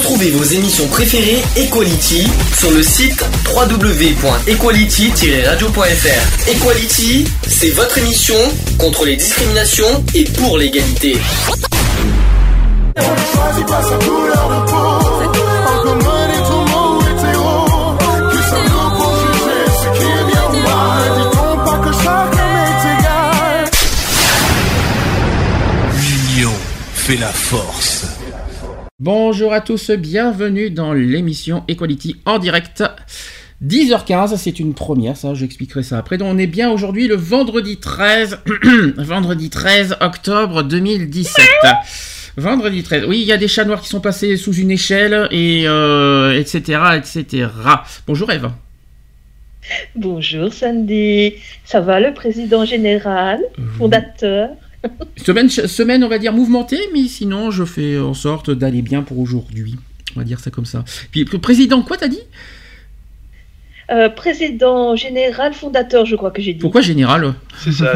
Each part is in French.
Retrouvez vos émissions préférées Equality sur le site www.equality-radio.fr. Equality, c'est votre émission contre les discriminations et pour l'égalité. L'union fait la force. Bonjour à tous, bienvenue dans l'émission Equality en direct. 10h15, c'est une première, ça, j'expliquerai ça après. Donc on est bien aujourd'hui le vendredi 13, vendredi 13 octobre 2017. Vendredi 13, oui, il y a des chats noirs qui sont passés sous une échelle, et etc., etc. Bonjour Eve. Bonjour Sandy, ça va le président général, fondateur? Semaine, on va dire mouvementée, mais sinon je fais en sorte d'aller bien pour aujourd'hui. On va dire ça comme ça. Puis président, quoi t'as dit? Président général, fondateur, je crois que j'ai dit. Pourquoi général? C'est ça.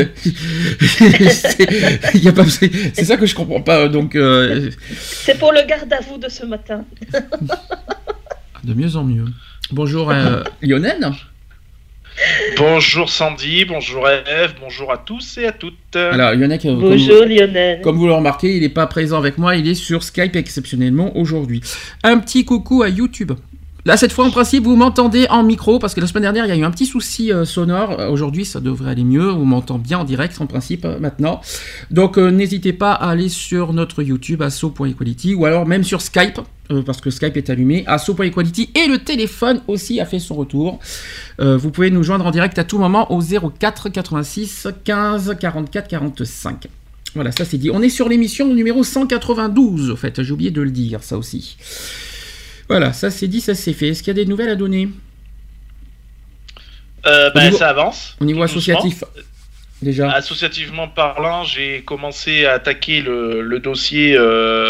C'est ça que je comprends pas. Donc. C'est pour le garde à vous de ce matin. De mieux en mieux. Bonjour Lionel. Bonjour Sandy, bonjour Eve, bonjour à tous et à toutes. Alors Lionel, bonjour Lionel. Comme vous le remarquez, il n'est pas présent avec moi, il est sur Skype exceptionnellement aujourd'hui. Un petit coucou à YouTube. Là, cette fois, en principe, vous m'entendez en micro, parce que la semaine dernière, il y a eu un petit souci sonore. Aujourd'hui, ça devrait aller mieux. On m'entend bien en direct, en principe, maintenant. Donc, n'hésitez pas à aller sur notre YouTube, asso.equality, ou alors même sur Skype, parce que Skype est allumé, asso.equality, et le téléphone aussi a fait son retour. Vous pouvez nous joindre en direct à tout moment au 04 86 15 44 45. Voilà, ça c'est dit. On est sur l'émission numéro 192, en fait. J'ai oublié de le dire, ça aussi. Voilà, ça c'est dit, ça c'est fait. Est-ce qu'il y a des nouvelles à donner? Ça avance. Au niveau associatif, déjà. Associativement parlant, j'ai commencé à attaquer le dossier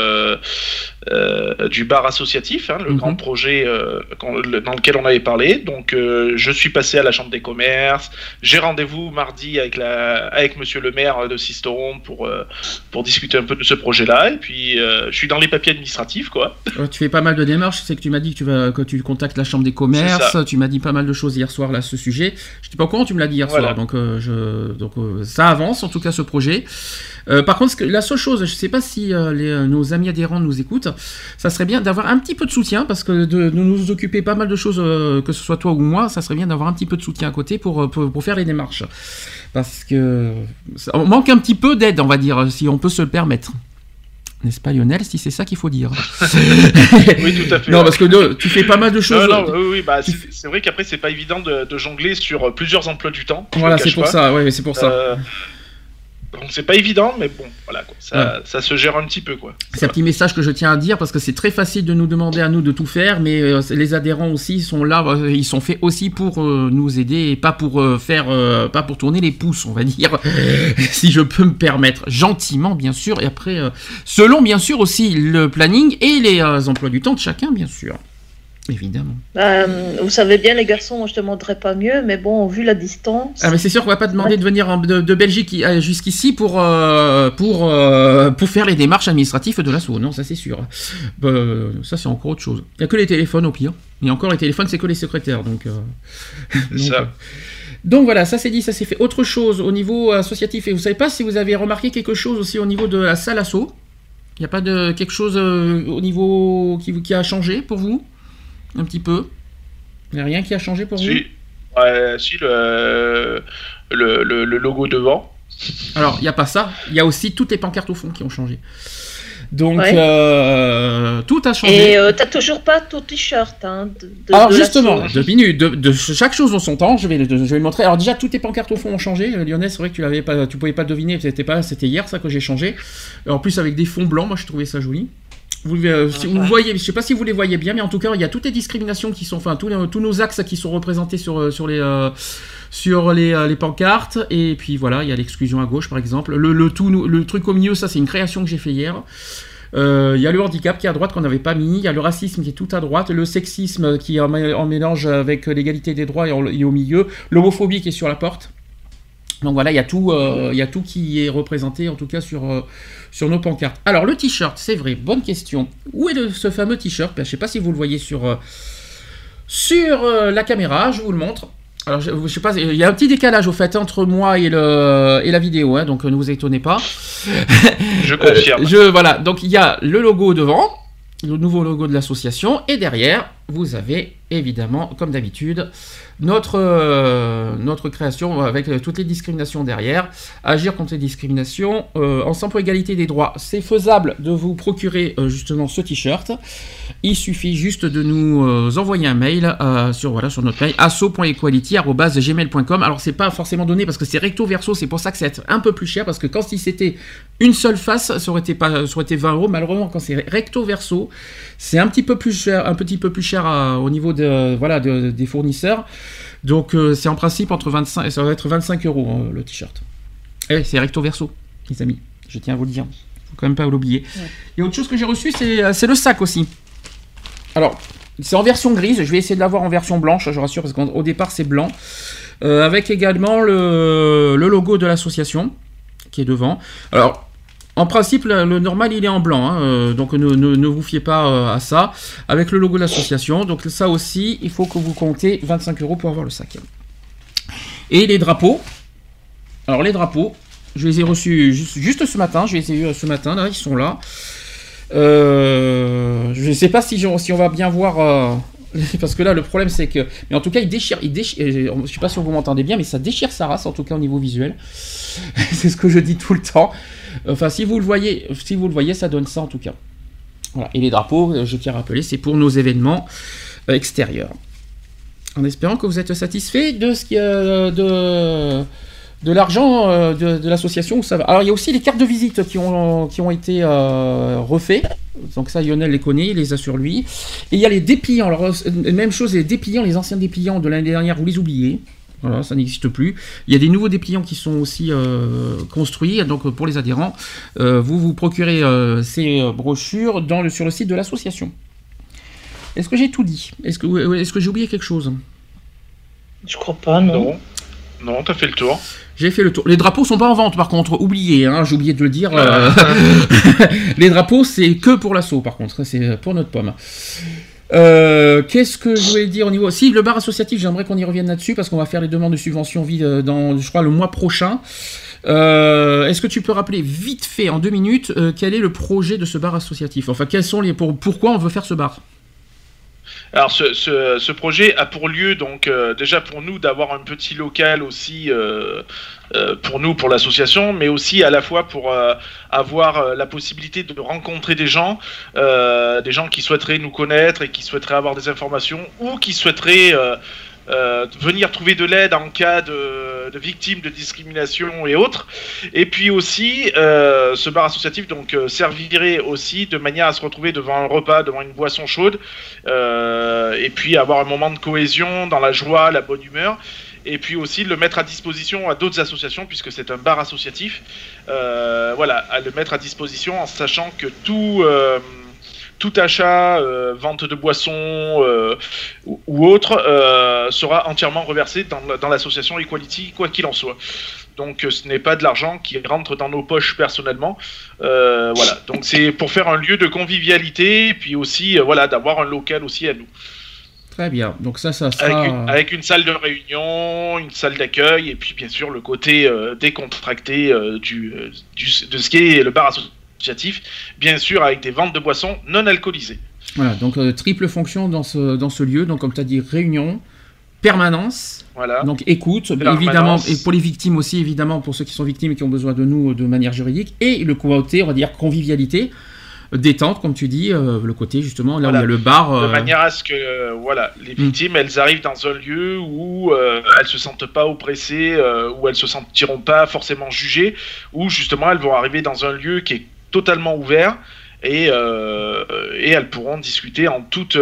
du bar associatif, le grand projet dans lequel on avait parlé. Donc, je suis passé à la Chambre des commerces. J'ai rendez-vous mardi avec Monsieur le maire de Sisteron pour discuter un peu de ce projet-là. Et puis, je suis dans les papiers administratifs, quoi. Tu fais pas mal de démarches. C'est que tu m'as dit que tu contactes la Chambre des commerces. Tu m'as dit pas mal de choses hier soir là à ce sujet. Je n'étais pas au courant, tu me l'as dit hier soir. Donc, ça avance, en tout cas, ce projet. Par contre, la seule chose, je ne sais pas si nos amis adhérents nous écoutent, ça serait bien d'avoir un petit peu de soutien, parce que de nous occuper pas mal de choses, que ce soit toi ou moi, ça serait bien d'avoir un petit peu de soutien à côté pour faire les démarches. Parce que on manque un petit peu d'aide, on va dire, si on peut se le permettre. N'est-ce pas Lionel, si c'est ça qu'il faut dire? Oui, tout à fait. Non, parce que tu fais pas mal de choses. Oui, c'est vrai qu'après, c'est pas évident de jongler sur plusieurs emplois du temps. Voilà, c'est pour ça, c'est pour ça. Donc c'est pas évident, mais bon, voilà, quoi. Ça se gère un petit peu, quoi. C'est un petit message que je tiens à dire, parce que c'est très facile de nous demander à nous de tout faire, mais les adhérents aussi sont là, ils sont faits aussi pour nous aider, et pas pour pas pour tourner les pouces, on va dire, si je peux me permettre, gentiment bien sûr, et après, selon bien sûr aussi le planning et les emplois du temps de chacun, bien sûr. Évidemment. Vous savez bien, les garçons, je ne demanderais pas mieux, mais bon, vu la distance... Ah, mais c'est sûr qu'on ne va pas demander de venir de Belgique jusqu'ici pour faire les démarches administratives de l'assaut. Non, ça c'est sûr. Ça c'est encore autre chose. Il n'y a que les téléphones au pire. Et encore, les téléphones, c'est que les secrétaires. Donc voilà, ça c'est dit, ça c'est fait. Autre chose au niveau associatif, et vous ne savez pas si vous avez remarqué quelque chose aussi au niveau de la salle assaut. Il n'y a pas de quelque chose au niveau qui a changé pour vous? Un petit peu. Il n'y a rien qui a changé pour vous? Si, le logo devant. Alors, il n'y a pas ça. Il y a aussi toutes les pancartes au fond qui ont changé. Donc, tout a changé. Et t'as toujours pas ton t-shirt. Alors, justement, 2 minutes. De chaque chose en son temps, je vais le montrer. Alors, déjà, toutes les pancartes au fond ont changé. Lionel, c'est vrai que tu pouvais pas le deviner. C'était hier, ça, que j'ai changé. En plus, avec des fonds blancs, moi, je trouvais ça joli. Vous voyez, je sais pas si vous les voyez bien, mais en tout cas, il y a toutes les discriminations qui sont, tous nos axes qui sont représentés sur les pancartes, et puis voilà, il y a l'exclusion à gauche par exemple. Le truc au milieu, ça c'est une création que j'ai fait hier. Il y a le handicap qui est à droite qu'on n'avait pas mis, il y a le racisme qui est tout à droite, le sexisme qui est en mélange avec l'égalité des droits et au milieu, l'homophobie qui est sur la porte. Donc voilà, il y a tout qui est représenté en tout cas sur nos pancartes. Alors le t-shirt, c'est vrai, bonne question. Où est ce fameux t-shirt ? Je ne sais pas si vous le voyez sur la caméra, je vous le montre. Alors je sais pas, il y a un petit décalage au fait entre moi et la vidéo, hein, donc ne vous étonnez pas. Je confirme. Voilà, donc il y a le logo devant, le nouveau logo de l'association, et derrière, vous avez évidemment, comme d'habitude, notre création avec toutes les discriminations derrière. Agir contre les discriminations, ensemble pour l'égalité des droits. C'est faisable de vous procurer justement ce t-shirt. Il suffit juste de nous envoyer un mail sur notre mail asso.equality@gmail.com. Alors c'est pas forcément donné parce que c'est recto verso, c'est pour ça que c'est un peu plus cher, parce que quand c'était une seule face, ça aurait été 20 €. Malheureusement, quand c'est recto verso, c'est un petit peu plus cher au niveau des fournisseurs. Donc c'est en principe ça va être 25 € le t-shirt. Et c'est recto verso, les amis. Je tiens à vous le dire. Faut quand même pas l'oublier. Ouais. Et autre chose que j'ai reçu, c'est le sac aussi. Alors, c'est en version grise. Je vais essayer de l'avoir en version blanche, je rassure, parce qu'au départ c'est blanc, avec également le logo de l'association qui est devant. Alors. En principe, le normal, il est en blanc, hein, donc ne vous fiez pas à ça. Avec le logo de l'association, donc ça aussi, il faut que vous comptez 25 € pour avoir le sac. Et les drapeaux. Alors les drapeaux, je les ai reçus juste ce matin. Je les ai eus ce matin, là, ils sont là. Je ne sais pas si on va bien voir... parce que là, le problème, c'est que... Mais en tout cas, il déchire. Je ne sais pas si vous m'entendez bien, mais ça déchire sa race, en tout cas au niveau visuel. C'est ce que je dis tout le temps. Enfin, si vous le voyez, ça donne ça en tout cas. Voilà. Et les drapeaux, je tiens à rappeler, c'est pour nos événements extérieurs. En espérant que vous êtes satisfait de ce qui de l'argent de l'association où ça va. Alors il y a aussi les cartes de visite qui ont été refaites. Donc ça, Lionel les connaît, il les a sur lui. Et il y a les dépliants. Alors même chose, les dépliants, les anciens dépliants de l'année dernière, vous les oubliez. Voilà, ça n'existe plus. Il y a des nouveaux dépliants qui sont aussi construits. Donc pour les adhérents, vous procurez ces brochures sur le site de l'association. Est-ce que j'ai tout dit ? Est-ce que j'ai oublié quelque chose ? Je crois pas, non. Non, t'as fait le tour. J'ai fait le tour. Les drapeaux sont pas en vente, par contre. Oubliez, hein, j'ai oublié de le dire. Les drapeaux, c'est que pour l'assaut, par contre. C'est pour notre pomme. Qu'est-ce que je voulais dire au niveau... Si, le bar associatif, j'aimerais qu'on y revienne là-dessus, parce qu'on va faire les demandes de subvention dans, je crois, le mois prochain. Est-ce que tu peux rappeler vite fait, en 2 minutes, quel est le projet de ce bar associatif ? Enfin, quels sont pourquoi on veut faire ce bar ? Alors ce projet a pour lieu donc déjà pour nous d'avoir un petit local aussi pour nous, pour l'association, mais aussi à la fois pour avoir la possibilité de rencontrer des gens qui souhaiteraient nous connaître et qui souhaiteraient avoir des informations ou qui souhaiteraient venir trouver de l'aide en cas de victimes de discrimination et autres. Et puis aussi, ce bar associatif donc servirait aussi de manière à se retrouver devant un repas, devant une boisson chaude, et puis avoir un moment de cohésion dans la joie, la bonne humeur. Et puis aussi le mettre à disposition à d'autres associations, puisque c'est un bar associatif. Voilà, à le mettre à disposition en sachant que tout achat, vente de boissons ou autre sera entièrement reversé dans l'association Equality, quoi qu'il en soit. Donc ce n'est pas de l'argent qui rentre dans nos poches personnellement. Voilà, donc c'est pour faire un lieu de convivialité et puis aussi d'avoir un local aussi à nous. Très bien, donc ça sera... Avec une salle de réunion, une salle d'accueil et puis bien sûr le côté décontracté de ce qu'est le bar associatif, bien sûr avec des ventes de boissons non alcoolisées. Voilà, donc triple fonction dans ce lieu, donc comme tu as dit, réunion, permanence, voilà. Donc écoute, évidemment, et pour les victimes aussi, évidemment, pour ceux qui sont victimes et qui ont besoin de nous de manière juridique, et le côté, on va dire, convivialité, détente, comme tu dis, le côté justement, là où il y a le bar. De manière à ce que les victimes, elles arrivent dans un lieu où elles se sentent pas oppressées, où elles se sentiront pas forcément jugées, où justement elles vont arriver dans un lieu qui est totalement ouvert et elles pourront discuter en toute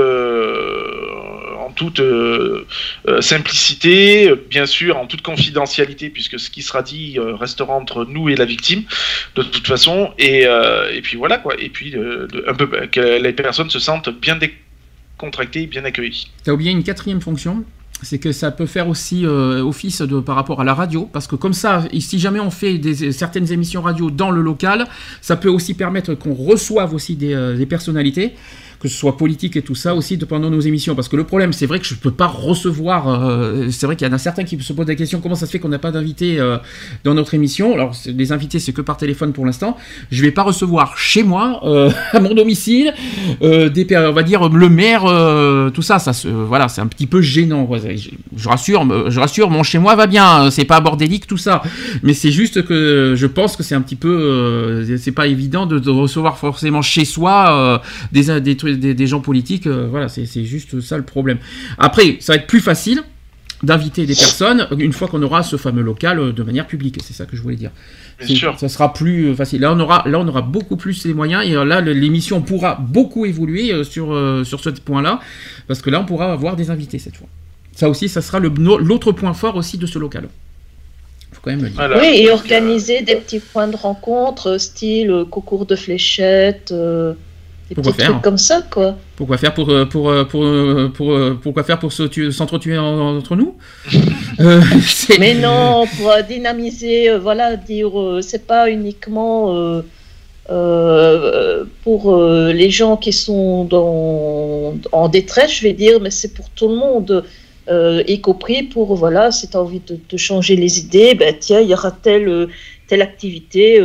simplicité, bien sûr en toute confidentialité, puisque ce qui sera dit restera entre nous et la victime de toute façon, et puis voilà quoi, et puis un peu que les personnes se sentent bien décontractées et bien accueillies. T'as oublié une 4e fonction, c'est que ça peut faire aussi office par rapport à la radio, parce que comme ça, si jamais on fait certaines émissions radio dans le local, ça peut aussi permettre qu'on reçoive aussi des personnalités, que ce soit politique et tout ça aussi pendant nos émissions, parce que le problème c'est vrai que je peux pas recevoir, c'est vrai qu'il y en a certains qui se posent la question comment ça se fait qu'on n'a pas d'invités dans notre émission. Alors les invités c'est que par téléphone pour l'instant, je vais pas recevoir chez moi à mon domicile on va dire le maire, tout ça voilà, c'est un petit peu gênant. Je rassure, mon chez moi va bien, c'est pas bordélique tout ça, mais c'est juste que je pense que c'est un petit peu c'est pas évident de recevoir forcément chez soi des gens politiques, voilà, c'est juste ça le problème. Après, ça va être plus facile d'inviter des personnes une fois qu'on aura ce fameux local de manière publique, c'est ça que je voulais dire. Bien sûr. Ça sera plus facile. Là, on aura beaucoup plus les moyens, et là, l'émission pourra beaucoup évoluer sur ce point-là, parce que là, on pourra avoir des invités cette fois. Ça aussi, ça sera l'autre point fort aussi de ce local. Faut quand même le dire. Voilà. Oui, et organiser des petits points de rencontre, style concours de fléchettes. Des petits trucs comme ça, quoi. Pourquoi faire pour s'entretuer entre nous Mais non, pour dynamiser, voilà, dire c'est pas uniquement pour les gens qui sont en détresse, je vais dire, mais c'est pour tout le monde, y compris pour, voilà, si tu as envie de changer les idées, ben tiens, il y aura telle activité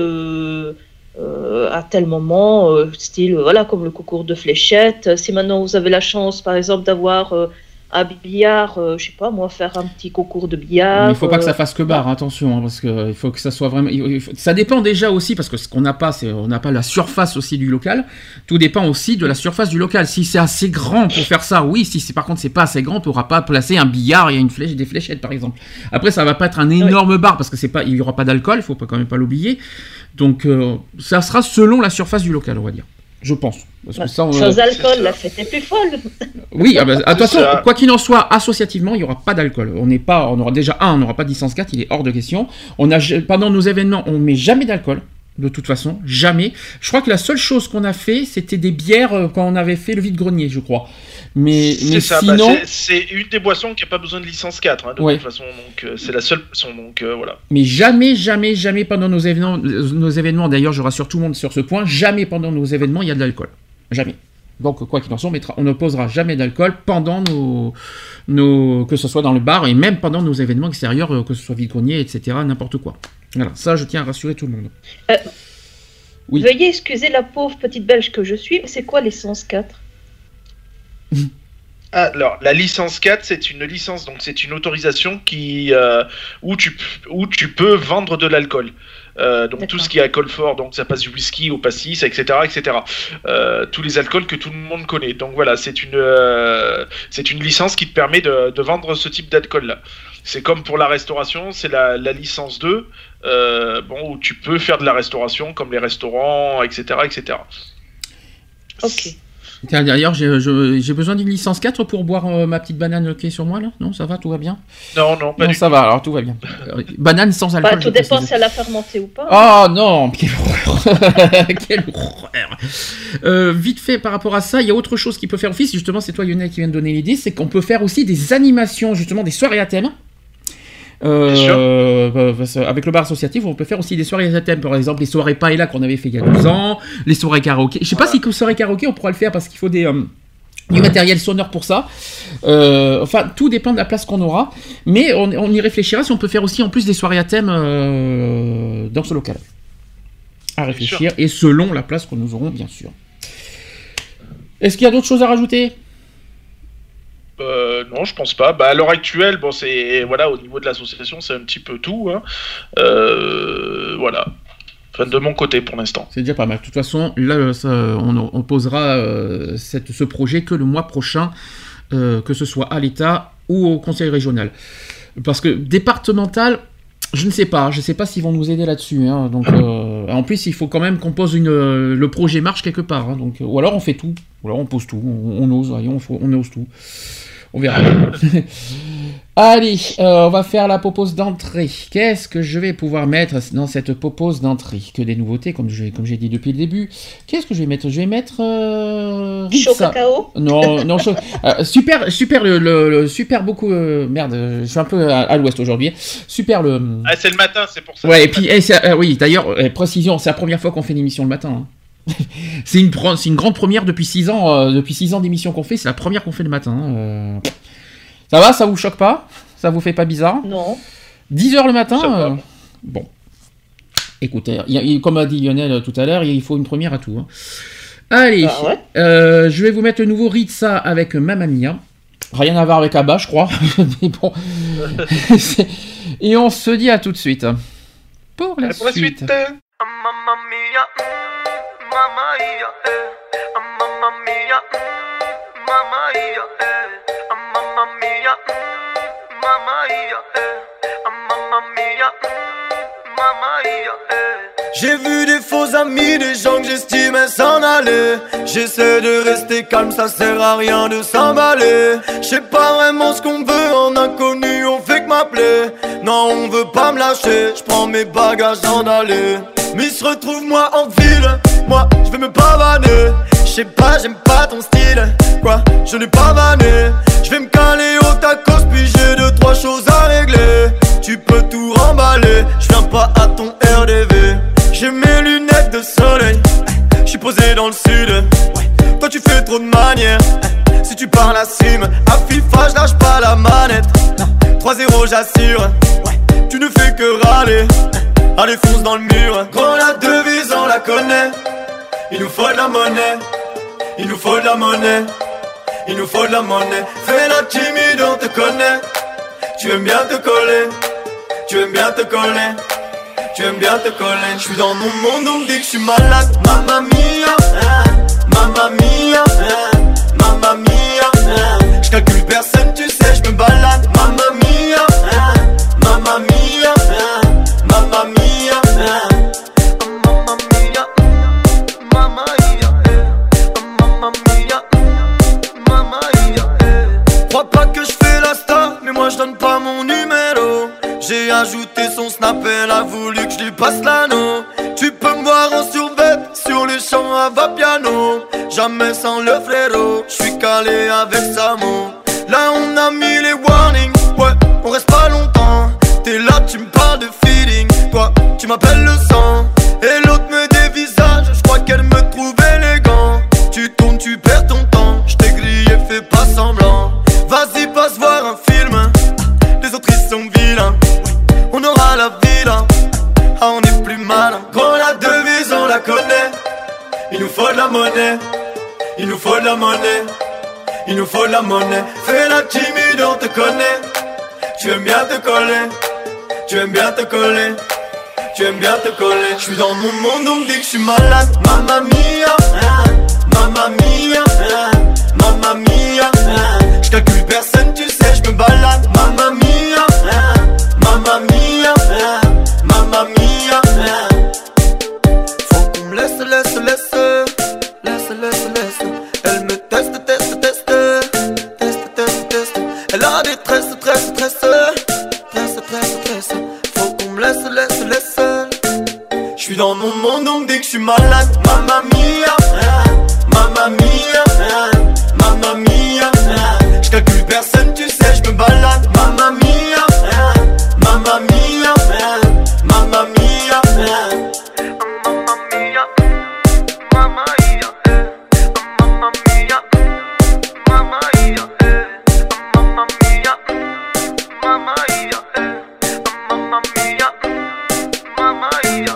à tel moment, style, voilà, comme le concours de fléchettes. Si maintenant vous avez la chance, par exemple, d'avoir un billard, je sais pas moi, faire un petit concours de billard. Mais il faut pas que ça fasse que bar, attention, hein, parce que il faut que ça soit vraiment. Ça dépend déjà aussi, parce que ce qu'on n'a pas, on n'a pas la surface aussi du local. Tout dépend aussi de la surface du local. Si c'est assez grand pour faire ça, oui. Si par contre c'est pas assez grand, on pourra pas placer un billard et des fléchettes par exemple. Après, ça va pas être un énorme bar parce que il y aura pas d'alcool, il faut quand même pas l'oublier. Donc ça sera selon la surface du local, on va dire. Je pense. Parce que sans alcool, la fête est plus folle. Oui, attention, quoi qu'il en soit, associativement, il n'y aura pas d'alcool. On n'aura pas de licence 4, il est hors de question. Pendant nos événements, on ne met jamais d'alcool. De toute façon, jamais. Je crois que la seule chose qu'on a fait, c'était des bières quand on avait fait le vide-grenier, je crois. Mais sinon... c'est une des boissons qui n'a pas besoin de licence 4, hein, de toute façon. Donc, c'est la seule boisson, donc voilà. Mais jamais pendant nos événements, d'ailleurs, je rassure tout le monde sur ce point, jamais pendant nos événements, il y a de l'alcool. Jamais. Donc, quoi qu'il en soit, on ne posera jamais d'alcool pendant que ce soit dans le bar, et même pendant nos événements extérieurs, que ce soit vide-grenier, etc., n'importe quoi. Voilà, ça, je tiens à rassurer tout le monde. Oui. Veuillez excuser la pauvre petite belge que je suis, mais c'est quoi licence 4 ? Alors, la licence 4, c'est une licence, donc c'est une autorisation où tu peux vendre de l'alcool. Donc tout ce qui est alcool fort, donc ça passe du whisky au pastis, etc., etc. Tous les alcools que tout le monde connaît. Donc voilà, c'est une licence qui te permet de vendre ce type d'alcool-là. C'est comme pour la restauration, c'est la licence 2, où tu peux faire de la restauration, comme les restaurants, etc., etc. Ok. D'ailleurs, j'ai besoin d'une licence 4 pour boire ma petite banane qui est sur moi, là ? Non, ça va, tout va bien ? Non, pas du tout. Ça va, alors tout va bien. Banane sans alcool. Tout dépend si elle a fermenté ou pas. Oh non, quelle horreur. Quelle horreur. Vite fait, par rapport à ça, il y a autre chose qui peut faire office. Justement, c'est toi, Lionel, qui vient de donner l'idée. C'est qu'on peut faire aussi des animations, justement, des soirées à thème. Avec le bar associatif, on peut faire aussi des soirées à thème, par exemple les soirées paella qu'on avait fait il y a 12 ans, les soirées karaoké. Je sais pas si soirées karaoké on pourra le faire parce qu'il faut du matériel sonore pour ça. Enfin, tout dépend de la place qu'on aura, mais on y réfléchira si on peut faire aussi en plus des soirées à thème dans ce local. À réfléchir, et selon la place que nous aurons, bien sûr. Est-ce qu'il y a d'autres choses à rajouter ? Non, je pense pas. À l'heure actuelle, c'est au niveau de l'association, c'est un petit peu tout. Hein. Voilà. Enfin, de mon côté pour l'instant. C'est déjà pas mal. De toute façon, là, on posera ce projet que le mois prochain, que ce soit à l'État ou au Conseil régional. Parce que départemental, je ne sais pas s'ils vont nous aider là-dessus. Hein. Donc, en plus, il faut quand même qu'on pose le projet marche quelque part. Hein. Donc, ou alors on fait tout, ou alors on pose tout, on ose, on ose tout. On verra. Allez, on va faire la propose d'entrée. Qu'est-ce que je vais pouvoir mettre dans cette propose d'entrée ? Que des nouveautés, comme j'ai dit depuis le début. Qu'est-ce que je vais mettre ? Je vais mettre goût Chaud ça. cacao? Non, super super beaucoup. Merde, je suis un peu à l'ouest aujourd'hui. Super le. Ah, c'est le matin, c'est pour ça. Ouais, et puis oui, d'ailleurs, précision, c'est la première fois qu'on fait l'émission le matin. Hein. c'est une grande première depuis 6 ans. Depuis 6 ans d'émission qu'on fait, c'est la première qu'on fait le matin. Ça va, ça vous choque pas? Ça vous fait pas bizarre? Non. 10h le matin. Bon. Écoutez, comme a dit Lionel tout à l'heure, il faut une première à tout. Hein. Allez, je vais vous mettre le nouveau Ritza avec Mamma Mia. Rien à voir avec Abba, je crois. Mais bon. Et on se dit à tout de suite. Pour la suite. Mamma mia, mamma mia, mamma mia, mamma mia, mamma mia, mamma mia, mamma mia, mamma mia. J'ai vu des faux amis, des gens que j'estimais s'en aller. J'essaie de rester calme, ça sert à rien de s'emballer. J'sais pas vraiment ce qu'on veut, en inconnu on fait que m'appeler. Non, on veut pas me lâcher, j'prends mes bagages en aller. Mais se retrouve moi en ville, moi je vais me pavaner. J'sais pas, j'aime pas ton style, quoi, je n'ai pas vanné. J'vais me caler au tacos, puis j'ai 2-3 choses à régler. Tu peux tout remballer, j'viens pas à ton RDV. J'ai mes lunettes de soleil, j'suis posé dans le sud. Toi tu fais trop de manières, si tu parles à Sim, à FIFA j'lâche pas la manette. 3-0 j'assure, tu ne fais que râler. Allez fonce dans le mur. Quand la devise on la connaît, il nous faut de la monnaie, il nous faut de la monnaie, il nous faut de la monnaie. Fais la timide on te connaît, tu aimes bien te coller, tu aimes bien te coller, tu aimes bien te coller. J'suis dans mon monde on me dit que j'suis malade. Mamma mia, mamma mia, mamma mia. J'calcule personne tu sais j'me balade. Mamma mia, mamma mia, mamma mia, Mamma mia, mamma mia, mamma mia, mamma mia. Crois pas que je fais la star, mais moi je donne pas mon numéro. J'ai ajouté son snap, elle a voulu que je lui passe l'anneau. Tu peux me voir en survêt, sur les champs à va-piano. Jamais sans le frérot, je suis calé avec Samo. Là on a mis les warnings, ouais, on reste pas longtemps. T'es là, tu me parles de feeling, toi, tu m'appelles le sang. Et l'autre me dévisage, je crois qu'elle me trouve élégant. Tu tournes, tu perds ton temps, je t'ai grillé, fais pas semblant. Vas-y, passe voir un film, les autres ils sont vilains. On aura la villa, ah on est plus malin. Quand la devise on la connaît, il nous faut de la monnaie, il nous faut de la monnaie, il nous faut de la monnaie. Fais la timide, on te connaît, tu aimes bien te coller, tu aimes bien te coller, tu aimes bien te coller. J'suis dans mon monde, on me dit que j'suis malade. Mamma mia, mamma mia, mamma mia. J'calcule personne, tu sais, j'me balade. Mamma mia, mamma mia, mamma mia. Faut qu'on me laisse. Elle me teste. Elle a des tresses. Faut qu'on me laisse. J'suis dans mon monde, on me dit que j'suis malade. Mamma mia, mamma mia, mamma mia. J'calcule personne, tu sais, j'me balade. Mamma mia, mamma mia, mamma mia. Mamma mia, mamma mia, mamma mia, mamma mia, mamma mia, mamma mia, mamma mia, mamma mia.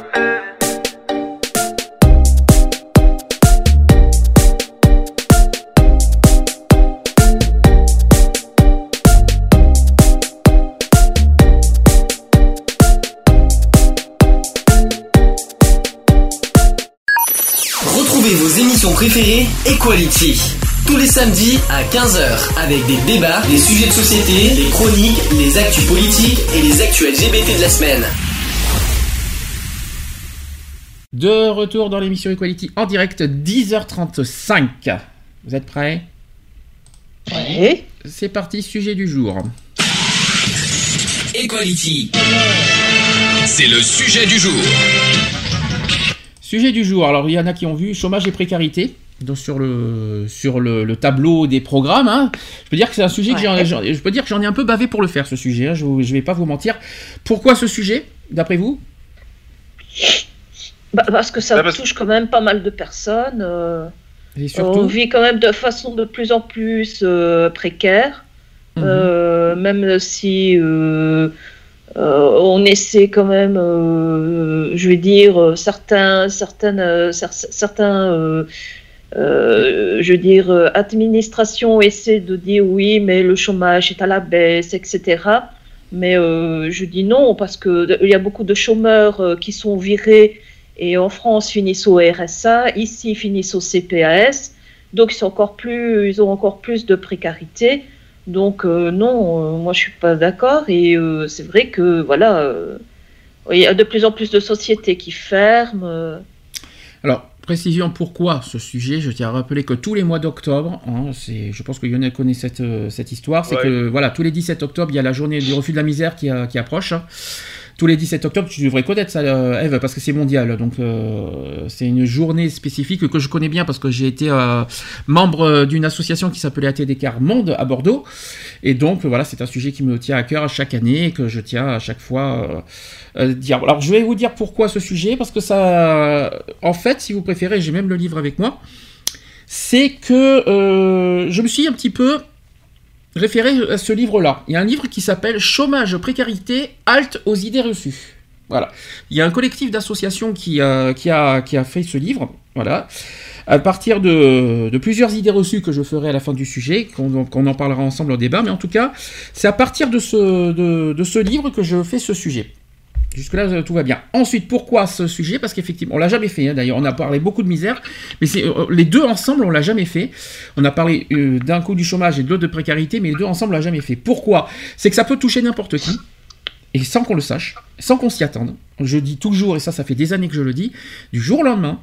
Retrouvez vos émissions préférées Equality. Tous les samedis à 15h avec des débats, des sujets de société, des chroniques, les actus politiques et les actus LGBT de la semaine. De retour dans l'émission Equality en direct 10h35. Vous êtes prêts? Oui. C'est parti, sujet du jour. Equality. C'est le sujet du jour. Sujet du jour, alors il y en a qui ont vu chômage et précarité. Donc sur le tableau des programmes, hein. Je peux dire que c'est un sujet que je peux dire que j'en ai un peu bavé pour le faire, ce sujet, hein. Je vais pas vous mentir. Pourquoi ce sujet, d'après vous ? Parce que ça touche quand même pas mal de personnes. Et surtout, on vit quand même de façon de plus en plus précaire, même si on essaie quand même, je vais dire, certains je veux dire, administration essaie de dire oui, mais le chômage est à la baisse, etc. Mais je dis non, parce qu'il y a beaucoup de chômeurs qui sont virés et en France finissent au RSA, ici ils finissent au CPAS, donc ils ont encore plus de précarité. Donc non, moi je suis pas d'accord, et c'est vrai que voilà, il y a de plus en plus de sociétés qui ferment. Alors, précision pourquoi ce sujet, je tiens à rappeler que tous les mois d'octobre, hein, je pense que Lionel connaît cette histoire, c'est que voilà, tous les 17 octobre, il y a la journée du refus de la misère qui approche. Tous les 17 octobre, tu devrais connaître ça, Eve, parce que c'est mondial. Donc, c'est une journée spécifique que je connais bien parce que j'ai été membre d'une association qui s'appelait ATDCAR Monde à Bordeaux. Et donc, voilà, c'est un sujet qui me tient à cœur chaque année et que je tiens à chaque fois dire. Alors, je vais vous dire pourquoi ce sujet, parce que ça, en fait, si vous préférez, j'ai même le livre avec moi, c'est que je me suis un petit peu référé à ce livre-là. Il y a un livre qui s'appelle « Chômage, précarité, halte aux idées reçues ». Voilà. Il y a un collectif d'associations qui a fait ce livre. Voilà. À partir de plusieurs idées reçues que je ferai à la fin du sujet, qu'on en parlera ensemble au débat. Mais en tout cas, c'est à partir de ce livre que je fais ce sujet. Jusque-là, tout va bien. Ensuite, pourquoi ce sujet ? Parce qu'effectivement, on l'a jamais fait. Hein, d'ailleurs, on a parlé beaucoup de misère, mais les deux ensemble, on l'a jamais fait. On a parlé d'un coup du chômage et de l'autre de précarité, mais les deux ensemble, on l'a jamais fait. Pourquoi ? C'est que ça peut toucher n'importe qui, et sans qu'on le sache, sans qu'on s'y attende. Je dis toujours, et ça fait des années que je le dis, du jour au lendemain,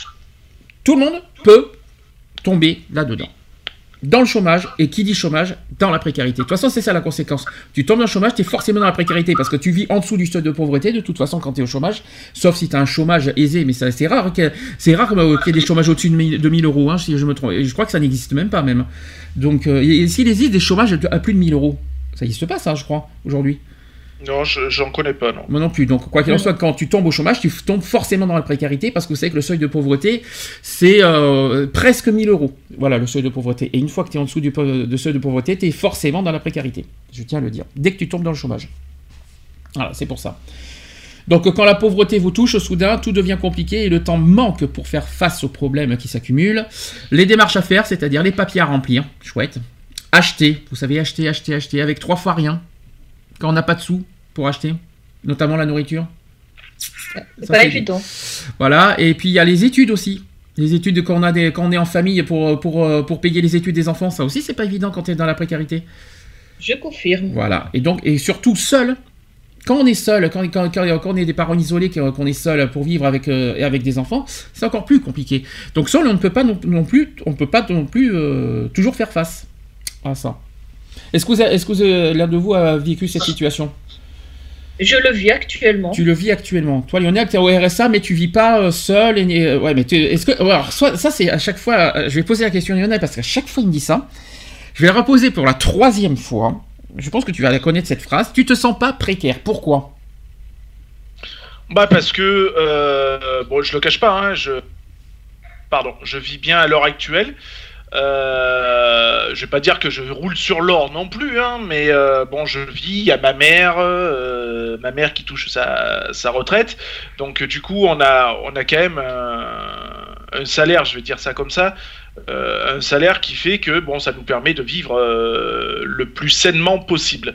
tout le monde peut tomber là-dedans. Dans le chômage, et qui dit chômage, dans la précarité. De toute façon, c'est ça la conséquence. Tu tombes dans le chômage, tu es forcément dans la précarité, parce que tu vis en dessous du seuil de pauvreté, de toute façon, quand tu es au chômage, sauf si tu as un chômage aisé, mais ça, c'est rare qu'il y ait des chômages au-dessus de 1000 euros, hein, si je me trompe. Et je crois que ça n'existe même pas, même. Donc, s'il existe des chômages à plus de 1000 euros, ça n'existe pas, ça, je crois, aujourd'hui. Non, j'en connais pas, non. Moi non plus. Donc, quoi qu'il en soit, quand tu tombes au chômage, tu tombes forcément dans la précarité parce que vous savez que le seuil de pauvreté, c'est presque 1000 euros. Voilà, le seuil de pauvreté. Et une fois que tu es en dessous de seuil de pauvreté, tu es forcément dans la précarité. Je tiens à le dire. Dès que tu tombes dans le chômage. Voilà, c'est pour ça. Donc, quand la pauvreté vous touche, soudain, tout devient compliqué et le temps manque pour faire face aux problèmes qui s'accumulent. Les démarches à faire, c'est-à-dire les papiers à remplir. Chouette. Acheter. Vous savez, acheter avec 3 fois rien. Quand on n'a pas de sous pour acheter, notamment la nourriture. C'est pas évident. Voilà, et puis il y a les études aussi. Les études quand on est en famille pour payer les études des enfants, ça aussi c'est pas évident quand tu es dans la précarité. Je confirme. Voilà, et surtout seul. Quand on est seul, quand on est des parents isolés, qu'on est seul pour vivre avec des enfants, c'est encore plus compliqué. Donc seul, on ne peut pas non plus toujours faire face à ça. Est-ce que l'un de vous a vécu cette situation ? Je le vis actuellement. Tu le vis actuellement. Toi, Lionel, tu es au RSA, mais tu vis pas seul. Ouais, mais est-ce que alors ça c'est à chaque fois. Je vais poser la question à Lionel parce qu'à chaque fois il me dit ça. Je vais la reposer pour la 3e fois. Je pense que tu vas la connaître cette phrase. Tu te sens pas précaire. Pourquoi ? Bah parce que bon, je le cache pas. Hein, je vis bien à l'heure actuelle. Je vais pas dire que je roule sur l'or non plus, hein, mais bon, je vis, il y a ma mère qui touche sa retraite, donc du coup on a quand même un salaire, je vais dire ça comme ça, un salaire qui fait que bon, ça nous permet de vivre le plus sainement possible.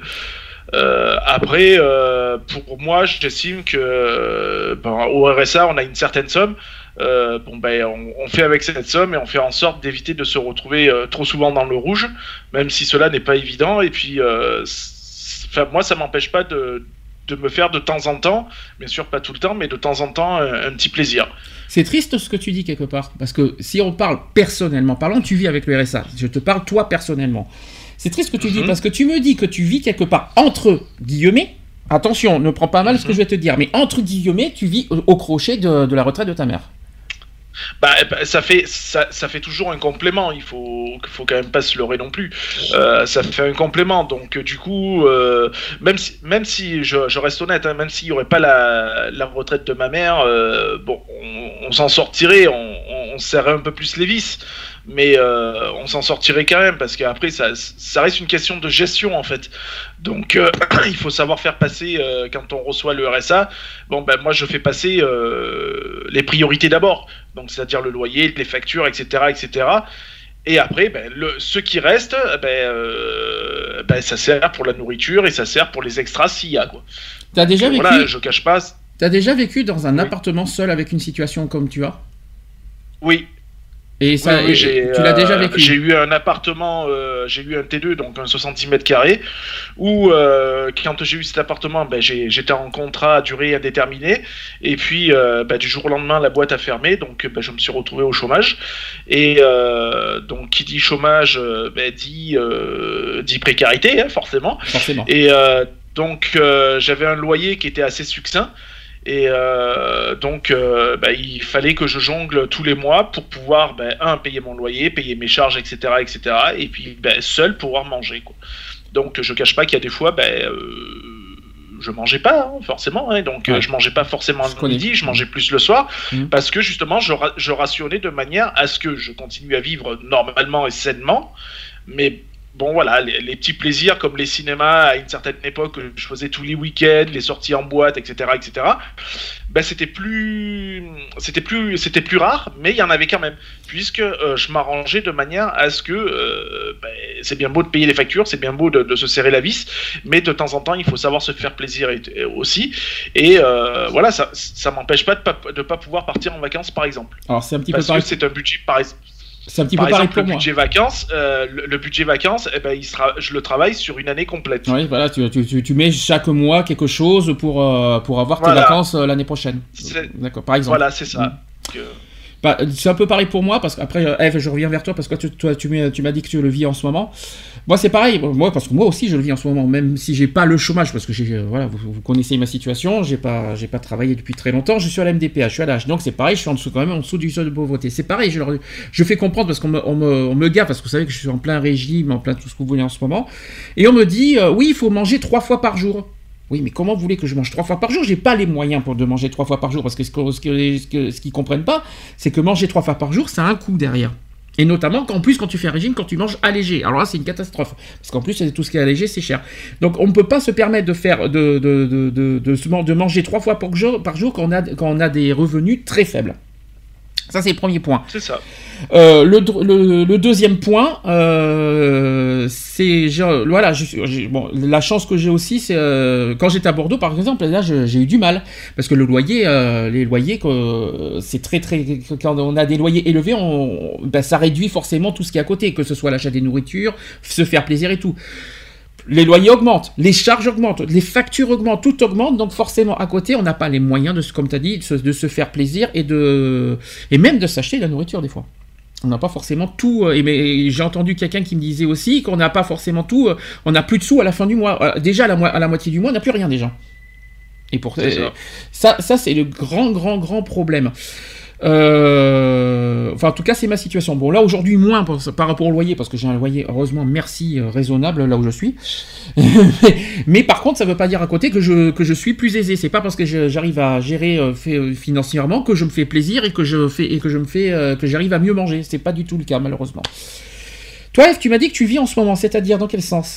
Après, pour moi, j'estime que au RSA, on a une certaine somme. On fait avec cette somme et on fait en sorte d'éviter de se retrouver trop souvent dans le rouge, même si cela n'est pas évident. Et puis, moi, ça m'empêche pas de me faire de temps en temps, bien sûr pas tout le temps, mais de temps en temps un petit plaisir. C'est triste ce que tu dis quelque part, parce que si on parle personnellement parlant, tu vis avec le RSA. Je te parle toi personnellement. C'est triste ce que tu dis, parce que tu me dis que tu vis quelque part entre guillemets. Attention, ne prends pas mal ce que je vais te dire, mais entre guillemets, tu vis au crochet de la retraite de ta mère. Ça fait toujours un complément. Il faut quand même pas se leurrer non plus. Ça fait un complément. Donc du coup, même si je reste honnête, hein, même s'il y aurait pas la retraite de ma mère, on s'en sortirait. On serrait un peu plus les vis, mais on s'en sortirait quand même parce qu'après ça reste une question de gestion en fait. Donc il faut savoir faire passer quand on reçoit le RSA. Moi je fais passer les priorités d'abord. Donc c'est-à-dire le loyer, les factures, etc., etc. Et après, ce qui reste, ça sert pour la nourriture et ça sert pour les extras s'il y a quoi. T'as déjà vécu... Voilà, je cache pas. T'as déjà vécu dans un appartement seul avec une situation comme tu as ? Oui. Et ça, oui, tu l'as déjà vécu ? J'ai eu un appartement, j'ai eu un T2, donc un 70 mètres carrés, où quand j'ai eu cet appartement, j'étais en contrat à durée indéterminée, et puis du jour au lendemain, la boîte a fermé, donc je me suis retrouvé au chômage. Et donc qui dit chômage, dit précarité, hein, forcément. Et donc j'avais un loyer qui était assez succinct. Et il fallait que je jongle tous les mois pour pouvoir payer mon loyer, payer mes charges, etc., et puis seul pouvoir manger quoi. Donc je cache pas qu'il y a des fois je mangeais pas forcément, hein, donc je mangeais pas forcément le midi, je mangeais plus le soir parce que justement je rationnais de manière à ce que je continue à vivre normalement et sainement, mais bon voilà, les petits plaisirs comme les cinémas à une certaine époque que je faisais tous les week-ends, les sorties en boîte, etc., c'était plus rare, mais il y en avait quand même, puisque je m'arrangeais de manière à ce que c'est bien beau de payer les factures, c'est bien beau de se serrer la vis, mais de temps en temps il faut savoir se faire plaisir aussi, et voilà, ça m'empêche pas de pas pouvoir partir en vacances par exemple. Alors c'est un petit parce peu pareil. que c'est un budget par C'est un petit Par peu pareil exemple, pour moi. le budget vacances, je le travaille sur une année complète. Oui, voilà, tu mets chaque mois quelque chose pour avoir tes vacances l'année prochaine. D'accord, par exemple. Voilà, c'est ça. C'est un peu pareil pour moi, parce qu'après, Eve, je reviens vers toi, parce que toi, tu m'as dit que tu le vis en ce moment. Moi, c'est pareil, parce que moi aussi, je le vis en ce moment, même si j'ai pas le chômage, parce que vous connaissez ma situation, j'ai pas travaillé depuis très longtemps, je suis à la MDPH, je suis à l'âge, donc c'est pareil, je suis quand même en dessous du seuil de pauvreté. C'est pareil, je fais comprendre, parce qu'on me gaffe, parce que vous savez que je suis en plein régime, en plein tout ce que vous voulez en ce moment, et on me dit, oui, il faut manger 3 fois par jour. Oui, mais comment vous voulez que je mange 3 fois par jour ? J'ai pas les moyens de manger 3 fois par jour, parce que ce qu'ils comprennent pas, c'est que manger 3 fois par jour, ça a un coût derrière. Et notamment, quand tu fais un régime, quand tu manges allégé. Alors là, c'est une catastrophe. Parce qu'en plus, tout ce qui est allégé, c'est cher. Donc, on ne peut pas se permettre de manger 3 fois par jour quand on a des revenus très faibles. Ça, c'est le premier point. C'est ça. Le deuxième point, c'est la chance que j'ai aussi, c'est quand j'étais à Bordeaux, par exemple, là, j'ai eu du mal parce que les loyers, c'est très quand on a des loyers élevés, ça réduit forcément tout ce qui est à côté, que ce soit l'achat des nourritures, se faire plaisir et tout. Les loyers augmentent, les charges augmentent, les factures augmentent, tout augmente, donc forcément à côté on n'a pas les moyens comme tu as dit, de se faire plaisir et même de s'acheter de la nourriture des fois. On n'a pas forcément tout, mais j'ai entendu quelqu'un qui me disait aussi qu'on n'a pas forcément tout, on n'a plus de sous à la fin du mois. Déjà à la moitié du mois on n'a plus rien déjà. Et pour ça c'est le grand problème. En tout cas c'est ma situation. Bon là aujourd'hui moins par rapport au loyer, parce que j'ai un loyer heureusement raisonnable là où je suis. mais par contre ça veut pas dire à côté que je suis plus aisé. C'est pas parce que j'arrive à gérer financièrement que je me fais plaisir et que j'arrive à mieux manger. C'est pas du tout le cas malheureusement. Toi Eve, tu m'as dit que tu vis en ce moment, c'est-à-dire dans quel sens ?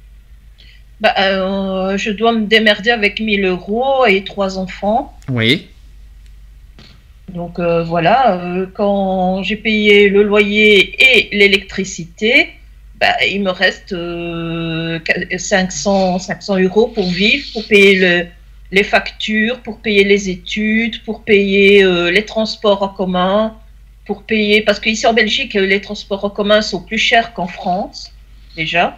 Je dois me démerder avec 1 000 € et 3 enfants. Oui. Donc quand j'ai payé le loyer et l'électricité, il me reste 500 € pour vivre, pour payer les factures, pour payer les études, pour payer les transports en commun, pour payer, parce qu'ici en Belgique, les transports en commun sont plus chers qu'en France, déjà.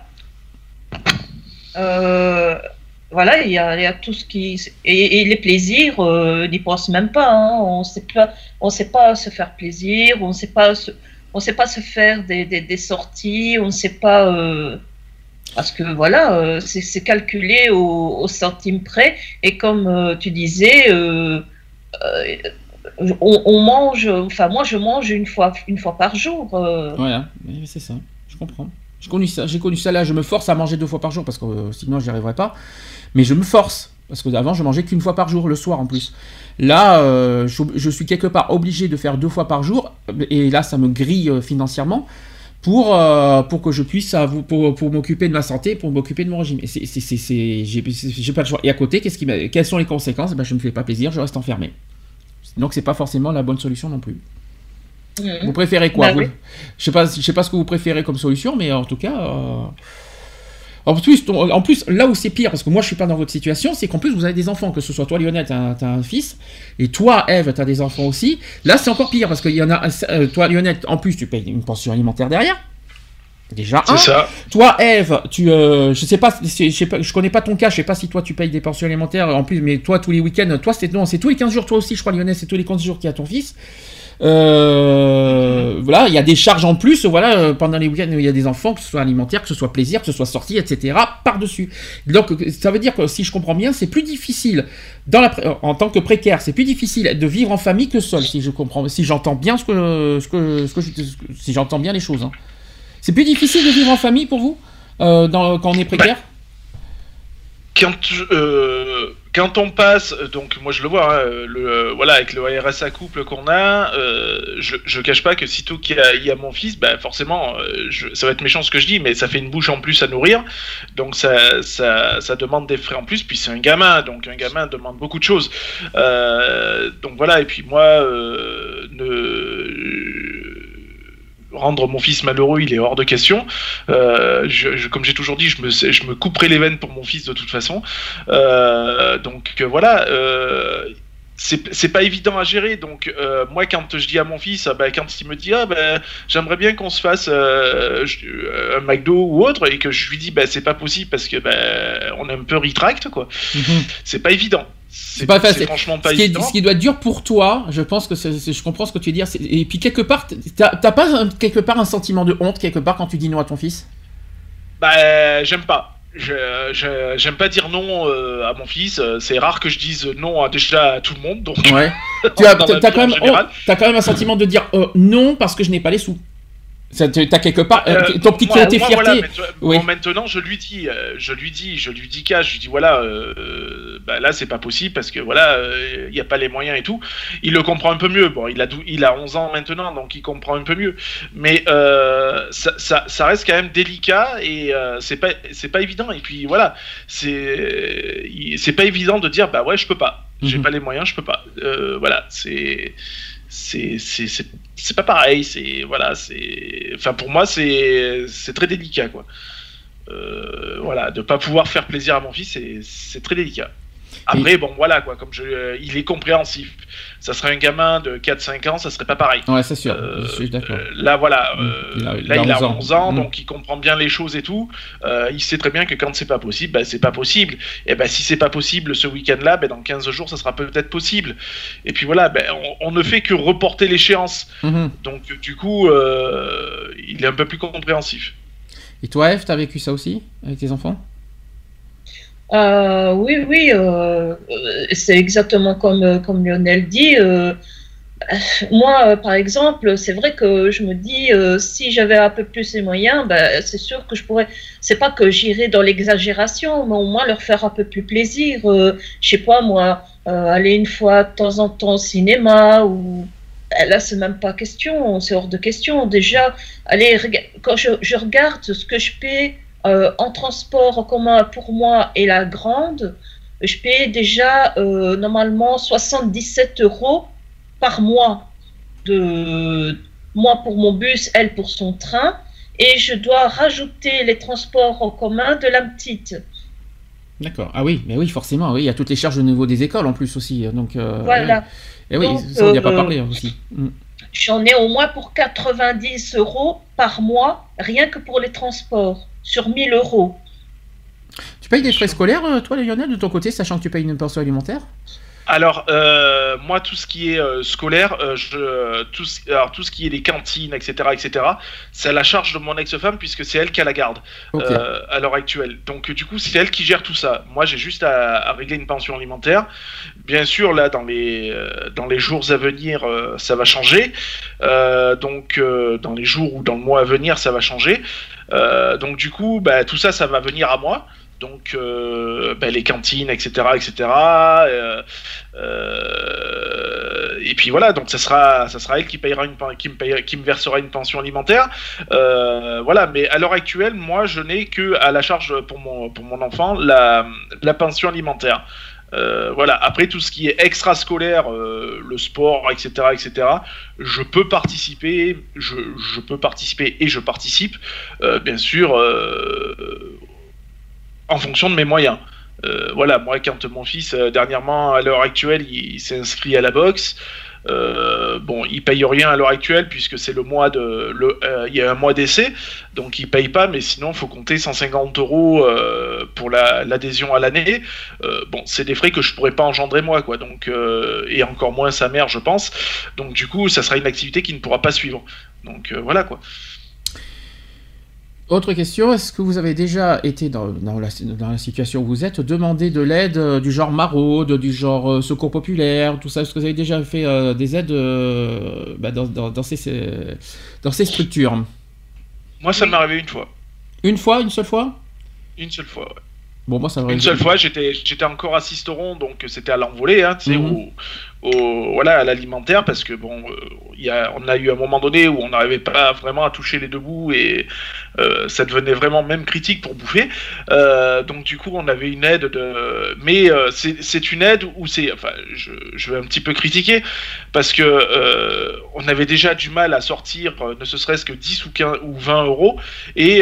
Voilà, il y a tout ce qui... Et les plaisirs, n'y pense même pas. Hein. On sait pas se faire plaisir, on sait pas se faire des sorties, on ne sait pas... parce que voilà, c'est calculé au centime près. Et comme tu disais, on mange, enfin moi je mange une fois par jour. Voilà, mais c'est ça, je comprends. J'ai connu ça là, je me force à manger 2 fois par jour parce que sinon j'y arriverais pas. Mais je me force, parce qu'avant je mangeais qu'1 fois par jour, le soir en plus. Là, je suis quelque part obligé de faire 2 fois par jour, et là ça me grille financièrement pour que je puisse pour m'occuper de ma santé, pour m'occuper de mon régime. Et j'ai pas le choix. Et à côté, quelles sont les conséquences? Je me fais pas plaisir, je reste enfermé. Donc c'est pas forcément la bonne solution non plus. Vous préférez quoi? Oui. Je sais pas ce que vous préférez comme solution, mais en tout cas, en plus, là où c'est pire, parce que moi je suis pas dans votre situation, c'est qu'en plus vous avez des enfants, que ce soit toi Lionel, t'as un fils, et toi Ève, t'as des enfants aussi. Là c'est encore pire, parce qu'il y en a, toi Lionel, en plus tu payes une pension alimentaire derrière. Déjà C'est ça. Toi Ève, je connais pas ton cas, je sais pas si toi tu payes des pensions alimentaires en plus, mais toi tous les week-ends, toi c'est tous les 15 jours, toi aussi je crois Lionel, c'est tous les 15 jours qu'il y a ton fils. Voilà, il y a des charges en plus, voilà, pendant les week-ends il y a des enfants, que ce soit alimentaire, que ce soit plaisir, que ce soit sortie, etc. par-dessus. Donc ça veut dire que si je comprends bien, c'est plus difficile en tant que précaire, c'est plus difficile de vivre en famille que seul, si j'entends bien si j'entends bien les choses. Hein. C'est plus difficile de vivre en famille pour vous quand on est précaire? Quand on passe, donc moi je le vois, hein, voilà, avec le RSA couple qu'on a, je cache pas que sitôt qu'il y a mon fils, forcément, ça va être méchant ce que je dis, mais ça fait une bouche en plus à nourrir, donc ça demande des frais en plus, puis c'est un gamin, donc un gamin demande beaucoup de choses, donc voilà, et puis moi, rendre mon fils malheureux, il est hors de question. Comme j'ai toujours dit, je me couperai les veines pour mon fils de toute façon. Donc voilà, c'est pas évident à gérer. Donc moi, quand je dis à mon fils, quand il me dit j'aimerais bien qu'on se fasse un McDo ou autre, et que je lui dis c'est pas possible parce que on est un peu ritract quoi. C'est pas évident. C'est pas facile. C'est franchement pas évident. Ce qui doit être dur pour toi, je pense que je comprends ce que tu veux dire. Et puis quelque part, t'as pas quelque part un sentiment de honte quelque part quand tu dis non à ton fils? J'aime pas. J'aime pas dire non à mon fils. C'est rare que je dise non déjà à tout le monde. Donc ouais. T'as quand même un sentiment de dire non parce que je n'ai pas les sous. T'as quelque part ton petit côté fierté. Voilà, oui. Maintenant je lui dis cash, je lui dis voilà, là c'est pas possible parce que voilà, il y a pas les moyens et tout. Il le comprend un peu mieux. Bon, il a 11 ans maintenant, donc il comprend un peu mieux. Mais ça reste quand même délicat et c'est pas évident. Et puis voilà, c'est pas évident de dire ouais je peux pas, j'ai pas les moyens, je peux pas. Voilà, c'est pas pareil, enfin pour moi c'est très délicat quoi. Voilà, de pas pouvoir faire plaisir à mon fils, c'est très délicat. Après bon voilà quoi, il est compréhensif. Ça serait un gamin de 4-5 ans, ça serait pas pareil. Ouais, c'est sûr, je suis d'accord. Là voilà, il a 11 ans, donc il comprend bien les choses et tout. Il sait très bien que quand c'est pas possible, c'est pas possible. Et si c'est pas possible ce week-end-là, dans 15 jours, ça sera peut-être possible. Et puis voilà, on ne fait que reporter l'échéance. Donc du coup, il est un peu plus compréhensif. Et toi, Ève, t'as vécu ça aussi avec tes enfants? Oui, c'est exactement comme Lionel dit. Moi, par exemple, c'est vrai que je me dis, si j'avais un peu plus les moyens, c'est sûr que je pourrais. C'est pas que j'irais dans l'exagération, mais au moins leur faire un peu plus plaisir. Je sais pas moi, aller une fois de temps en temps au cinéma ou. Là, c'est même pas question, c'est hors de question. Déjà, allez, quand je regarde ce que je paie. En transport en commun pour moi et la grande, je paye déjà normalement 77 € par mois. Moi pour mon bus, elle pour son train. Et je dois rajouter les transports en commun de la petite. D'accord. Ah oui, mais oui, forcément, oui, il y a toutes les charges au niveau des écoles en plus aussi. Donc, voilà. Et oui, ça, on n'y a pas parlé aussi. J'en ai au moins pour 90 € par mois, rien que pour les transports. Sur 1000 €. Tu payes des frais scolaires, toi, Lionel, de ton côté, sachant que tu payes une pension alimentaire? Alors, moi, tout ce qui est scolaire, tout ce qui est les cantines, etc., c'est à la charge de mon ex-femme puisque c'est elle qui a la garde à l'heure actuelle. Donc, du coup, c'est elle qui gère tout ça. Moi, j'ai juste à régler une pension alimentaire. Bien sûr, là, dans les jours à venir, ça va changer. Donc, dans les jours ou dans le mois à venir, ça va changer. Donc, du coup, tout ça, ça va venir à moi. Donc les cantines, etc. Et puis voilà, donc ça sera elle qui me versera une pension alimentaire. Voilà, mais à l'heure actuelle, moi, je n'ai que à la charge pour mon enfant la pension alimentaire. Voilà. Après, tout ce qui est extrascolaire, le sport, etc., je peux participer. Je peux participer et je participe, bien sûr. En fonction de mes moyens. Voilà, moi, quand mon fils, dernièrement, à l'heure actuelle, il s'est inscrit à la boxe, il paye rien à l'heure actuelle, puisque c'est il y a un mois d'essai, donc il paye pas, mais sinon, il faut compter 150 € pour l'adhésion à l'année. C'est des frais que je pourrais pas engendrer moi, quoi, donc, et encore moins sa mère, je pense. Donc, du coup, ça sera une activité qui ne pourra pas suivre. Donc, voilà, quoi. Autre question, est-ce que vous avez déjà été dans la situation où vous êtes, demandé de l'aide du genre maraude, du genre secours populaire, tout ça? Est-ce que vous avez déjà fait des aides dans ces structures? Moi, ça m'est arrivé une fois. Une fois? Une seule fois? Une seule fois, ouais. Bon, moi, ça une seule fois, j'étais encore assiste rond, donc c'était à l'envolée, hein, tu sais, à l'alimentaire, parce que on a eu un moment donné où on n'arrivait pas vraiment à toucher les deux bouts et ça devenait vraiment même critique pour bouffer. Donc du coup, on avait une aide mais c'est une aide où je vais un petit peu critiquer parce que on avait déjà du mal à sortir ne serait-ce que 10 ou 15 ou 20 € et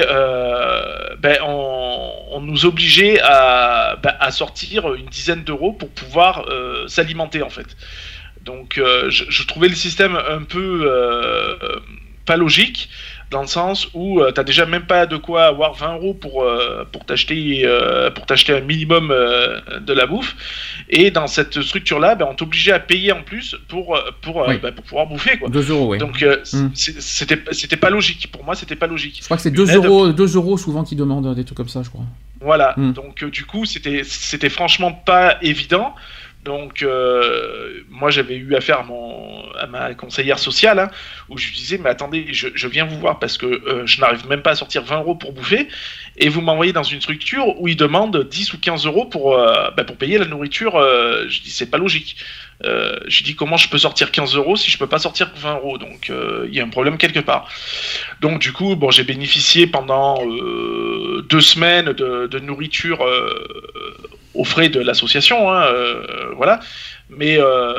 on nous obligeait à sortir une dizaine d'euros pour pouvoir s'alimenter en fait. Donc je trouvais le système un peu pas logique, dans le sens où t'as déjà même pas de quoi avoir 20 € pour t'acheter un minimum de la bouffe, et dans cette structure là on t'obligeait à payer en plus pour pouvoir bouffer, quoi. 2 €, oui. Donc c'était pas logique, pour moi c'était pas logique. Je crois que c'est 2 € souvent qui demandent des trucs comme ça, je crois. Voilà, donc du coup c'était franchement pas évident. Donc moi j'avais eu affaire à ma conseillère sociale, hein, où je lui disais mais attendez, je viens vous voir parce que je n'arrive même pas à sortir 20 € pour bouffer, et vous m'envoyez dans une structure où ils demandent 10 ou 15 € pour payer la nourriture. Je dis c'est pas logique. Je dis comment je peux sortir 15 € si je peux pas sortir 20 €, donc il y a un problème quelque part. Donc du coup j'ai bénéficié pendant 2 semaines de nourriture aux frais de l'association, hein, voilà. Mais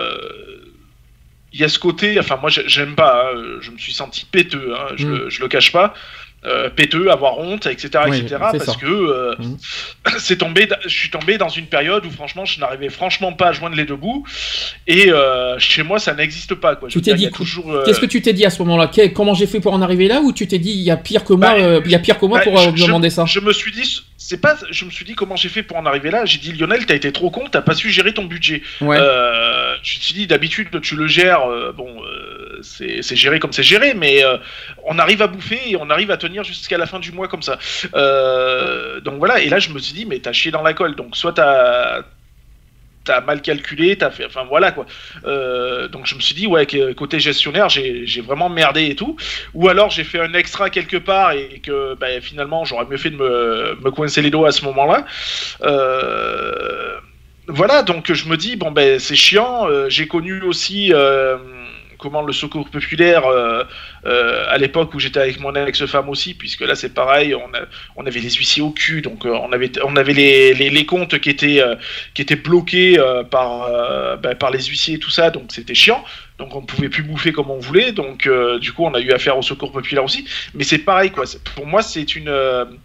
il y a ce côté, enfin moi j'aime pas, hein, je me suis senti péteux, hein, je le cache pas. Péteux, avoir honte, etc., parce ça. Que je suis tombé dans une période où franchement je n'arrivais franchement pas à joindre les deux bouts, et chez moi ça n'existe pas, quoi. Tu t'es dit qu'est-ce que tu t'es dit à ce moment-là? Comment j'ai fait pour en arriver là, ou tu t'es dit il y a pire que moi, pour demander ça? Je me suis dit comment j'ai fait pour en arriver là. J'ai dit Lionel, t'as été trop con, t'as pas su gérer ton budget. Ouais. Je me suis dit d'habitude tu le gères, c'est géré comme c'est géré, mais on arrive à bouffer et on arrive à tenir jusqu'à la fin du mois comme ça. Donc voilà, et là je me suis dit mais t'as chié dans la colle, donc soit t'as mal calculé, t'as fait, enfin voilà quoi. Donc je me suis dit ouais, côté gestionnaire j'ai vraiment merdé et tout, ou alors j'ai fait un extra quelque part et que finalement j'aurais mieux fait de me coincer les doigts à ce moment-là. Voilà, donc je me dis c'est chiant. J'ai connu aussi le secours populaire à l'époque où j'étais avec mon ex-femme aussi, puisque là c'est pareil, on avait les huissiers au cul, donc on avait les comptes qui étaient bloqués par les huissiers et tout ça, donc c'était chiant, donc on ne pouvait plus bouffer comme on voulait, donc du coup on a eu affaire au secours populaire aussi, mais c'est pareil quoi. Pour moi c'est une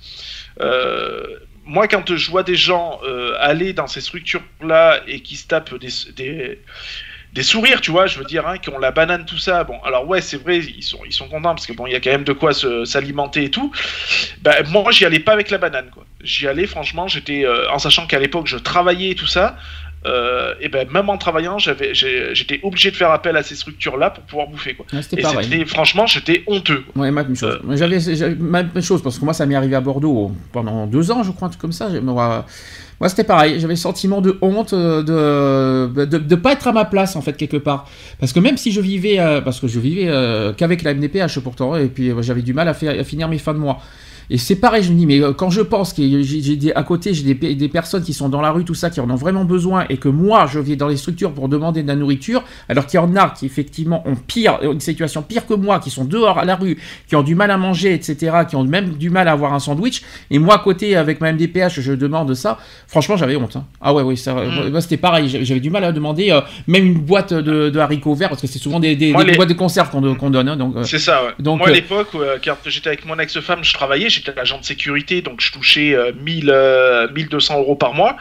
moi, quand je vois des gens aller dans ces structures-là et qui se tapent des sourires, tu vois, je veux dire, hein, qui ont la banane, tout ça. Bon, alors ouais, c'est vrai, ils sont contents parce que il y a quand même de quoi s'alimenter et tout. Moi, j'y allais pas avec la banane, quoi. J'y allais, franchement, j'étais en sachant qu'à l'époque je travaillais et tout ça. et ben même en travaillant, j'étais obligé de faire appel à ces structures-là pour pouvoir bouffer, quoi. Ouais, c'était pareil. Franchement, j'étais honteux. Ouais, même chose. J'avais même chose, parce que moi, ça m'est arrivé à Bordeaux pendant 2 ans, je crois, un truc comme ça. Moi, c'était pareil. J'avais le sentiment de honte de pas être à ma place, en fait, quelque part. Parce que même si je vivais, qu'avec la MDPH, pourtant, et puis j'avais du mal à finir mes fins de mois. Et c'est pareil, je me dis, mais quand je pense que à côté, j'ai des personnes qui sont dans la rue, tout ça, qui en ont vraiment besoin, et que moi, je vais dans les structures pour demander de la nourriture, alors qu'il y en a qui, effectivement, ont une situation pire que moi, qui sont dehors à la rue, qui ont du mal à manger, etc., qui ont même du mal à avoir un sandwich, et moi, à côté, avec ma MDPH, je demande ça, franchement, j'avais honte. Hein. Ah ouais, moi, c'était pareil, j'avais du mal à demander même une boîte de haricots verts, parce que c'est souvent des boîtes de conserve qu'on donne. Hein, donc, c'est ça, ouais. Donc, moi, à l'époque, quand j'étais avec mon ex-femme, je travaillais, j'étais agent de sécurité, donc je touchais 1200 euros par mois.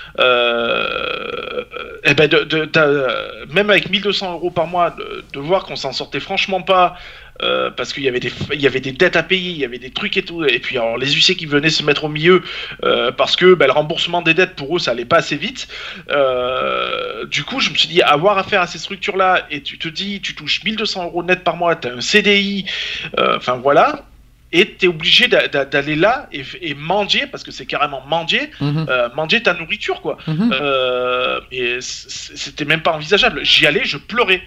Et ben même avec 1200 euros par mois, de voir qu'on s'en sortait franchement pas, parce qu'il y avait des dettes à payer, il y avait des trucs et tout, et puis alors les huissiers qui venaient se mettre au milieu, parce que le remboursement des dettes pour eux ça allait pas assez vite. Du coup je me suis dit, avoir affaire à ces structures là, et tu te dis tu touches 1200 euros net par mois, t'as un CDI, enfin voilà. Et t'es obligé d'aller là et manger, parce que c'est carrément manger, manger ta nourriture, quoi. Et c'était même pas envisageable. J'y allais, je pleurais.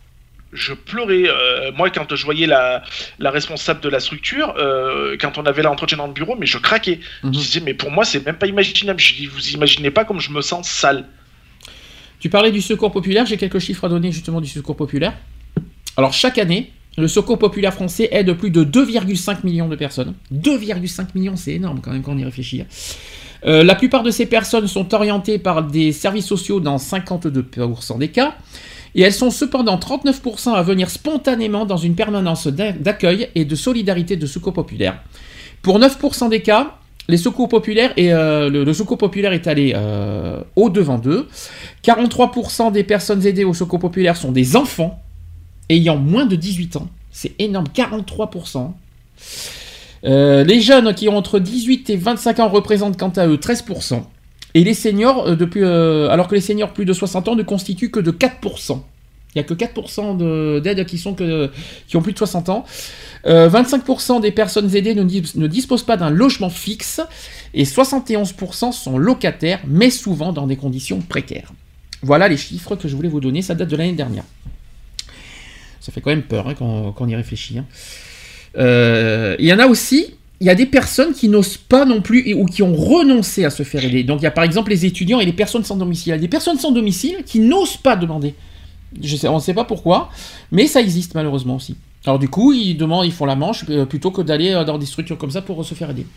Moi, quand je voyais la responsable de la structure, quand on avait l'entretien dans le bureau, mais je craquais. Je disais, mais pour moi, c'est même pas imaginable. Je dis, vous imaginez pas comme je me sens sale. Tu parlais du Secours populaire, j'ai quelques chiffres à donner justement du Secours populaire. Alors, chaque année, le Secours populaire français aide plus de 2,5 millions de personnes. 2,5 millions, c'est énorme quand même quand on y réfléchit. La plupart de ces personnes sont orientées par des services sociaux dans 52% des cas. Et elles sont cependant 39% à venir spontanément dans une permanence d'accueil et de solidarité de Secours populaire. Pour 9% des cas, les secours populaires le Secours populaire est allé au-devant d'eux. 43% des personnes aidées au Secours populaire sont des enfants ayant moins de 18 ans, c'est énorme, 43%. Les jeunes qui ont entre 18 et 25 ans représentent quant à eux 13%. Et les seniors, alors que les seniors plus de 60 ans ne constituent que de 4%. Il n'y a que 4% d'aides qui ont plus de 60 ans. 25% des personnes aidées ne disposent pas d'un logement fixe. Et 71% sont locataires, mais souvent dans des conditions précaires. Voilà les chiffres que je voulais vous donner, ça date de l'année dernière. Ça fait quand même peur hein, quand on y réfléchit. Hein. Il y en a aussi, il y a des personnes qui n'osent pas non plus ou qui ont renoncé à se faire aider. Donc il y a par exemple les étudiants et les personnes sans domicile. Il y a des personnes sans domicile qui n'osent pas demander. On ne sait pas pourquoi, mais ça existe malheureusement aussi. Alors du coup, ils font la manche plutôt que d'aller dans des structures comme ça pour se faire aider.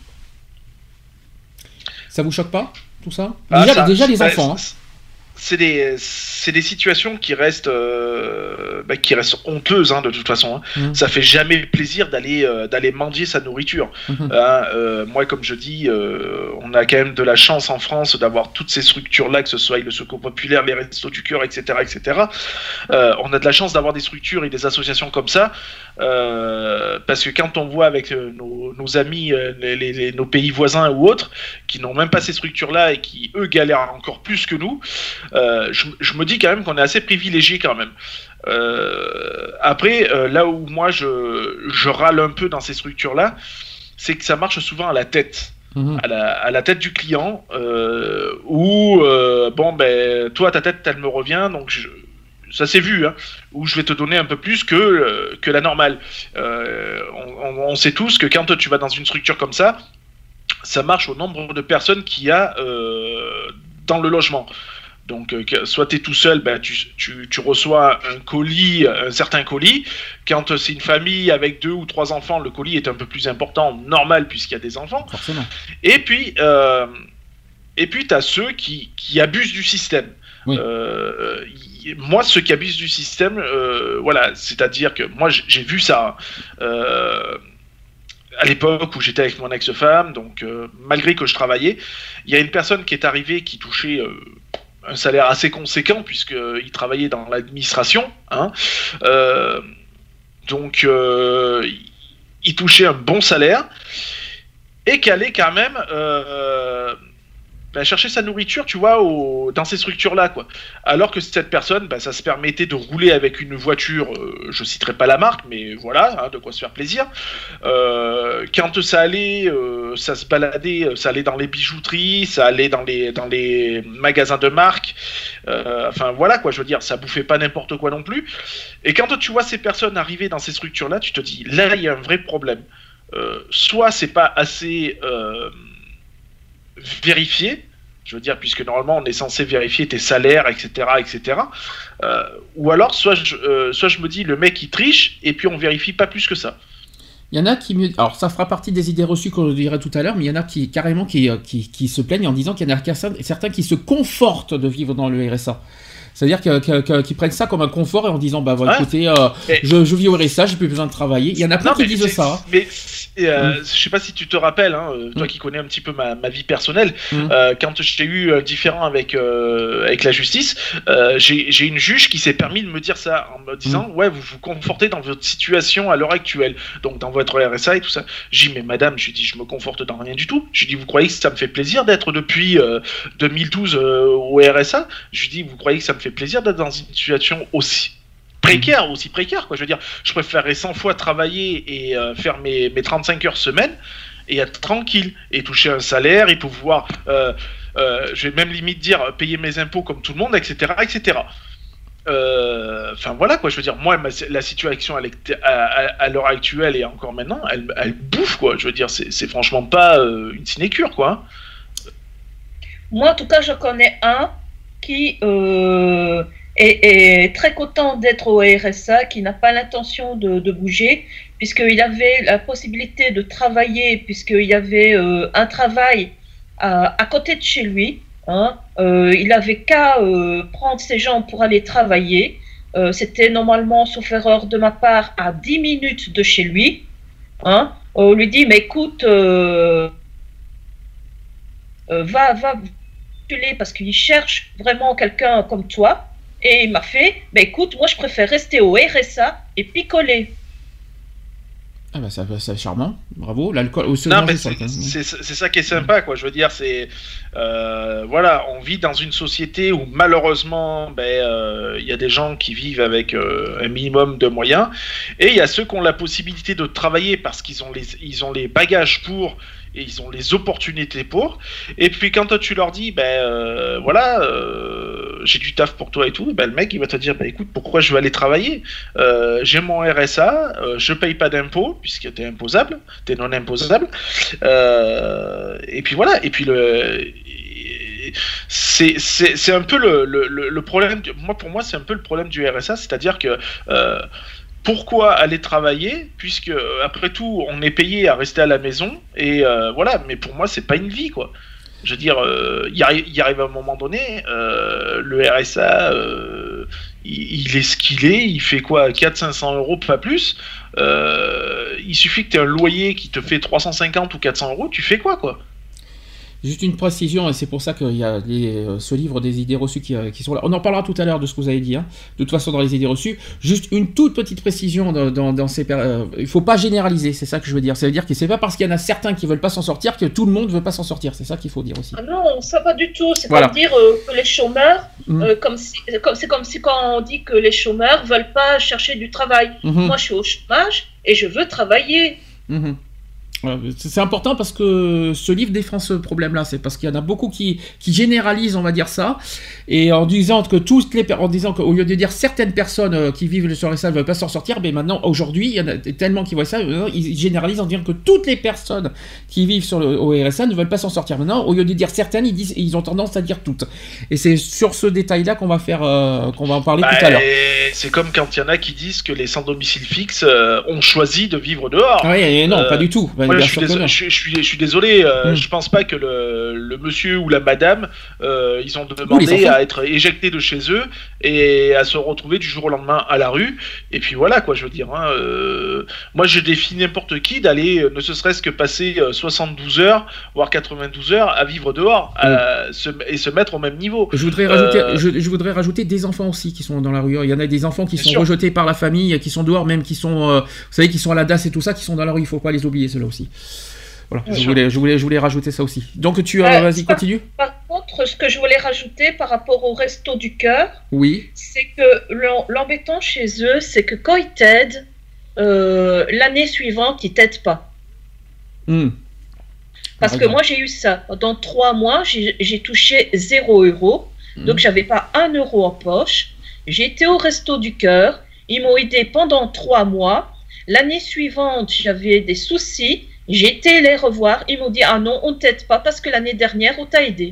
Ça vous choque pas, tout ça ? Déjà les enfants. Hein. C'est des situations qui restent honteuses hein, de toute façon. Hein. Ça fait jamais plaisir d'aller mendier sa nourriture. Moi, comme je dis, on a quand même de la chance en France d'avoir toutes ces structures-là, que ce soit le Secours populaire, les Restos du Cœur, etc., etc. On a de la chance d'avoir des structures et des associations comme ça, parce que quand on voit avec nos amis, nos pays voisins ou autres, qui n'ont même pas ces structures-là et qui eux galèrent encore plus que nous. Je me dis quand même qu'on est assez privilégié quand même. Après, là où moi je râle un peu dans ces structures-là, c'est que ça marche souvent à la tête. À la tête du client, où toi ta tête elle me revient, donc ça s'est vu, hein, où je vais te donner un peu plus que la normale. On sait tous que quand tu vas dans une structure comme ça marche au nombre de personnes qu'il y a dans le logement. Donc, soit tu es tout seul, tu reçois un certain colis. Quand c'est une famille avec 2 ou 3 enfants, le colis est un peu plus important, normal, puisqu'il y a des enfants. Forcément. Et puis tu as ceux qui abusent du système. Oui. Moi, ceux qui abusent du système, c'est-à-dire que moi, j'ai vu ça. À l'époque où j'étais avec mon ex-femme, donc malgré que je travaillais, il y a une personne qui est arrivée qui touchait un salaire assez conséquent puisqu'il travaillait dans l'administration, hein. Donc il touchait un bon salaire et qui allait quand même chercher sa nourriture, tu vois, dans ces structures-là, quoi. Alors que cette personne, ça se permettait de rouler avec une voiture, je citerai pas la marque, mais voilà, hein, de quoi se faire plaisir. Quand ça allait, ça se baladait, ça allait dans les bijouteries, ça allait dans les magasins de marque. Enfin voilà, quoi, je veux dire, ça bouffait pas n'importe quoi non plus. Et quand tu vois ces personnes arriver dans ces structures-là, tu te dis, là, il y a un vrai problème. Soit c'est pas assez vérifié, je veux dire, puisque normalement on est censé vérifier tes salaires, etc. Ou alors soit je me dis le mec il triche et puis on vérifie pas plus que ça. Il y en a qui alors ça fera partie des idées reçues qu'on dirait tout à l'heure, mais il y en a qui carrément qui se plaignent en disant qu'il y en a certains qui se confortent de vivre dans le RSA. C'est-à-dire qu'ils prennent ça comme un confort et en disant écoutez, je vis au RSA, j'ai plus besoin de travailler. Il y en a plein qui disent ça. Mais je sais pas si tu te rappelles, hein, toi qui connais un petit peu ma vie personnelle, quand j'ai eu un différend avec la justice, j'ai une juge qui s'est permis de me dire ça en me disant ouais, vous vous confortez dans votre situation à l'heure actuelle, donc dans votre RSA et tout ça. J'ai dit mais madame, je me conforte dans rien du tout. Je dis vous croyez que ça me fait plaisir d'être depuis 2012 au RSA? Je dis vous croyez que ça me fait plaisir d'être dans une situation aussi précaire, quoi. Je veux dire, je préférerais 100 fois travailler et faire mes 35 heures semaine et être tranquille et toucher un salaire et pouvoir, je vais même limite dire, payer mes impôts comme tout le monde, etc. Enfin voilà, quoi. Je veux dire, moi, la situation à l'heure actuelle et encore maintenant, elle bouffe, quoi. Je veux dire, c'est franchement pas une sinécure, quoi. Moi, en tout cas, je connais un qui est très content d'être au RSA, qui n'a pas l'intention de bouger, puisqu'il avait la possibilité de travailler, puisqu'il y avait un travail à côté de chez lui. Hein. Il n'avait qu'à prendre ses jambes pour aller travailler. C'était normalement, sauf erreur de ma part, à 10 minutes de chez lui. Hein. On lui dit, mais écoute, va parce qu'il cherche vraiment quelqu'un comme toi. Et il m'a fait, écoute, moi je préfère rester au RSA et picoler. Ah bah c'est charmant, bravo. L'alcool aussi. Non mais c'est ça qui est sympa, quoi. Je veux dire, c'est voilà, on vit dans une société où malheureusement il y a des gens qui vivent avec un minimum de moyens et il y a ceux qui ont la possibilité de travailler parce qu'ils ont les bagages pour et ils ont les opportunités pour. Et puis quand toi tu leur dis voilà, j'ai du taf pour toi et tout, le mec il va te dire écoute, pourquoi je vais aller travailler, j'ai mon RSA, je paye pas d'impôts puisque t'es imposable, t'es non imposable, et puis voilà. Et puis c'est un peu le problème pour moi c'est un peu le problème du RSA, c'est-à-dire que pourquoi aller travailler puisque après tout on est payé à rester à la maison et voilà, mais pour moi c'est pas une vie, quoi. Je veux dire, il arrive à un moment donné, le RSA, il est ce qu'il est, il fait quoi, 400-500 euros, pas plus. Il suffit que tu aies un loyer qui te fait 350 ou 400 euros, tu fais quoi. Juste une précision, et c'est pour ça qu'il y a ce livre des idées reçues qui sont là. On en parlera tout à l'heure de ce que vous avez dit, hein. De toute façon, dans les idées reçues. Juste une toute petite précision dans ces il ne faut pas généraliser, c'est ça que je veux dire. Ça veut dire que c'est pas parce qu'il y en a certains qui ne veulent pas s'en sortir que tout le monde ne veut pas s'en sortir. C'est ça qu'il faut dire aussi. Ah non, ça pas du tout. C'est voilà. Comme dire que les chômeurs, c'est comme si quand on dit que les chômeurs ne veulent pas chercher du travail. Moi, je suis au chômage et je veux travailler. C'est important parce que ce livre défend ce problème-là, c'est parce qu'il y en a beaucoup qui généralisent, on va dire ça, et en disant qu'au lieu de dire certaines personnes qui vivent sur RSA ne veulent pas s'en sortir, mais maintenant aujourd'hui il y en a tellement qui voient ça, ils généralisent en disant que toutes les personnes qui vivent au RSA ne veulent pas s'en sortir. Maintenant, au lieu de dire certaines, ils ont tendance à dire toutes. Et c'est sur ce détail-là qu'on va en parler tout à l'heure. C'est comme quand il y en a qui disent que les sans domicile fixe ont choisi de vivre dehors. Oui, non, pas du tout. Moi, je suis désolé, je pense pas que le monsieur ou la madame, ils ont demandé à être éjectés de chez eux et à se retrouver du jour au lendemain à la rue. Et puis voilà, quoi, je veux dire. Hein, moi, je défie n'importe qui d'aller, ne serait-ce que passer 72 heures, voire 92 heures à vivre dehors et se mettre au même niveau. Je voudrais rajouter des enfants aussi qui sont dans la rue. Il y en a des enfants qui sont rejetés par la famille, qui sont dehors, même qui sont, vous savez, qui sont à la DAS et tout ça, qui sont dans la rue. Il faut pas les oublier, ceux-là aussi. Voilà, je voulais rajouter ça aussi. Donc vas-y, continue. contre, ce que je voulais rajouter par rapport au Resto du Cœur, Oui. c'est que l'embêtant chez eux, c'est que quand ils t'aident, l'année suivante, ils t'aident pas. Parce que moi, j'ai eu ça. Dans 3 mois, j'ai touché 0 €. Donc, j'avais pas 1 € en poche. J'ai été au Resto du Cœur. Ils m'ont aidé pendant 3 mois. L'année suivante, j'avais des soucis. J'ai été les revoir. Ils m'ont dit, ah non, on ne t'aide pas parce que l'année dernière, on t'a aidé.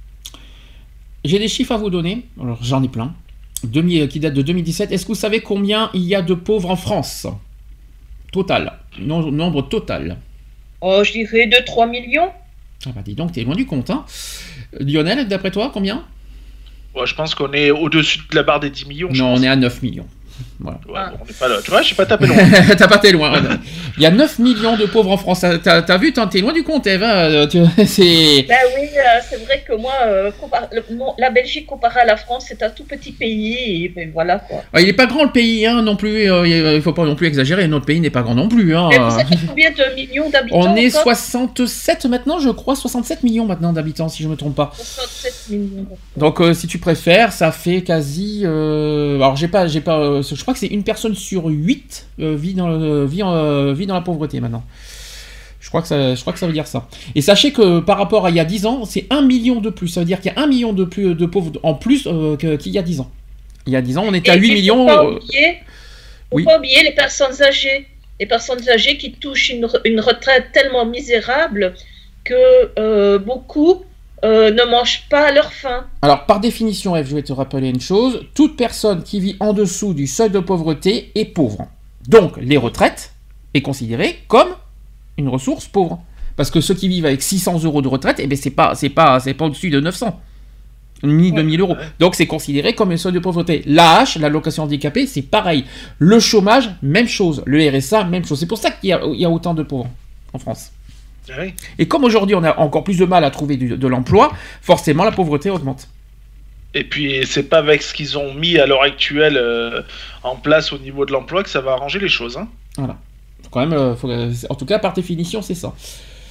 J'ai des chiffres à vous donner. Alors, j'en ai plein. Qui datent de 2017. Est-ce que vous savez combien il y a de pauvres en France ? Total. Nombre total. Oh, je dirais 2-3 millions. Ah bah dis donc, t'es loin du compte, hein. Lionel, d'après toi, combien ? Ouais, je pense qu'on est au-dessus de la barre des 10 millions. Non, on est à 9 millions. Voilà. Ouais, bon, on n'est pas là. Tu vois, je suis pas tapé loin. T'as pas été loin. Il y a 9 millions de pauvres en France. T'as vu, t'es loin du compte, Eve. C'est... Ben oui, c'est vrai que moi, la Belgique comparée à la France, c'est un tout petit pays. Et ben voilà quoi. Il n'est pas grand le pays, hein, non plus. Il faut pas non plus exagérer. Notre pays n'est pas grand non plus. Hein. Mais vous avez combien de millions d'habitants? On est 67 maintenant, je crois. 67 millions maintenant d'habitants, si je me trompe pas. 67 millions. Donc, si tu préfères, ça fait quasi. Alors, j'ai pas. Je crois que c'est une personne sur 8 vit dans la pauvreté maintenant. Je crois que ça veut dire ça. Et sachez que par rapport à il y a 10 ans, c'est 1 million de plus. Ça veut dire qu'il y a 1 million de pauvres en plus qu'il y a 10 ans. Il y a 10 ans, on était à 8 millions. Faut pas oublier les personnes âgées. Les personnes âgées qui touchent une retraite tellement misérable que beaucoup ne mangent pas à leur faim. Alors, par définition, Eve, je vais te rappeler une chose. Toute personne qui vit en dessous du seuil de pauvreté est pauvre. Donc, les retraites est considérée comme une ressource pauvre. Parce que ceux qui vivent avec 600 € de retraite, eh ben, c'est pas au-dessus de 900. Ni 2000 €. Donc, c'est considéré comme un seuil de pauvreté. L'AH, l'allocation handicapée, c'est pareil. Le chômage, même chose. Le RSA, même chose. C'est pour ça qu'il y a autant de pauvres en France. Oui. Et comme aujourd'hui on a encore plus de mal à trouver de l'emploi, forcément la pauvreté augmente. Et puis c'est pas avec ce qu'ils ont mis à l'heure actuelle en place au niveau de l'emploi que ça va arranger les choses. Hein. Voilà. Quand même, en tout cas par définition c'est ça.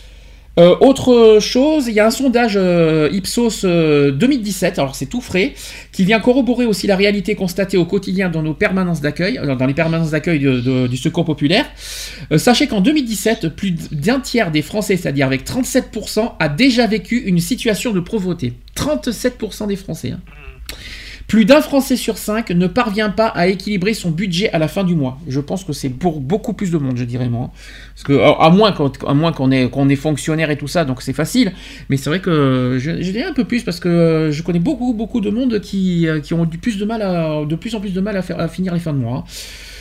Autre chose, il y a un sondage Ipsos 2017, alors c'est tout frais, qui vient corroborer aussi la réalité constatée au quotidien dans nos permanences d'accueil, dans les permanences d'accueil du Secours populaire. Sachez qu'en 2017, plus d'un tiers des Français, c'est-à-dire avec 37%, a déjà vécu une situation de pauvreté. 37% des Français. Hein. Plus d'un Français sur 5 ne parvient pas à équilibrer son budget à la fin du mois. Je pense que c'est pour beaucoup plus de monde, je dirais moi. Parce que, à moins qu'on est fonctionnaire et tout ça, donc c'est facile. Mais c'est vrai que je dirais un peu plus parce que je connais beaucoup de monde qui ont de plus en plus de mal à finir les fins de mois.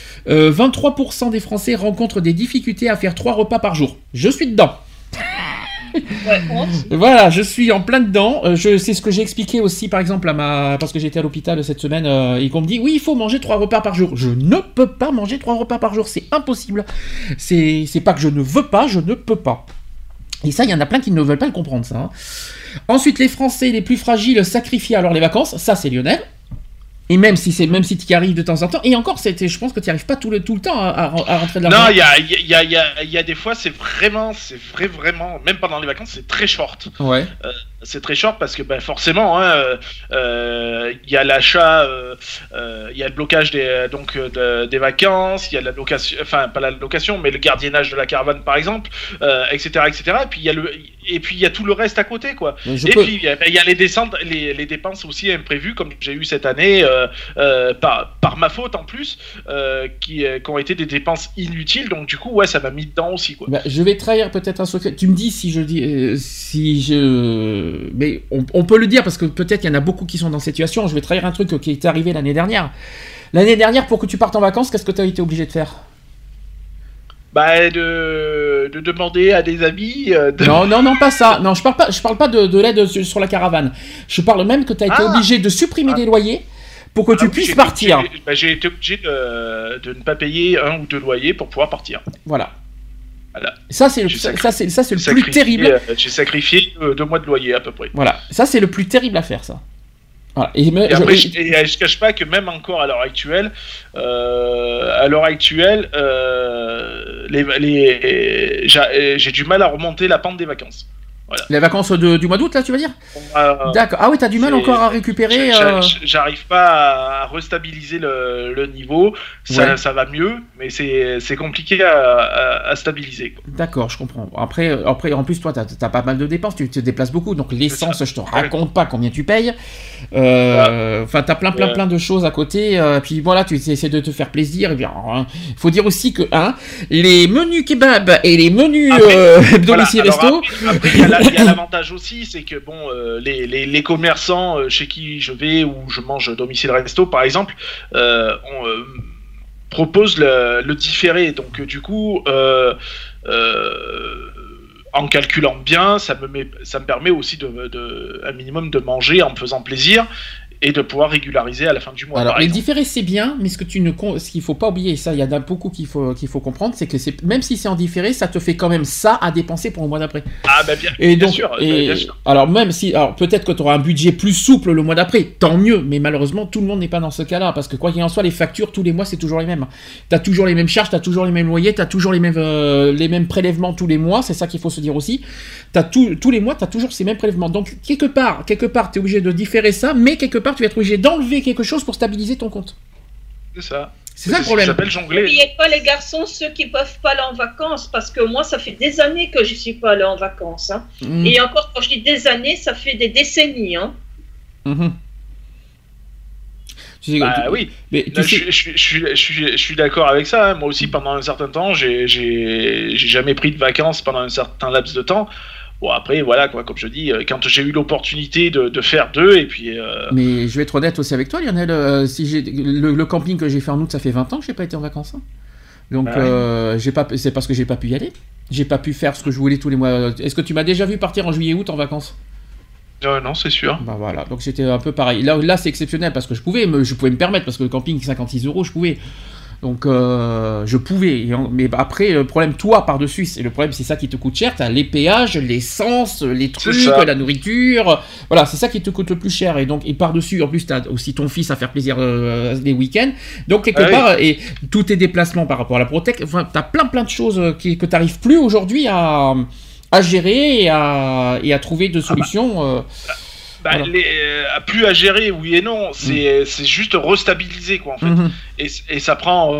23% des Français rencontrent des difficultés à faire 3 repas par jour. Je suis dedans. Ouais, voilà, je suis en plein dedans. C'est ce que j'ai expliqué aussi, par exemple, parce que j'étais à l'hôpital cette semaine et qu'on me dit oui, il faut manger 3 repas par jour. Je ne peux pas manger 3 repas par jour, c'est impossible. C'est pas que je ne veux pas, je ne peux pas. Et ça, il y en a plein qui ne veulent pas le comprendre, ça. Hein. Ensuite, les Français les plus fragiles sacrifient alors les vacances. Ça, c'est Lionel. Et même si tu y arrives de temps en temps, et encore, je pense que tu n'y arrives pas tout le temps à rentrer de l'argent. Non, il y a des fois, c'est vraiment, même pendant les vacances, c'est très short. Ouais. C'est très short parce que forcément, il y a l'achat, il y a le blocage des vacances, il y a la location, enfin pas la location, mais le gardiennage de la caravane par exemple, etc. Et puis il y a tout le reste à côté, quoi. Puis il y a les dépenses aussi imprévues comme j'ai eu cette année. Par ma faute en plus, qui ont été des dépenses inutiles, donc du coup ouais ça m'a mis dedans aussi quoi. Je vais trahir peut-être un secret, tu me dis mais on peut le dire parce que peut-être il y en a beaucoup qui sont dans cette situation. Je vais trahir un truc qui est arrivé l'année dernière, pour que tu partes en vacances, qu'est-ce que tu as été obligé de faire? De demander à des amis. Non, pas ça. Non, je parle pas de l'aide sur la caravane. Je parle même que tu as été obligé de supprimer des loyers pour que tu puisses partir. J'ai été obligé de ne pas payer 1 ou 2 loyers pour pouvoir partir. Voilà. Ça c'est le plus terrible. J'ai sacrifié 2 mois de loyer à peu près. Voilà. Ça c'est le plus terrible à faire, ça. Voilà. Je cache pas que même encore à l'heure actuelle, j'ai du mal à remonter la pente des vacances. Voilà. Les vacances du mois d'août, là, tu vas dire ? D'accord. Ah oui, t'as du mal encore à récupérer. J'arrive pas à restabiliser le niveau. Ça va mieux, mais c'est compliqué à stabiliser, quoi. D'accord, je comprends. Après, en plus, toi, t'as pas mal de dépenses. Tu te déplaces beaucoup. Donc, l'essence, je te raconte pas combien tu payes. Enfin, t'as plein de choses à côté. Puis voilà, tu essaies de te faire plaisir. Et bien, faut dire aussi que les menus kebab et les menus domicile resto. Après, il y a l'avantage aussi, c'est que bon, les commerçants chez qui je vais ou je mange domicile resto, par exemple, proposent le différé. Donc du coup, en calculant bien, ça me permet aussi un minimum de manger en me faisant plaisir. Et de pouvoir régulariser à la fin du mois. Alors, les différés, c'est bien, mais ce qu'il faut pas oublier, ça, il y en a beaucoup qu'il faut comprendre, c'est que même si c'est en différé, ça te fait quand même ça à dépenser pour le mois d'après. Ah, bah bien sûr. Alors, peut-être que tu auras un budget plus souple le mois d'après, tant mieux, mais malheureusement, tout le monde n'est pas dans ce cas-là, parce que quoi qu'il en soit, les factures, tous les mois, c'est toujours les mêmes. T'as toujours les mêmes charges, t'as toujours les mêmes loyers, t'as toujours les mêmes prélèvements tous les mois, c'est ça qu'il faut se dire aussi. Tous les mois, t'as toujours ces mêmes prélèvements. Donc, quelque part, t'es obligé de différer ça, mais quelque part, tu vas être obligé d'enlever quelque chose pour stabiliser ton compte. C'est ça. C'est ça le problème. Ça s'appelle jongler. N'oubliez pas les garçons, ceux qui peuvent pas aller en vacances, parce que moi, ça fait des années que je suis pas allée en vacances. Hein. Et encore, quand je dis des années, ça fait des décennies. Hein. Oui. Mais je suis d'accord avec ça. Hein. Moi aussi, pendant un certain temps, j'ai jamais pris de vacances pendant un certain laps de temps. Bon, après, voilà, quoi, comme je dis, quand j'ai eu l'opportunité de faire deux, et puis... Mais je vais être honnête aussi avec toi, Lionel, le camping que j'ai fait en août, ça fait 20 ans que j'ai pas été en vacances. Hein. Donc, c'est parce que j'ai pas pu y aller. J'ai pas pu faire ce que je voulais tous les mois. Est-ce que tu m'as déjà vu partir en juillet-août en vacances ? Non, c'est sûr. Bah voilà, donc c'était un peu pareil. Là c'est exceptionnel parce que je pouvais me permettre, parce que le camping, 56 €, je pouvais. Donc je pouvais, mais après le problème, toi par-dessus, c'est ça qui te coûte cher, t'as les péages, l'essence, les trucs, la nourriture, voilà, c'est ça qui te coûte le plus cher, et par-dessus, en plus t'as aussi ton fils à faire plaisir les week-ends, donc quelque part, et tous tes déplacements par rapport à la Protec, enfin, t'as plein de choses que t'arrives plus aujourd'hui à gérer et à trouver de solutions. Voilà. Plus à gérer, oui et non, c'est juste restabiliser, quoi, en fait. Et ça prend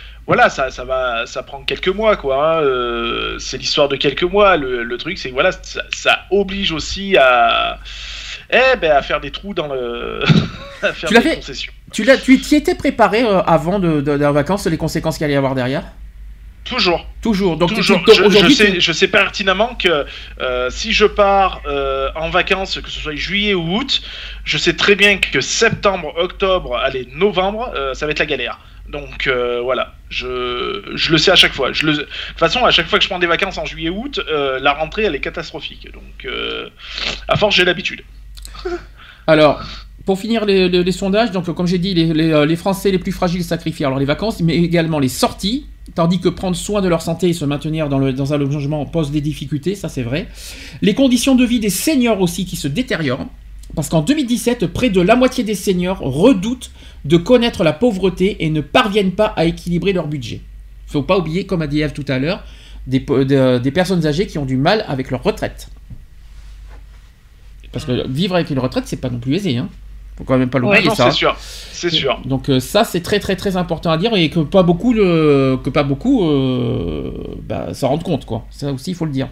ça prend quelques mois, quoi, hein. C'est l'histoire de quelques mois. Le truc, c'est que voilà, ça oblige aussi à faire des trous dans le à faire des concessions. Tu t'y étais préparé avant de la vacances, les conséquences qu'il allait y avoir derrière? Toujours. Donc, je sais pertinemment que si je pars en vacances, que ce soit juillet ou août, je sais très bien que septembre, octobre, allez, novembre, ça va être la galère. Donc voilà, je le sais à chaque fois. De toute façon, à chaque fois que je prends des vacances en juillet août, la rentrée, elle est catastrophique. Donc à force, j'ai l'habitude. Alors... Pour finir les sondages, donc comme j'ai dit, les Français les plus fragiles sacrifient alors les vacances, mais également les sorties, tandis que prendre soin de leur santé et se maintenir dans un logement pose des difficultés, ça c'est vrai. Les conditions de vie des seniors aussi qui se détériorent, parce qu'en 2017, près de la moitié des seniors redoutent de connaître la pauvreté et ne parviennent pas à équilibrer leur budget. Il ne faut pas oublier, comme a dit Eve tout à l'heure, des personnes âgées qui ont du mal avec leur retraite. Parce que vivre avec une retraite, c'est pas non plus aisé, hein. Faut quand même pas l'oublier, ça. C'est sûr. Donc ça, c'est très très très important à dire, et que pas beaucoup s'en rendent compte, quoi. Ça aussi, il faut le dire.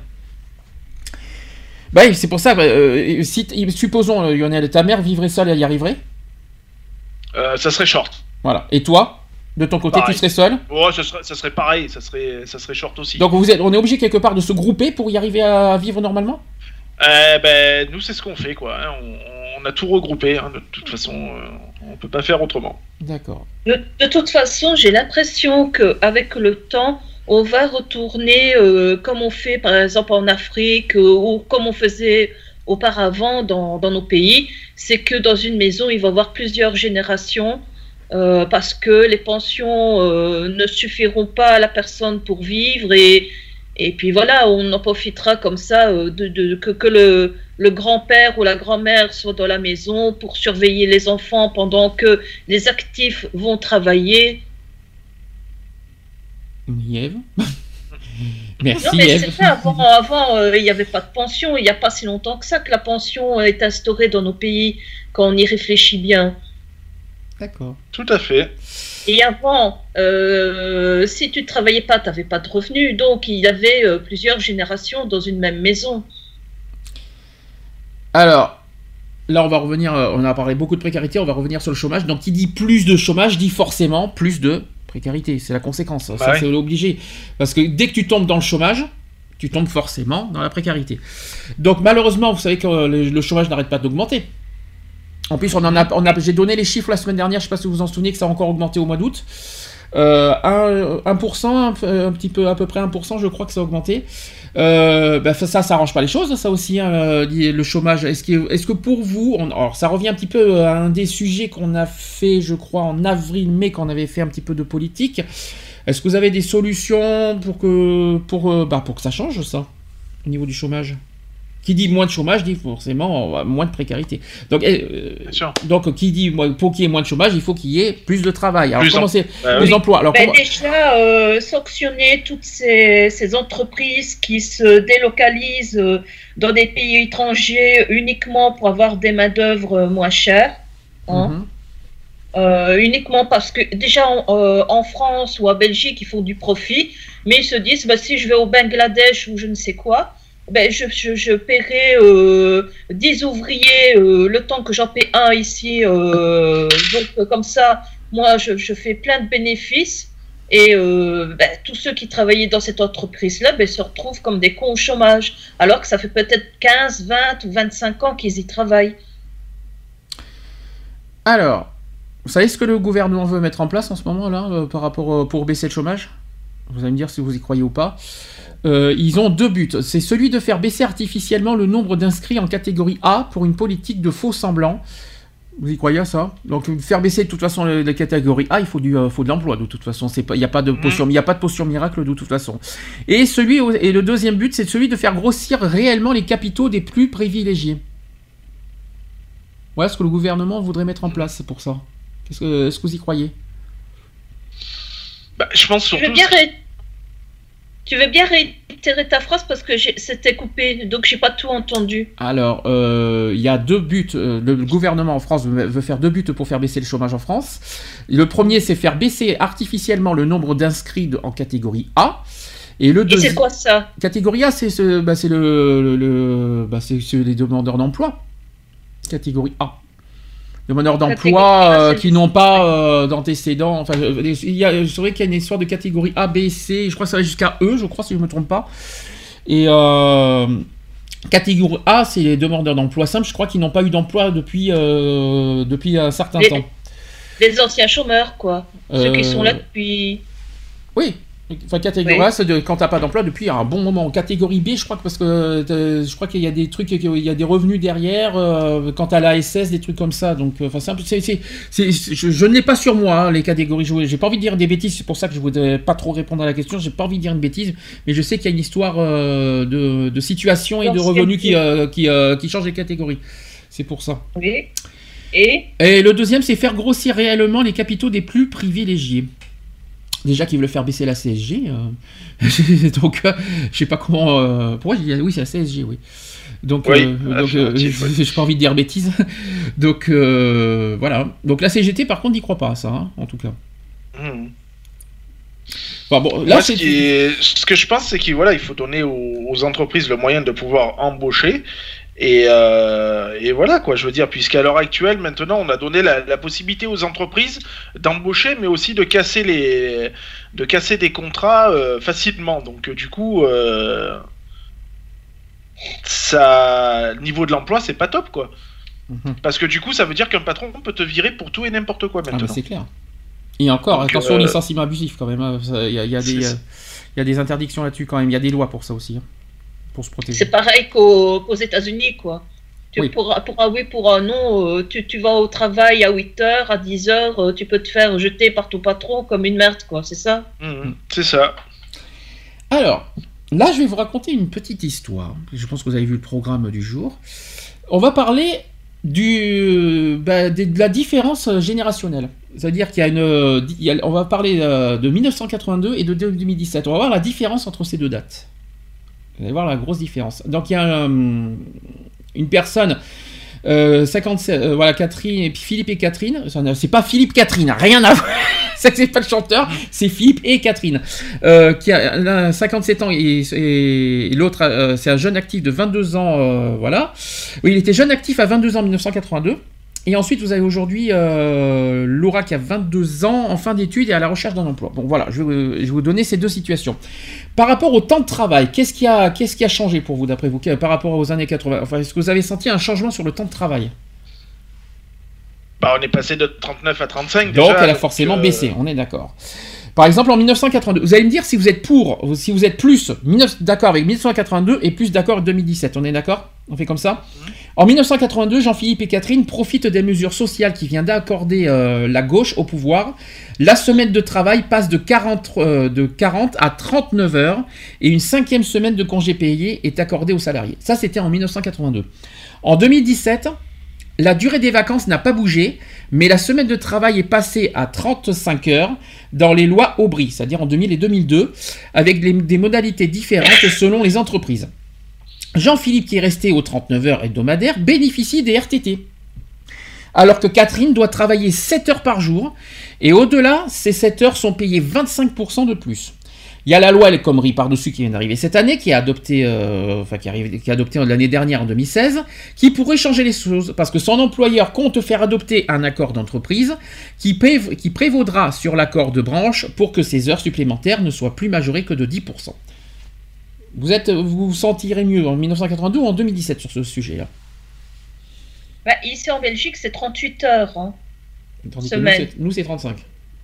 Bah, c'est pour ça. Supposons, Lionel, ta mère vivrait seule, elle y arriverait ? Ça serait short. Voilà. Et toi, de ton côté, pareil. Tu serais seul ? Ouais, ça serait pareil. Ça serait short aussi. Donc on est obligé quelque part de se grouper pour y arriver à vivre normalement ? Nous, c'est ce qu'on fait, quoi. Hein. On a tout regroupé, hein. De toute façon, on peut pas faire autrement. D'accord. De toute façon, j'ai l'impression qu'avec le temps, on va retourner comme on fait par exemple en Afrique ou comme on faisait auparavant dans nos pays. C'est que dans une maison, il va y avoir plusieurs générations parce que les pensions ne suffiront pas à la personne pour vivre et puis voilà, on en profitera comme ça que le grand-père ou la grand-mère soit dans la maison pour surveiller les enfants pendant que les actifs vont travailler. Nièvre. Merci Non, mais Ève. c'est ça, avant, il n'y avait pas de pension. Il n'y a pas si longtemps que ça que la pension est instaurée dans nos pays, quand on y réfléchit bien. D'accord. Tout à fait. Et avant, si tu ne travaillais pas, tu n'avais pas de revenus. Donc, il y avait plusieurs générations dans une même maison. Alors, là, on va revenir, on a parlé beaucoup de précarité, on va revenir sur le chômage. Donc, qui dit plus de chômage, dit forcément plus de précarité. C'est la conséquence, ça ouais. c'est obligé. Parce que dès que tu tombes dans le chômage, tu tombes forcément dans la précarité. Donc, malheureusement, vous savez que le chômage n'arrête pas d'augmenter. En plus, j'ai donné les chiffres la semaine dernière, je ne sais pas si vous vous en souvenez, que ça a encore augmenté au mois d'août. 1%, un petit peu, à peu près 1%, je crois que ça a augmenté. Ça arrange pas les choses, ça aussi, hein, le chômage. Est-ce que pour vous, alors ça revient un petit peu à un des sujets qu'on a fait, je crois, en avril-mai, quand on avait fait un petit peu de politique. Est-ce que vous avez des solutions pour que ça change, ça, au niveau du chômage ? Qui dit moins de chômage dit forcément moins de précarité. Donc, Bien sûr. donc qui dit pour qu'il y ait moins de chômage, il faut qu'il y ait plus de travail. Alors, comment c'est oui. emplois. Alors, Déjà, sanctionner toutes ces entreprises qui se délocalisent dans des pays étrangers uniquement pour avoir des main-d'œuvre moins chères. Hein. Uniquement parce que déjà en France ou en Belgique, ils font du profit, mais ils se disent si je vais au Bangladesh ou je ne sais quoi, je paierai 10 ouvriers le temps que j'en paie un ici. Donc, comme ça, moi, je fais plein de bénéfices. Et tous ceux qui travaillaient dans cette entreprise-là se retrouvent comme des cons au chômage. Alors que ça fait peut-être 15, 20 ou 25 ans qu'ils y travaillent. Alors, vous savez ce que le gouvernement veut mettre en place en ce moment-là par rapport pour baisser le chômage ? Vous allez me dire si vous y croyez ou pas. Ils ont deux buts. C'est celui de faire baisser artificiellement le nombre d'inscrits en catégorie A pour une politique de faux semblants. Vous y croyez à ça ? Donc faire baisser de toute façon les catégories A, il faut de l'emploi de toute façon. Il n'y a pas de potion, miracle de toute façon. Et le deuxième but, c'est celui de faire grossir réellement les capitaux des plus privilégiés. Voilà ce que le gouvernement voudrait mettre en place pour ça. Est-ce que vous y croyez ? Je pense surtout... Tu veux bien réitérer ta phrase parce que c'était coupé, donc j'ai pas tout entendu. Alors, il y a deux buts. Le gouvernement en France veut faire deux buts pour faire baisser le chômage en France. Le premier, c'est faire baisser artificiellement le nombre d'inscrits en catégorie A. Et c'est quoi ça ? Catégorie A, c'est les demandeurs d'emploi. Catégorie A. Demandeurs d'emploi qui n'ont pas d'antécédents. Enfin, c'est vrai qu'il y a une histoire de catégorie A, B, C. Je crois que ça va jusqu'à E, je crois, si je ne me trompe pas. Et catégorie A, c'est les demandeurs d'emploi simples. Je crois qu'ils n'ont pas eu d'emploi depuis un certain temps. Les anciens chômeurs, quoi. Ceux qui sont là depuis... Oui. Enfin, catégorie A, c'est quand t'as pas d'emploi depuis un bon moment. Catégorie B, je crois que parce que je crois qu'il y a des trucs, il y a des revenus derrière. Quand t'as la SS, des trucs comme ça. Donc, enfin, je ne l'ai pas sur moi les catégories. J'ai pas envie de dire des bêtises. C'est pour ça que je voudrais pas trop répondre à la question. J'ai pas envie de dire une bêtise, mais je sais qu'il y a une histoire de situation et de revenus qui change les catégories. C'est pour ça. Oui. Et le deuxième, c'est faire grossir réellement les capitaux des plus privilégiés. Déjà qu'ils veulent faire baisser la CSG, donc je sais pas comment. Pourquoi oui, c'est la CSG, oui. Donc, j'ai pas envie de dire bêtises. Donc voilà. Donc la CGT, par contre, n'y croit pas à ça, hein, en tout cas. Enfin, bon, là, ce que je pense, c'est qu'il faut donner aux entreprises le moyen de pouvoir embaucher. Et voilà quoi, je veux dire, puisqu'à l'heure actuelle, maintenant, on a donné la possibilité aux entreprises d'embaucher, mais aussi de casser des contrats facilement. Donc du coup, niveau de l'emploi, c'est pas top quoi. Parce que du coup, ça veut dire qu'un patron peut te virer pour tout et n'importe quoi maintenant. Ah bah c'est clair. Et encore, donc, attention au licenciement abusif quand même. Il y a des interdictions là-dessus quand même. Il y a des lois pour ça aussi. Pour se protéger. C'est pareil qu'aux États-Unis, quoi. Pour un oui, pour un non, tu vas au travail à 8h, à 10h, tu peux te faire jeter par ton patron comme une merde, quoi, c'est ça ? C'est ça. Alors, là, je vais vous raconter une petite histoire. Je pense que vous avez vu le programme du jour. On va parler de la différence générationnelle. C'est-à-dire qu'il y a on va parler de 1982 et de 2017. On va voir la différence entre ces deux dates. Vous allez voir la grosse différence. Donc il y a une personne, 57, voilà, Catherine, et puis Philippe et Catherine. C'est pas Philippe Catherine, rien à voir. C'est pas le chanteur, c'est Philippe et Catherine. Qui a 57 ans et l'autre, c'est un jeune actif de 22 ans. Voilà. Oui, il était jeune actif à 22 ans en 1982. Et ensuite, vous avez aujourd'hui Laura qui a 22 ans en fin d'études et à la recherche d'un emploi. Bon, voilà, je vais vous donner ces deux situations. Par rapport au temps de travail, qu'est-ce qui a changé pour vous, d'après vous, par rapport aux années 80 ? Enfin, est-ce que vous avez senti un changement sur le temps de travail ? On est passé de 39 à 35 déjà. Donc, elle a forcément baissé, on est d'accord. Par exemple, en 1982, vous allez me dire si vous êtes plus d'accord avec 1982 et plus d'accord avec 2017, on est d'accord ? On fait comme ça ? En 1982, Jean-Philippe et Catherine profitent des mesures sociales qui viennent d'accorder la gauche au pouvoir. La semaine de travail passe de 40 à 39 heures et une 5e semaine de congé payé est accordée aux salariés. Ça, c'était en 1982. En 2017, la durée des vacances n'a pas bougé, mais la semaine de travail est passée à 35 heures dans les lois Aubry, c'est-à-dire en 2000 et 2002, avec des modalités différentes selon les entreprises. Jean-Philippe, qui est resté aux 39 heures hebdomadaires, bénéficie des RTT. Alors que Catherine doit travailler 7 heures par jour, et au-delà, ces 7 heures sont payées 25% de plus. Il y a la loi El Khomri par-dessus qui vient d'arriver cette année, qui a adopté l'année dernière en 2016, qui pourrait changer les choses, parce que son employeur compte faire adopter un accord d'entreprise qui prévaudra sur l'accord de branche pour que ces heures supplémentaires ne soient plus majorées que de 10%. Vous vous sentirez mieux en 1982 ou en 2017 sur ce sujet-là ? Ici en Belgique, c'est 38 heures. Hein, semaine. Nous, c'est 35.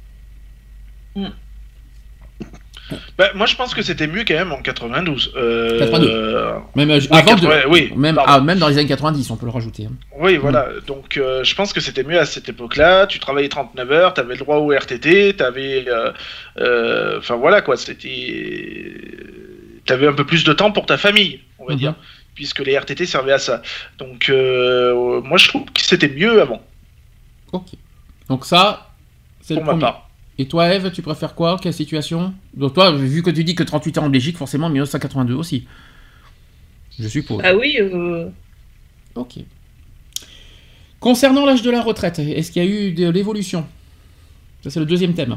Moi, je pense que c'était mieux quand même en 92. 82. Même même dans les années 90, on peut le rajouter. Hein. Oui, voilà. Donc, je pense que c'était mieux à cette époque-là. Tu travaillais 39 heures, tu avais le droit au RTT, tu avais... Enfin, voilà, quoi. Tu avais un peu plus de temps pour ta famille, on va dire, puisque les RTT servaient à ça. Donc, moi, je trouve que c'était mieux avant. Ok. Donc ça, c'est pour le premier. ma part. Et toi, Ève, tu préfères quoi ? Quelle situation ? Donc toi, vu que tu dis que 38 ans en Belgique, forcément 1982 aussi. Je suppose. Ah oui. Ok. Concernant l'âge de la retraite, est-ce qu'il y a eu de l'évolution ? Ça, c'est le deuxième thème.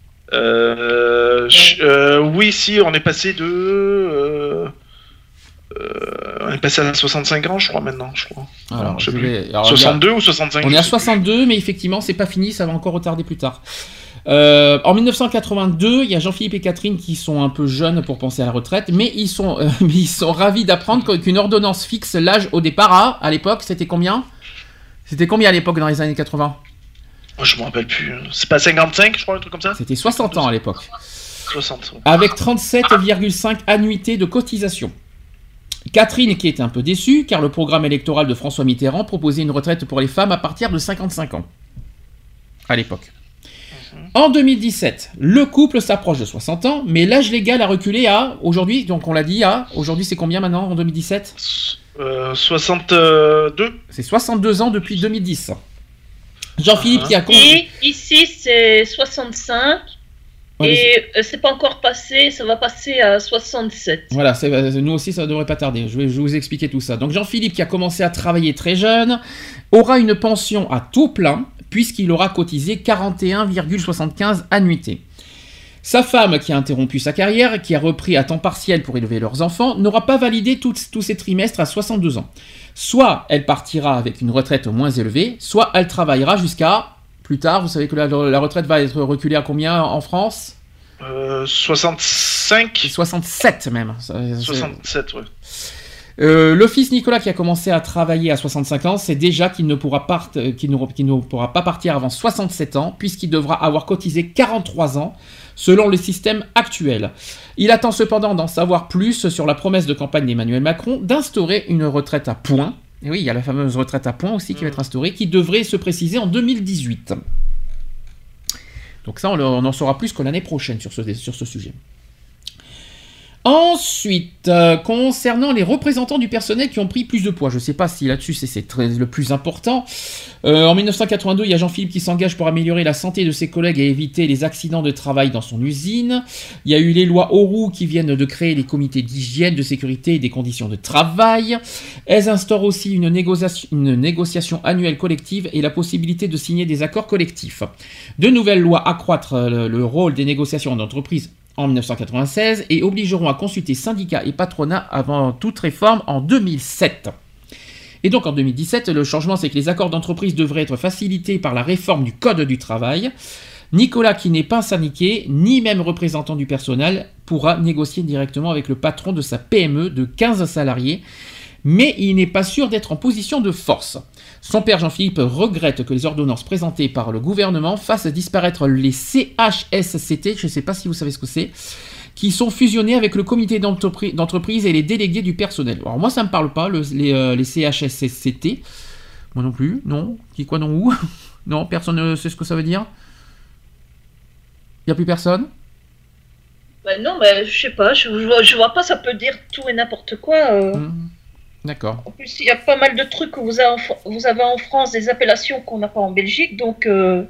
Oui, si, on est passé on est passé à 65 ans, je crois, maintenant, Alors, 62 ou 65 On est à 62, mais effectivement, c'est pas fini, ça va encore retarder plus tard. En 1982, il y a Jean-Philippe et Catherine qui sont un peu jeunes pour penser à la retraite, mais ils sont ravis d'apprendre qu'une ordonnance fixe l'âge au départ à l'époque, c'était combien ? C'était combien à l'époque dans les années 80 ? Je me rappelle plus. C'est pas 55, je crois, un truc comme ça ? C'était 60 ans à l'époque. 60. Ouais. Avec 37,5 annuités de cotisation. Catherine qui était un peu déçue, car le programme électoral de François Mitterrand proposait une retraite pour les femmes à partir de 55 ans. À l'époque. En 2017, le couple s'approche de 60 ans, mais l'âge légal a reculé à, aujourd'hui, donc on l'a dit, aujourd'hui c'est combien maintenant en 2017 62. C'est 62 ans depuis 2010. Jean-Philippe qui a... Et ici c'est 65. Et c'est pas encore passé, ça va passer à 67. Voilà, nous aussi ça ne devrait pas tarder, je vais vous expliquer tout ça. Donc Jean-Philippe qui a commencé à travailler très jeune aura une pension à taux plein puisqu'il aura cotisé 41,75 annuités. Sa femme qui a interrompu sa carrière, qui a repris à temps partiel pour élever leurs enfants, n'aura pas validé tous ses trimestres à 62 ans. Soit elle partira avec une retraite moins élevée, soit elle travaillera jusqu'à... Plus tard, vous savez que la retraite va être reculée à combien en France ? 65 ? 67 même. 67, ouais. Le fils Nicolas qui a commencé à travailler à 65 ans, c'est déjà qu'il ne pourra pas partir avant 67 ans, puisqu'il devra avoir cotisé 43 ans, selon le système actuel. Il attend cependant d'en savoir plus sur la promesse de campagne d'Emmanuel Macron d'instaurer une retraite à points. Et oui, il y a la fameuse retraite à points aussi qui va être instaurée, qui devrait se préciser en 2018. Donc ça, on en saura plus que l'année prochaine sur ce sujet. Ensuite, concernant les représentants du personnel qui ont pris plus de poids, je ne sais pas si là-dessus c'est le plus important. En 1982, il y a Jean-Philippe qui s'engage pour améliorer la santé de ses collègues et éviter les accidents de travail dans son usine. Il y a eu les lois Auroux qui viennent de créer les comités d'hygiène, de sécurité et des conditions de travail. Elles instaurent aussi une négociation annuelle collective et la possibilité de signer des accords collectifs. De nouvelles lois accroîtrent le rôle des négociations d'entreprise en 1996 et obligeront à consulter syndicats et patronat avant toute réforme en 2007. Et donc en 2017, le changement c'est que les accords d'entreprise devraient être facilités par la réforme du Code du travail. Nicolas, qui n'est pas syndiqué, ni même représentant du personnel, pourra négocier directement avec le patron de sa PME de 15 salariés, mais il n'est pas sûr d'être en position de force. Son père Jean-Philippe regrette que les ordonnances présentées par le gouvernement fassent disparaître les CHSCT, je ne sais pas si vous savez ce que c'est, qui sont fusionnés avec le comité d'entreprise et les délégués du personnel. Alors moi ça ne me parle pas, les CHSCT, moi non plus, non, qui quoi non où, non, personne ne sait ce que ça veut dire. Il n'y a plus personne? Non, mais je sais pas, je vois pas, ça peut dire tout et n'importe quoi. D'accord. En plus, il y a pas mal de trucs que vous avez en France, des appellations qu'on n'a pas en Belgique, donc...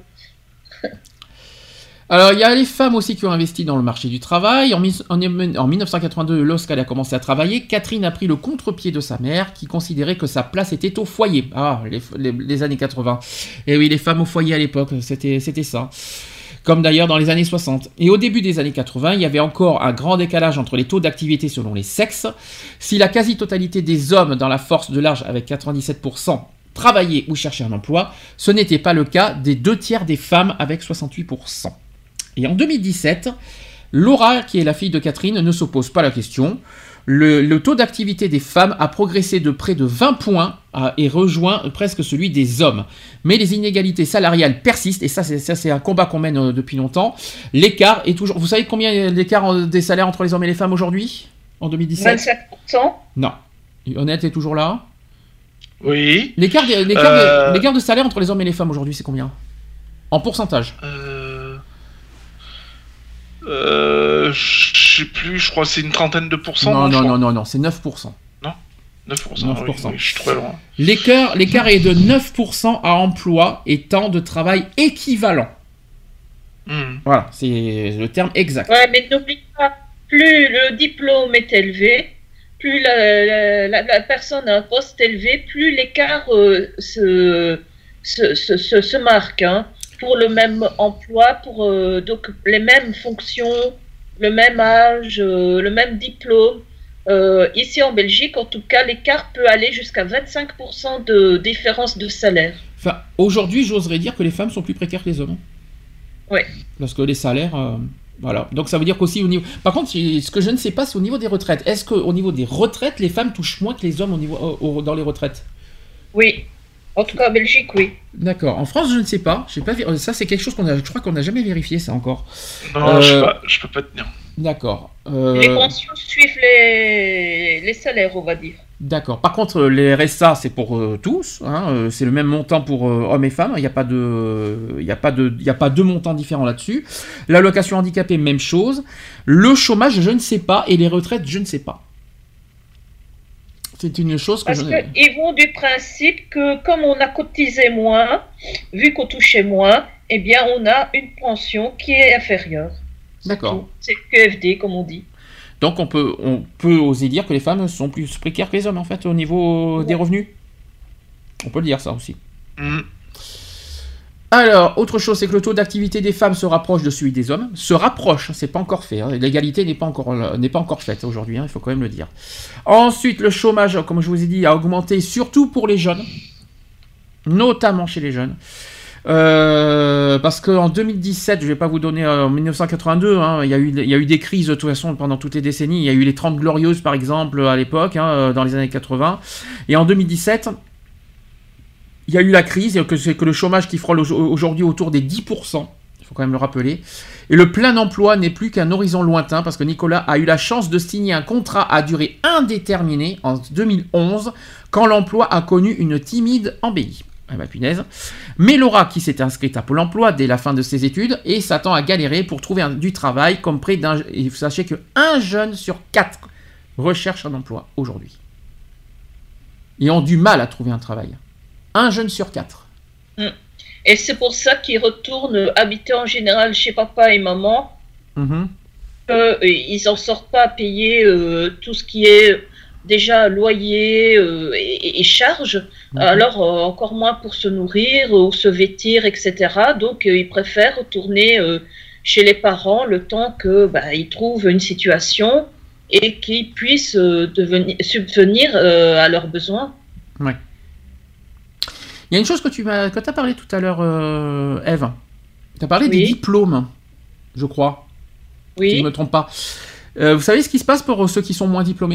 Alors, il y a les femmes aussi qui ont investi dans le marché du travail. En 1982, lorsqu'elle a commencé à travailler, Catherine a pris le contre-pied de sa mère, qui considérait que sa place était au foyer. Ah, les années 80. Et oui, les femmes au foyer à l'époque, c'était ça. Comme d'ailleurs dans les années 60. Et au début des années 80, il y avait encore un grand décalage entre les taux d'activité selon les sexes. Si la quasi-totalité des hommes dans la force de l'âge, avec 97%, travaillaient ou cherchaient un emploi, ce n'était pas le cas des 2/3 des femmes, avec 68%. Et en 2017, Laura, qui est la fille de Catherine, ne se pose pas la question. Le taux d'activité des femmes a progressé de près de 20 points et rejoint presque celui des hommes. Mais les inégalités salariales persistent, et ça c'est un combat qu'on mène depuis longtemps. L'écart est toujours... Vous savez combien est l'écart des salaires entre les hommes et les femmes aujourd'hui, en 2017 27%. Non. Honnête est toujours là? Oui. L'écart de salaire entre les hommes et les femmes aujourd'hui, c'est combien? En pourcentage? Je sais plus, je crois que c'est une trentaine de pourcents. Non, c'est 9%. Non 9%. 9%. Oui, je suis très loin. L'écart est de 9% à emploi et temps de travail équivalent. Voilà, c'est le terme exact. Ouais, mais n'oublie pas, plus le diplôme est élevé, plus la personne a un poste élevé, plus l'écart se marque, hein. Pour le même emploi, pour donc les mêmes fonctions, le même âge, le même diplôme. Ici en Belgique, en tout cas, l'écart peut aller jusqu'à 25% de différence de salaire. Enfin, aujourd'hui, j'oserais dire que les femmes sont plus précaires que les hommes. Oui. Parce que les salaires, voilà. Donc ça veut dire qu'aussi au niveau... Par contre, ce que je ne sais pas, c'est au niveau des retraites. Est-ce qu'au niveau des retraites, les femmes touchent moins que les hommes dans les retraites? Oui. En tout cas, en Belgique, oui. D'accord. En France, je ne sais pas. Ça, c'est quelque chose je crois qu'on n'a jamais vérifié, ça encore. Non, je peux pas te dire. D'accord. Les pensions suivent les salaires, on va dire. D'accord. Par contre, les RSA, c'est pour tous. Hein, c'est le même montant pour hommes et femmes. Il n'y a pas deux montants différents là-dessus. L'allocation handicapée, même chose. Le chômage, je ne sais pas. Et les retraites, je ne sais pas. C'est une chose que Parce qu'ils vont du principe que comme on a cotisé moins, vu qu'on touchait moins, eh bien on a une pension qui est inférieure. D'accord. C'est QFD comme on dit. Donc on peut oser dire que les femmes sont plus précaires que les hommes en fait au niveau des revenus. On peut le dire ça aussi. Alors, autre chose, c'est que le taux d'activité des femmes se rapproche de celui des hommes. Se rapproche, c'est pas encore fait. Hein. L'égalité n'est pas encore faite aujourd'hui, hein, il faut quand même le dire. Ensuite, le chômage, comme je vous ai dit, a augmenté surtout pour les jeunes, notamment chez les jeunes. Parce qu'en 2017, je vais pas vous donner en 1982, hein, il y a eu des crises de toute façon pendant toutes les décennies. Il y a eu les 30 Glorieuses par exemple à l'époque, hein, dans les années 80. Et en 2017... il y a eu la crise, que le chômage qui frôle aujourd'hui autour des 10%, il faut quand même le rappeler. Et le plein emploi n'est plus qu'un horizon lointain, parce que Nicolas a eu la chance de signer un contrat à durée indéterminée en 2011, quand l'emploi a connu une timide embellie. Ah bah punaise. Mais Laura, qui s'est inscrite à Pôle emploi dès la fin de ses études, et s'attend à galérer pour trouver du travail, comme près d'un... Et sachez qu'un jeune sur 4 recherche un emploi aujourd'hui. Ils ont du mal à trouver un travail. Un jeune sur 4. Et c'est pour ça qu'ils retournent habiter en général chez papa et maman. Ils n'en sortent pas à payer tout ce qui est déjà loyer et charges, alors encore moins pour se nourrir ou se vêtir, etc. Donc ils préfèrent retourner chez les parents le temps qu'ils trouvent une situation et qu'ils puissent subvenir à leurs besoins. Ouais. Il y a une chose que tu as parlé tout à l'heure, Ève. Tu as parlé des diplômes, je crois. Oui. Si je ne me trompe pas. Vous savez ce qui se passe pour ceux qui sont moins diplômés ?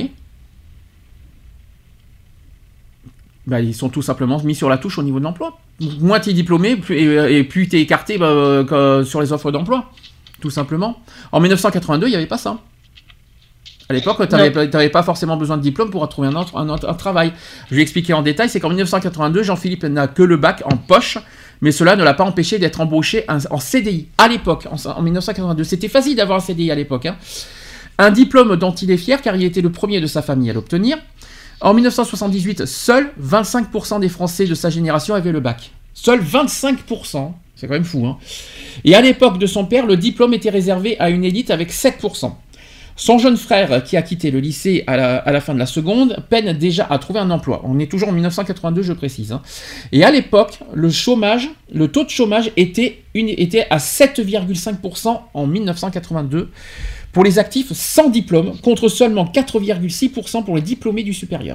Ils sont tout simplement mis sur la touche au niveau de l'emploi. Moins tu es diplômé, plus tu es écarté sur les offres d'emploi. Tout simplement. En 1982, il n'y avait pas ça. À l'époque, tu n'avais pas forcément besoin de diplôme pour trouver un travail. Je vais expliquer en détail. C'est qu'en 1982, Jean-Philippe n'a que le bac en poche, mais cela ne l'a pas empêché d'être embauché en CDI. À l'époque, en 1982, c'était facile d'avoir un CDI à l'époque. Un diplôme dont il est fier, car il était le premier de sa famille à l'obtenir. En 1978, seuls 25% des Français de sa génération avaient le bac. Seuls 25%, c'est quand même fou. Et à l'époque de son père, le diplôme était réservé à une élite avec 7%. Son jeune frère, qui a quitté le lycée à la fin de la seconde, peine déjà à trouver un emploi. On est toujours en 1982, je précise. Et à l'époque, le taux de chômage était à 7,5% en 1982 pour les actifs sans diplôme, contre seulement 4,6% pour les diplômés du supérieur.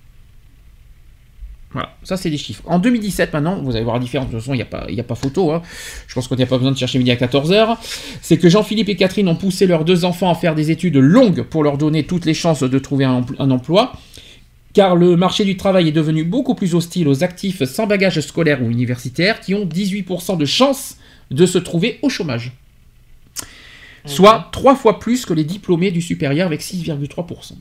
Voilà, ça c'est des chiffres. En 2017 maintenant, vous allez voir la différence, de toute façon il n'y a pas photo, je pense qu'il n'y a pas besoin de chercher midi à 14h, c'est que Jean-Philippe et Catherine ont poussé leurs 2 enfants à faire des études longues pour leur donner toutes les chances de trouver un emploi, car le marché du travail est devenu beaucoup plus hostile aux actifs sans bagage scolaire ou universitaire qui ont 18% de chances de se trouver au chômage. Soit 3 fois plus que les diplômés du supérieur avec 6,3%.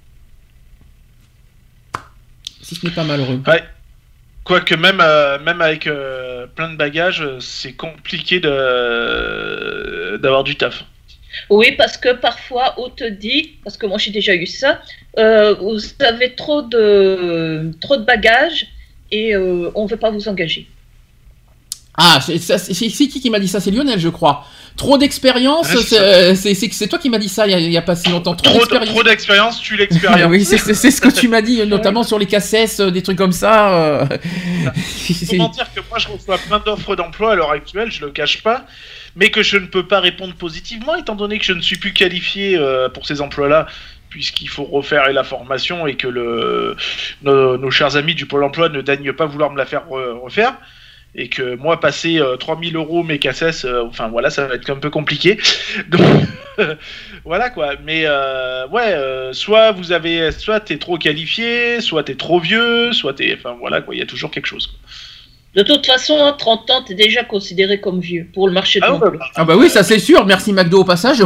Si ce n'est pas malheureux. Ouais. Quoique même avec plein de bagages, c'est compliqué d'avoir du taf. Oui, parce que parfois on te dit, parce que moi j'ai déjà eu ça, vous avez trop de bagages et on ne veut pas vous engager. Ah, c'est qui m'a dit ça ? C'est Lionel, je crois. Trop d'expérience, c'est toi qui m'as dit ça il y a pas si longtemps. Trop d'expérience, tu l'expérience. Oui, c'est ce que tu m'as dit, notamment sur les cassettes, des trucs comme ça. Comment dire que moi je reçois plein d'offres d'emploi à l'heure actuelle, je le cache pas, mais que je ne peux pas répondre positivement étant donné que je ne suis plus qualifié pour ces emplois-là, puisqu'il faut refaire la formation et que nos chers amis du Pôle emploi ne daignent pas vouloir me la faire refaire. Et que moi, passer 3000 € mes cassettes, ça va être un peu compliqué. Donc, voilà quoi. Mais soit t'es trop qualifié, soit t'es trop vieux, soit t'es... Enfin voilà quoi, il y a toujours quelque chose. De toute façon, à 30 ans, t'es déjà considéré comme vieux pour le marché de l'emploi. Ah bah oui, ça c'est sûr. Merci McDo au passage.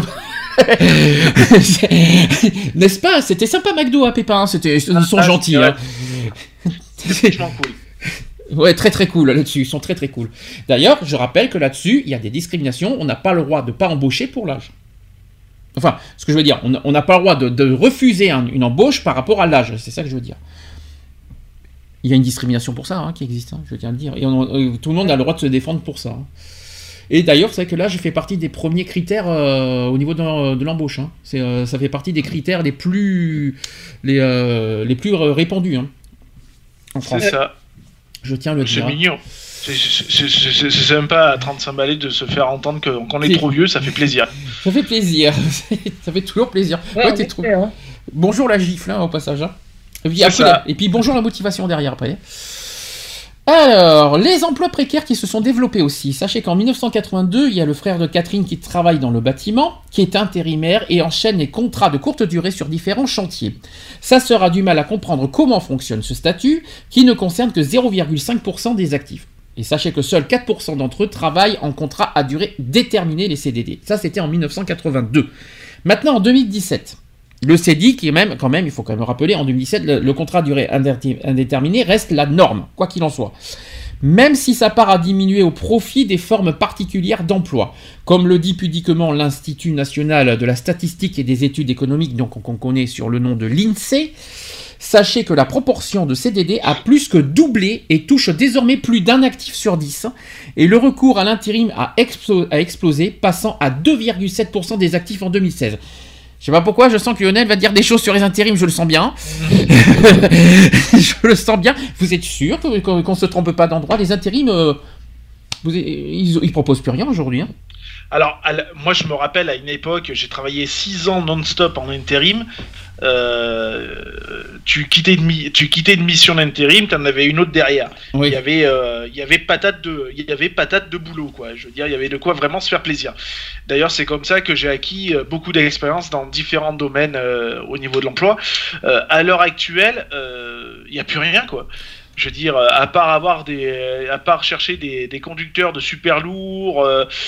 N'est-ce pas ? C'était sympa McDo à Pépin, ils sont gentils. C'est franchement cool. Ouais, très très cool là-dessus, ils sont très très cool. D'ailleurs, je rappelle que là-dessus, il y a des discriminations, on n'a pas le droit de ne pas embaucher pour l'âge. Enfin, ce que je veux dire, on n'a pas le droit de refuser une embauche par rapport à l'âge, c'est ça que je veux dire. Il y a une discrimination pour ça qui existe, je tiens à le dire. Et tout le monde a le droit de se défendre pour ça. Et d'ailleurs, c'est vrai que l'âge fait partie des premiers critères au niveau de l'embauche. Ça fait partie des critères les plus répandus en France. C'est ça. Je tiens à le dire. C'est mignon. C'est sympa à 35 balais de se faire entendre qu'on est trop vieux, ça fait plaisir. Ça fait plaisir. Ça fait toujours plaisir. Ouais, t'es trop... Bonjour la gifle au passage. Et puis bonjour la motivation derrière après. Alors, les emplois précaires qui se sont développés aussi. Sachez qu'en 1982, il y a le frère de Catherine qui travaille dans le bâtiment, qui est intérimaire et enchaîne les contrats de courte durée sur différents chantiers. Sa sœur a du mal à comprendre comment fonctionne ce statut, qui ne concerne que 0,5% des actifs. Et sachez que seuls 4% d'entre eux travaillent en contrat à durée déterminée, les CDD. Ça, c'était en 1982. Maintenant, en 2017... Le CDI, il faut quand même rappeler, en 2017, le contrat à durée indéterminée reste la norme, quoi qu'il en soit. même si sa part a diminué au profit des formes particulières d'emploi. Comme le dit pudiquement l'Institut national de la statistique et des études économiques, donc qu'on connaît sur le nom de l'INSEE, sachez que la proportion de CDD a plus que doublé et touche désormais plus d'un actif sur 10, et le recours à l'intérim a explosé, passant à 2,7% des actifs en 2016. Je sais pas pourquoi, je sens que Lionel va dire des choses sur les intérims, je le sens bien. Je le sens bien. Vous êtes sûr qu'on se trompe pas d'endroit? Les intérims, ils proposent plus rien aujourd'hui, hein. Alors, moi, je me rappelle, à une époque, j'ai travaillé 6 ans non-stop en intérim. Tu quittais une mission d'intérim, tu en avais une autre derrière. Oui. Il y avait patate de boulot, quoi. Je veux dire, il y avait de quoi vraiment se faire plaisir. D'ailleurs, c'est comme ça que j'ai acquis beaucoup d'expérience dans différents domaines au niveau de l'emploi. À l'heure actuelle, il n'y a plus rien, quoi. Je veux dire, à part chercher des conducteurs de super lourds,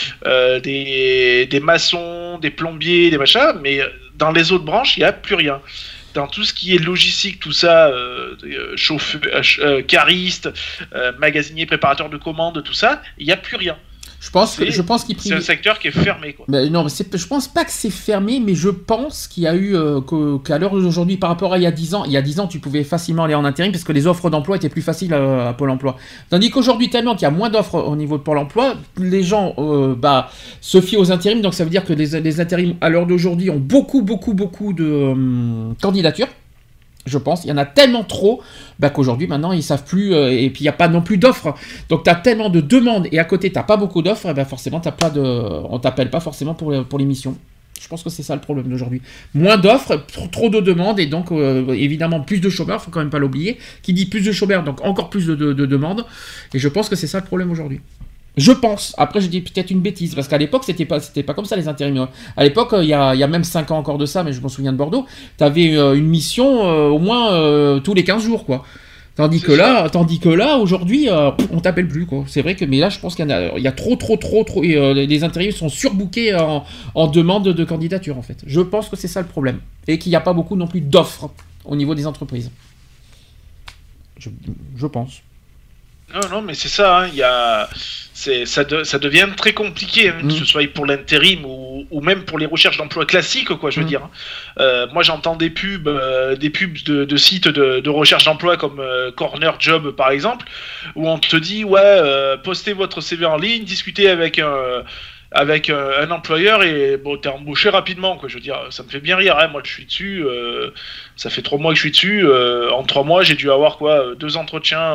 des maçons, des plombiers, des machins, mais dans les autres branches, il n'y a plus rien. Dans tout ce qui est logistique, tout ça, chauffeur, cariste, magasinier, préparateur de commandes, tout ça, il n'y a plus rien. Je pense qu'il c'est un secteur qui est fermé, quoi. Ben non, je pense pas que c'est fermé, mais je pense qu'il y a eu qu'à l'heure d'aujourd'hui, par rapport à il y a 10 ans, tu pouvais facilement aller en intérim parce que les offres d'emploi étaient plus faciles à Pôle emploi. Tandis qu'aujourd'hui, tellement qu'il y a moins d'offres au niveau de Pôle emploi, les gens se fient aux intérims, donc ça veut dire que les intérims à l'heure d'aujourd'hui ont beaucoup de candidatures. Je pense, il y en a tellement trop qu'aujourd'hui maintenant ils savent plus et puis il n'y a pas non plus d'offres, donc tu as tellement de demandes et à côté tu n'as pas beaucoup d'offres, et forcément on t'appelle pas forcément pour les missions. Je pense que c'est ça le problème d'aujourd'hui, moins d'offres, trop de demandes et donc évidemment plus de chômeurs, faut quand même pas l'oublier, qui dit plus de chômeurs donc encore plus de demandes, et je pense que c'est ça le problème aujourd'hui. Je pense. Après, je dis peut-être une bêtise, parce qu'à l'époque, c'était pas comme ça, les intérims. À l'époque, il y a même 5 ans encore de ça, mais je m'en souviens de Bordeaux, t'avais une mission au moins tous les 15 jours, quoi. Tandis que là, aujourd'hui, on t'appelle plus, quoi. C'est vrai que, mais là, je pense qu'il y a trop, les intérims sont surbookés en demande de candidature, en fait. Je pense que c'est ça le problème. Et qu'il n'y a pas beaucoup non plus d'offres au niveau des entreprises. Je pense. Non, mais c'est ça, hein, ça devient très compliqué, hein, que ce soit pour l'intérim ou même pour les recherches d'emploi classiques, quoi, je veux dire. Moi, j'entends des pubs de sites de recherche d'emploi comme Corner Job, par exemple, où on te dit, postez votre CV en ligne, discutez avec un employeur et bon, t'es embauché rapidement, quoi. Je veux dire, ça me fait bien rire, hein. Moi je suis dessus, ça fait 3 mois que je suis dessus, en 3 mois j'ai dû avoir 2 entretiens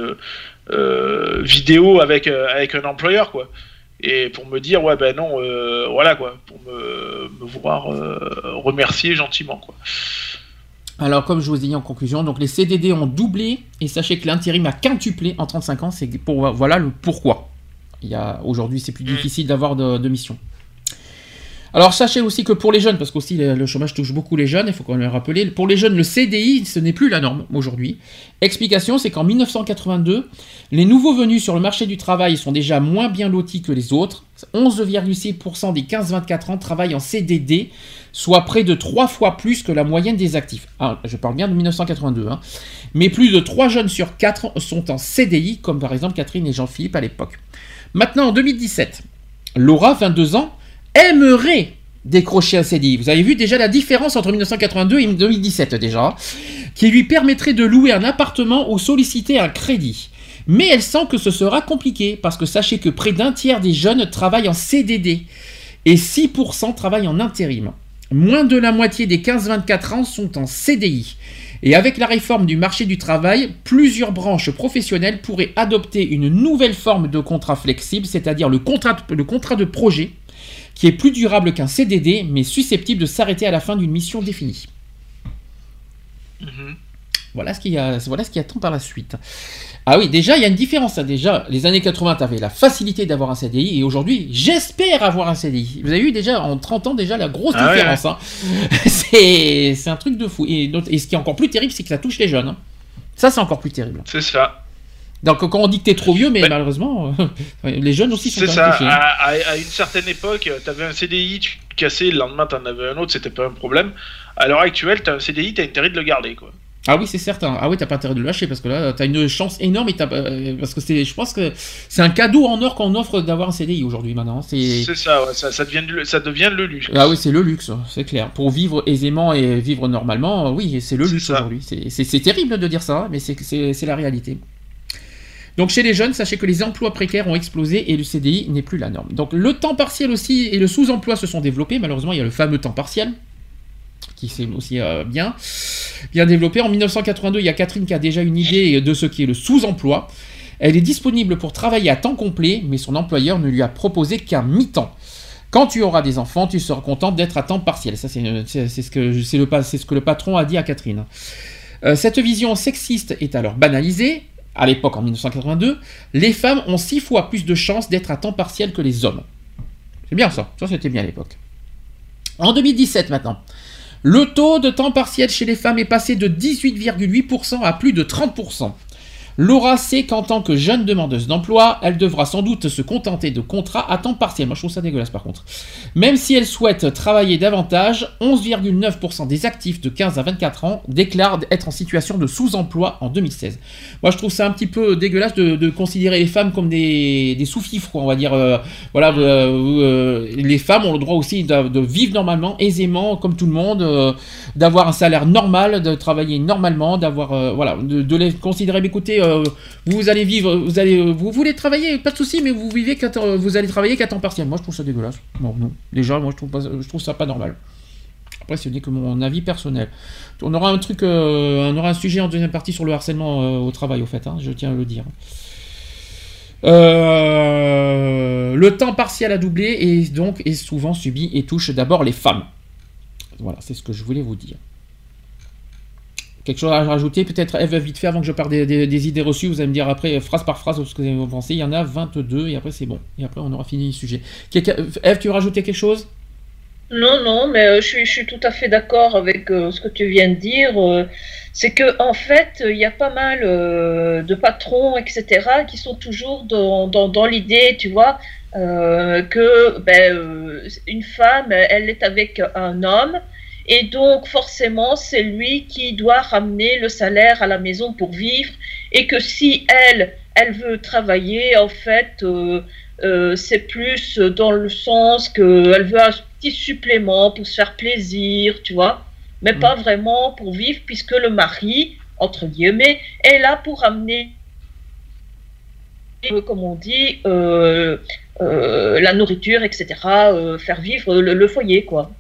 vidéo avec un employeur, quoi. Et pour me dire voilà, quoi, pour me voir remercier gentiment, quoi. Alors, comme je vous ai dit en conclusion, donc les CDD ont doublé et sachez que l'intérim a quintuplé en 35 ans, voilà le pourquoi. Aujourd'hui, c'est plus difficile d'avoir de mission. Alors, sachez aussi que pour les jeunes, parce qu'aussi le chômage touche beaucoup les jeunes, il faut quand même le rappeler, pour les jeunes, le CDI, ce n'est plus la norme aujourd'hui. Explication, c'est qu'en 1982, les nouveaux venus sur le marché du travail sont déjà moins bien lotis que les autres. 11,6% des 15-24 ans travaillent en CDD, soit près de 3 fois plus que la moyenne des actifs. Alors, je parle bien de 1982, hein. Mais plus de 3 jeunes sur 4 sont en CDI, comme par exemple Catherine et Jean-Philippe à l'époque. Maintenant, en 2017, Laura, 22 ans, aimerait décrocher un CDI. Vous avez vu déjà la différence entre 1982 et 2017 déjà, qui lui permettrait de louer un appartement ou solliciter un crédit. Mais elle sent que ce sera compliqué, parce que sachez que près d'un tiers des jeunes travaillent en CDD et 6% travaillent en intérim. Moins de la moitié des 15-24 ans sont en CDI. Et avec la réforme du marché du travail, plusieurs branches professionnelles pourraient adopter une nouvelle forme de contrat flexible, c'est-à-dire le contrat de projet, qui est plus durable qu'un CDD, mais susceptible de s'arrêter à la fin d'une mission définie. Voilà ce qui attend par la suite. Ah oui, déjà, il y a une différence. Déjà, les années 80, tu avais la facilité d'avoir un CDI, et aujourd'hui, j'espère avoir un CDI. Vous avez vu déjà, en 30 ans, déjà, la grosse différence. Ouais. Hein. C'est un truc de fou. Et ce qui est encore plus terrible, c'est que ça touche les jeunes. Hein. Ça, c'est encore plus terrible. C'est ça. Donc, quand on dit que t'es trop vieux, mais malheureusement, les jeunes aussi sont touchés. C'est ça. À une certaine époque, t'avais un CDI, tu cassais, le lendemain, t'en avais un autre, c'était pas un problème. À l'heure actuelle, t'as un CDI, t'as intérêt de le garder, quoi. Ah oui, c'est certain. Ah oui, t'as pas intérêt de le lâcher parce que là, t'as une chance énorme parce que je pense que c'est un cadeau en or qu'on offre d'avoir un CDI aujourd'hui maintenant. C'est ça, ouais, ça devient le luxe. Ah oui, c'est le luxe, c'est clair. Pour vivre aisément et vivre normalement, oui, c'est le luxe aujourd'hui. C'est terrible de dire ça, mais c'est la réalité. Donc chez les jeunes, sachez que les emplois précaires ont explosé et le CDI n'est plus la norme. Donc le temps partiel aussi et le sous-emploi se sont développés. Malheureusement, il y a le fameux temps partiel qui s'est aussi bien développé. En 1982, il y a Catherine qui a déjà une idée de ce qui est le sous-emploi. Elle est disponible pour travailler à temps complet, mais son employeur ne lui a proposé qu'un mi-temps. Quand tu auras des enfants, tu seras contente d'être à temps partiel. Ça, c'est ce que le patron a dit à Catherine. Cette vision sexiste est alors banalisée. À l'époque, en 1982, les femmes ont 6 fois plus de chances d'être à temps partiel que les hommes. C'est bien ça. Ça, c'était bien à l'époque. En 2017 maintenant, le taux de temps partiel chez les femmes est passé de 18,8% à plus de 30%. Laura sait qu'en tant que jeune demandeuse d'emploi, elle devra sans doute se contenter de contrats à temps partiel. Moi, je trouve ça dégueulasse par contre. Même si elle souhaite travailler davantage, 11,9% des actifs de 15 à 24 ans déclarent être en situation de sous-emploi en 2016. Moi, je trouve ça un petit peu dégueulasse de considérer les femmes comme des sous-fifres, on va dire. Les femmes ont le droit aussi de vivre normalement, aisément, comme tout le monde, d'avoir un salaire normal, de travailler normalement, de les considérer, écoutez, vous allez vivre, vous voulez travailler, pas de souci, mais vous allez travailler qu'à temps partiel. Moi, je trouve ça dégueulasse. Bon, non. Déjà, moi, je trouve ça pas normal. Après, ce n'est que mon avis personnel. On aura un sujet en deuxième partie sur le harcèlement au travail, au fait. Je tiens à le dire. Le temps partiel a doublé et donc est souvent subi et touche d'abord les femmes. Voilà, c'est ce que je voulais vous dire. Quelque chose à rajouter, peut-être Eve, vite fait, avant que je parle des idées reçues, vous allez me dire après, phrase par phrase, ce que vous pensez. Il y en a 22, et après c'est bon. Et après on aura fini le sujet. Eve, tu veux rajouter quelque chose ? Non, mais je suis tout à fait d'accord avec ce que tu viens de dire. C'est que en fait, il y a pas mal de patrons, etc., qui sont toujours dans l'idée, tu vois, que une femme, elle est avec un homme. Et donc, forcément, c'est lui qui doit ramener le salaire à la maison pour vivre. Et que si elle veut travailler, en fait, c'est plus dans le sens qu'elle veut un petit supplément pour se faire plaisir, tu vois. Mais pas vraiment pour vivre, puisque le mari, entre guillemets, est là pour ramener, comme on dit, la nourriture, etc., faire vivre le foyer, quoi.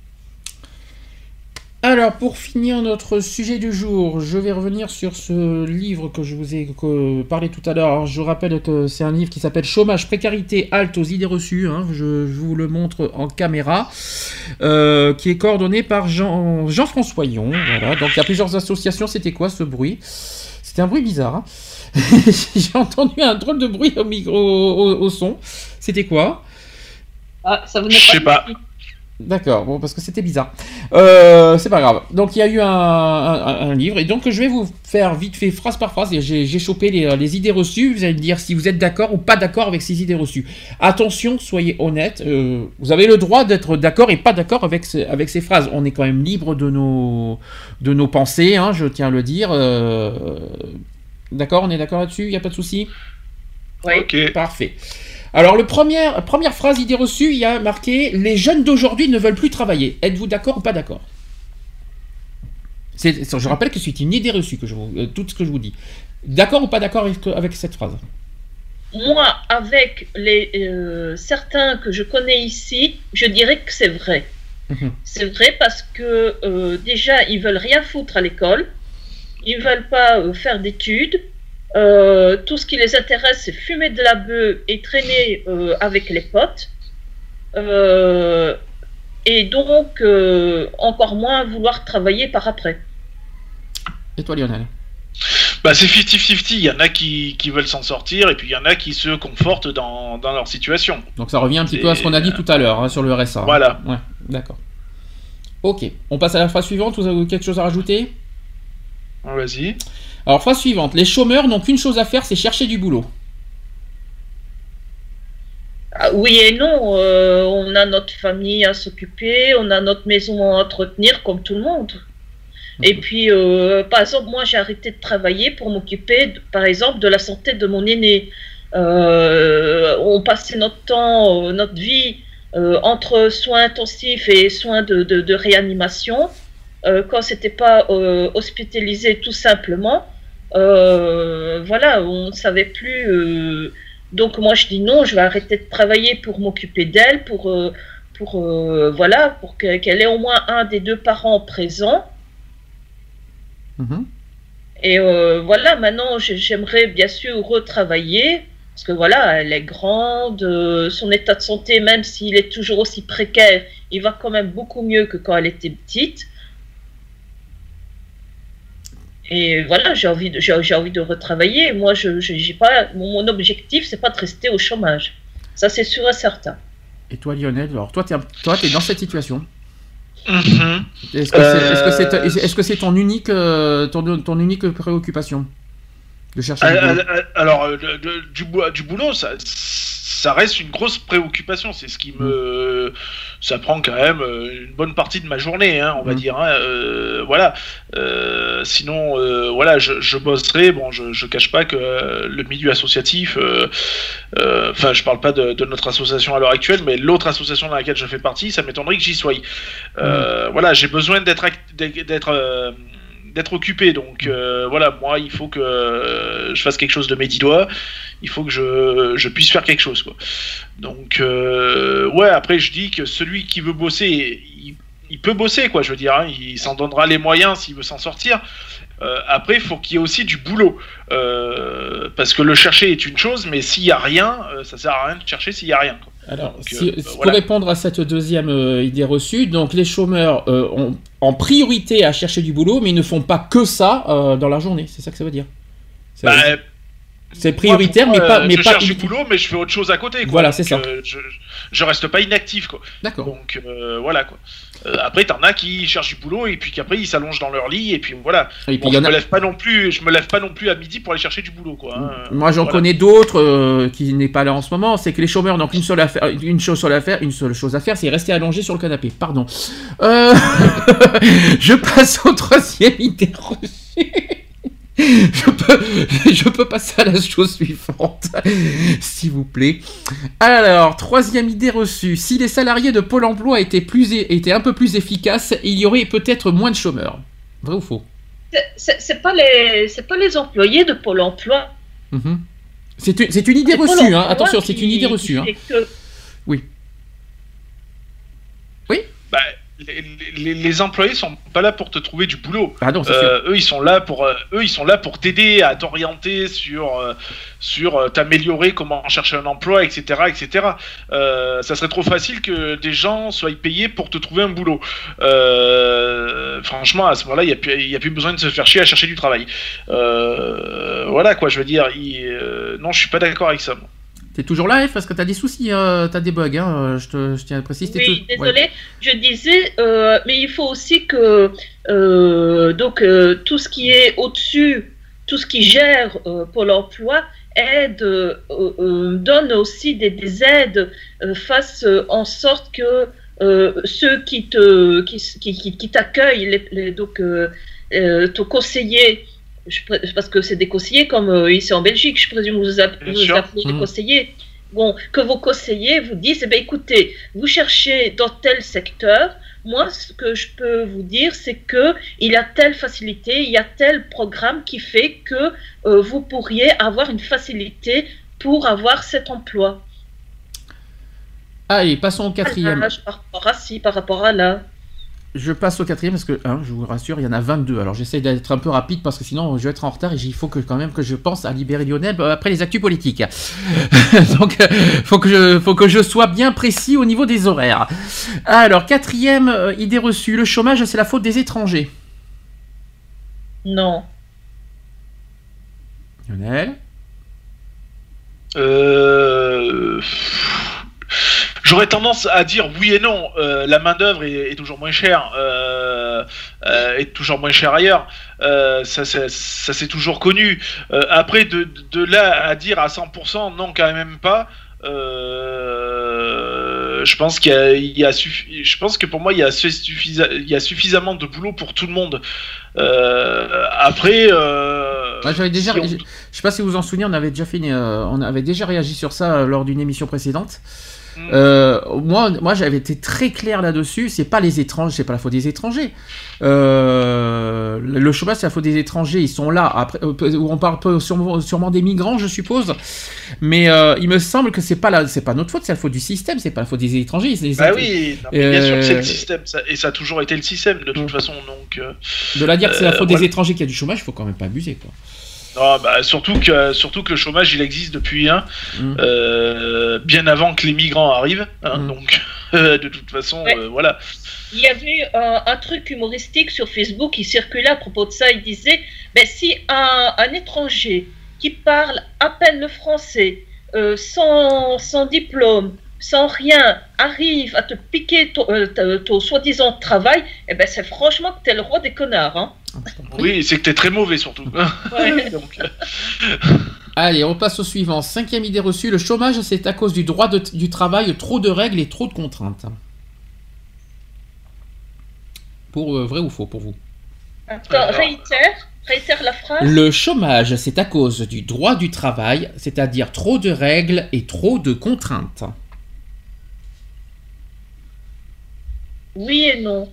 Alors, pour finir notre sujet du jour, je vais revenir sur ce livre que je vous ai parlé tout à l'heure. Alors, je rappelle que c'est un livre qui s'appelle « Chômage, précarité, halte aux idées reçues ». Je vous le montre en caméra, qui est coordonné par Jean-François Yon. Voilà. Donc, il y a plusieurs associations. C'était quoi ce bruit ? C'était un bruit bizarre. J'ai entendu un drôle de bruit au micro, au son. C'était quoi ? Ah, ça venait pas. Je sais pas. D'accord, bon, parce que c'était bizarre. C'est pas grave. Donc, il y a eu un livre, et donc je vais vous faire vite fait, phrase par phrase, et j'ai chopé les idées reçues. Vous allez me dire si vous êtes d'accord ou pas d'accord avec ces idées reçues. Attention, soyez honnête. Vous avez le droit d'être d'accord et pas d'accord avec ces phrases. On est quand même libre de nos pensées, je tiens à le dire. D'accord, on est d'accord là-dessus, il n'y a pas de souci ? Oui. Ok. Parfait. Alors, première phrase, idée reçue, il y a marqué « Les jeunes d'aujourd'hui ne veulent plus travailler ». Êtes-vous d'accord ou pas d'accord ? Je rappelle que c'est une idée reçue, tout ce que je vous dis. D'accord ou pas d'accord avec cette phrase ? Moi, avec certains que je connais ici, je dirais que c'est vrai. C'est vrai parce que déjà, ils veulent rien foutre à l'école. Ils veulent pas faire d'études. Tout ce qui les intéresse, c'est fumer de la beuh et traîner avec les potes. Et donc, encore moins vouloir travailler par après. Et toi, Lionel ? C'est 50-50. Il y en a qui veulent s'en sortir, et puis il y en a qui se confortent dans leur situation. Donc ça revient un petit peu à ce qu'on a dit tout à l'heure sur le RSA. Voilà. Ouais, d'accord. Ok, on passe à la phrase suivante. Vous avez quelque chose à rajouter ? Vas-y. Alors, phrase suivante. Les chômeurs n'ont qu'une chose à faire, c'est chercher du boulot. Oui et non. On a notre famille à s'occuper, on a notre maison à entretenir comme tout le monde. Et puis, par exemple, moi, j'ai arrêté de travailler pour m'occuper, par exemple, de la santé de mon aîné. On passait notre temps, notre vie entre soins intensifs et soins de réanimation. Quand c'était pas hospitalisé tout simplement, voilà, on ne savait plus. Donc moi je dis non, je vais arrêter de travailler pour m'occuper d'elle, voilà, pour qu'elle ait au moins un des deux parents présents. Mhm. Et voilà, maintenant j'aimerais bien sûr retravailler. Parce que voilà, elle est grande, son état de santé, même s'il est toujours aussi précaire, il va quand même beaucoup mieux que quand elle était petite. Et voilà, j'ai envie de retravailler. Moi, j'ai pas, mon objectif, c'est pas de rester au chômage. Ça, c'est sûr et certain. Et toi, Lionel, alors toi, t'es dans cette situation. Mhm. Est-ce que c'est ton unique préoccupation de chercher du boulot? Alors, du boulot, ça reste une grosse préoccupation. C'est ce qui me. Ça prend quand même une bonne partie de ma journée, hein, on va dire. Hein, voilà. Sinon, voilà, je bosserai. Bon, je cache pas que le milieu associatif. Enfin, je parle pas de notre association à l'heure actuelle, mais l'autre association dans laquelle je fais partie, ça m'étonnerait que j'y sois. Voilà, j'ai besoin d'être occupé, donc voilà, moi il faut que je fasse quelque chose de mes 10 doigts, il faut que je puisse faire quelque chose, quoi. Donc ouais, après je dis que celui qui veut bosser, il peut bosser, quoi, je veux dire, hein, il s'en donnera les moyens s'il veut s'en sortir. Après il faut qu'il y ait aussi du boulot, parce que le chercher est une chose, mais s'il y a rien, ça sert à rien de chercher s'il y a rien, quoi. Alors, Donc, pour voilà. répondre à cette deuxième idée reçue, donc les chômeurs ont en priorité à chercher du boulot, mais ils ne font pas que ça dans la journée. C'est ça que ça veut dire. C'est prioritaire, moi, mais je pas cherche du uniquement. boulot, mais je fais autre chose à côté, quoi. Voilà, Donc, c'est ça. Je reste pas inactif, quoi. D'accord. Donc voilà, quoi. Après, t'en as qui cherchent du boulot et puis qu'après ils s'allongent dans leur lit et puis voilà. Et puis, Bon, il y je en a- me lève pas non plus à midi pour aller chercher du boulot, quoi. Hein. Moi, j'en Voilà. connais d'autres qui n'est pas là en ce moment. C'est que les chômeurs n'ont qu'une seule chose à faire, c'est rester allongé sur le canapé. Pardon. Je passe au troisième idée reçue. Je peux passer à la chose suivante, s'il vous plaît. Alors, troisième idée reçue. Si les salariés de Pôle emploi étaient un peu plus efficaces, il y aurait peut-être moins de chômeurs. Vrai ou faux? C'est pas les employés de Pôle emploi. Mhm. C'est une idée C'est Pôle reçue, hein. emploi Attention, c'est qui- une idée qui reçue. Hein. fait que- Bah, les employés sont pas là pour te trouver du boulot. Ah non, c'est sûr. Eux, ils sont là pour t'aider à t'orienter sur t'améliorer, comment chercher un emploi, etc., etc. Ça serait trop facile que des gens soient payés pour te trouver un boulot. Franchement, à ce moment-là, il y a plus besoin de se faire chier à chercher du travail. Voilà, quoi, je veux dire. Non, je suis pas d'accord avec ça, moi. T'es toujours là, F, parce que t'as des soucis, t'as des bugs, hein. Je tiens à le préciser. Oui, Ouais. désolé, je disais, mais il faut aussi que tout ce qui est au-dessus, tout ce qui gère Pôle emploi donne aussi des aides, fasse en sorte que ceux qui t'accueillent, ton conseiller, parce que c'est des conseillers comme ici en Belgique, je présume que vous appelez les conseillers. Bon, que vos conseillers vous disent, eh bien, écoutez, vous cherchez dans tel secteur. Moi, ce que je peux vous dire, c'est que il y a telle facilité, il y a tel programme qui fait que vous pourriez avoir une facilité pour avoir cet emploi. Allez, passons au quatrième. Par rapport à là. Je passe au quatrième parce que, je vous rassure, il y en a 22. Alors j'essaie d'être un peu rapide parce que sinon je vais être en retard et il faut quand même que je pense à libérer Lionel après les actus politiques. Donc faut que je sois bien précis au niveau des horaires. Alors, quatrième idée reçue, le chômage c'est la faute des étrangers. Non. Lionel? J'aurais tendance à dire oui et non. La main d'œuvre est toujours moins chère, est toujours moins chère ailleurs. Ça c'est toujours connu. Après de là à dire à 100% non, quand même pas. je pense je pense que pour moi il y a suffisamment de boulot pour tout le monde. Après, j'avais déjà, je sais pas si vous vous en souvenez, on avait déjà réagi sur ça lors d'une émission précédente. Moi, j'avais été très clair là-dessus. C'est pas les étrangers, c'est pas la faute des étrangers. Le chômage, c'est la faute des étrangers. Ils sont là. Après, on parle sûrement des migrants, je suppose. Mais il me semble que c'est pas notre faute, c'est la faute du système. C'est pas la faute des étrangers. Oui, non, mais bien sûr que c'est le système, et ça a toujours été le système de toute façon. Donc, de la dire que c'est la faute des étrangers qu'il y a du chômage, il faut quand même pas abuser, quoi. Non, surtout que le chômage il existe depuis bien avant que les migrants arrivent, donc de toute façon voilà. Il y avait un truc humoristique sur Facebook qui circulait à propos de ça. Il disait si un étranger qui parle à peine le français, sans diplôme, sans rien, arrive à te piquer ton soi-disant travail, c'est franchement que t'es le roi des connards, hein. Oui, c'est que t'es très mauvais surtout. Ouais. Donc, Allez, on passe au suivant. 5e idée reçue, le chômage, c'est à cause du droit du travail, trop de règles et trop de contraintes. Vrai ou faux pour vous? Attends, réitère la phrase. Le chômage, c'est à cause du droit du travail, c'est-à-dire trop de règles et trop de contraintes. Oui et non.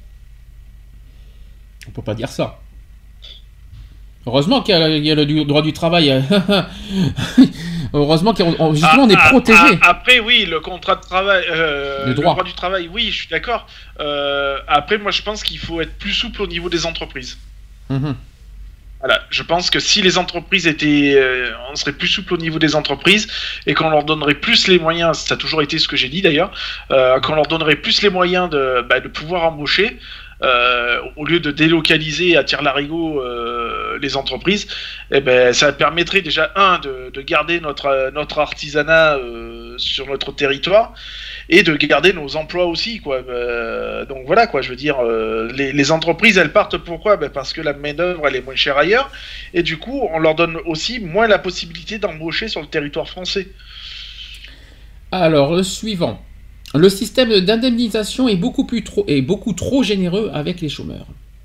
On peut pas dire ça. Heureusement qu'il y a le droit du travail. Heureusement justement on est protégé. Après oui, le contrat de travail, le droit du travail, oui, je suis d'accord. Après moi je pense qu'il faut être plus souple au niveau des entreprises. Voilà, je pense que si les entreprises on serait plus souple au niveau des entreprises et qu'on leur donnerait plus les moyens, ça a toujours été ce que j'ai dit d'ailleurs, qu'on leur donnerait plus les moyens de pouvoir embaucher. Au lieu de délocaliser à tire-larigot les entreprises, ça permettrait déjà de garder notre artisanat sur notre territoire et de garder nos emplois aussi, quoi. Donc voilà, quoi, je veux dire, les entreprises elles partent pourquoi ? Parce que la main-d'œuvre elle est moins chère ailleurs et du coup on leur donne aussi moins la possibilité d'embaucher sur le territoire français. Alors le suivant. Le système d'indemnisation est beaucoup trop généreux avec les chômeurs.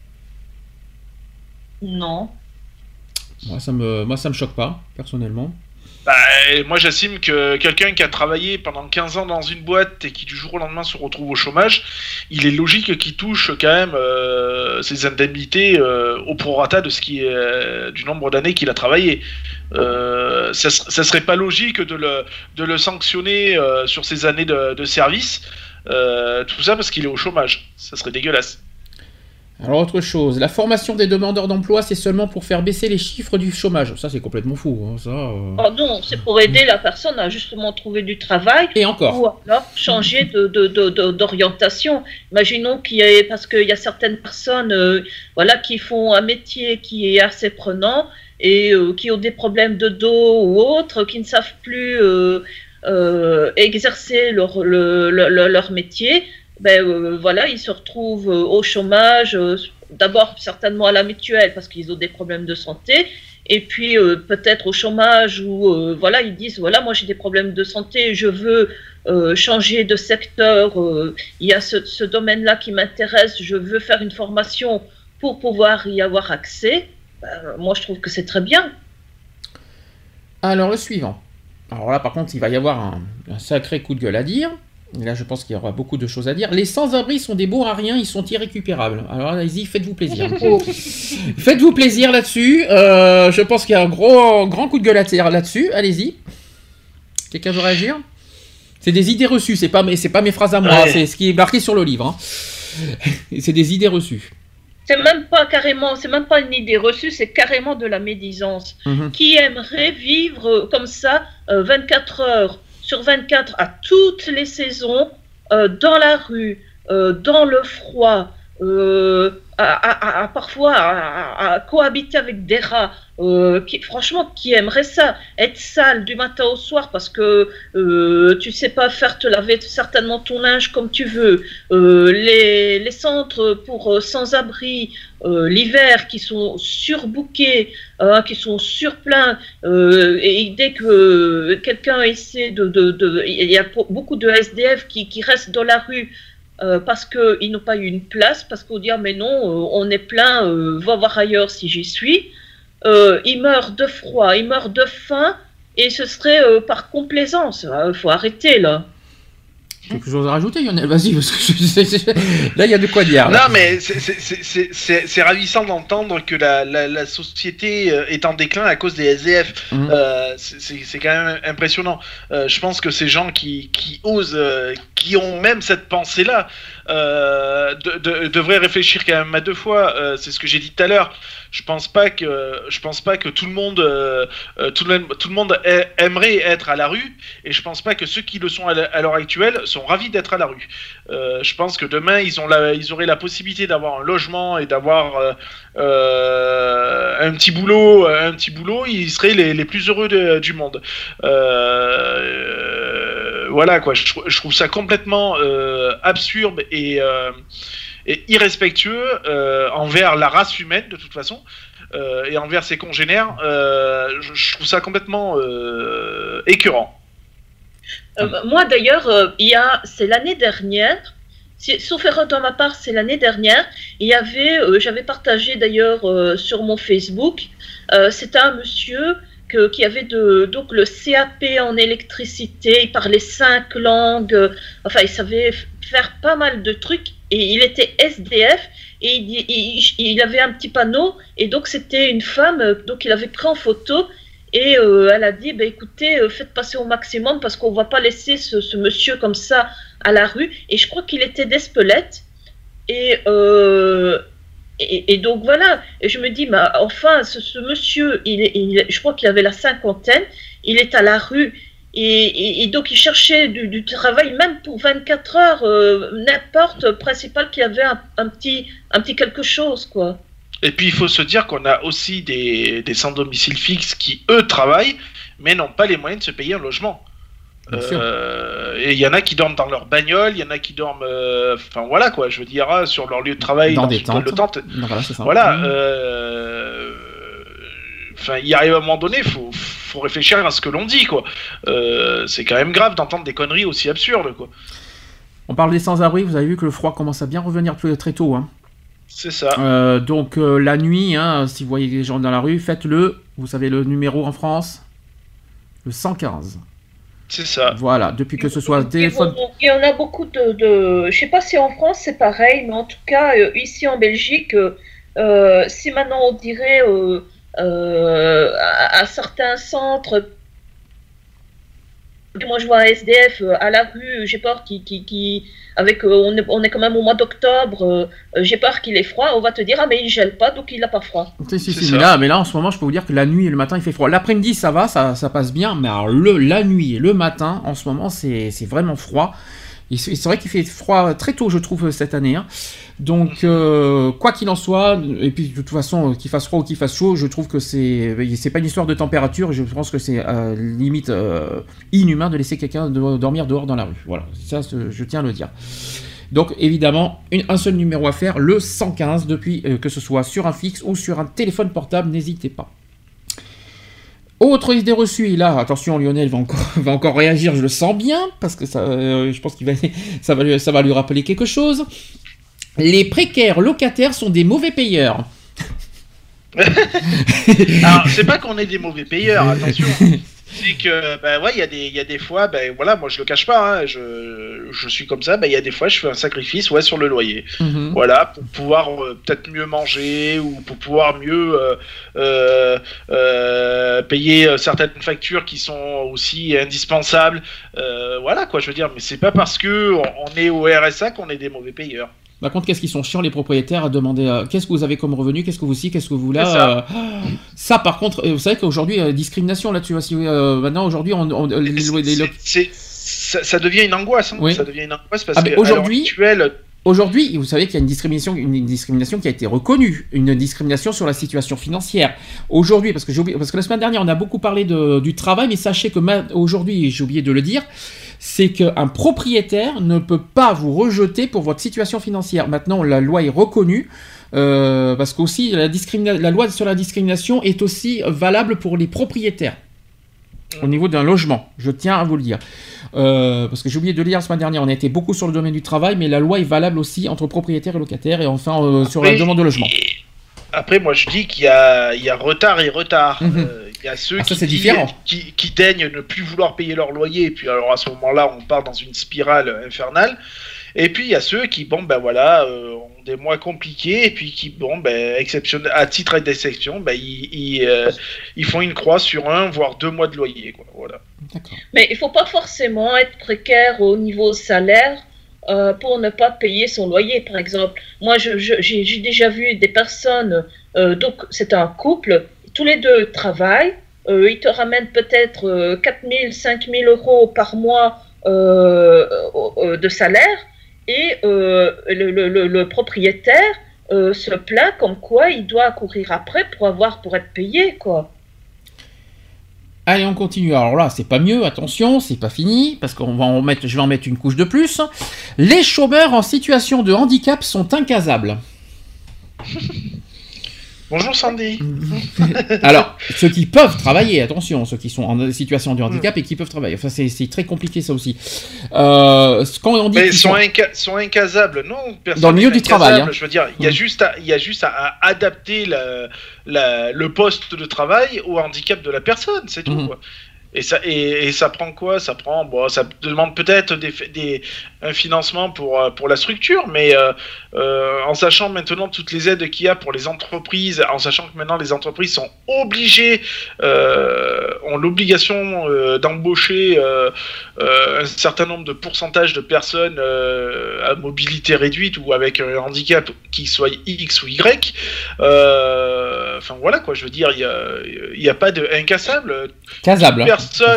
Non. Moi, ça me choque pas, personnellement. Moi, j'estime que quelqu'un qui a travaillé pendant 15 ans dans une boîte et qui du jour au lendemain se retrouve au chômage, il est logique qu'il touche quand même ses indemnités au prorata de ce qui est du nombre d'années qu'il a travaillé. Ça serait pas logique de le sanctionner sur ses années de service, tout ça parce qu'il est au chômage. Ça serait dégueulasse. Alors autre chose, la formation des demandeurs d'emploi, c'est seulement pour faire baisser les chiffres du chômage. Ça c'est complètement fou. Hein, ça, Oh non, c'est pour aider la personne à justement trouver du travail. Et encore. Ou alors changer d'orientation. Imaginons parce qu'il y a certaines personnes qui font un métier qui est assez prenant et qui ont des problèmes de dos ou autres, qui ne savent plus exercer leur métier. Ils se retrouvent au chômage, d'abord certainement à la mutuelle parce qu'ils ont des problèmes de santé, et puis peut-être au chômage où ils disent moi j'ai des problèmes de santé, je veux changer de secteur, il y a ce domaine-là qui m'intéresse, je veux faire une formation pour pouvoir y avoir accès. Moi je trouve que c'est très bien. Alors le suivant. Alors là par contre il va y avoir un sacré coup de gueule à dire. Et là, je pense qu'il y aura beaucoup de choses à dire. Les sans-abri sont des bons à rien, ils sont irrécupérables. Alors, allez-y, faites-vous plaisir. Faites-vous plaisir là-dessus. Je pense qu'il y a un grand coup de gueule à dire là-dessus. Allez-y. Quelqu'un veut réagir ? C'est des idées reçues, c'est pas mes phrases à moi, c'est ce qui est marqué sur le livre. Hein. C'est des idées reçues. C'est même pas une idée reçue, c'est carrément de la médisance. Qui aimerait vivre comme ça 24 heures sur 24 à toutes les saisons, dans la rue, dans le froid, parfois à cohabiter avec des rats, franchement, qui aimerait ça, être sale du matin au soir parce que tu sais pas faire te laver certainement ton linge comme tu veux, les centres pour sans-abri l'hiver qui sont surbookés, qui sont surpleins, et dès que quelqu'un essaie il y a beaucoup de SDF qui restent dans la rue parce qu'ils n'ont pas eu une place, parce qu'on dit mais non, on est plein, va voir ailleurs si j'y suis. Ils meurent de froid, ils meurent de faim, et ce serait par complaisance. Il faut arrêter là. Quelque chose à rajouter, Lionel? Vas-y, parce que là, il y a de quoi dire. Là. Non, mais c'est ravissant d'entendre que la société est en déclin à cause des SDF. C'est quand même impressionnant. Je pense que ces gens qui osent, qui ont même cette pensée-là, devraient réfléchir quand même à deux fois. C'est ce que j'ai dit tout à l'heure. Je pense pas que tout le monde aimerait être à la rue, et je pense pas que ceux qui le sont à l'heure actuelle sont ravis d'être à la rue. Je pense que demain ils auraient la possibilité d'avoir un logement et d'avoir un petit boulot, ils seraient les plus heureux du monde. Voilà quoi, je trouve ça complètement absurde et irrespectueux envers la race humaine de toute façon, et envers ses congénères. Je trouve ça complètement écœurant. Moi d'ailleurs, c'est l'année dernière, sauf erreur de ma part, c'est l'année dernière, il y avait, j'avais partagé d'ailleurs sur mon Facebook, c'était un monsieur qui avait donc le CAP en électricité, il parlait 5 langues, enfin il savait faire pas mal de trucs, et il était SDF, et il avait un petit panneau, et donc c'était une femme, donc il avait pris en photo, et elle a dit, écoutez, faites passer au maximum, parce qu'on ne va pas laisser ce monsieur comme ça à la rue, et je crois qu'il était d'Espelette, et donc voilà, et je me dis, enfin, ce monsieur, je crois qu'il avait la cinquantaine, il est à la rue, et donc il cherchait du travail, même pour 24 heures, n'importe, principal qu'il y avait un petit quelque chose, quoi. Et puis il faut se dire qu'on a aussi des sans domicile fixe qui, eux, travaillent, mais n'ont pas les moyens de se payer un logement. Et il y en a qui dorment dans leur bagnole, il y en a qui dorment, enfin voilà quoi, je veux dire, sur leur lieu de travail, dans des tentes. Voilà, c'est ça. Voilà. Enfin, il arrive à un moment donné, faut réfléchir à ce que l'on dit, quoi. C'est quand même grave d'entendre des conneries aussi absurdes, quoi. On parle des sans-abri, vous avez vu que le froid commence à bien revenir très tôt, hein. C'est ça. Donc la nuit, hein, si vous voyez les gens dans la rue, faites-le. Vous savez le numéro en France, le 115. C'est ça. Voilà, depuis que ce soit téléphone. Il y en a beaucoup de... Je sais pas si en France c'est pareil, mais en tout cas ici en Belgique, si maintenant on dirait à certains centres, moi je vois un SDF à la rue, j'ai peur qui avec on est quand même au mois d'octobre, j'ai peur qu'il ait froid, on va te dire mais il gèle pas donc il a pas froid. Si, mais là en ce moment je peux vous dire que la nuit et le matin il fait froid. L'après-midi ça va, ça passe bien, mais alors la nuit et le matin en ce moment c'est vraiment froid. Et c'est vrai qu'il fait froid très tôt, je trouve, cette année. Hein. Donc, quoi qu'il en soit, et puis de toute façon, qu'il fasse froid ou qu'il fasse chaud, je trouve que c'est pas une histoire de température. Je pense que c'est limite inhumain de laisser quelqu'un dormir dehors dans la rue. Voilà, ça, je tiens à le dire. Donc, évidemment, un seul numéro à faire, le 115, depuis que ce soit sur un fixe ou sur un téléphone portable, n'hésitez pas. Autre idée reçue, et là, attention, Lionel va encore réagir, je le sens bien, parce que ça, je pense qu'il ça va lui rappeler quelque chose. Les précaires locataires sont des mauvais payeurs. Alors, c'est pas qu'on est des mauvais payeurs, attention. C'est que, il y a des fois, voilà, moi je le cache pas, hein, je suis comme ça, il y a des fois je fais un sacrifice, sur le loyer. Mm-hmm. Voilà, pour pouvoir peut-être mieux manger, ou pour pouvoir mieux payer certaines factures qui sont aussi indispensables. Voilà, quoi, je veux dire, mais c'est pas parce que on est au RSA qu'on est des mauvais payeurs. Par contre, qu'est-ce qu'ils sont chiants les propriétaires à demander qu'est-ce que vous avez comme revenu, qu'est-ce que vous qu'est-ce que vous là. Ça, par contre, vous savez qu'aujourd'hui, discrimination là-dessus. Maintenant, aujourd'hui, ça devient une angoisse. Hein. Oui. Ça devient une angoisse parce que aujourd'hui, Aujourd'hui, vous savez qu'il y a une discrimination qui a été reconnue, une discrimination sur la situation financière. Aujourd'hui, parce que la semaine dernière, on a beaucoup parlé du travail, mais sachez que aujourd'hui, j'ai oublié de le dire, c'est qu'un propriétaire ne peut pas vous rejeter pour votre situation financière. Maintenant, la loi est reconnue, parce qu'aussi, la loi sur la discrimination est aussi valable pour les propriétaires. Au niveau d'un logement, je tiens à vous le dire. Parce que j'ai oublié de le dire la semaine dernière, on a été beaucoup sur le domaine du travail, mais la loi est valable aussi entre propriétaires et locataires, et enfin sur la demande de logement. Après, moi je dis qu'il y a retard et retard. Il y a ceux qui daignent ne plus vouloir payer leur loyer, et puis alors à ce moment-là, on part dans une spirale infernale. Et puis il y a ceux qui, ont des mois compliqués, et puis qui, à titre d'exception, ils font une croix sur 1 voire 2 mois de loyer, quoi. Voilà. D'accord. Mais il ne faut pas forcément être précaire au niveau salaire pour ne pas payer son loyer, par exemple. Moi, j'ai déjà vu des personnes, donc c'est un couple, tous les deux travaillent, ils te ramènent peut-être 4 000, 5 000 euros par mois de salaire, et le propriétaire se plaint comme quoi il doit courir après pour être payé, quoi. Allez, on continue. Alors là, c'est pas mieux, attention, c'est pas fini, parce que je vais en mettre une couche de plus. Les chômeurs en situation de handicap sont incasables. Bonjour Sandy. Alors, ceux qui peuvent travailler, attention, ceux qui sont en situation de handicap et qui peuvent travailler. Enfin, c'est très compliqué ça aussi. Quand on dit mais sont incasables, non. Dans le milieu du travail. Je veux dire, il y a juste à adapter le poste de travail au handicap de la personne, c'est tout. Quoi. Et ça prend quoi ? Ça demande peut-être un financement pour la structure, mais en sachant maintenant toutes les aides qu'il y a pour les entreprises, en sachant que maintenant les entreprises sont obligées, ont l'obligation d'embaucher un certain nombre de pourcentage de personnes à mobilité réduite ou avec un handicap qui soit X ou Y. Enfin voilà quoi, je veux dire, il y a pas de incassable. Casable.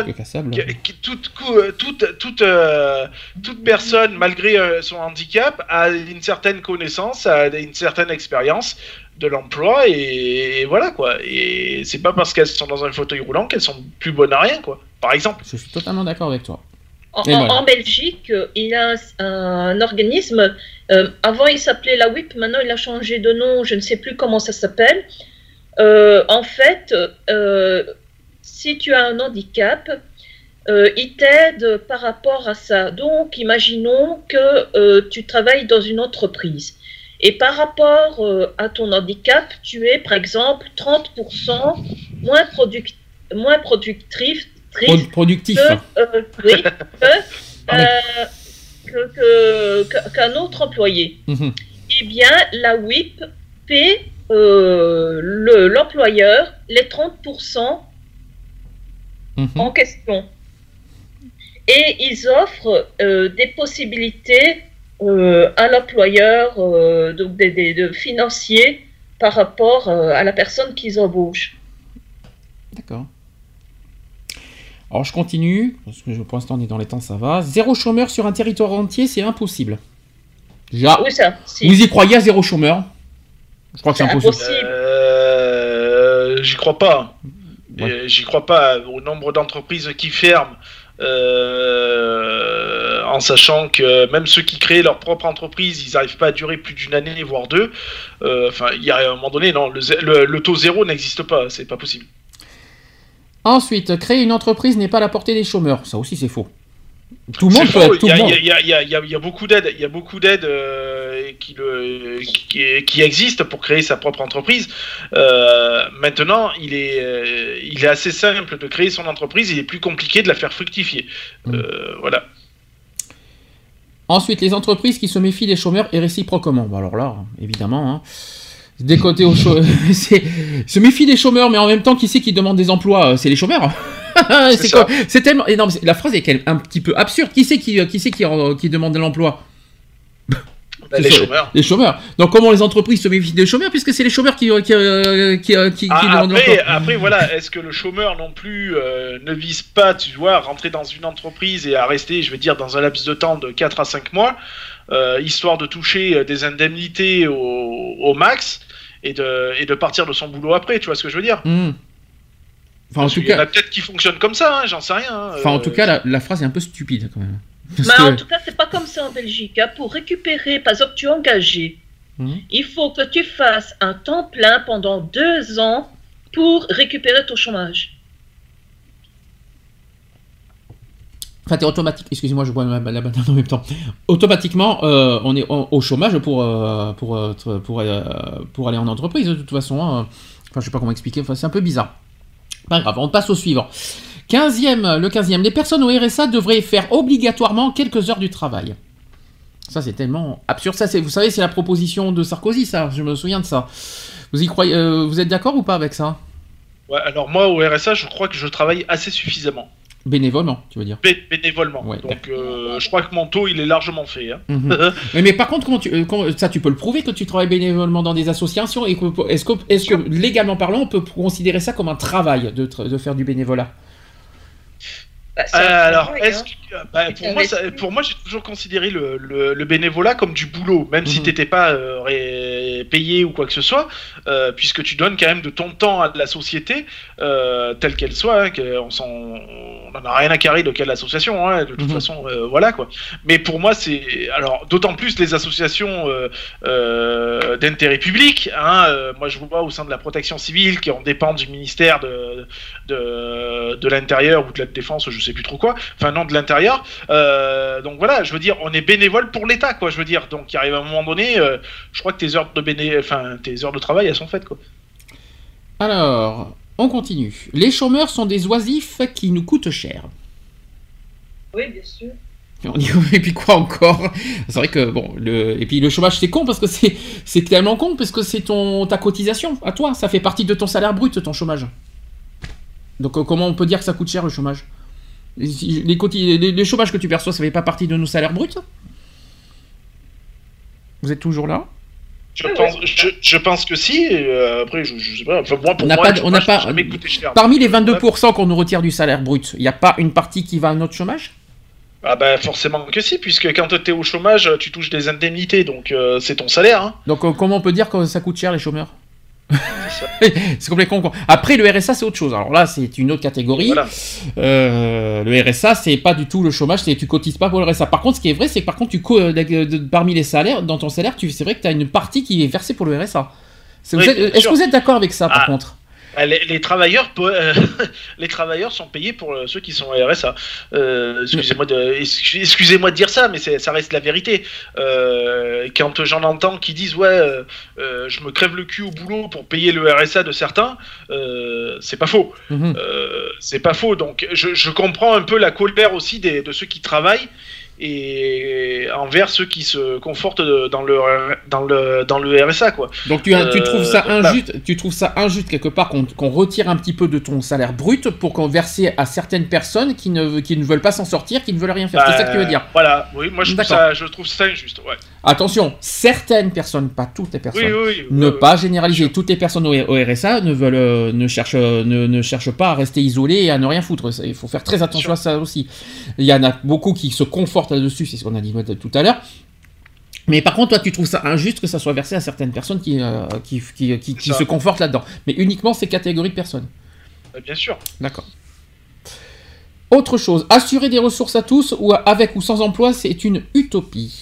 Toute personne, malgré son handicap, a une certaine connaissance, a une certaine expérience de l'emploi, et voilà quoi. Et c'est pas parce qu'elles sont dans un fauteuil roulant qu'elles sont plus bonnes à rien, quoi. Par exemple. Je suis totalement d'accord avec toi. En Belgique, il y a un organisme, avant il s'appelait la WIP, maintenant il a changé de nom, je ne sais plus comment ça s'appelle. En fait, si tu as un handicap, il t'aide par rapport à ça. Donc, imaginons que tu travailles dans une entreprise. Et par rapport à ton handicap, tu es, par exemple, 30% moins productif qu'un autre employé. Eh bien, la WIP paie l'employeur les 30% en question. Et ils offrent des possibilités à l'employeur de financiers par rapport à la personne qu'ils embauchent. D'accord. Alors je continue, parce que pour l'instant on est dans les temps, ça va. 0 chômeur sur un territoire entier, c'est impossible. Déjà, oui, ça, si. Vous y croyez à 0 chômeur ? Je crois que c'est impossible. J'y crois pas. Ouais. J'y crois pas au nombre d'entreprises qui ferment, en sachant que même ceux qui créent leur propre entreprise, ils n'arrivent pas à durer plus d'une année, voire 2. Enfin, il y a un moment donné, non, le taux 0 n'existe pas, c'est pas possible. Ensuite, créer une entreprise n'est pas à la portée des chômeurs. Ça aussi, c'est faux. Tout le monde peut. Il y a beaucoup d'aides. Il y a beaucoup d'aides qui existent pour créer sa propre entreprise. Maintenant, il est assez simple de créer son entreprise. Il est plus compliqué de la faire fructifier. Voilà. Ensuite, les entreprises qui se méfient des chômeurs et réciproquement. Bon, alors là, évidemment, hein. Des côtés aux chômeurs, se méfie des chômeurs, mais en même temps, qui c'est qui demande des emplois ? C'est les chômeurs. C'est quoi ? C'est tellement. Et non, la phrase est un petit peu absurde. Qui c'est qui demande de l'emploi ? Les chômeurs. Les chômeurs. Donc comment les entreprises se méfient des chômeurs, puisque c'est les chômeurs qui demandent l'emploi. Après, voilà, est-ce que le chômeur non plus ne vise pas, tu vois, à rentrer dans une entreprise et à rester, je vais dire, dans un laps de temps de 4 à 5 mois, histoire de toucher des indemnités au max et de partir de son boulot après, tu vois ce que je veux dire? Enfin, en tout il y en cas, a peut-être qui fonctionnent comme ça, hein, j'en sais rien. enfin, en tout cas, la phrase est un peu stupide quand même. Parce Mais que- en tout cas, c'est pas comme ça en Belgique. Hein. Pour récupérer, par exemple, tu es engagé. Il faut que tu fasses un temps plein pendant 2 ans pour récupérer ton chômage. Enfin, t'es automatique. Excusez-moi, je bois la banane en même temps. Automatiquement, on est au chômage pour aller en entreprise de toute façon. Hein. Enfin, je sais pas comment expliquer. Enfin, c'est un peu bizarre. Pas grave, on passe au suivant. Le 15e. Les personnes au RSA devraient faire obligatoirement quelques heures du travail. Ça, c'est tellement absurde. Ça, vous savez, c'est la proposition de Sarkozy, ça. Je me souviens de ça. Vous y croyez vous êtes d'accord ou pas avec ça? Ouais, alors moi, au RSA, je crois que je travaille assez suffisamment. Bénévolement, tu veux dire? Bénévolement. Ouais, donc, je crois que mon taux, il est largement fait. Hein. Mais par contre, ça, tu peux le prouver que tu travailles bénévolement dans des associations. Et est-ce que légalement parlant, on peut considérer ça comme un travail de faire du bénévolat? Bah, Alors, travail, est-ce hein. que, pour moi, j'ai toujours considéré le bénévolat comme du boulot, même si t'étais pas payé ou quoi que ce soit, puisque tu donnes quand même de ton temps à la société, telle qu'elle soit. Hein, on en a rien à carrer de quelle association, hein, de toute façon, voilà quoi. Mais pour moi, c'est alors d'autant plus les associations d'intérêt public. Hein, moi, je vois au sein de la protection civile, qui en dépend du ministère de l'Intérieur ou de la Défense, je sais plus trop quoi. Enfin non, de l'Intérieur. Donc voilà, je veux dire, on est bénévole pour l'État, quoi. Je veux dire, donc il arrive à un moment donné, je crois que tes heures de travail, elles sont faites, quoi. Alors, on continue. Les chômeurs sont des oisifs qui nous coûtent cher. Oui, bien sûr. Et puis quoi encore? C'est vrai que bon, et puis le chômage c'est con parce que c'est tellement con parce que c'est ta cotisation à toi, ça fait partie de ton salaire brut, ton chômage. Donc comment on peut dire que ça coûte cher le chômage? Les chômages que tu perçois, ça fait pas partie de nos salaires bruts? Vous êtes toujours là? Je pense que si. Après, je sais pas. Enfin, moi, on n'a pas. Parmi les 22% qu'on nous retire du salaire brut, il n'y a pas une partie qui va à notre chômage? Ah bah forcément que si, puisque quand tu es au chômage, tu touches des indemnités, donc c'est ton salaire. Hein. Donc comment on peut dire que ça coûte cher les chômeurs? C'est complètement con. Après le RSA c'est autre chose. Alors là c'est une autre catégorie. Voilà. Le RSA c'est pas du tout le chômage, tu cotises pas pour le RSA. Par contre ce qui est vrai c'est que par contre parmi les salaires, dans ton salaire c'est vrai que tu as une partie qui est versée pour le RSA. Est-ce que vous êtes d'accord avec ça par contre? Les travailleurs sont payés pour ceux qui sont au RSA. Excusez-moi de dire ça, mais ça reste la vérité. Quand j'en entends qui disent je me crève le cul au boulot pour payer le RSA de certains, c'est pas faux. C'est pas faux. Donc je comprends un peu la colère aussi de ceux qui travaillent et envers ceux qui se confortent dans le RSA quoi. Donc tu trouves ça injuste, tu trouves ça injuste quelque part qu'on retire un petit peu de ton salaire brut pour qu'on verse à certaines personnes qui ne veulent pas s'en sortir, qui ne veulent rien faire. C'est ça que tu veux dire? Voilà, oui, moi je trouve ça injuste, ouais. Attention, certaines personnes, pas toutes les personnes, pas généraliser. Toutes les personnes au RSA ne cherchent pas à rester isolées et à ne rien foutre. Il faut faire très attention à ça aussi. Il y en a beaucoup qui se confortent là-dessus, c'est ce qu'on a dit tout à l'heure. Mais par contre, toi, tu trouves ça injuste que ça soit versé à certaines personnes qui se confortent là-dedans. Mais uniquement ces catégories de personnes. Bien sûr. D'accord. Autre chose, assurer des ressources à tous, ou avec ou sans emploi, c'est une utopie.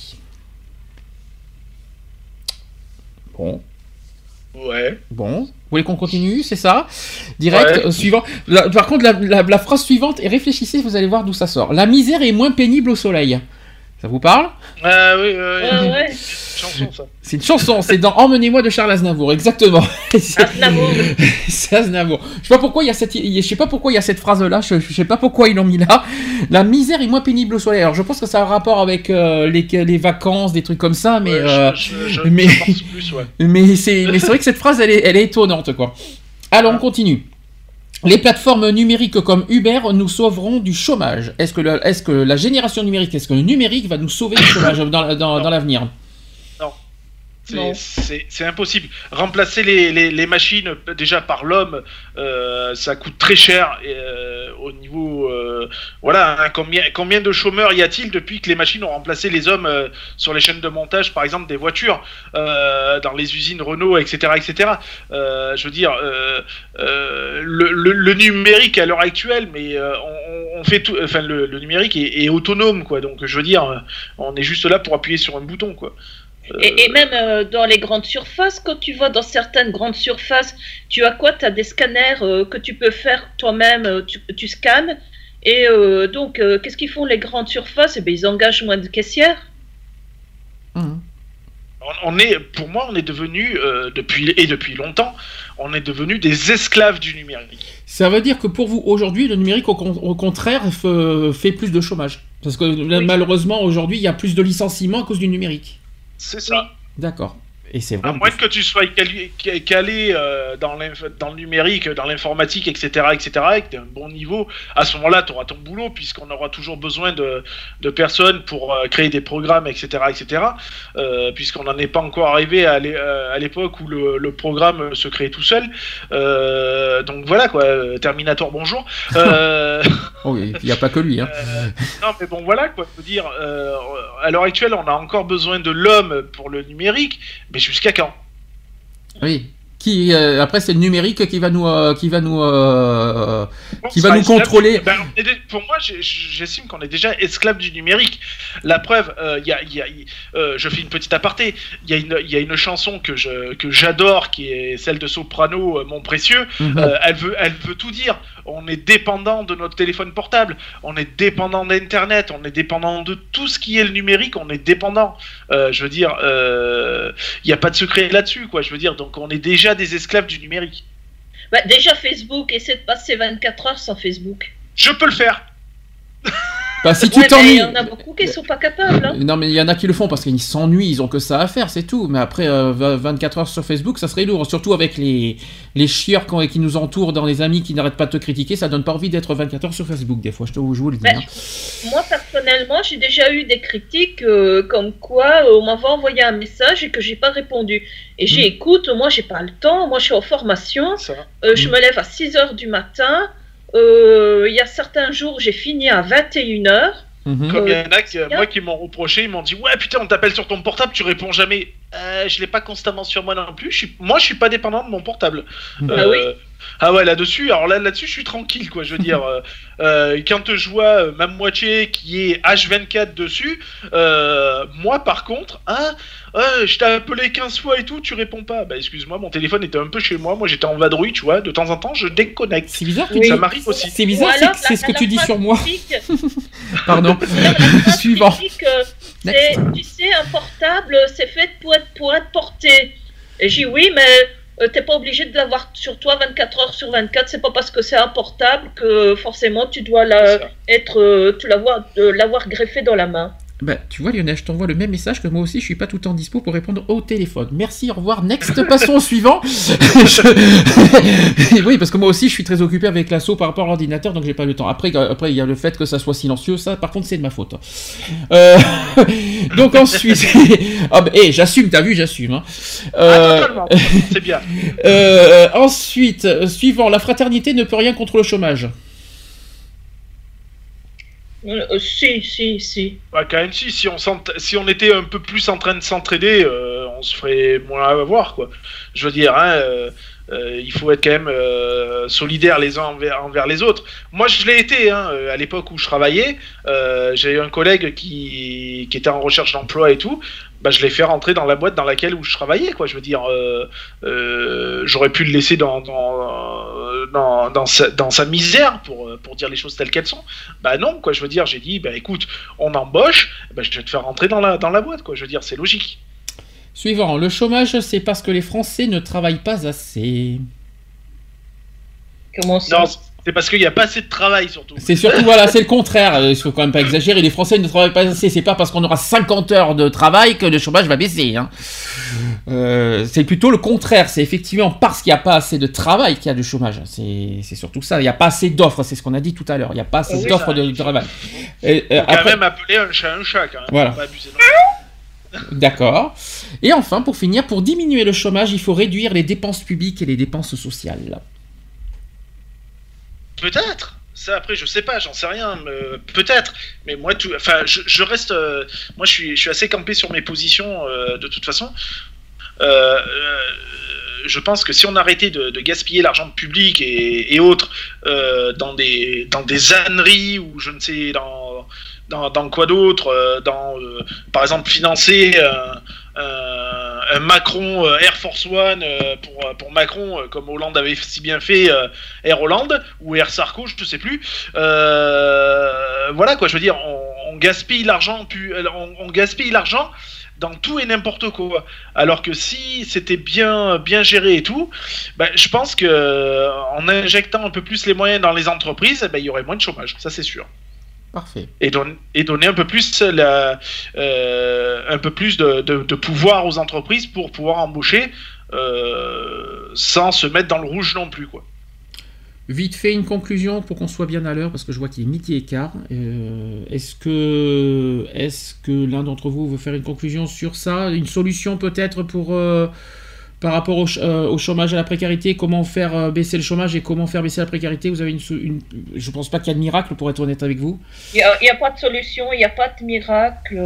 Bon. Ouais. Bon. Vous voulez qu'on continue, c'est ça? Direct, suivant. Par contre, la phrase suivante, et réfléchissez, vous allez voir d'où ça sort. La misère est moins pénible au soleil. Ça vous parle? Oui. Ouais. C'est une chanson, ça. C'est une chanson, c'est dans Emmenez-moi de Charles Aznavour, exactement. Aznavour. C'est Aznavour. Je sais pas pourquoi il y a cette phrase-là, je sais pas pourquoi ils l'ont mis là. La misère est moins pénible au soleil. Alors je pense que ça a un rapport avec les vacances, des trucs comme ça, mais je pense plus, ouais. mais c'est vrai que cette phrase elle est étonnante quoi. Alors on continue. Les plateformes numériques comme Uber nous sauveront du chômage. Est-ce que la génération numérique, est-ce que le numérique va nous sauver du chômage dans l'avenir? Non, Non. C'est impossible. Remplacer les machines déjà par l'homme, ça coûte très cher au niveau. Voilà, hein, combien de chômeurs y a-t-il depuis que les machines ont remplacé les hommes sur les chaînes de montage, par exemple des voitures, dans les usines Renault, etc., etc. Je veux dire, le numérique à l'heure actuelle, mais on fait tout. Enfin, le numérique est autonome, quoi. Donc, je veux dire, on est juste là pour appuyer sur un bouton, quoi. Et même dans les grandes surfaces, quand tu vas dans certaines grandes surfaces, tu as quoi? Tu as des scanners que tu peux faire toi-même, tu scannes. Et donc, qu'est-ce qu'ils font les grandes surfaces? Eh bien, ils engagent moins de caissières. Pour moi, on est devenu, depuis longtemps, on est devenu des esclaves du numérique. Ça veut dire que pour vous, aujourd'hui, le numérique, au contraire, fait plus de chômage. Parce que malheureusement, aujourd'hui, il y a plus de licenciements à cause du numérique. C'est ça. Oui. D'accord. Et c'est À vraiment... moins que tu sois calé dans le numérique, dans l'informatique, etc., avec un bon niveau, à ce moment-là, tu auras ton boulot, puisqu'on aura toujours besoin de personnes pour créer des programmes, etc., puisqu'on n'en est pas encore arrivé à l'époque où le programme se crée tout seul. Donc voilà, quoi. Terminator, bonjour. Oh, il n'y a pas que lui. Hein. Non, mais bon, voilà, quoi. Je veux dire, à l'heure actuelle, on a encore besoin de l'homme pour le numérique, mais jusqu'à quand? Oui. Après, c'est le numérique qui va nous contrôler. Pour moi, j'estime qu'on est déjà esclave du numérique. La preuve, je fais une petite aparté. Il y a une chanson que j'adore, qui est celle de Soprano, Mon Précieux. Elle veut tout dire. On est dépendant de notre téléphone portable. On est dépendant d'Internet. On est dépendant de tout ce qui est le numérique. On est dépendant. Je veux dire, il n'y a pas de secret là-dessus, quoi. Je veux dire, donc on est déjà des esclaves du numérique. Bah, déjà Facebook, essaie de passer 24 heures sans Facebook. Je peux le faire. Bah, si tu Ouais, mais t'ennuies. il y en a beaucoup qui sont pas capables. Hein. Non, mais il y en a qui le font parce qu'ils s'ennuient, ils ont que ça à faire, c'est tout. Mais après, 24 heures sur Facebook, ça serait lourd. Surtout avec les chieurs qui nous entourent, dans les amis qui n'arrêtent pas de te critiquer, ça donne pas envie d'être 24 heures sur Facebook, des fois, je vous le dis. Hein. Moi, personnellement, j'ai déjà eu des critiques comme quoi on m'avait envoyé un message et que j'ai pas répondu. Et j'ai écoute, moi, j'ai pas le temps, moi, je suis en formation, je me lève à 6h du matin. Il y a certains jours, j'ai fini à 21h. Comme il y en a moi qui m'ont reproché, ils m'ont dit ouais putain on t'appelle sur ton portable, tu réponds jamais. Je l'ai pas constamment sur moi non plus. Moi je suis pas dépendant de mon portable. Oui. Ah ouais là-dessus, alors là-dessus je suis tranquille quoi. Je veux dire quand je vois ma moitié qui est H24 dessus, moi par contre je t'ai appelé 15 fois et tout, tu réponds pas. Bah excuse-moi, mon téléphone était un peu chez moi, j'étais en vadrouille, tu vois, de temps en temps je déconnecte. C'est bizarre, ça m'arrive aussi. C'est bizarre, c'est ce que tu dis sur moi. Pardon. Suivant. Tu sais, un portable, c'est fait pour être porté. Et j'ai dit oui, mais t'es pas obligé de l'avoir sur toi 24 heures sur 24. C'est pas parce que c'est un portable que forcément tu dois l'avoir greffé dans la main. Bah, tu vois Lionel, je t'envoie le même message que moi aussi, je suis pas tout le temps dispo pour répondre au téléphone. Merci, au revoir, next, passons au suivant. Oui, parce que moi aussi je suis très occupé avec l'assaut par rapport à l'ordinateur, donc j'ai pas le temps. Après il y a le fait que ça soit silencieux, ça par contre c'est de ma faute. Donc ensuite, j'assume, t'as vu, j'assume. Hein. Totalement, c'est bien. Ensuite, suivant, la fraternité ne peut rien contre le chômage. Si. Bah, quand même, si on était un peu plus en train de s'entraider, on se ferait moins avoir, quoi. Je veux dire, il faut être quand même solidaires les uns envers les autres. Moi, je l'ai été, à l'époque où je travaillais. J'ai eu un collègue qui était en recherche d'emploi et tout. Bah, je l'ai fait rentrer dans la boîte dans laquelle où je travaillais, quoi. Je veux dire, j'aurais pu le laisser dans sa misère pour dire les choses telles qu'elles sont. Bah non, quoi. Je veux dire, j'ai dit, bah écoute, on embauche, bah, je vais te faire rentrer dans la boîte, quoi. Je veux dire, c'est logique. Suivant, le chômage, c'est parce que les Français ne travaillent pas assez. Comment ça ? Non, c'est parce qu'il n'y a pas assez de travail, surtout. C'est surtout, voilà, c'est le contraire. Il faut quand même pas exagérer. Les Français ne travaillent pas assez. C'est pas parce qu'on aura 50 heures de travail que le chômage va baisser. Hein. C'est plutôt le contraire. C'est effectivement parce qu'il n'y a pas assez de travail qu'il y a du chômage. C'est surtout ça. Il n'y a pas assez d'offres. C'est ce qu'on a dit tout à l'heure. Il n'y a pas assez d'offres de travail. Faut quand même appeler un chat, quand même. Voilà. Pas abuser D'accord. Et enfin, pour finir, pour diminuer le chômage, il faut réduire les dépenses publiques et les dépenses sociales. Peut-être. Ça, après, je sais pas, j'en sais rien. Peut-être. Mais moi, je reste. Moi, je suis assez campé sur mes positions de toute façon. Je pense que si on arrêtait de gaspiller l'argent public et autres dans des âneries ou je ne sais dans quoi d'autre, par exemple financer un Macron Air Force One pour Macron, comme Hollande avait si bien fait Air Hollande ou Air Sarko, je ne sais plus. Voilà quoi, je veux dire, on gaspille l'argent, on gaspille l'argent dans tout et n'importe quoi. Alors que si c'était bien géré et tout, je pense que en injectant un peu plus les moyens dans les entreprises, il y aurait moins de chômage, ça c'est sûr. Parfait. Et donner un peu plus de pouvoir aux entreprises pour pouvoir embaucher sans se mettre dans le rouge non plus, quoi. Vite fait, une conclusion pour qu'on soit bien à l'heure, parce que je vois qu'il est midi et quart. Est-ce que l'un d'entre vous veut faire une conclusion sur ça? Une solution peut-être pour par rapport au chômage, à la précarité, comment faire baisser le chômage et comment faire baisser la précarité? Vous avez je pense pas qu'il y a de miracle, pour être honnête avec vous. Il n'y a pas de solution, il n'y a pas de miracle.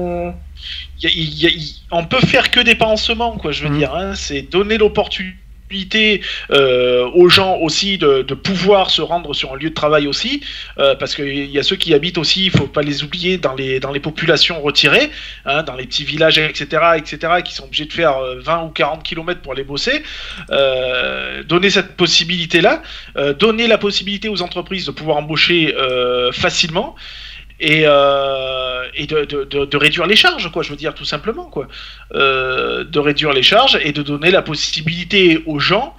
On peut faire que des pansements, quoi, je veux dire. Hein, c'est donner l'opportunité aux gens aussi de pouvoir se rendre sur un lieu de travail aussi, parce qu'il y a ceux qui habitent aussi, il faut pas les oublier, dans les populations retirées, hein, dans les petits villages, etc., qui sont obligés de faire 20 ou 40 km pour aller bosser. Donner cette possibilité-là, donner la possibilité aux entreprises de pouvoir embaucher facilement, et de réduire les charges, quoi, je veux dire, tout simplement, quoi. De réduire les charges et de donner la possibilité aux gens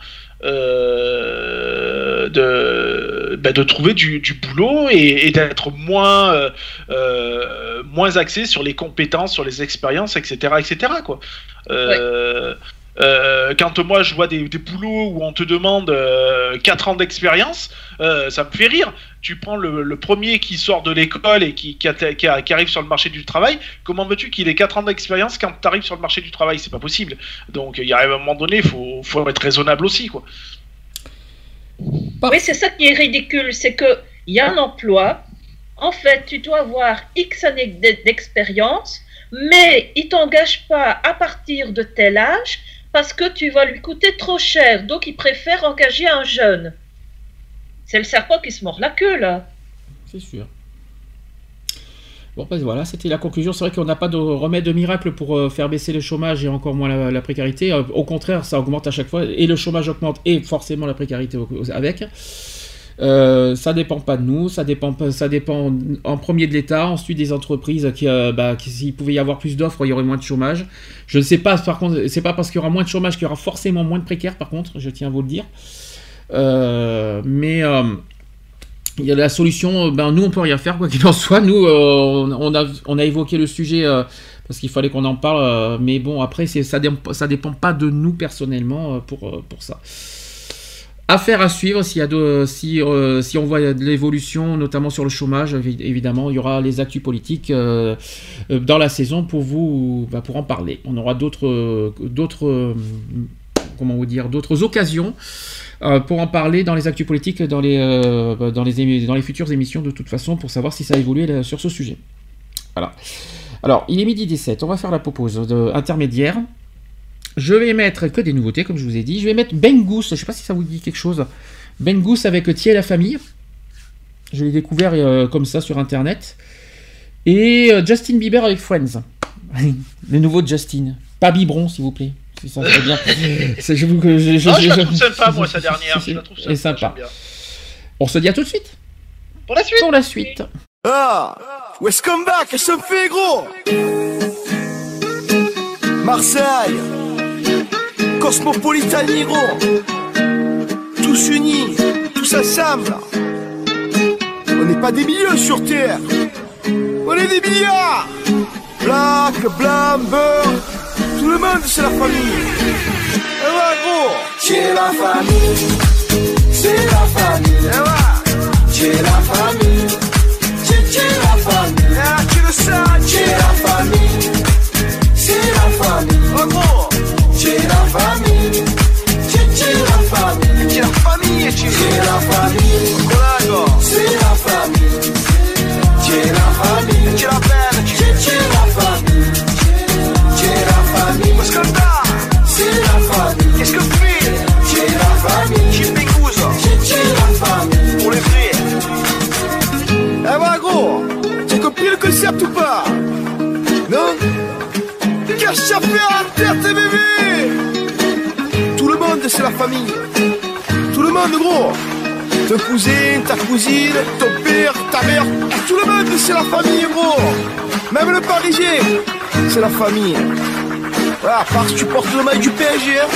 de trouver du boulot et d'être moins axé sur les compétences, sur les expériences, etc., quoi. Quand moi je vois des boulots où on te demande 4 ans d'expérience, ça me fait rire. Tu prends le premier qui sort de l'école et qui arrive sur le marché du travail, comment veux-tu qu'il ait 4 ans d'expérience quand tu arrives sur le marché du travail? C'est pas possible. Donc il y a un moment donné, il faut être raisonnable aussi, quoi. Oui, c'est ça qui est ridicule, c'est qu'il y a un emploi, en fait tu dois avoir X années d'expérience, mais il t'engage pas à partir de tel âge parce que tu vas lui coûter trop cher, donc il préfère engager un jeune. C'est le serpent qui se mord la queue, là. C'est sûr. Bon, voilà, c'était la conclusion. C'est vrai qu'on n'a pas de remède miracle pour faire baisser le chômage et encore moins la précarité. Au contraire, ça augmente à chaque fois. Et le chômage augmente et forcément la précarité avec. Ça dépend pas de nous, ça dépend en premier de l'État, ensuite des entreprises qui s'il pouvait y avoir plus d'offres, il y aurait moins de chômage. Je ne sais pas, par contre, c'est pas parce qu'il y aura moins de chômage qu'il y aura forcément moins de précaires, par contre, je tiens à vous le dire. Mais il y a la solution, nous on peut rien faire quoi qu'il en soit. Nous on a évoqué le sujet parce qu'il fallait qu'on en parle, mais bon après ça dépend pas de nous personnellement pour ça. Affaire à suivre, si on voit de l'évolution, notamment sur le chômage, évidemment, il y aura les actus politiques dans la saison pour vous, pour en parler. On aura d'autres occasions pour en parler dans les actus politiques, dans les futures émissions de toute façon, pour savoir si ça a évolué sur ce sujet. Voilà. Alors, il est 12h17, on va faire la pause intermédiaire. Je vais mettre que des nouveautés, comme je vous ai dit. Je vais mettre Ben Goose, je ne sais pas si ça vous dit quelque chose. Ben Goose avec Thier et la famille. Je l'ai découvert comme ça sur Internet. Et Justin Bieber avec Friends. Le nouveau Justin. Pas Biberon, s'il vous plaît. C'est ça, c'est bien. Je la trouve sympa, moi, sa dernière. Je la trouve sympa. On se dit à tout de suite. Pour la suite. Ah, welcome back, je me fais gros. Marseille, Cosmopolitan gros. Tous unis, tous ensemble. On n'est pas des milieux sur terre. On est des milliards. Black, blanc, beurre. Tout le monde c'est la famille. Et ouais gros. C'est la famille. C'est la famille. Et ouais. C'est la famille. C'est la famille. Ah, tu le sais. C'est la famille. C'est la affaires à terre, tes bébés. Tout le monde, c'est la famille. Tout le monde, gros. Ton cousin, ta cousine, ton père, ta mère. Tout le monde, c'est la famille, gros. Même le Parisien, c'est la famille. Voilà, à part si tu portes le maillot du PSG. Hein.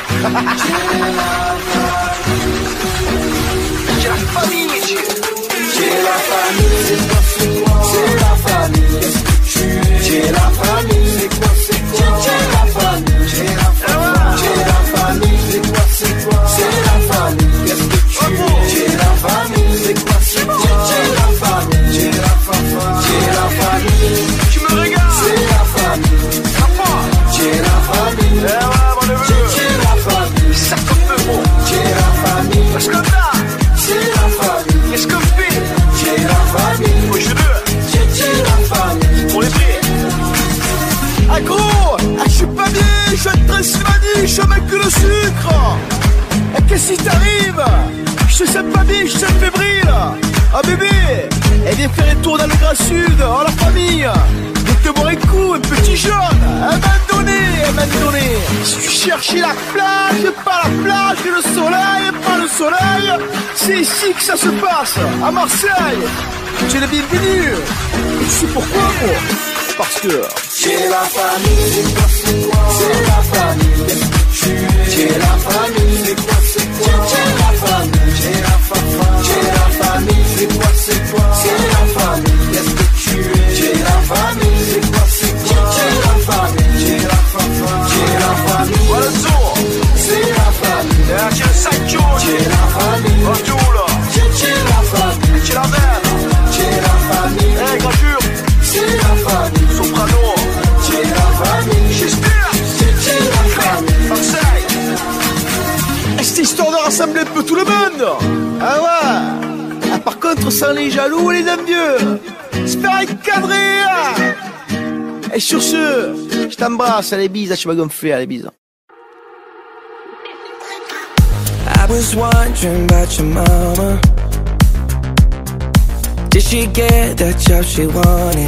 J'ai la famille, Dieu. J'ai la famille, c'est quoi, c'est la famille. J'ai la famille, c'est quoi, j'ai la famille. J'ai la famille, c'est quoi, c'est la famille. Qu'est-ce que tu es? J'ai la famille, c'est quoi, j'ai la famille. J'ai la famille, Tu me regardes. c'est la famille. J'ai la famille, j'ai la famille. Ça comme le mot. J'ai la famille, Parce que là, c'est la famille. qu'est-ce que fait? J'ai la famille, Moi je veux. j'ai la famille. Pour les prix. Ah gros, je suis pas bien, je suis en Transylvanie, je suis un mec que le sucre. Et qu'est-ce qui t'arrive? Je te sens pas bien, je te sens fébrile. Ah bébé, elle vient faire un tour dans le Grand Sud, oh la famille. Viens te boire un coup, un petit jaune. Elle m'a donné. Si tu cherchais la plage, pas la plage, et le soleil, pas le soleil, c'est ici que ça se passe, à Marseille. Tu es le bienvenu. Et tu sais pourquoi, gros? Parce que J'ai la famille, c'est quoi, c'est la famille. J'ai la famille, c'est quoi, j'ai la famille. J'ai la famille, c'est quoi, c'est la famille. Qu'est-ce que tu es? J'ai la famille, c'est quoi, j'ai la famille. J'ai la famille, voilà le tour. c'est la famille. J'ai le sac jaune. J'ai la famille, Oh, tu où là? j'ai la famille. J'ai la belle. J'ai la famille, Eh, gravure. c'est la famille. Soprano. J'ai la famille, J'espère. j'ai la famille. Marseille. Et cette histoire de rassembler un peu tout le monde. Ah ouais. Ah, par contre, sans les jaloux et les envieux. J'espère être cadré. Et sur ce, je t'embrasse. Les bises, je vais gonfler. Les bises. I was wondering about your mama. Did she get that job she wanted?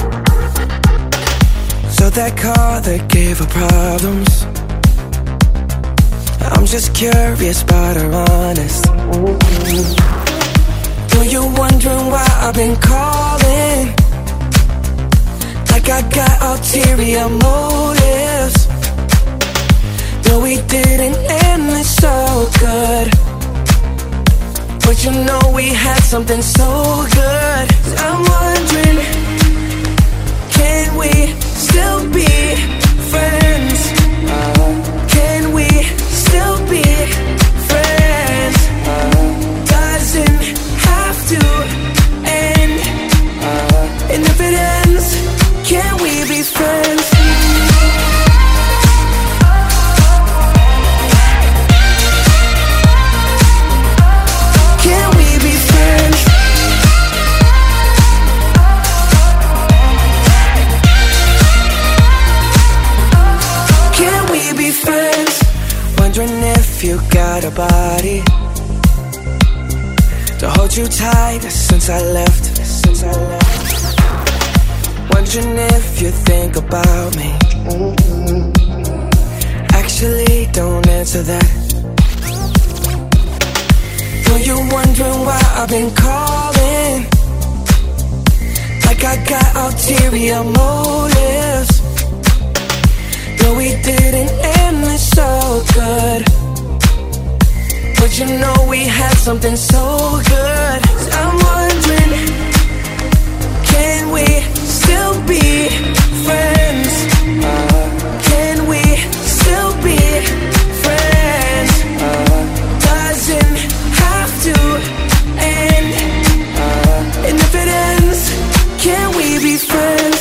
So that car that gave her problems. I'm just curious about her honest. Know you're wondering why I've been calling, like I got ulterior motives. No, we didn't end this so good, but you know we had something so good. I'm wondering, can we still be friends? Can we still be friends? Doesn't have to end. And if it ends, can we be friends? Can we be friends? Can we be friends? Wondering if you got a body to hold you tight since I left. Wondering if you think about me. Actually, don't answer that. Know you're wondering why I've been calling, like I got ulterior motives. No, we didn't end this so good, but you know we had something so good. I'm wondering, can we still be friends? Can we still be friends? Doesn't have to end. And if it ends, can we be friends?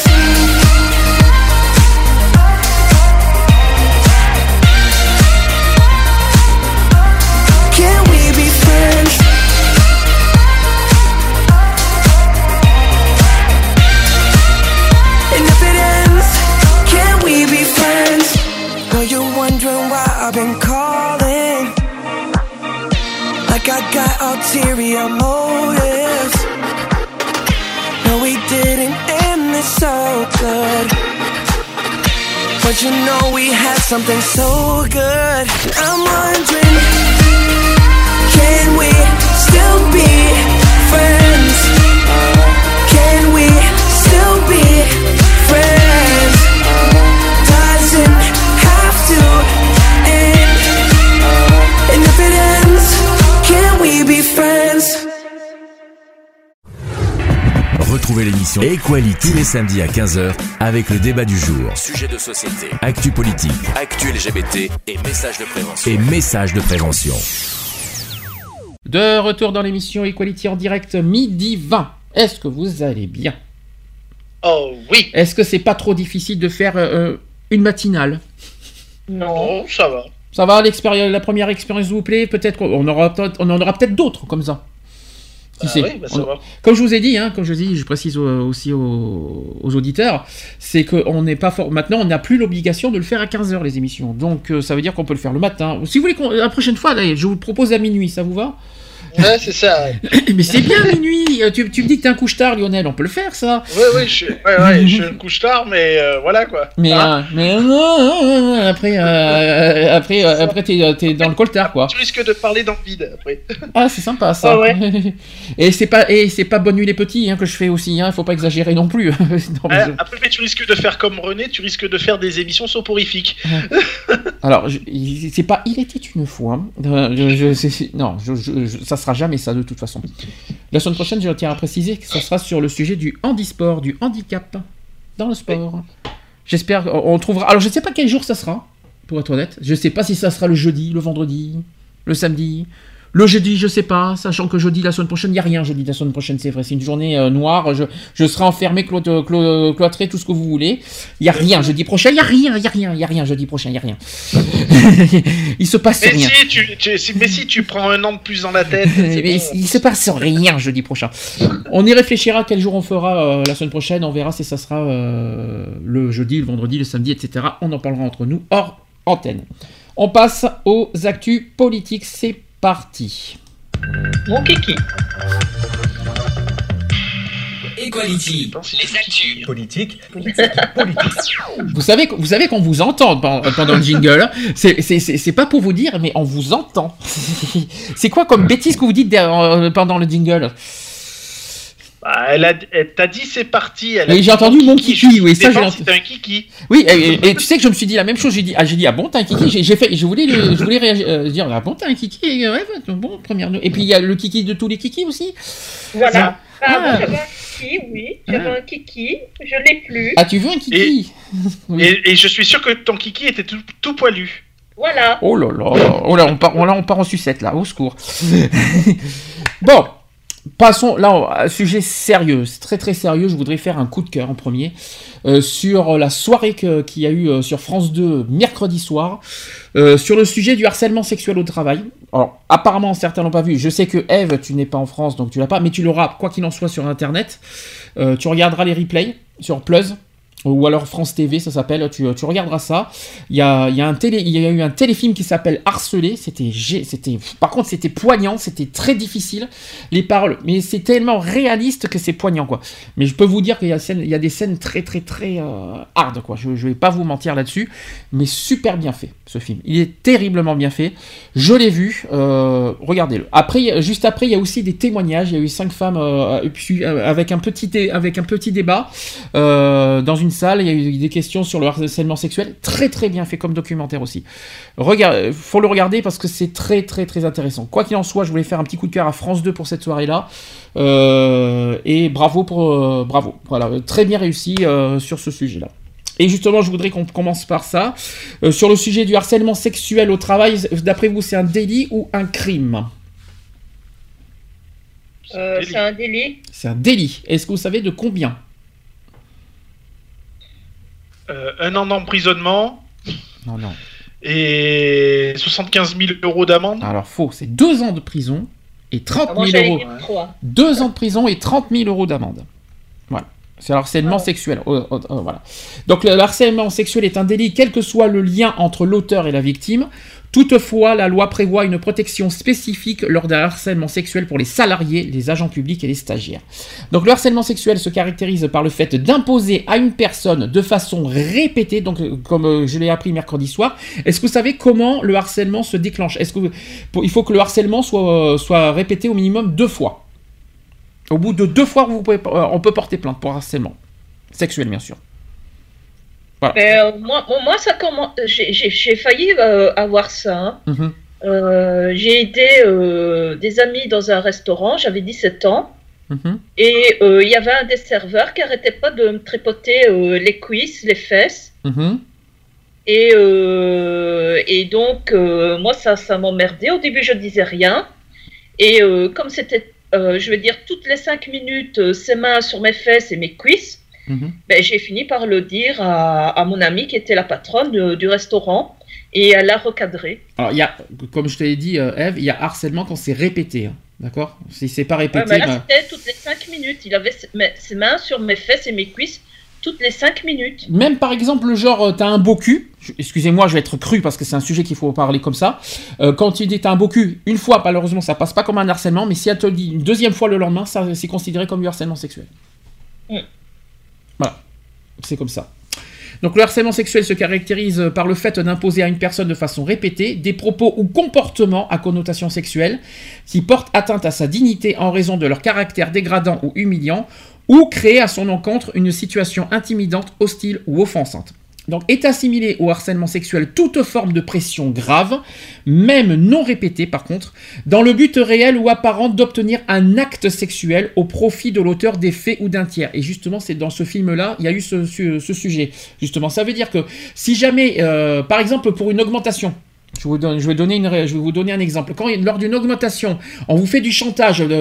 Can we be friends? And if it ends, can we be friends? Know you're wondering why I've been calling, like I got ulterior motives. No, we didn't end this so good, but you know we had something so good. I'm wondering, can we still be friends? Can we still be friends? Doesn't have to end. And if it ends, can we be friends? Retrouvez l'émission Equality tous les samedis à 15h avec le débat du jour. Sujet de société, actu politique, actu LGBT et messages de prévention. De retour dans l'émission Equality en direct, midi 20. Est-ce que vous allez bien? Oh oui. Est-ce que c'est pas trop difficile de faire une matinale? Non, ça va. Ça va, la première expérience vous plaît? Peut-être qu'on en aura peut-être d'autres comme ça. Qui sait? Oui, ça va. Comme je vous ai dit, je précise aussi aux auditeurs, c'est qu'on n'est pas maintenant, on n'a plus l'obligation de le faire à 15h les émissions. Donc ça veut dire qu'on peut le faire le matin. Si vous voulez, la prochaine fois, là, je vous le propose à minuit, ça vous va? Ouais, c'est ça. Ouais. Mais c'est bien minuit. Tu me dis que t'es un couche-tard, Lionel, on peut le faire, ça. Oui, je suis un couche-tard, mais voilà quoi. Mais après t'es dans le coltard, quoi. Tu risques de parler dans le vide après. Ah, c'est sympa ça. Ouais. Et c'est pas bonne nuit les petits que je fais aussi. Faut pas exagérer non plus. Non, après, mais tu risques de faire comme René, tu risques de faire des émissions soporifiques. Alors, c'est pas il était une fois. Ça sera jamais ça de toute façon. La semaine prochaine, je tiens à préciser que ça sera sur le sujet du handisport, du handicap dans le sport. J'espère on trouvera. Alors je sais pas quel jour ça sera, pour être honnête. Je sais pas si ça sera le jeudi, le vendredi, le samedi. Le jeudi, je sais pas, sachant que jeudi la semaine prochaine, il n'y a rien jeudi la semaine prochaine, c'est vrai, c'est une journée noire, je serai enfermé, cloîtré, tout ce que vous voulez. Il n'y a rien jeudi prochain, il n'y a rien jeudi prochain, il n'y a rien. Il se passe rien. Mais si tu prends un an de plus dans la tête, il se passe rien jeudi prochain. On y réfléchira quel jour on fera la semaine prochaine, on verra si ça sera le jeudi, le vendredi, le samedi, etc. On en parlera entre nous hors antenne. On passe aux actus politiques, c'est parti. Mon kiki. Equality, les actus politique. Vous savez qu'on vous entend pendant le jingle. C'est pas pour vous dire, mais on vous entend. C'est quoi comme bêtise que vous dites pendant le jingle? Elle t'a dit c'est parti. Oui, j'ai entendu mon kiki. Oui, ça j'ai entendu. C'est un kiki. Oui, et tu sais que je me suis dit la même chose. J'ai dit ah bon t'as un kiki. Je voulais dire ah bon t'as un kiki. Ouais, bon première. Et puis il y a le kiki de tous les kikis aussi. Voilà. Moi, j'avais un kiki, oui. J'avais un kiki. Je l'ai plus. Ah tu veux un kiki? Et je suis sûr que ton kiki était tout poilu. Voilà. Oh là là. On part en sucette là. Au secours. Bon. Passons là, un sujet sérieux, très très sérieux. Je voudrais faire un coup de cœur en premier sur la soirée qu'il y a eu sur France 2 mercredi soir sur le sujet du harcèlement sexuel au travail. Alors apparemment certains l'ont pas vu. Je sais que Eve, tu n'es pas en France donc tu l'as pas, mais tu l'auras quoi qu'il en soit sur internet. Tu regarderas les replays sur Plus. Ou alors France TV, ça s'appelle, tu regarderas ça. Il y a eu un téléfilm qui s'appelle Harcelé, par contre c'était poignant, c'était très difficile, les paroles, mais c'est tellement réaliste que c'est poignant quoi. Mais je peux vous dire qu'il y a des scènes très très très hard quoi, je vais pas vous mentir là-dessus, mais super bien fait ce film, il est terriblement bien fait, je l'ai vu, regardez-le. Après, juste après, il y a aussi des témoignages, il y a eu 5 femmes avec un petit débat dans une salle, il y a eu des questions sur le harcèlement sexuel, très très bien fait comme documentaire aussi. Faut le regarder parce que c'est très très très intéressant. Quoi qu'il en soit, je voulais faire un petit coup de cœur à France 2 pour cette soirée-là, et bravo, voilà, très bien réussi sur ce sujet-là. Et justement, je voudrais qu'on commence par ça. Sur le sujet du harcèlement sexuel au travail, d'après vous, c'est un délit ou un crime ? C'est un délit. C'est un délit. Est-ce que vous savez de combien ? 1 an d'emprisonnement. Non. Et 75 000 € d'amende. Alors faux, c'est 2 ans de prison et 30 000 euros. 2 ans de prison et 30 000 euros d'amende. Voilà. C'est le harcèlement sexuel. Voilà. Donc le harcèlement sexuel est un délit, quel que soit le lien entre l'auteur et la victime. Toutefois, la loi prévoit une protection spécifique lors d'un harcèlement sexuel pour les salariés, les agents publics et les stagiaires. Donc le harcèlement sexuel se caractérise par le fait d'imposer à une personne de façon répétée, donc comme je l'ai appris mercredi soir. Est-ce que vous savez comment le harcèlement se déclenche ? Il faut que le harcèlement soit répété au minimum 2 fois. Au bout de 2 fois, on peut porter plainte pour harcèlement sexuel, bien sûr. Voilà. Mais, moi, ça commence. J'ai failli avoir ça. Hein. J'ai aidé des amis dans un restaurant. J'avais 17 ans. Et il y avait un des serveurs qui arrêtait pas de me tripoter les cuisses, les fesses. Et donc, moi, ça m'emmerdait. Au début, je disais rien. Et comme c'était, je veux dire, toutes les 5 minutes, ses mains sur mes fesses et mes cuisses, ben, j'ai fini par le dire à mon amie qui était la patronne du restaurant. Et elle l'a recadré. Alors, il y a, comme je t'ai dit, Ève, il y a harcèlement quand c'est répété. Hein. D'accord ? Si c'est pas répété. Ouais, mais là, c'était toutes les 5 minutes. Il avait ses mains sur mes fesses et mes cuisses toutes les 5 minutes. Même par exemple, le genre, t'as un beau cul. Excusez-moi, je vais être cru parce que c'est un sujet qu'il faut parler comme ça. Quand tu dis t'as un beau cul, une fois, malheureusement, ça passe pas comme un harcèlement. Mais si elle te le dit une deuxième fois le lendemain, ça c'est considéré comme du harcèlement sexuel. Voilà. C'est comme ça. Donc le harcèlement sexuel se caractérise par le fait d'imposer à une personne de façon répétée des propos ou comportements à connotation sexuelle qui portent atteinte à sa dignité en raison de leur caractère dégradant ou humiliant ou créer à son encontre une situation intimidante, hostile ou offensante. Donc est assimilé au harcèlement sexuel toute forme de pression grave, même non répétée par contre, dans le but réel ou apparent d'obtenir un acte sexuel au profit de l'auteur des faits ou d'un tiers. Et justement, c'est dans ce film-là, il y a eu ce sujet. Justement, ça veut dire que si jamais, par exemple, pour une augmentation, je vais vous donner un exemple. Quand lors d'une augmentation, on vous fait du chantage qu'il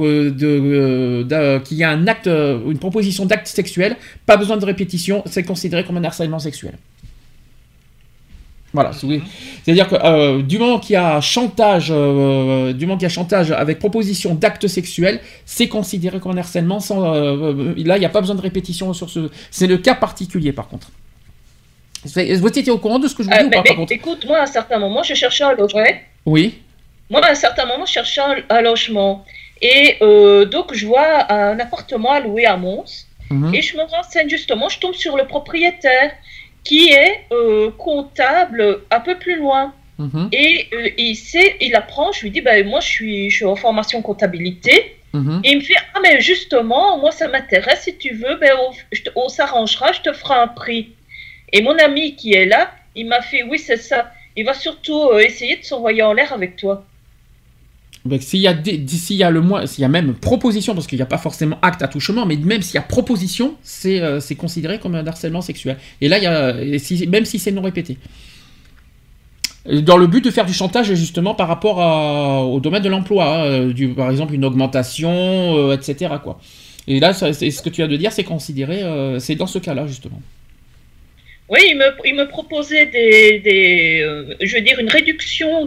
y a un acte, une proposition d'acte sexuel, pas besoin de répétition, c'est considéré comme un harcèlement sexuel. Voilà, c'est-à-dire que du moment qu'il y a chantage, avec proposition d'acte sexuel, c'est considéré comme un harcèlement. Là, il n'y a pas besoin de répétition sur ce. C'est le cas particulier, par contre. Vous étiez au courant de ce que je vous dis ou pas, par contre ? Écoute, moi, à un certain moment, je cherchais un logement. Oui. Moi, à un certain moment, je cherchais un logement. Et donc, je vois un appartement à louer à Mons. Et je me renseigne justement, je tombe sur le propriétaire qui est comptable un peu plus loin. Et il apprend, je lui dis, ben, moi, je suis en formation comptabilité. Et il me fait, ah, mais justement, moi, ça m'intéresse. Si tu veux, ben, on s'arrangera, je te ferai un prix. Et mon ami qui est là, il m'a fait, oui, c'est ça. Il va surtout essayer de s'envoyer en l'air avec toi. Donc, s'il y a même proposition, parce qu'il n'y a pas forcément acte attouchement, mais même s'il y a proposition, c'est considéré comme un harcèlement sexuel. Et là, même si c'est non répété. Dans le but de faire du chantage, justement, par rapport au domaine de l'emploi. Par exemple, une augmentation, etc. quoi. Et là, c'est ce que tu as de dire, c'est considéré, c'est dans ce cas-là, justement. Oui, il me proposait je veux dire, une réduction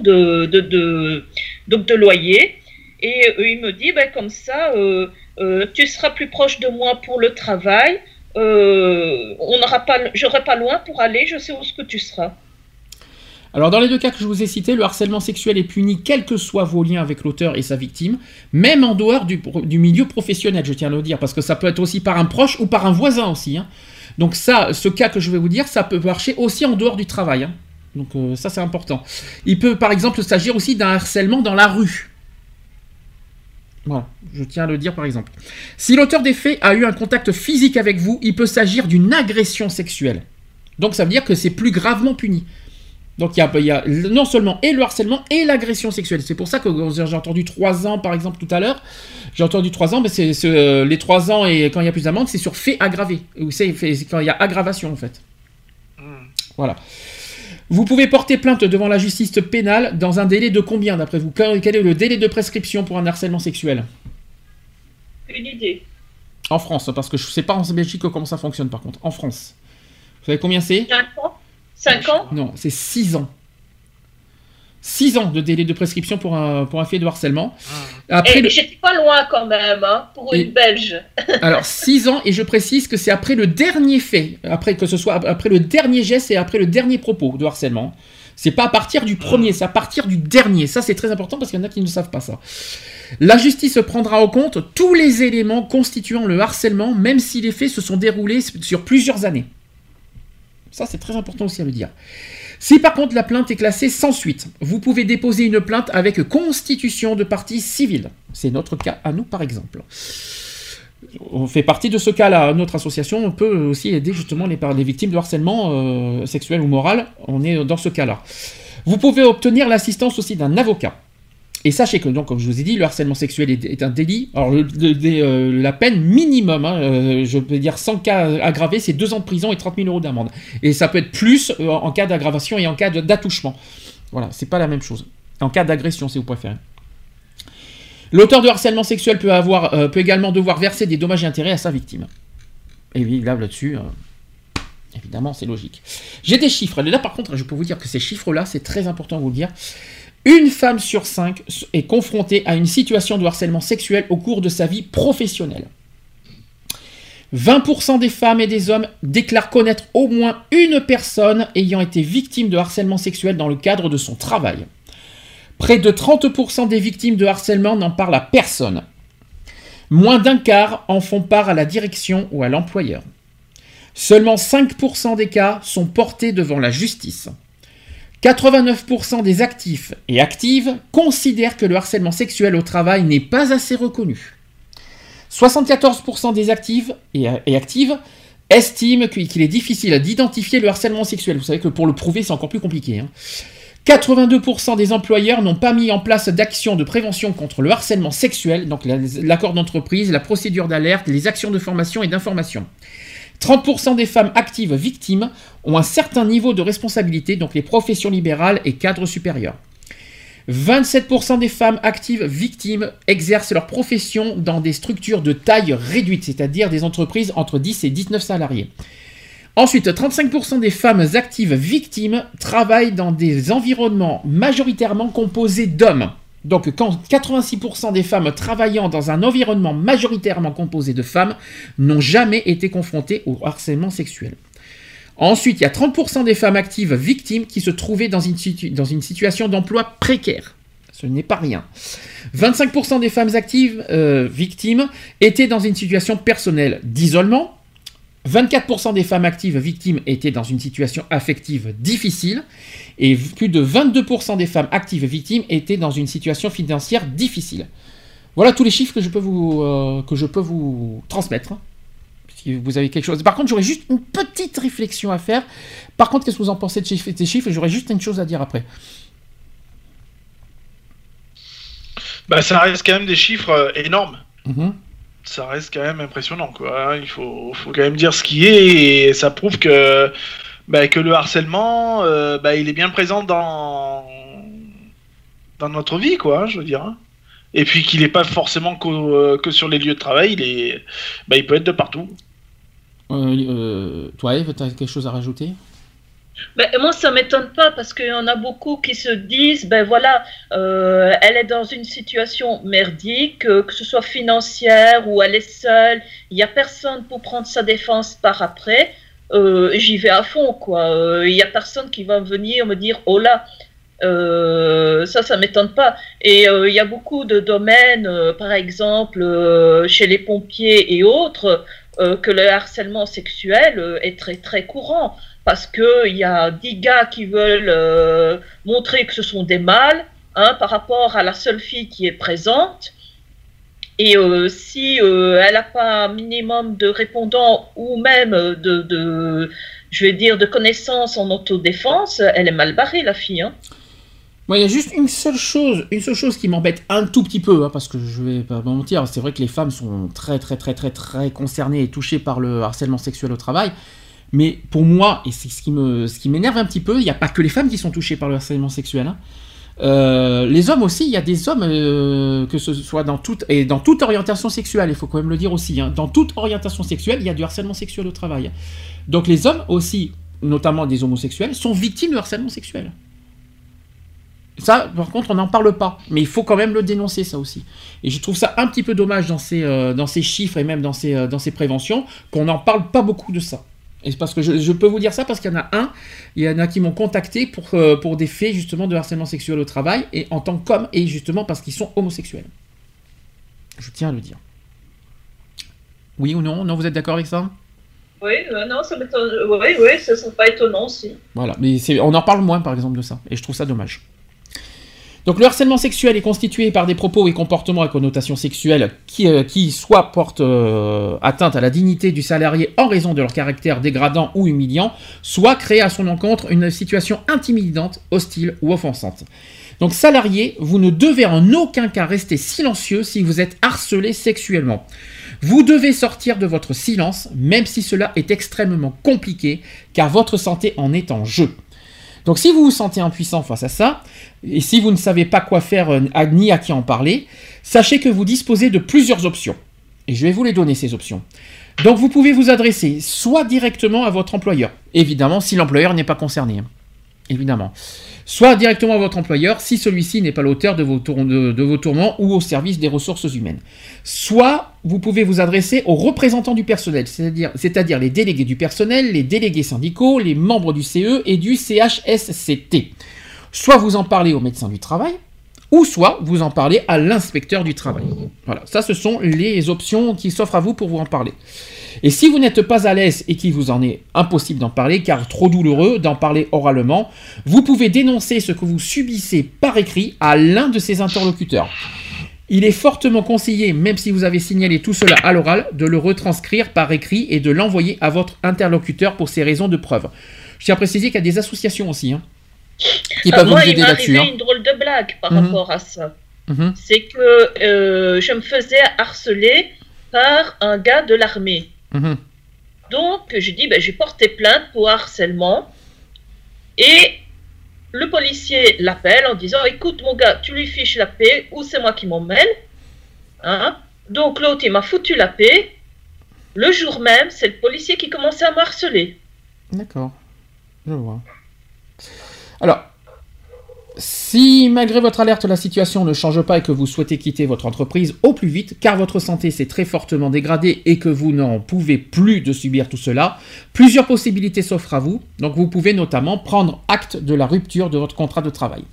de loyer. Et il me dit, ben, comme ça, tu seras plus proche de moi pour le travail. J'aurai pas loin pour aller, je sais où ce que tu seras. Alors, dans les 2 cas que je vous ai cités, le harcèlement sexuel est puni quels que soient vos liens avec l'auteur et sa victime, même en dehors du milieu professionnel, je tiens à le dire, parce que ça peut être aussi par un proche ou par un voisin aussi, hein. Donc ce cas que je vais vous dire, ça peut marcher aussi en dehors du travail. Hein. Donc ça, c'est important. Il peut, par exemple, s'agir aussi d'un harcèlement dans la rue. Voilà, je tiens à le dire, par exemple. Si l'auteur des faits a eu un contact physique avec vous, il peut s'agir d'une agression sexuelle. Donc ça veut dire que c'est plus gravement puni. Donc il y a non seulement et le harcèlement et l'agression sexuelle. C'est pour ça que j'ai entendu 3 ans, par exemple, tout à l'heure. J'ai entendu 3 ans, mais c'est les 3 ans et quand il y a plus d'amende, c'est sur fait aggravé. Ou c'est quand il y a aggravation, en fait. Voilà. Vous pouvez porter plainte devant la justice pénale dans un délai de combien, d'après vous ? Quel est le délai de prescription pour un harcèlement sexuel ? Une idée. En France, parce que je ne sais pas en Belgique comment ça fonctionne, par contre. En France. Vous savez combien c'est ? 5 ans ? Non, c'est 6 ans. 6 ans de délai de prescription pour un fait de harcèlement. J'étais pas loin quand même, hein, pour une Belge. Alors, 6 ans, et je précise que c'est après le dernier fait, que ce soit après le dernier geste et après le dernier propos de harcèlement. C'est pas à partir du premier, c'est à partir du dernier. Ça, c'est très important parce qu'il y en a qui ne savent pas ça. La justice prendra en compte tous les éléments constituant le harcèlement, même si les faits se sont déroulés sur plusieurs années. Ça, c'est très important aussi à le dire. Si par contre la plainte est classée sans suite, vous pouvez déposer une plainte avec constitution de partie civile. C'est notre cas à nous, par exemple. On fait partie de ce cas-là. Notre association peut aussi aider justement les victimes de harcèlement sexuel ou moral. On est dans ce cas-là. Vous pouvez obtenir l'assistance aussi d'un avocat. Et sachez que, donc, comme je vous ai dit, le harcèlement sexuel est un délit. Alors, la peine minimum, je peux dire sans cas aggravé, c'est 2 ans de prison et 30 000 € d'amende. Et ça peut être plus en cas d'aggravation et en cas d'attouchement. Voilà, c'est pas la même chose. En cas d'agression, si vous préférez. L'auteur de harcèlement sexuel peut également devoir verser des dommages et intérêts à sa victime. Et oui, là-dessus, évidemment, c'est logique. J'ai des chiffres. Là, par contre, je peux vous dire que ces chiffres-là, c'est très important de vous le dire. Une femme sur 5 est confrontée à une situation de harcèlement sexuel au cours de sa vie professionnelle. 20% des femmes et des hommes déclarent connaître au moins une personne ayant été victime de harcèlement sexuel dans le cadre de son travail. Près de 30% des victimes de harcèlement n'en parlent à personne. Moins d'un quart en font part à la direction ou à l'employeur. Seulement 5% des cas sont portés devant la justice. 89% des actifs et actives considèrent que le harcèlement sexuel au travail n'est pas assez reconnu. 74% des actifs et actives estiment qu'il est difficile d'identifier le harcèlement sexuel. Vous savez que pour le prouver, c'est encore plus compliqué. 82% des employeurs n'ont pas mis en place d'actions de prévention contre le harcèlement sexuel, donc l'accord d'entreprise, la procédure d'alerte, les actions de formation et d'information. 30% des femmes actives victimes ont un certain niveau de responsabilité, donc les professions libérales et cadres supérieurs. 27% des femmes actives victimes exercent leur profession dans des structures de taille réduite, c'est-à-dire des entreprises entre 10 et 19 salariés. Ensuite, 35% des femmes actives victimes travaillent dans des environnements majoritairement composés d'hommes. Donc, quand 86% des femmes travaillant dans un environnement majoritairement composé de femmes n'ont jamais été confrontées au harcèlement sexuel. Ensuite, il y a 30% des femmes actives victimes qui se trouvaient dans une situation d'emploi précaire. Ce n'est pas rien. 25% des femmes actives victimes étaient dans une situation personnelle d'isolement. 24% des femmes actives victimes étaient dans une situation affective difficile et plus de 22% des femmes actives victimes étaient dans une situation financière difficile. Voilà tous les chiffres que je peux vous transmettre. Si vous avez quelque chose. Par contre, j'aurais juste une petite réflexion à faire. Par contre, qu'est-ce que vous en pensez de ces chiffres ? J'aurais juste une chose à dire après. Ça reste quand même des chiffres énormes. Mm-hmm. Ça reste quand même impressionnant, quoi. Il faut quand même dire ce qui est, et ça prouve que le harcèlement, il est bien présent dans notre vie, quoi, je veux dire. Et puis qu'il n'est pas forcément que sur les lieux de travail, il peut être de partout. Toi, Eve, tu as quelque chose à rajouter ? Moi, ça ne m'étonne pas parce qu'il y en a beaucoup qui se disent, elle est dans une situation merdique, que ce soit financière ou elle est seule, il n'y a personne pour prendre sa défense par après, j'y vais à fond, quoi. Il n'y a personne qui va venir me dire, oh là, ça ne m'étonne pas. Et il y a beaucoup de domaines, par exemple, chez les pompiers et autres, que le harcèlement sexuel est très très courant. Parce qu'il y a 10 gars qui veulent montrer que ce sont des mâles par rapport à la seule fille qui est présente. Et si elle n'a pas un minimum de répondants ou même de connaissances en autodéfense, elle est mal barrée, la fille. Il y a juste une seule chose qui m'embête un tout petit peu, parce que je vais pas mentir, c'est vrai que les femmes sont très très très très très concernées et touchées par le harcèlement sexuel au travail. Mais pour moi, et c'est ce qui m'énerve un petit peu, il n'y a pas que les femmes qui sont touchées par le harcèlement sexuel. Les hommes aussi, il y a des hommes, que ce soit dans toute orientation sexuelle, il faut quand même le dire aussi. Dans toute orientation sexuelle, il y a du harcèlement sexuel au travail. Donc les hommes aussi, notamment des homosexuels, sont victimes de harcèlement sexuel. Ça, par contre, on n'en parle pas. Mais il faut quand même le dénoncer, ça aussi. Et je trouve ça un petit peu dommage dans ces chiffres et même dans ces préventions, qu'on n'en parle pas beaucoup de ça. Et c'est parce que je peux vous dire ça parce qu'il y en a qui m'ont contacté pour des faits justement de harcèlement sexuel au travail et en tant qu'homme et justement parce qu'ils sont homosexuels. Je tiens à le dire. Oui ou non? Non, vous êtes d'accord avec ça? Oui, non, ça m'étonne. Oui, ça serait pas étonnant aussi. Voilà, mais on en parle moins par exemple de ça et je trouve ça dommage. Donc le harcèlement sexuel est constitué par des propos et comportements à connotation sexuelle qui soit portent atteinte à la dignité du salarié en raison de leur caractère dégradant ou humiliant, soit créent à son encontre une situation intimidante, hostile ou offensante. Donc salarié, vous ne devez en aucun cas rester silencieux si vous êtes harcelé sexuellement. Vous devez sortir de votre silence, même si cela est extrêmement compliqué, car votre santé en est en jeu. Donc si vous vous sentez impuissant face à ça, et si vous ne savez pas quoi faire ni à qui en parler, sachez que vous disposez de plusieurs options. Et je vais vous les donner, ces options. Donc vous pouvez vous adresser soit directement à votre employeur, évidemment si l'employeur n'est pas concerné, évidemment. Soit directement à votre employeur si celui-ci n'est pas l'auteur de vos tourments ou au service des ressources humaines. Soit vous pouvez vous adresser aux représentants du personnel, c'est-à-dire les délégués du personnel, les délégués syndicaux, les membres du CE et du CHSCT. Soit vous en parlez au médecin du travail, ou soit vous en parlez à l'inspecteur du travail. Voilà, ça ce sont les options qui s'offrent à vous pour vous en parler. Et si vous n'êtes pas à l'aise et qu'il vous en est impossible d'en parler, car trop douloureux d'en parler oralement, vous pouvez dénoncer ce que vous subissez par écrit à l'un de ses interlocuteurs. Il est fortement conseillé, même si vous avez signalé tout cela à l'oral, de le retranscrire par écrit et de l'envoyer à votre interlocuteur pour ses raisons de preuve. Je tiens à préciser qu'il y a des associations aussi qui peuvent vous aider là-dessus. Moi, il m'est arrivé une drôle de blague par rapport à ça. C'est que je me faisais harceler par un gars de l'armée. Donc, j'ai dit, j'ai porté plainte pour harcèlement. Et le policier l'appelle en disant, écoute mon gars, tu lui fiches la paix ou c'est moi qui m'en mêle. Donc l'autre, il m'a foutu la paix. Le jour même, c'est le policier qui commençait à me harceler. D'accord, je vois. Alors, si malgré votre alerte, la situation ne change pas et que vous souhaitez quitter votre entreprise au plus vite, car votre santé s'est très fortement dégradée et que vous n'en pouvez plus de subir tout cela, plusieurs possibilités s'offrent à vous. Donc vous pouvez notamment prendre acte de la rupture de votre contrat de travail.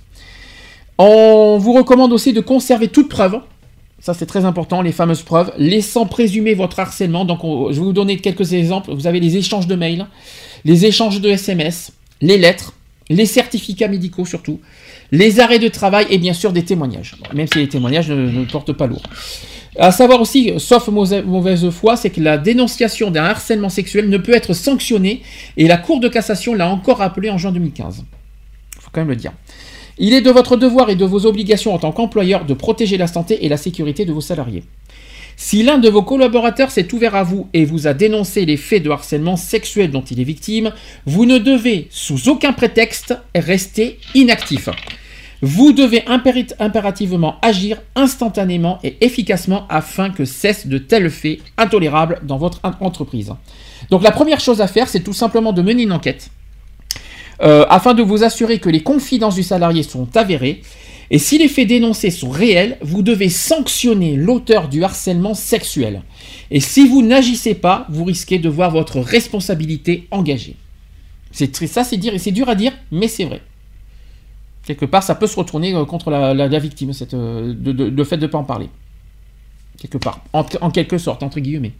On vous recommande aussi de conserver toute preuve, ça c'est très important, les fameuses preuves, laissant présumer votre harcèlement. Donc je vais vous donner quelques exemples. Vous avez les échanges de mails, les échanges de SMS, les lettres, les certificats médicaux surtout, les arrêts de travail et bien sûr des témoignages, même si les témoignages ne portent pas lourd. À savoir aussi, sauf mauvaise foi, c'est que la dénonciation d'un harcèlement sexuel ne peut être sanctionnée et la Cour de cassation l'a encore rappelé en juin 2015. Il faut quand même le dire. Il est de votre devoir et de vos obligations en tant qu'employeur de protéger la santé et la sécurité de vos salariés. Si l'un de vos collaborateurs s'est ouvert à vous et vous a dénoncé les faits de harcèlement sexuel dont il est victime, vous ne devez, sous aucun prétexte, rester inactif. Vous devez impérativement agir instantanément et efficacement afin que cessent de tels faits intolérables dans votre entreprise. Donc la première chose à faire, c'est tout simplement de mener une enquête afin de vous assurer que les confidences du salarié sont avérées. Et si les faits dénoncés sont réels, vous devez sanctionner l'auteur du harcèlement sexuel. Et si vous n'agissez pas, vous risquez de voir votre responsabilité engagée. C'est dur à dire, mais c'est vrai. Quelque part, ça peut se retourner contre la victime, le fait de ne pas en parler. Quelque part, en quelque sorte, entre guillemets.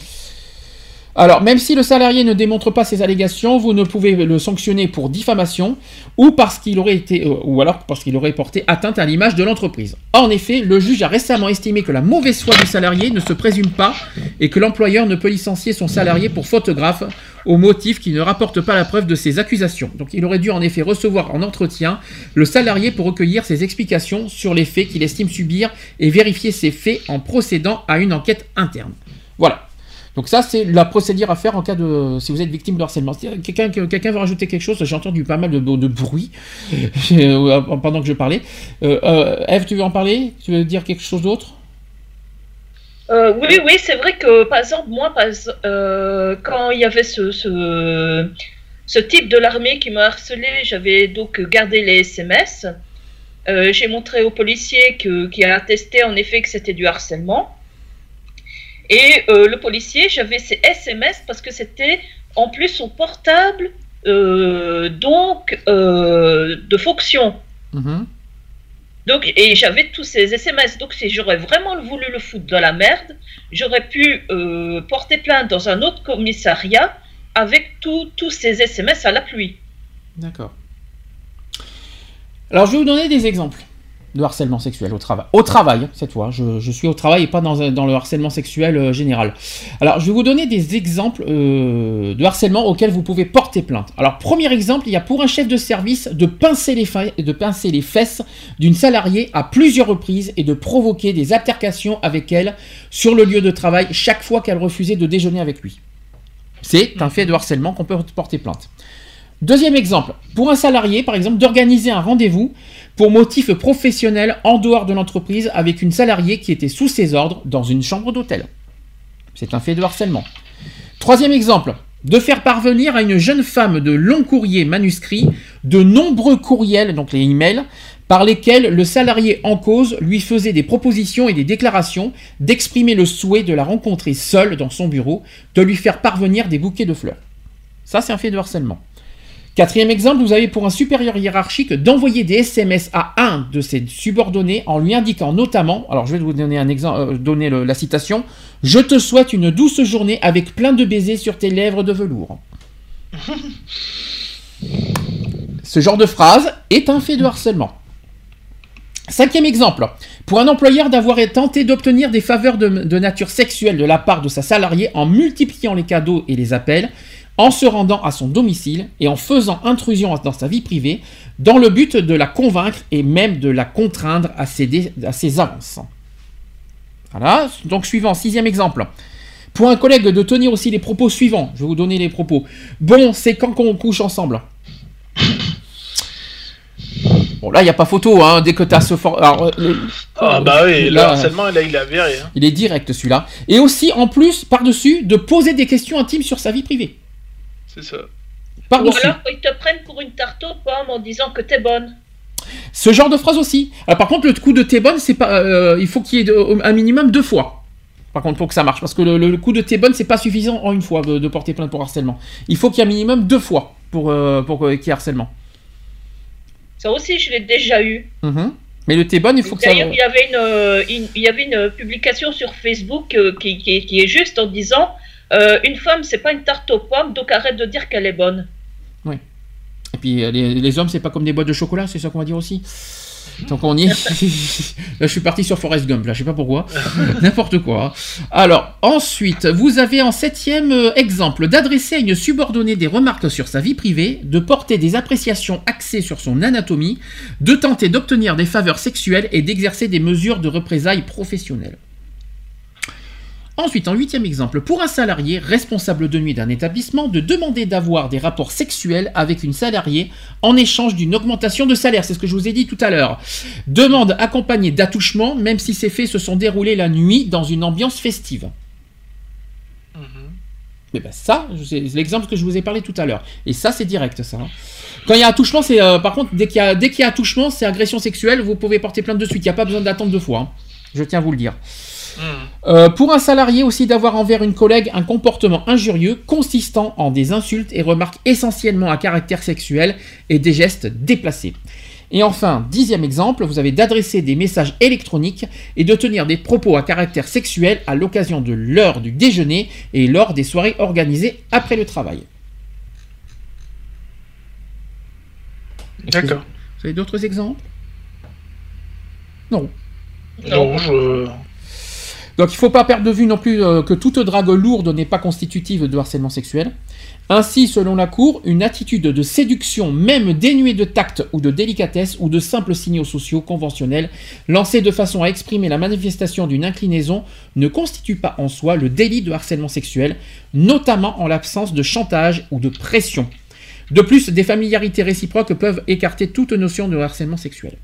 Alors, même si le salarié ne démontre pas ses allégations, vous ne pouvez le sanctionner pour diffamation ou parce qu'il aurait porté atteinte à l'image de l'entreprise. En effet, le juge a récemment estimé que la mauvaise foi du salarié ne se présume pas et que l'employeur ne peut licencier son salarié pour faute grave au motif qu'il ne rapporte pas la preuve de ses accusations. Donc, il aurait dû en effet recevoir en entretien le salarié pour recueillir ses explications sur les faits qu'il estime subir et vérifier ces faits en procédant à une enquête interne. Voilà. Donc ça, c'est la procédure à faire en cas de... si vous êtes victime de harcèlement. Quelqu'un veut rajouter quelque chose? J'ai entendu pas mal de bruit pendant que je parlais. Ève, tu veux en parler? Tu veux dire quelque chose d'autre? Oui, c'est vrai que, par exemple, moi, quand il y avait ce type de l'armée qui m'a harcelé, j'avais donc gardé les SMS. J'ai montré au policier qui a attesté en effet que c'était du harcèlement. Et le policier, j'avais ses SMS parce que c'était en plus son portable de fonction. Donc, et j'avais tous ces SMS. Donc, si j'aurais vraiment voulu le foutre dans la merde, j'aurais pu porter plainte dans un autre commissariat avec tous ces SMS à la pluie. D'accord. Alors, je vais vous donner des exemples de harcèlement sexuel au travail. Au travail, cette fois. Je suis au travail et pas dans le harcèlement sexuel général. Alors, je vais vous donner des exemples de harcèlement auxquels vous pouvez porter plainte. Alors, premier exemple, il y a pour un chef de service de pincer les fesses d'une salariée à plusieurs reprises et de provoquer des altercations avec elle sur le lieu de travail chaque fois qu'elle refusait de déjeuner avec lui. C'est un fait de harcèlement qu'on peut porter plainte. Deuxième exemple, pour un salarié, par exemple, d'organiser un rendez-vous pour motif professionnel en dehors de l'entreprise avec une salariée qui était sous ses ordres dans une chambre d'hôtel. C'est un fait de harcèlement. Troisième exemple, de faire parvenir à une jeune femme de longs courriers manuscrits, de nombreux courriels, donc les emails, par lesquels le salarié en cause lui faisait des propositions et des déclarations, d'exprimer le souhait de la rencontrer seule dans son bureau, de lui faire parvenir des bouquets de fleurs. Ça, c'est un fait de harcèlement. Quatrième exemple, vous avez pour un supérieur hiérarchique d'envoyer des SMS à un de ses subordonnés en lui indiquant notamment, alors je vais vous donner un exemple, la citation, « Je te souhaite une douce journée avec plein de baisers sur tes lèvres de velours ». Ce genre de phrase est un fait de harcèlement. Cinquième exemple, pour un employeur d'avoir tenté d'obtenir des faveurs de nature sexuelle de la part de sa salariée en multipliant les cadeaux et les appels, en se rendant à son domicile et en faisant intrusion dans sa vie privée, dans le but de la convaincre et même de la contraindre à céder à ses avances. Voilà, donc suivant, sixième exemple. Pour un collègue de tenir aussi les propos suivants, je vais vous donner les propos. Bon, c'est quand qu'on couche ensemble. Bon, là, il n'y a pas photo, hein, dès que tu as ce fort... Ah bah oui, le harcèlement, là, il a viré. Hein. Il est direct, celui-là. Et aussi, en plus, par-dessus, de poser des questions intimes sur sa vie privée. C'est ça. Par-dessus. Ou alors ils te prennent pour une tarte aux pommes en disant que t'es bonne. Ce genre de phrase aussi. Alors, par contre, le coup de t'es bonne, c'est pas, il faut qu'il y ait un minimum 2 fois. Par contre, pour que ça marche. Parce que le coup de t'es bonne, c'est pas suffisant en une fois de porter plainte pour harcèlement. Il faut qu'il y ait un minimum 2 fois pour qu'il y ait harcèlement. Ça aussi, je l'ai déjà eu. Mais le t'es bonne, il faut que ça... D'ailleurs, il y avait une publication sur Facebook qui est juste en disant... une femme, c'est pas une tarte aux pommes, donc arrête de dire qu'elle est bonne. Oui. Et puis les hommes, c'est pas comme des boîtes de chocolat, c'est ça qu'on va dire aussi. Donc on y est. Là, je suis parti sur Forrest Gump, là, je sais pas pourquoi. N'importe quoi. Alors, ensuite, vous avez en 7e exemple d'adresser à une subordonnée des remarques sur sa vie privée, de porter des appréciations axées sur son anatomie, de tenter d'obtenir des faveurs sexuelles et d'exercer des mesures de représailles professionnelles. Ensuite, en 8e exemple, pour un salarié responsable de nuit d'un établissement, de demander d'avoir des rapports sexuels avec une salariée en échange d'une augmentation de salaire. C'est ce que je vous ai dit tout à l'heure. Demande accompagnée d'attouchements, même si ces faits se sont déroulés la nuit dans une ambiance festive. Mais ben ça, c'est l'exemple que je vous ai parlé tout à l'heure. Et ça, c'est direct, ça. Quand il y a attouchement, c'est... par contre, dès qu'il y a attouchement, c'est agression sexuelle, vous pouvez porter plainte de suite. Il n'y a pas besoin d'attendre 2 fois. Hein. Je tiens à vous le dire. Pour un salarié aussi d'avoir envers une collègue un comportement injurieux consistant en des insultes et remarques essentiellement à caractère sexuel et des gestes déplacés. Et enfin, 10e exemple, vous avez d'adresser des messages électroniques et de tenir des propos à caractère sexuel à l'occasion de l'heure du déjeuner et lors des soirées organisées après le travail. D'accord. Vous avez d'autres exemples ? Non. Non, je... Donc il ne faut pas perdre de vue non plus que toute drague lourde n'est pas constitutive de harcèlement sexuel. Ainsi, selon la Cour, une attitude de séduction, même dénuée de tact ou de délicatesse ou de simples signaux sociaux conventionnels, lancée de façon à exprimer la manifestation d'une inclinaison, ne constitue pas en soi le délit de harcèlement sexuel, notamment en l'absence de chantage ou de pression. De plus, des familiarités réciproques peuvent écarter toute notion de harcèlement sexuel.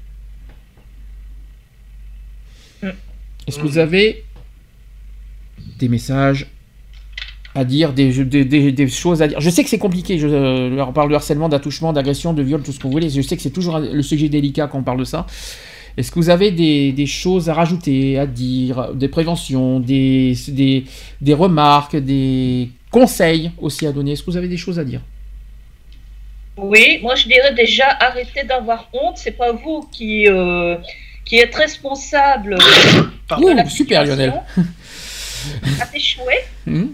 Est-ce que vous avez des messages à dire, des choses à dire? Je sais que c'est compliqué, on parle de harcèlement, d'attouchement, d'agression, de viol, tout ce que vous voulez. Je sais que c'est toujours le sujet délicat quand on parle de ça. Est-ce que vous avez des choses à rajouter, à dire, des préventions, des remarques, des conseils aussi à donner? Est-ce que vous avez des choses à dire? Oui, moi je dirais déjà arrêtez d'avoir honte. C'est pas vous qui êtes responsable de la super situation. Lionel. Ah, t'es chouette.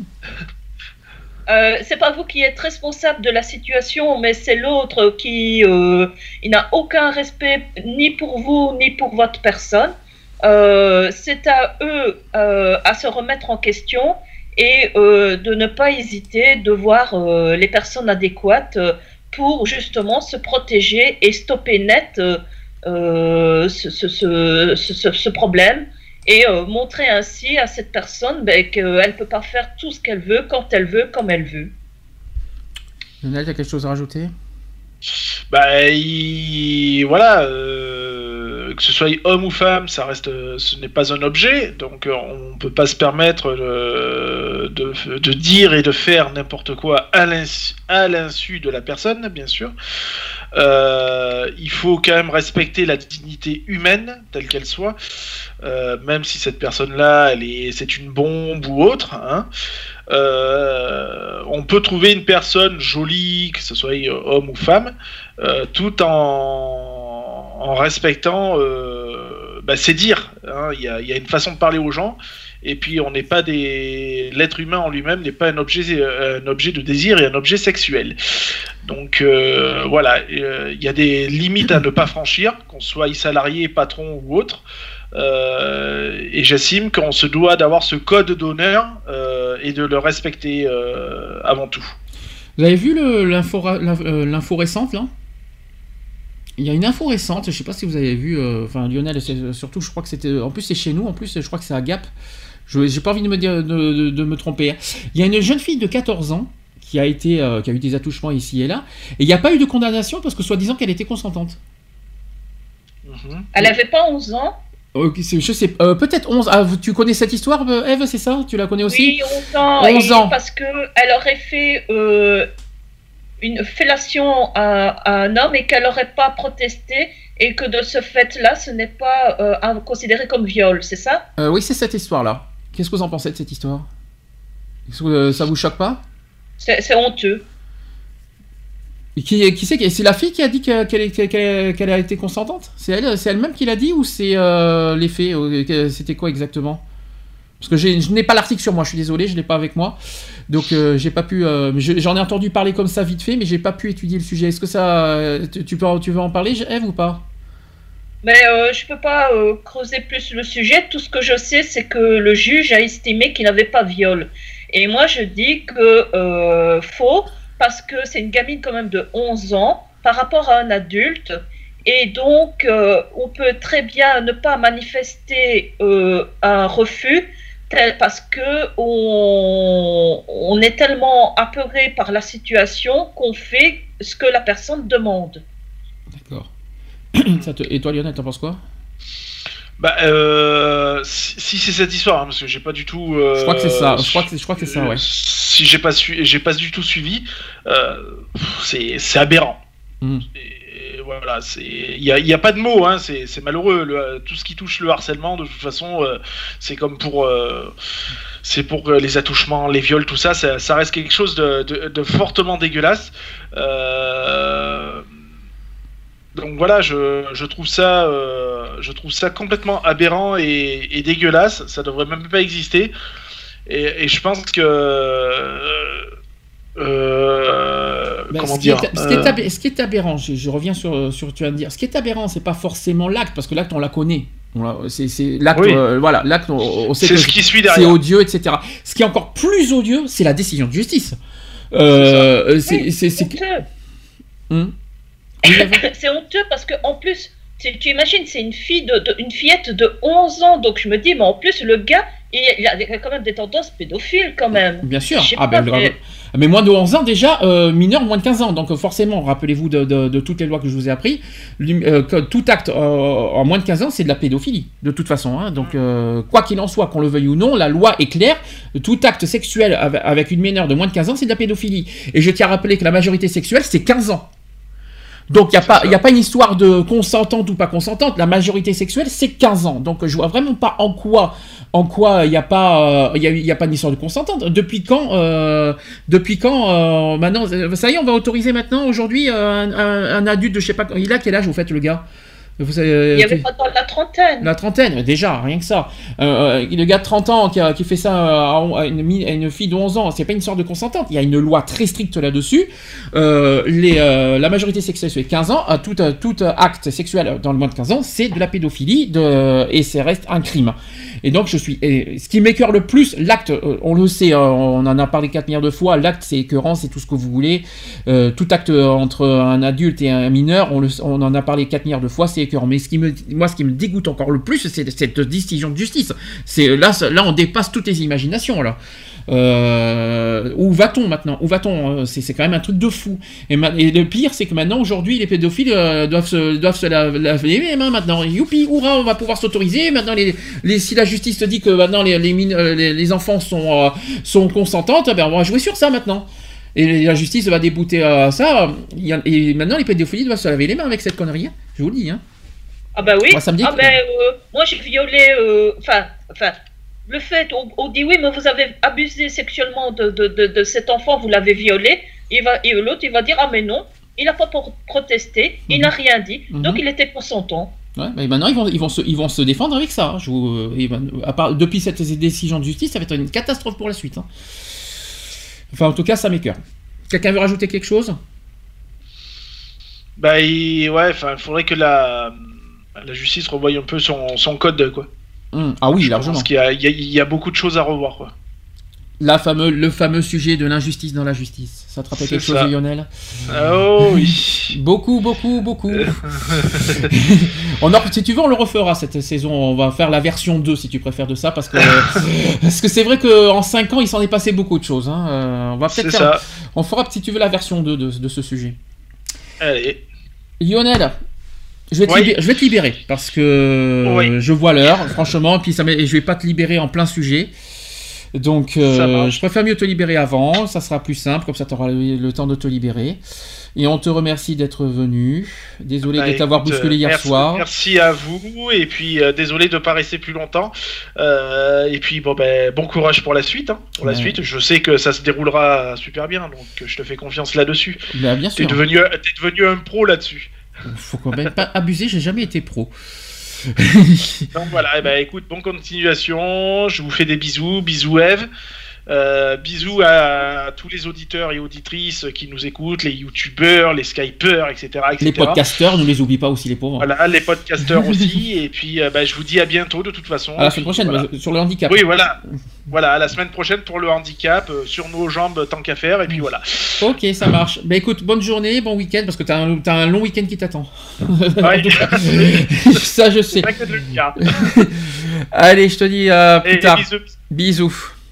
C'est pas vous qui êtes responsable de la situation, mais c'est l'autre qui il n'a aucun respect ni pour vous ni pour votre personne. C'est à eux à se remettre en question et de ne pas hésiter de voir les personnes adéquates pour justement se protéger et stopper net ce problème. Et montrer ainsi à cette personne qu'elle ne peut pas faire tout ce qu'elle veut, quand elle veut, comme elle veut. Lionel, tu as quelque chose à rajouter? Voilà, que ce soit homme ou femme, ce n'est pas un objet, donc on ne peut pas se permettre de dire et de faire n'importe quoi à l'insu de la personne, bien sûr. Il faut quand même respecter la dignité humaine telle qu'elle soit, même si cette personne-là, c'est une bombe ou autre. Hein. On peut trouver une personne jolie, que ce soit homme ou femme, tout en respectant ses dires. Hein. Il y a une façon de parler aux gens. Et puis on n'est pas l'être humain en lui-même n'est pas un objet de désir et un objet sexuel. Donc voilà, il y a des limites à ne pas franchir, qu'on soit salarié, patron ou autre. Et j'estime qu'on se doit d'avoir ce code d'honneur et de le respecter avant tout. Vous avez vu l'info récente là? Il y a une info récente, je ne sais pas si vous avez vu, Lionel, surtout je crois que c'était, en plus c'est chez nous, en plus je crois que c'est à Gap, j'ai pas envie de me tromper. Il y a une jeune fille de 14 ans qui a eu des attouchements ici et là, et il n'y a pas eu de condamnation parce que soi-disant qu'elle était consentante. Elle n'avait pas 11 ans? Je sais, peut-être 11. Ah, tu connais cette histoire, Eve, c'est ça? Tu la connais aussi? Oui, 11 ans. 11 ans. Parce qu'elle aurait fait une fellation à un homme et qu'elle n'aurait pas protesté et que de ce fait-là, ce n'est pas considéré comme viol, c'est ça? Oui, c'est cette histoire-là. Qu'est-ce que vous en pensez de cette histoire? Est-ce que ça vous choque pas? C'est honteux. Et qui c'est? C'est la fille qui a dit qu'elle a été consentante? C'est elle-même qui l'a dit ou c'est les faits? C'était quoi exactement? Parce que je n'ai pas l'article sur moi, je suis désolé, je ne l'ai pas avec moi. Donc j'ai pas pu... j'en ai entendu parler comme ça vite fait, mais j'ai pas pu étudier le sujet. Est-ce que ça... Tu veux en parler, Eve, ou pas? Mais je peux pas creuser plus le sujet. Tout ce que je sais, c'est que le juge a estimé qu'il n'avait pas viol. Et moi, je dis que faux, parce que c'est une gamine quand même de 11 ans par rapport à un adulte. Et donc, on peut très bien ne pas manifester un refus, parce que on est tellement apeuré par la situation qu'on fait ce que la personne demande. D'accord. Et toi, Lionel, t'en penses quoi? Si c'est cette histoire, hein, parce que j'ai pas du tout. Je crois que c'est ça. Je crois que c'est ça, ouais. Si j'ai pas du tout suivi, c'est aberrant. Et voilà, il y a pas de mots, hein, c'est malheureux. Tout ce qui touche le harcèlement, de toute façon, c'est comme pour les attouchements, les viols, tout ça, ça reste quelque chose de fortement dégueulasse. Donc voilà, je trouve ça complètement aberrant et dégueulasse. Ça devrait même pas exister. Et je pense que comment dire, ce qui est aberrant, je reviens sur tu vas me dire. Ce qui est aberrant, c'est pas forcément l'acte, parce que l'acte on la connaît. C'est l'acte, oui. Voilà, l'acte on sait que ce qui suit derrière. C'est odieux, etc. Ce qui est encore plus odieux, c'est la décision de justice. C'est c'est honteux parce que en plus, tu imagines, c'est une fillette de 11 ans, donc je me dis, mais en plus le gars, il a quand même des tendances pédophiles quand même. Bien sûr. Mais moins de 11 ans déjà, mineur moins de 15 ans. Donc forcément, rappelez-vous de toutes les lois que je vous ai appris, tout acte en moins de 15 ans, c'est de la pédophilie, de toute façon. Hein. Donc quoi qu'il en soit, qu'on le veuille ou non, la loi est claire. Tout acte sexuel avec une mineure de moins de 15 ans, c'est de la pédophilie. Et je tiens à rappeler que la majorité sexuelle, c'est 15 ans. Donc il y a pas une histoire de consentante ou pas consentante. La majorité sexuelle c'est 15 ans. Donc je vois vraiment pas en quoi il y a pas une histoire de consentante. Depuis quand maintenant ça y est, on va autoriser maintenant aujourd'hui un adulte de je sais pas, il a quel âge vous faites le gars? Il y avait pas dans la trentaine. La trentaine, déjà, rien que ça. Le gars de 30 ans qui fait ça à une fille de 11 ans, c'est pas une sorte de consentante. Il y a une loi très stricte là-dessus. La majorité sexuelle, c'est 15 ans. Tout acte sexuel dans le moins de 15 ans, c'est de la pédophilie et ça reste un crime. Et donc, ce qui m'écœure le plus, l'acte, on le sait, on en a parlé 4 milliards de fois, l'acte, c'est écœurant, c'est tout ce que vous voulez. Tout acte entre un adulte et un mineur, on en a parlé 4 milliards de fois, c'est écœurant. Mais ce qui me dégoûte encore le plus, c'est cette décision de justice. Là, on dépasse toutes les imaginations, là. Où va-t-on maintenant? Où va-t-on? C'est quand même un truc de fou. Et le pire, c'est que maintenant, aujourd'hui, les pédophiles doivent se laver les mains maintenant. Youpi, hurrah, on va pouvoir s'autoriser. Maintenant, si la justice te dit que maintenant les enfants sont consentantes, ben on va jouer sur ça maintenant. Et la justice va débouter ça. Et maintenant, les pédophiles doivent se laver les mains avec cette connerie. Je vous le dis. Hein. Ah bah oui. Moi, ça me dit moi j'ai violé. Le fait, on dit oui, mais vous avez abusé sexuellement de cet enfant, vous l'avez violé. Et l'autre, il va dire ah mais non, il n'a pas protesté, il n'a rien dit, donc il était consentant. Ouais, mais maintenant ils vont se défendre avec ça. Depuis cette décision de justice, ça va être une catastrophe pour la suite. Hein. Enfin, en tout cas, ça m'écoeure. Quelqu'un veut rajouter quelque chose? Bah, il faudrait que la justice revoie un peu son code, quoi. Ah oui, largement. Parce qu'il y a beaucoup de choses à revoir, quoi. Le fameux sujet de l'injustice dans la justice. Ça te rappelle quelque chose, Lionel? Oh oui. Beaucoup. Si tu veux, on le refera cette saison. On va faire la version 2 si tu préfères de ça, parce que c'est vrai qu'en 5 ans, il s'en est passé beaucoup de choses. Hein. On va peut-être on fera, si tu veux, la version 2 de ce sujet. Allez. Lionel, je vais te libérer parce que je vois l'heure, franchement, et puis je vais pas te libérer en plein sujet. Donc, je préfère mieux te libérer avant, ça sera plus simple, comme ça tu auras le temps de te libérer. Et on te remercie d'être venu. Désolé de t'avoir bousculé hier soir. Merci à vous, et puis désolé de ne pas rester plus longtemps. Et puis bon courage pour la suite. Hein, suite, je sais que ça se déroulera super bien, donc je te fais confiance là-dessus. Bien sûr. T'es devenu un pro là-dessus. Faut quand même pas abuser, j'ai jamais été pro. Donc voilà, écoute, bonne continuation, je vous fais des bisous Eve, bisous à tous les auditeurs et auditrices qui nous écoutent, les youtubeurs, les skypeurs, etc. Les podcasteurs, ne les oublie pas aussi, les pauvres. Voilà, les podcasteurs aussi, et puis je vous dis à bientôt de toute façon. À la semaine prochaine, sur le handicap. Oui, voilà, à la semaine prochaine pour le handicap, sur nos jambes tant qu'à faire, et puis voilà. Ok, ça marche. Écoute, bonne journée, bon week-end, parce que t'as un long week-end qui t'attend. Ouais. Ça, je sais. C'est pas que de le cas. Allez, je te dis plus tard. Bisous.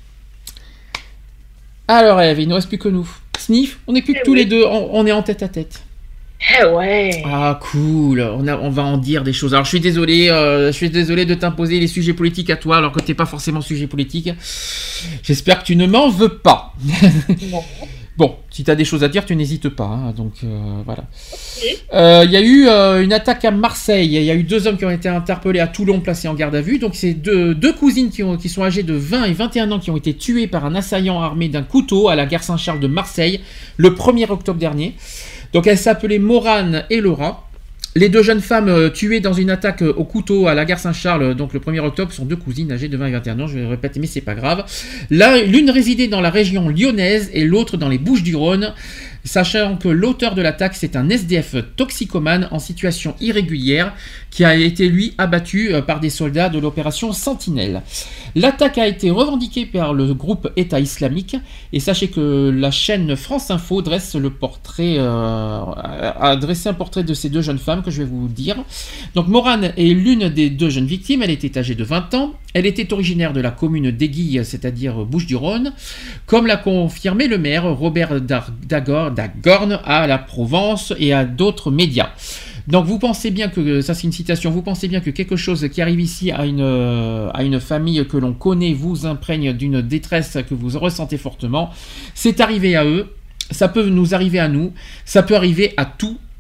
Alors Eve, il ne reste plus que nous. Sniff, on n'est plus que tous les deux, on est en tête à tête. Ouais. Ah cool, on va en dire des choses. Alors je suis désolé de t'imposer les sujets politiques à toi alors que t'es pas forcément sujet politique. J'espère que tu ne m'en veux pas. Non. Bon, si tu as des choses à dire, tu n'hésites pas. Hein, donc voilà. Il y a eu une attaque à Marseille. Il y a eu 2 hommes qui ont été interpellés à Toulon, placés en garde à vue. Donc c'est deux cousines qui sont âgées de 20 et 21 ans qui ont été tuées par un assaillant armé d'un couteau à la gare Saint-Charles de Marseille le 1er octobre dernier. Donc elles s'appelaient Morane et Laura. Les 2 jeunes femmes tuées dans une attaque au couteau à la gare Saint-Charles, donc le 1er octobre, sont 2 cousines âgées de 20 et 21 ans, je vais le répéter, mais c'est pas grave. L'une résidait dans la région lyonnaise et l'autre dans les Bouches-du-Rhône, sachant que l'auteur de l'attaque, c'est un SDF toxicomane en situation irrégulière qui a été, lui, abattu par des soldats de l'opération Sentinelle. L'attaque a été revendiquée par le groupe État islamique, et sachez que la chaîne France Info dresse a dressé un portrait de ces 2 jeunes femmes que je vais vous dire. Donc Morane est l'une des 2 jeunes victimes, elle était âgée de 20 ans, elle était originaire de la commune d'Aiguille, c'est-à-dire Bouches-du-Rhône, comme l'a confirmé le maire Robert Dagorne à la Provence et à d'autres médias. Donc vous pensez bien que, ça c'est une citation, vous pensez bien que quelque chose qui arrive ici à une famille que l'on connaît vous imprègne d'une détresse que vous ressentez fortement. C'est arrivé à eux, ça peut nous arriver à nous, ça peut arriver à tous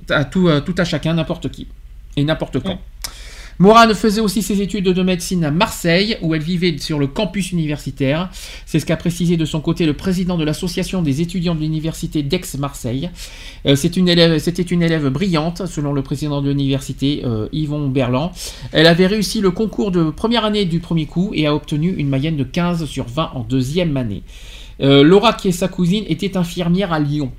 tout à chacun, n'importe qui et n'importe quand. Morane faisait aussi ses études de médecine à Marseille, où elle vivait sur le campus universitaire. C'est ce qu'a précisé de son côté le président de l'association des étudiants de l'université d'Aix-Marseille. C'était une élève brillante, selon le président de l'université, Yvon Berland. Elle avait réussi le concours de première année du premier coup et a obtenu une moyenne de 15 sur 20 en deuxième année. Laura, qui est sa cousine, était infirmière à Lyon.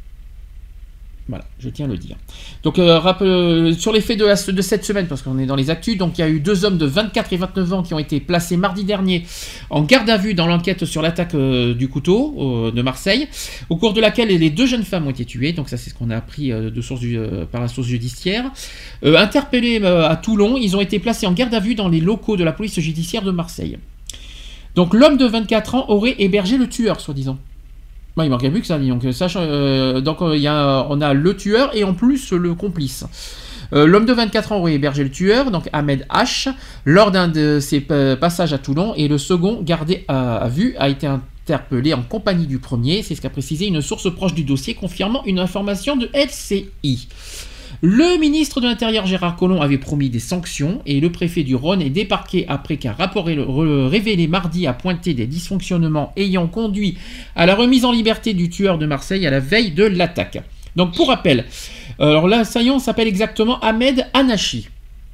Voilà, je tiens à le dire. Donc, sur les faits de cette semaine, parce qu'on est dans les actus, donc il y a eu 2 hommes de 24 et 29 ans qui ont été placés mardi dernier en garde à vue dans l'enquête sur l'attaque du couteau de Marseille, au cours de laquelle les 2 jeunes femmes ont été tuées. Donc ça, c'est ce qu'on a appris par la source judiciaire. Interpellés à Toulon, ils ont été placés en garde à vue dans les locaux de la police judiciaire de Marseille. Donc l'homme de 24 ans aurait hébergé le tueur, soi-disant. Il manquait plus que ça. Donc on a le tueur et en plus le complice. L'homme de 24 ans aurait hébergé le tueur, donc Ahmed H, lors d'un de ses passages à Toulon, et le second, gardé à vue, a été interpellé en compagnie du premier. C'est ce qu'a précisé une source proche du dossier, confirmant une information de LCI. Le ministre de l'Intérieur Gérard Collomb avait promis des sanctions et le préfet du Rhône est débarqué après qu'un rapport révélé mardi a pointé des dysfonctionnements ayant conduit à la remise en liberté du tueur de Marseille à la veille de l'attaque. Donc pour rappel, l'assaillant s'appelle exactement Ahmed Anachi,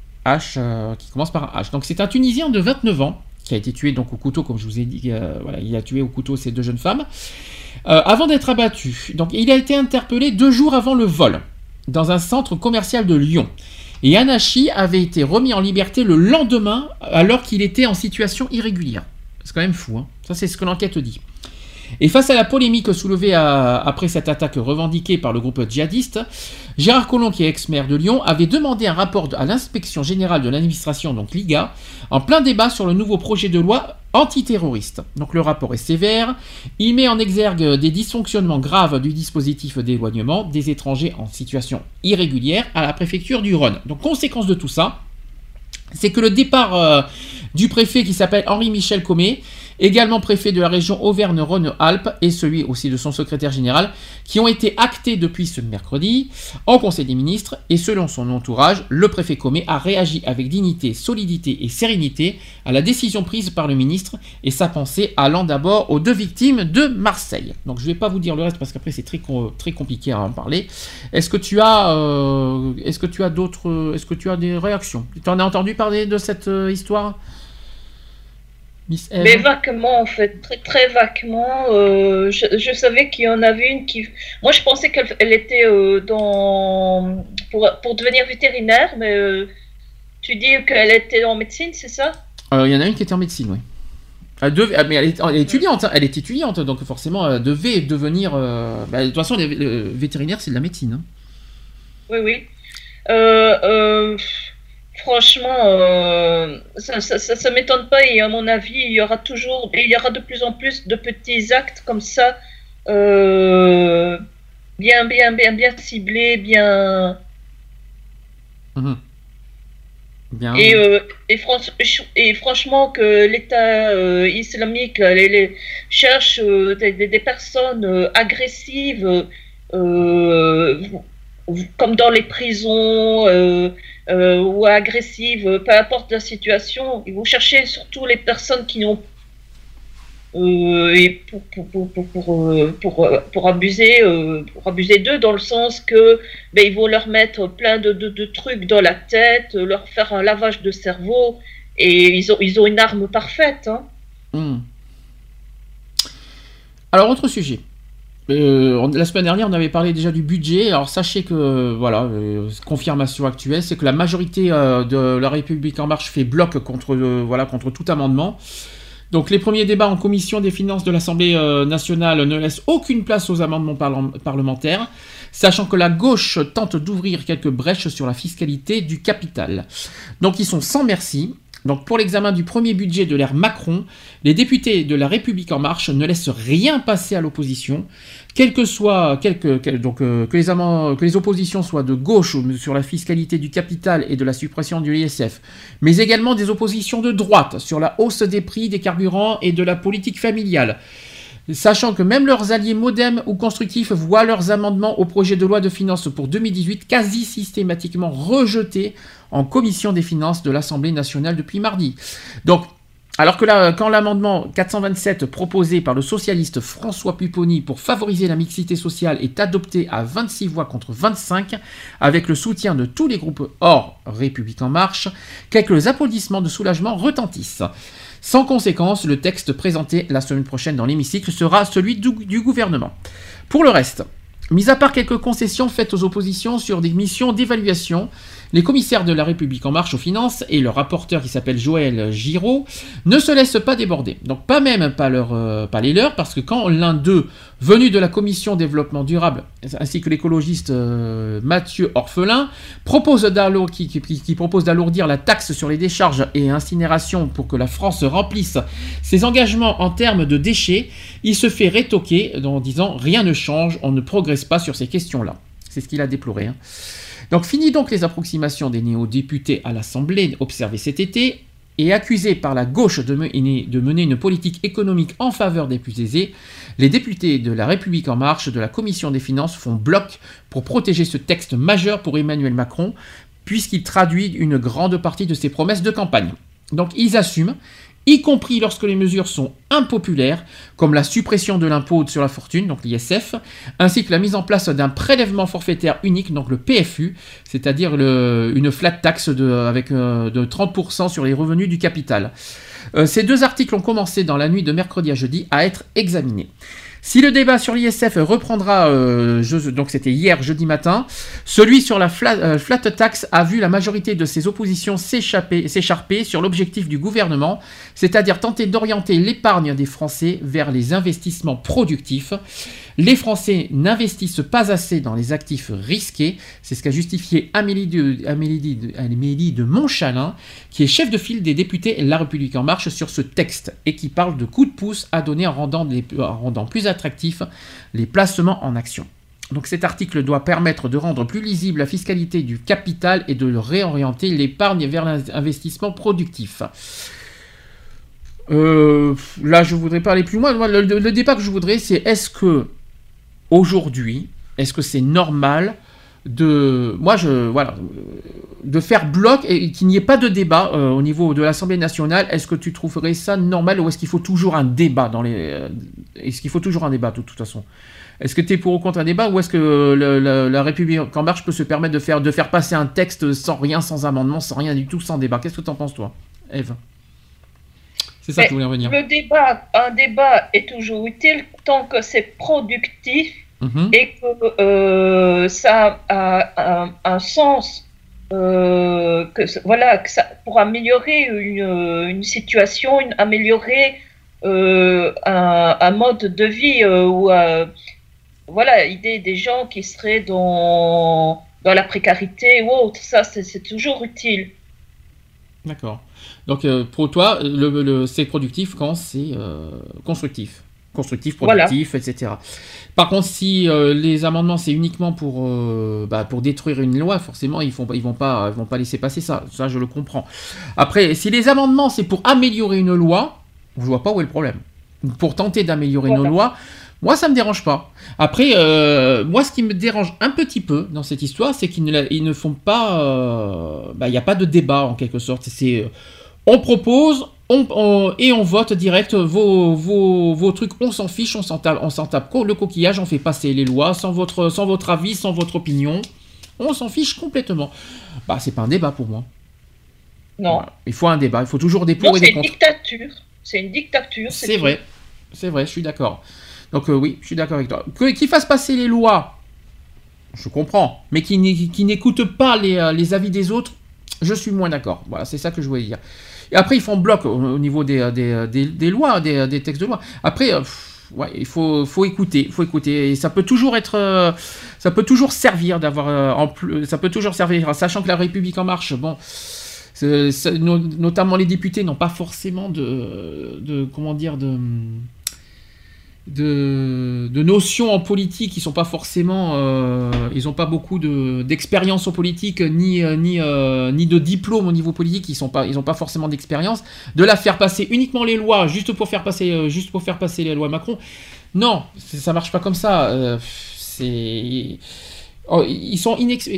qui commence par un H. Donc c'est un Tunisien de 29 ans qui a été tué donc au couteau, comme je vous ai dit, il a tué au couteau ces 2 jeunes femmes, avant d'être abattu. Donc il a été interpellé 2 jours avant le vol, dans un centre commercial de Lyon. Et Anachi avait été remis en liberté le lendemain alors qu'il était en situation irrégulière. C'est quand même fou, hein. Ça, c'est ce que l'enquête dit. Et face à la polémique soulevée après cette attaque revendiquée par le groupe djihadiste, Gérard Collomb, qui est ex-maire de Lyon, avait demandé un rapport à l'inspection générale de l'administration, donc l'IGA, en plein débat sur le nouveau projet de loi antiterroriste. Donc le rapport est sévère, il met en exergue des dysfonctionnements graves du dispositif d'éloignement des étrangers en situation irrégulière à la préfecture du Rhône. Donc conséquence de tout ça, c'est que le départ du préfet qui s'appelle Henri-Michel Comet, également préfet de la région Auvergne-Rhône-Alpes, et celui aussi de son secrétaire général, qui ont été actés depuis ce mercredi en Conseil des ministres, et selon son entourage, le préfet Comet a réagi avec dignité, solidité et sérénité à la décision prise par le ministre, et sa pensée allant d'abord aux 2 victimes de Marseille. Donc je ne vais pas vous dire le reste parce qu'après c'est très compliqué à en parler. Est-ce que tu as des réactions? Tu en as entendu parler de cette histoire? Mais vaguement, en fait, très très vaguement. Je savais qu'il y en avait une qui. Moi, je pensais qu'elle était pour devenir vétérinaire, mais tu dis qu'elle était en médecine, c'est ça? Il y en a une qui était en médecine, oui. Mais elle est étudiante, hein. Elle est étudiante, donc forcément, elle devait devenir. De toute façon, le vétérinaire, c'est de la médecine. Hein. Oui, oui. Franchement, ça m'étonne pas, et à mon avis, il y aura de plus en plus de petits actes comme ça, bien ciblés, bien. Bien. Et franchement, que l'État islamique cherche des personnes agressives, comme dans les prisons. Ou agressives, peu importe la situation, ils vont chercher surtout les personnes qui ont et pour abuser d'eux, dans le sens que ils vont leur mettre plein de trucs dans la tête, leur faire un lavage de cerveau, et ils ont une arme parfaite. Hein. Alors, autre sujet. La semaine dernière, on avait parlé déjà du budget. Alors sachez que, confirmation actuelle, c'est que la majorité de la République En Marche fait bloc contre tout amendement. Donc les premiers débats en commission des finances de l'Assemblée nationale ne laissent aucune place aux amendements parlementaires, sachant que la gauche tente d'ouvrir quelques brèches sur la fiscalité du capital. Donc ils sont sans merci. Donc pour l'examen du premier budget de l'ère Macron, les députés de la République En Marche ne laissent rien passer à l'opposition, que les oppositions soient de gauche sur la fiscalité du capital et de la suppression du l'ISF, mais également des oppositions de droite sur la hausse des prix des carburants et de la politique familiale. Sachant que même leurs alliés MoDem ou constructifs voient leurs amendements au projet de loi de finances pour 2018 quasi systématiquement rejetés en commission des finances de l'Assemblée nationale depuis mardi. Donc, alors que là, quand l'amendement 427 proposé par le socialiste François Pupponi pour favoriser la mixité sociale est adopté à 26 voix contre 25, avec le soutien de tous les groupes hors République En Marche, quelques applaudissements de soulagement retentissent. Sans conséquence, le texte présenté la semaine prochaine dans l'hémicycle sera celui du gouvernement. Pour le reste, mis à part quelques concessions faites aux oppositions sur des missions d'évaluation, les commissaires de la République En Marche aux finances et leur rapporteur qui s'appelle Joël Giraud ne se laissent pas déborder. Donc pas les leurs, parce que quand l'un d'eux, venu de la commission développement durable, ainsi que l'écologiste Mathieu Orphelin, propose d'alourdir la taxe sur les décharges et incinération pour que la France remplisse ses engagements en termes de déchets, il se fait rétoquer en disant « rien ne change, on ne progresse pas sur ces questions-là ». C'est ce qu'il a déploré. Donc fini donc les approximations des néo-députés à l'Assemblée observées cet été, et accusés par la gauche de mener une politique économique en faveur des plus aisés, les députés de la République En Marche de la Commission des Finances font bloc pour protéger ce texte majeur pour Emmanuel Macron, puisqu'il traduit une grande partie de ses promesses de campagne. Donc ils assument, y compris lorsque les mesures sont impopulaires, comme la suppression de l'impôt sur la fortune, donc l'ISF, ainsi que la mise en place d'un prélèvement forfaitaire unique, donc le PFU, c'est-à-dire une flat tax avec 30% sur les revenus du capital. Ces deux articles ont commencé dans la nuit de mercredi à jeudi à être examinés. Si le débat sur l'ISF reprendra, donc c'était hier jeudi matin, celui sur la flat tax a vu la majorité de ses oppositions s'écharper sur l'objectif du gouvernement, c'est-à-dire tenter d'orienter l'épargne des Français vers les investissements productifs. Les Français n'investissent pas assez dans les actifs risqués, c'est ce qu'a justifié Amélie de Montchalin, qui est chef de file des députés La République En Marche sur ce texte, et qui parle de coups de pouce à donner en rendant plus attractifs les placements en actions. Donc cet article doit permettre de rendre plus lisible la fiscalité du capital et de réorienter l'épargne vers l'investissement productif. Là, je voudrais pas aller plus loin. Le débat que je voudrais, c'est est-ce que c'est normal de faire bloc et qu'il n'y ait pas de débat au niveau de l'Assemblée nationale? Est-ce que tu trouverais ça normal, ou est-ce qu'il faut toujours un débat est-ce qu'il faut toujours un débat de toute façon? Est-ce que tu es pour ou contre un débat, ou est-ce que la République En Marche peut se permettre de faire passer un texte sans amendement, sans rien du tout, sans débat? Qu'est-ce que tu en penses, toi, Ève? C'est ça que je voulais revenir. Un débat est toujours utile tant que c'est productif et que ça a un sens, que ça, pour améliorer une situation, améliorer un mode de vie aider des gens qui seraient dans la précarité ou autre. Ça, c'est toujours utile. D'accord. Donc pour toi, c'est productif quand c'est constructif, productif, voilà. Etc. Par contre, si les amendements c'est uniquement pour détruire une loi, forcément ils vont pas laisser passer ça. Ça, je le comprends. Après, si les amendements c'est pour améliorer une loi, je vois pas où est le problème. Pour tenter d'améliorer une loi, moi ça me dérange pas. Après, moi ce qui me dérange un petit peu dans cette histoire, c'est qu'ils ne font pas, il n'y a pas de débat en quelque sorte. C'est on propose et on vote direct vos trucs, on s'en fiche, on s'en tape le coquillage, on fait passer les lois sans votre avis, sans votre opinion, on s'en fiche complètement. C'est pas un débat pour moi. Non. Voilà. Il faut un débat, il faut toujours des pour et des contre. C'est une dictature. C'est vrai, je suis d'accord. Donc oui, je suis d'accord avec toi. Qu'ils fassent passer les lois, je comprends, mais qu'ils n'écoutent pas les avis des autres, je suis moins d'accord. Voilà, c'est ça que je voulais dire. Et après, ils font bloc au niveau des lois, des textes de loi. Après, il faut écouter. Et ça peut toujours servir d'avoir ça peut toujours servir, sachant que la République En Marche, notamment les députés n'ont pas forcément de notions en politique, ils sont pas forcément, ils ont pas beaucoup d'expérience en politique, ni de diplôme au niveau politique, ils ont pas forcément d'expérience. De la faire passer uniquement les lois juste pour faire passer les lois Macron, Non, ça marche pas comme ça. Ils sont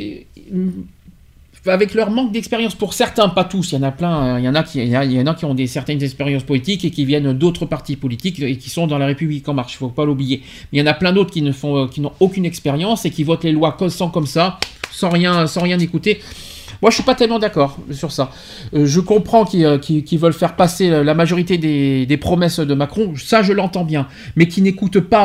avec leur manque d'expérience, pour certains, pas tous, il y en a plein, il y en a qui ont certaines expériences politiques et qui viennent d'autres partis politiques et qui sont dans la République en marche, il ne faut pas l'oublier. Mais il y en a plein d'autres qui n'ont aucune expérience et qui votent les lois comme ça, sans rien écouter. Moi, je suis pas tellement d'accord sur ça. Je comprends qu'ils veulent faire passer la majorité des promesses de Macron. Ça, je l'entends bien. Mais qui n'écoutent pas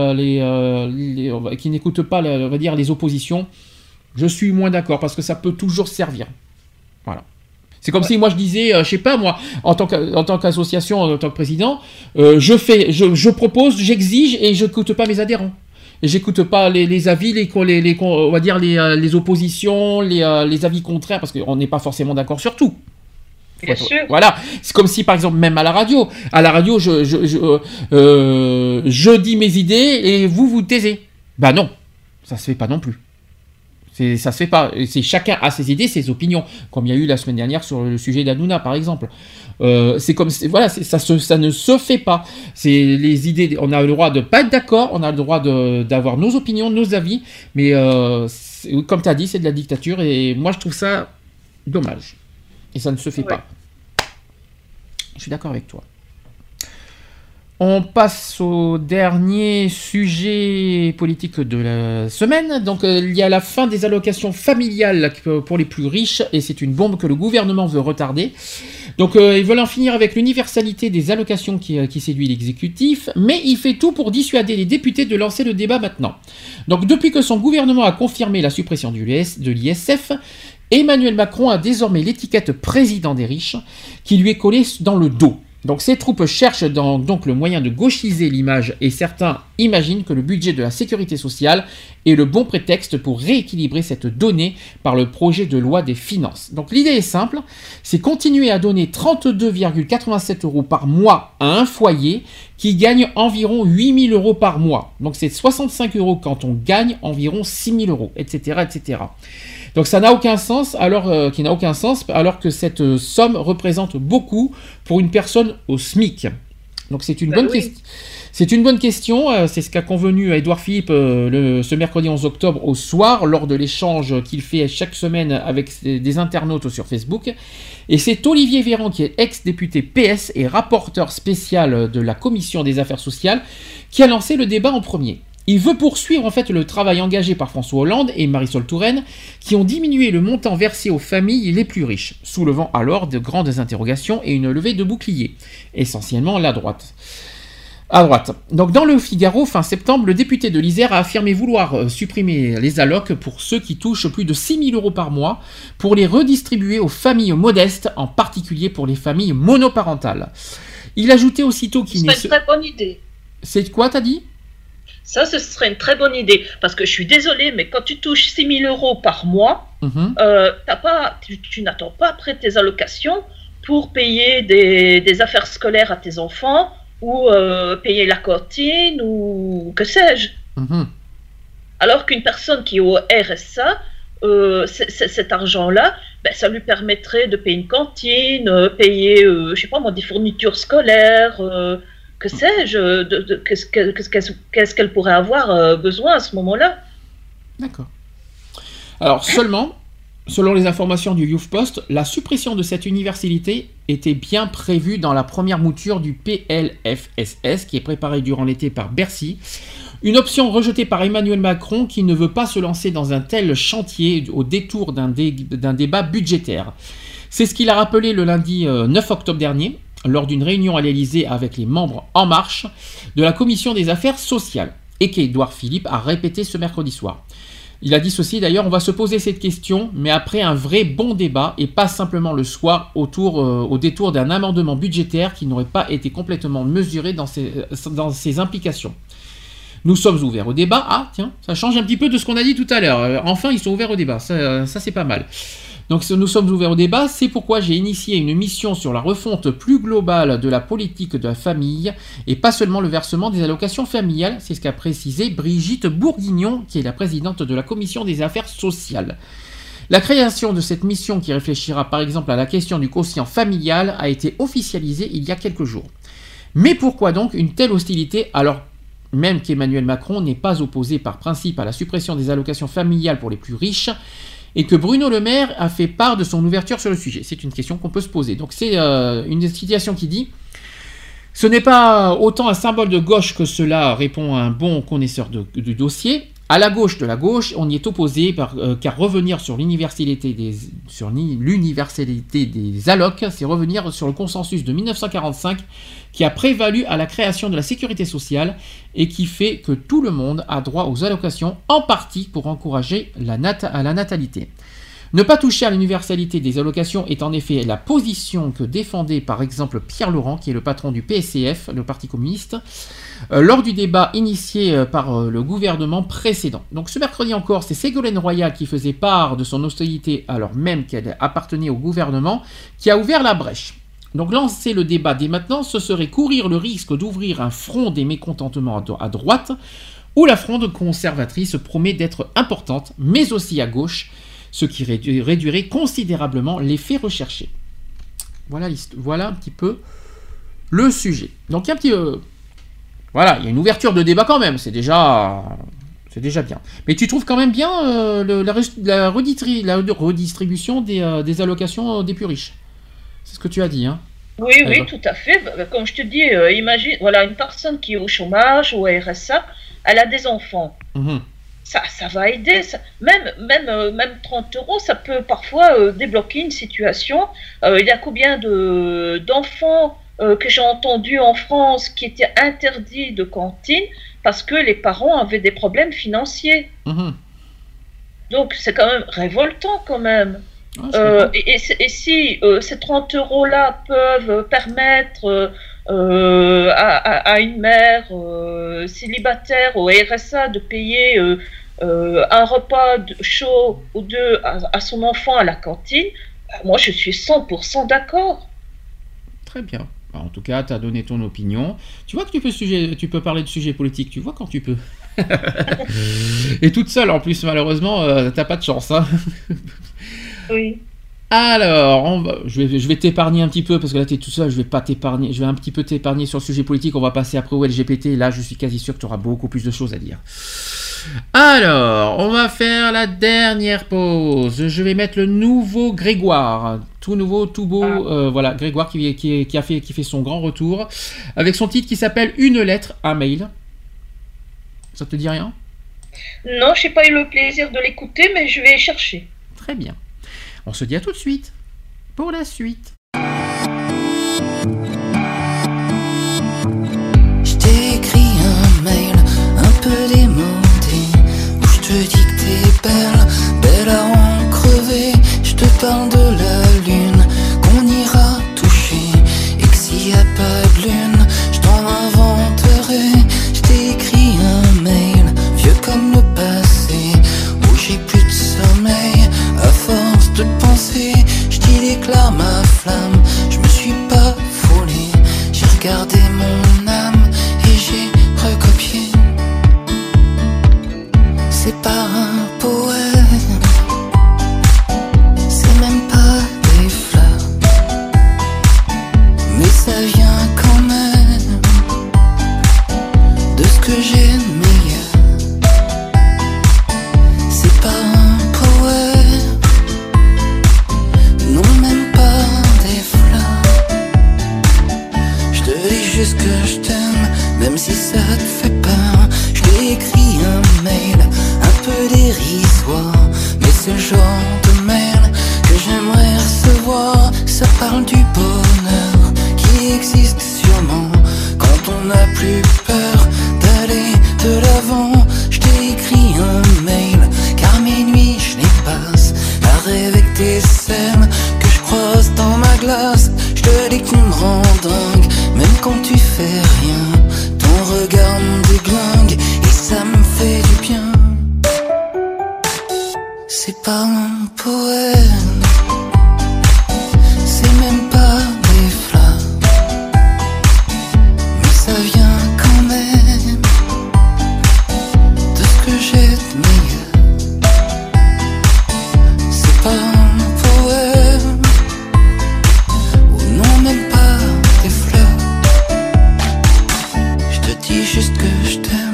on va dire, les oppositions. Je suis moins d'accord parce que ça peut toujours servir. Voilà. C'est comme si moi je disais, je sais pas moi, en tant qu'association, en tant que président, je propose, j'exige et je n'écoute pas mes adhérents. Et j'écoute pas les avis, on va dire les oppositions, les avis contraires, parce qu'on n'est pas forcément d'accord sur tout. Bien sûr. Voilà. C'est comme si, par exemple, même à la radio, je dis mes idées et vous taisez. Bah non, ça se fait pas non plus. Ça se fait pas. C'est chacun a ses idées, ses opinions, comme il y a eu la semaine dernière sur le sujet d'Hanouna, par exemple. Ça ne se fait pas. C'est les idées. On a le droit de pas être d'accord, on a le droit d'avoir nos opinions, nos avis, mais comme tu as dit, c'est de la dictature et moi je trouve ça dommage. Et ça ne se fait pas. Je suis d'accord avec toi. On passe au dernier sujet politique de la semaine. Donc, il y a la fin des allocations familiales pour les plus riches et c'est une bombe que le gouvernement veut retarder. Donc, ils veulent en finir avec l'universalité des allocations qui séduit l'exécutif, mais il fait tout pour dissuader les députés de lancer le débat maintenant. Donc, depuis que son gouvernement a confirmé la suppression de l'ISF, Emmanuel Macron a désormais l'étiquette président des riches qui lui est collée dans le dos. Donc ces troupes cherchent donc le moyen de gauchiser l'image et certains imaginent que le budget de la sécurité sociale est le bon prétexte pour rééquilibrer cette donnée par le projet de loi des finances. Donc l'idée est simple, c'est continuer à donner 32,87 € par mois à un foyer qui gagne environ 8 000 € par mois. Donc c'est 65 € quand on gagne environ 6 000 €, etc., etc. Donc ça n'a aucun sens, alors que cette somme représente beaucoup pour une personne au SMIC. Donc c'est une bonne question. C'est une bonne question, c'est ce qu'a convenu Édouard Philippe ce mercredi 11 octobre au soir, lors de l'échange qu'il fait chaque semaine avec des internautes sur Facebook. Et c'est Olivier Véran, qui est ex-député PS et rapporteur spécial de la Commission des Affaires sociales, qui a lancé le débat en premier. Il veut poursuivre en fait le travail engagé par François Hollande et Marisol Touraine, qui ont diminué le montant versé aux familles les plus riches, soulevant alors de grandes interrogations et une levée de boucliers, essentiellement la droite. À droite. Donc dans le Figaro, fin septembre, le député de l'Isère a affirmé vouloir supprimer les allocs pour ceux qui touchent plus de 6 000 € par mois, pour les redistribuer aux familles modestes, en particulier pour les familles monoparentales. Il ajoutait aussitôt qu'il n'est... C'est une très bonne idée. C'est quoi, t'as dit ? Ça, ce serait une très bonne idée. Parce que je suis désolée, mais quand tu touches 6 000 € par mois, tu n'attends pas après tes allocations pour payer des affaires scolaires à tes enfants ou payer la cantine ou que sais-je. Alors qu'une personne qui est au RSA, cet argent-là, ça lui permettrait de payer une cantine, payer, je sais pas moi, des fournitures scolaires... que sais-je, qu'est-ce qu'elle pourrait avoir besoin à ce moment-là. D'accord. Alors selon les informations du Youth Post, la suppression de cette universalité était bien prévue dans la première mouture du PLFSS qui est préparée durant l'été par Bercy. Une option rejetée par Emmanuel Macron qui ne veut pas se lancer dans un tel chantier au détour d'un débat budgétaire. C'est ce qu'il a rappelé le lundi 9 octobre dernier, lors d'une réunion à l'Élysée avec les membres En Marche de la Commission des Affaires sociales, et qu'Édouard Philippe a répété ce mercredi soir. Il a dit ceci d'ailleurs, on va se poser cette question, mais après un vrai bon débat, et pas simplement le soir au détour d'un amendement budgétaire qui n'aurait pas été complètement mesuré dans ses implications. Nous sommes ouverts au débat. Ah tiens, ça change un petit peu de ce qu'on a dit tout à l'heure. Enfin, ils sont ouverts au débat, ça c'est pas mal. Donc nous sommes ouverts au débat, c'est pourquoi j'ai initié une mission sur la refonte plus globale de la politique de la famille et pas seulement le versement des allocations familiales, c'est ce qu'a précisé Brigitte Bourguignon, qui est la présidente de la Commission des Affaires sociales. La création de cette mission qui réfléchira par exemple à la question du quotient familial a été officialisée il y a quelques jours. Mais pourquoi donc une telle hostilité ? Alors, même qu'Emmanuel Macron n'est pas opposé par principe à la suppression des allocations familiales pour les plus riches, et que Bruno Le Maire a fait part de son ouverture sur le sujet. C'est une question qu'on peut se poser. Donc c'est une citation qui dit « Ce n'est pas autant un symbole de gauche que cela, répond un bon connaisseur du dossier. À la gauche de la gauche, on y est opposé car revenir sur l'universalité des allocs, c'est revenir sur le consensus de 1945 qui a prévalu à la création de la sécurité sociale et qui fait que tout le monde a droit aux allocations, en partie pour encourager la natalité. Ne pas toucher à l'universalité des allocations est en effet la position que défendait par exemple Pierre Laurent, qui est le patron du PSCF, le Parti communiste, lors du débat initié par le gouvernement précédent. Donc ce mercredi encore, c'est Ségolène Royal qui faisait part de son hostilité alors même qu'elle appartenait au gouvernement, qui a ouvert la brèche. Donc lancer le débat dès maintenant, ce serait courir le risque d'ouvrir un front des mécontentements à droite, où la fronde conservatrice promet d'être importante, mais aussi à gauche, ce qui réduirait considérablement l'effet recherché. Voilà un petit peu le sujet. Donc il y a un petit... voilà, il y a une ouverture de débat quand même, c'est déjà bien. Mais tu trouves quand même bien la redistribution des allocations des plus riches. C'est ce que tu as dit, hein? Oui, tout à fait. Comme je te dis, imagine, voilà, une personne qui est au chômage ou au RSA, elle a des enfants. Mmh. Ça va aider. Même 30 €, ça peut parfois débloquer une situation. Il y a combien d'enfants que j'ai entendus en France qui étaient interdits de cantine parce que les parents avaient des problèmes financiers. Mmh. Donc c'est quand même révoltant quand même. Et si ces 30 € peuvent permettre à une mère célibataire au RSA de payer un repas chaud ou deux à son enfant à la cantine, moi je suis 100% d'accord. Très bien. En tout cas, tu as donné ton opinion. Tu vois que tu peux parler de sujets politiques, tu vois quand tu peux. Et toute seule en plus, malheureusement, t'as pas de chance. Hein. Oui. Alors, je vais t'épargner un petit peu, parce que là t'es tout seul, je vais un petit peu t'épargner sur le sujet politique, on va passer après au LGBT, là je suis quasi sûr que tu auras beaucoup plus de choses à dire. Alors, on va faire la dernière pause, je vais mettre le nouveau Grégoire, tout nouveau, tout beau, voilà, Grégoire qui fait son grand retour, avec son titre qui s'appelle Une lettre, un mail. Ça te dit rien ? Non, je n'ai pas eu le plaisir de l'écouter, mais je vais chercher. Très bien. On se dit à tout de suite pour la suite. Je t'ai écrit un mail un peu démonté où je te dis que t'es belle à en crever. Je te parle de la lune qu'on ira toucher et que s'il y a pas de lune, je t'en inventerai. Je t'ai écrit un mail vieux comme le passé où j'ai plus de sommeil. À force de te penser, je t'y déclare ma flamme. Je me suis pas foulé, j'ai regardé mon âme et j'ai recopié. C'est pas un poème, c'est même pas des fleurs, mais ça vient quand même de ce que j'ai de meilleur. C'est pas un poème, non même pas des fleurs. Je te dis juste que je t'aime, même si ça te fait peur. Je t'ai écrit un mail un peu dérisoire, mais c'est le genre de mail que j'aimerais recevoir. Ça parle du bonheur qui existe sûrement quand on n'a plus peur d'aller de l'avant. Je t'ai écrit un mail car mes nuits je les passe à rêver que tes scènes que je croise dans ma glace. Je te dis que tu me rends dingue, même quand tu fais rien. Ton regard me déglingue et ça me fait du bien. C'est pas un poème, c'est même pas des fleurs, mais ça vient quand même de ce que j'ai de meilleur. C'est pas un poème, ou non même pas des fleurs. Je te dis juste que je t'aime,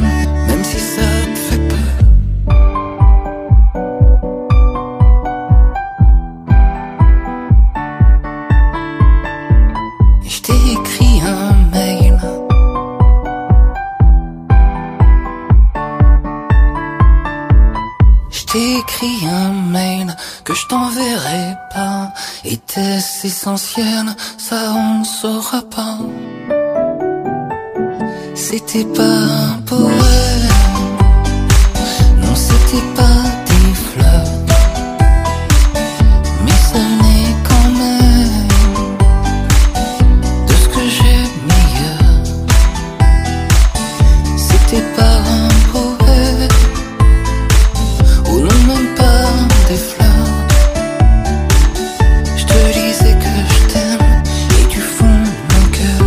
t'ai écrit un mail que je t'enverrai pas. Était-ce essentiel? Ça on ne saura pas. C'était pas un poème, non c'était pas des fleurs, mais ça n'est quand même de ce que j'ai meilleur. C'était pas un poème, ou non même pas des fleurs. Je te disais que je t'aime et du fond de mon cœur.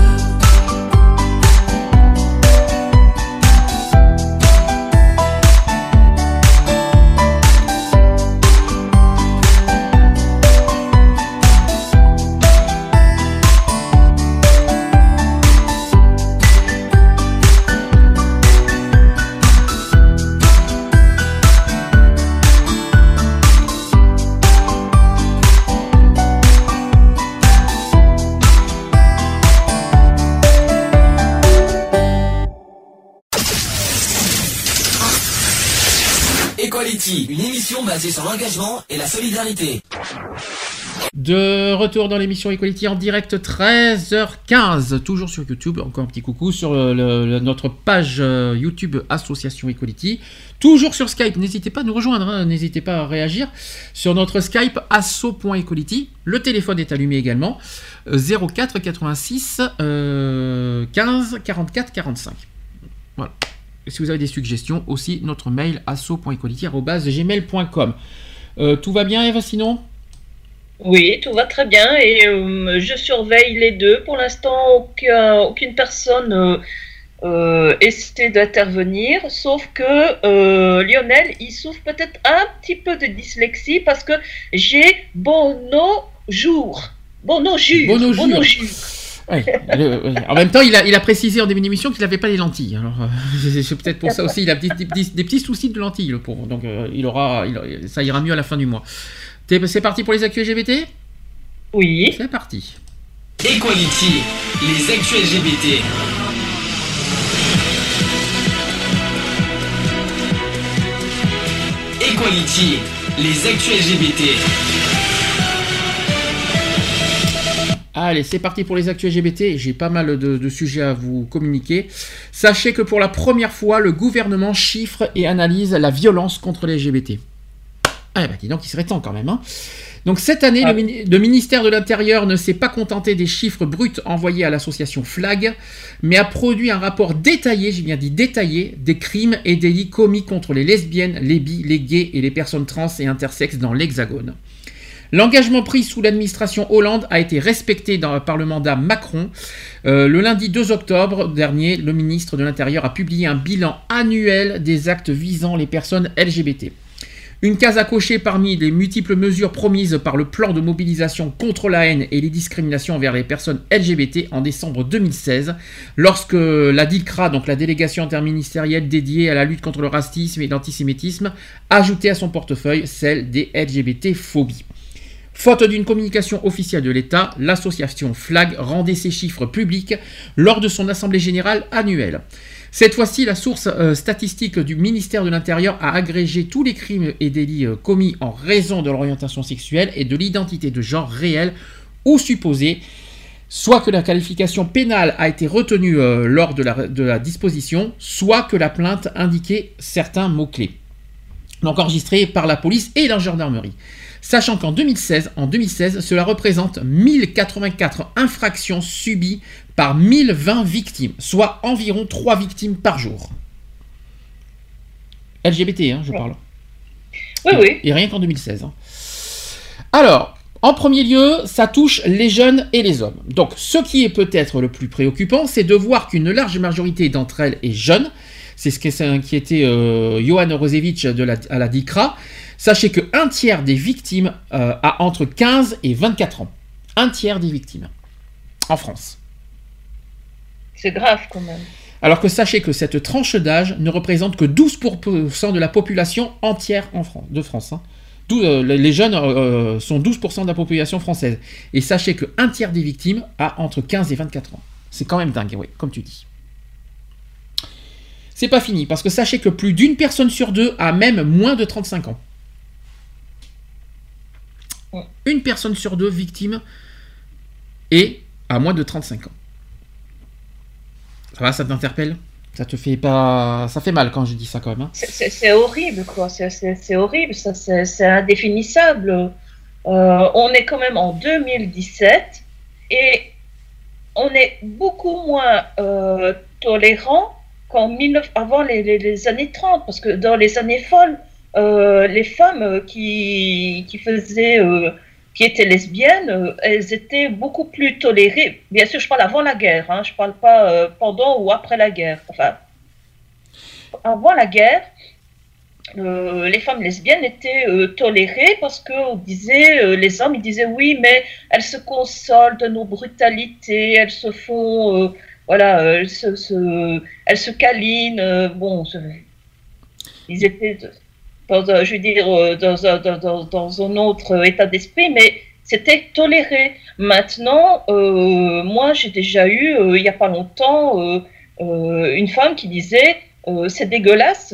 Equality, une émission basée sur l'engagement et la solidarité. De retour dans l'émission Equality en direct 13h15, toujours sur YouTube. Encore un petit coucou sur notre page YouTube Association Equality. Toujours sur Skype, n'hésitez pas à nous rejoindre, hein, n'hésitez pas à réagir sur notre Skype asso.equality. Le téléphone est allumé également, 04 86 15 44 45. Voilà. Si vous avez des suggestions, aussi notre mail asso.equality@gmail.com. Tout va bien, Eve, sinon ? Oui, tout va très bien et je surveille les deux. Pour l'instant, aucune personne essaie d'intervenir, sauf que Lionel, il souffre peut-être un petit peu de dyslexie parce que j'ai bon jour. Ouais. En même temps, il a précisé en début d'émission qu'il n'avait pas les lentilles. Alors, c'est peut-être pour ça aussi, il a des petits soucis de lentilles, le pauvre. Donc, ça ira mieux à la fin du mois. C'est parti pour les actus LGBT ? Oui. C'est parti. Equality, les actus LGBT. Equality, les actus LGBT. Allez, c'est parti pour les actus LGBT. J'ai pas mal de sujets à vous communiquer. Sachez que pour la première fois, le gouvernement chiffre et analyse la violence contre les LGBT. Ah bah dis donc, il serait temps quand même. Hein. Donc cette année, le ministère de l'Intérieur ne s'est pas contenté des chiffres bruts envoyés à l'association FLAG, mais a produit un rapport détaillé, j'ai bien dit détaillé, des crimes et délits commis contre les lesbiennes, les bi, les gays et les personnes trans et intersexes dans l'Hexagone. L'engagement pris sous l'administration Hollande a été respecté par le mandat Macron. Le lundi 2 octobre dernier, le ministre de l'Intérieur a publié un bilan annuel des actes visant les personnes LGBT. Une case à cocher parmi les multiples mesures promises par le plan de mobilisation contre la haine et les discriminations envers les personnes LGBT en décembre 2016, lorsque la DILCRA, donc la délégation interministérielle dédiée à la lutte contre le racisme et l'antisémitisme, ajoutait à son portefeuille celle des LGBT-phobies. Faute d'une communication officielle de l'État, l'association FLAG rendait ses chiffres publics lors de son assemblée générale annuelle. Cette fois-ci, la source statistique du ministère de l'Intérieur a agrégé tous les crimes et délits commis en raison de l'orientation sexuelle et de l'identité de genre réelle ou supposée, soit que la qualification pénale a été retenue lors de la disposition, soit que la plainte indiquait certains mots-clés, donc enregistrés par la police et la gendarmerie. Sachant qu'en 2016, cela représente 1084 infractions subies par 1020 victimes, soit environ 3 victimes par jour. LGBT, je parle. Oui. Et rien qu'en 2016. Alors, en premier lieu, ça touche les jeunes et les hommes. Donc, ce qui est peut-être le plus préoccupant, c'est de voir qu'une large majorité d'entre elles est jeune. C'est ce qui s'est inquiété Johan Rosevich à la DICRA. Sachez qu'un tiers des victimes a entre 15 et 24 ans. Un tiers des victimes. En France. C'est grave quand même. Alors que sachez que cette tranche d'âge ne représente que 12% de la population entière de France. Hein. Les jeunes sont 12% de la population française. Et sachez qu'un tiers des victimes a entre 15 et 24 ans. C'est quand même dingue, oui, comme tu dis. C'est pas fini, parce que sachez que plus d'une personne sur deux a même moins de 35 ans. Une personne sur deux victime est à moins de 35 ans. Ça va, ça t'interpelle ? Ça te fait pas... Ça fait mal quand je dis ça quand même. Hein. C'est horrible, quoi. C'est horrible, ça, c'est indéfinissable. On est quand même en 2017 et on est beaucoup moins tolérant avant les années 30, parce que dans les années folles, les femmes qui étaient lesbiennes, elles étaient beaucoup plus tolérées. Bien sûr, je parle avant la guerre, hein, je ne parle pas pendant ou après la guerre. Enfin, avant la guerre, les femmes lesbiennes étaient tolérées parce que les hommes ils disaient oui, mais elles se consolent de nos brutalités, elles se font, elles se câlinent. Ils étaient dans un autre état d'esprit, mais c'était toléré. Maintenant, moi j'ai déjà eu, il n'y a pas longtemps, une femme qui disait c'est dégueulasse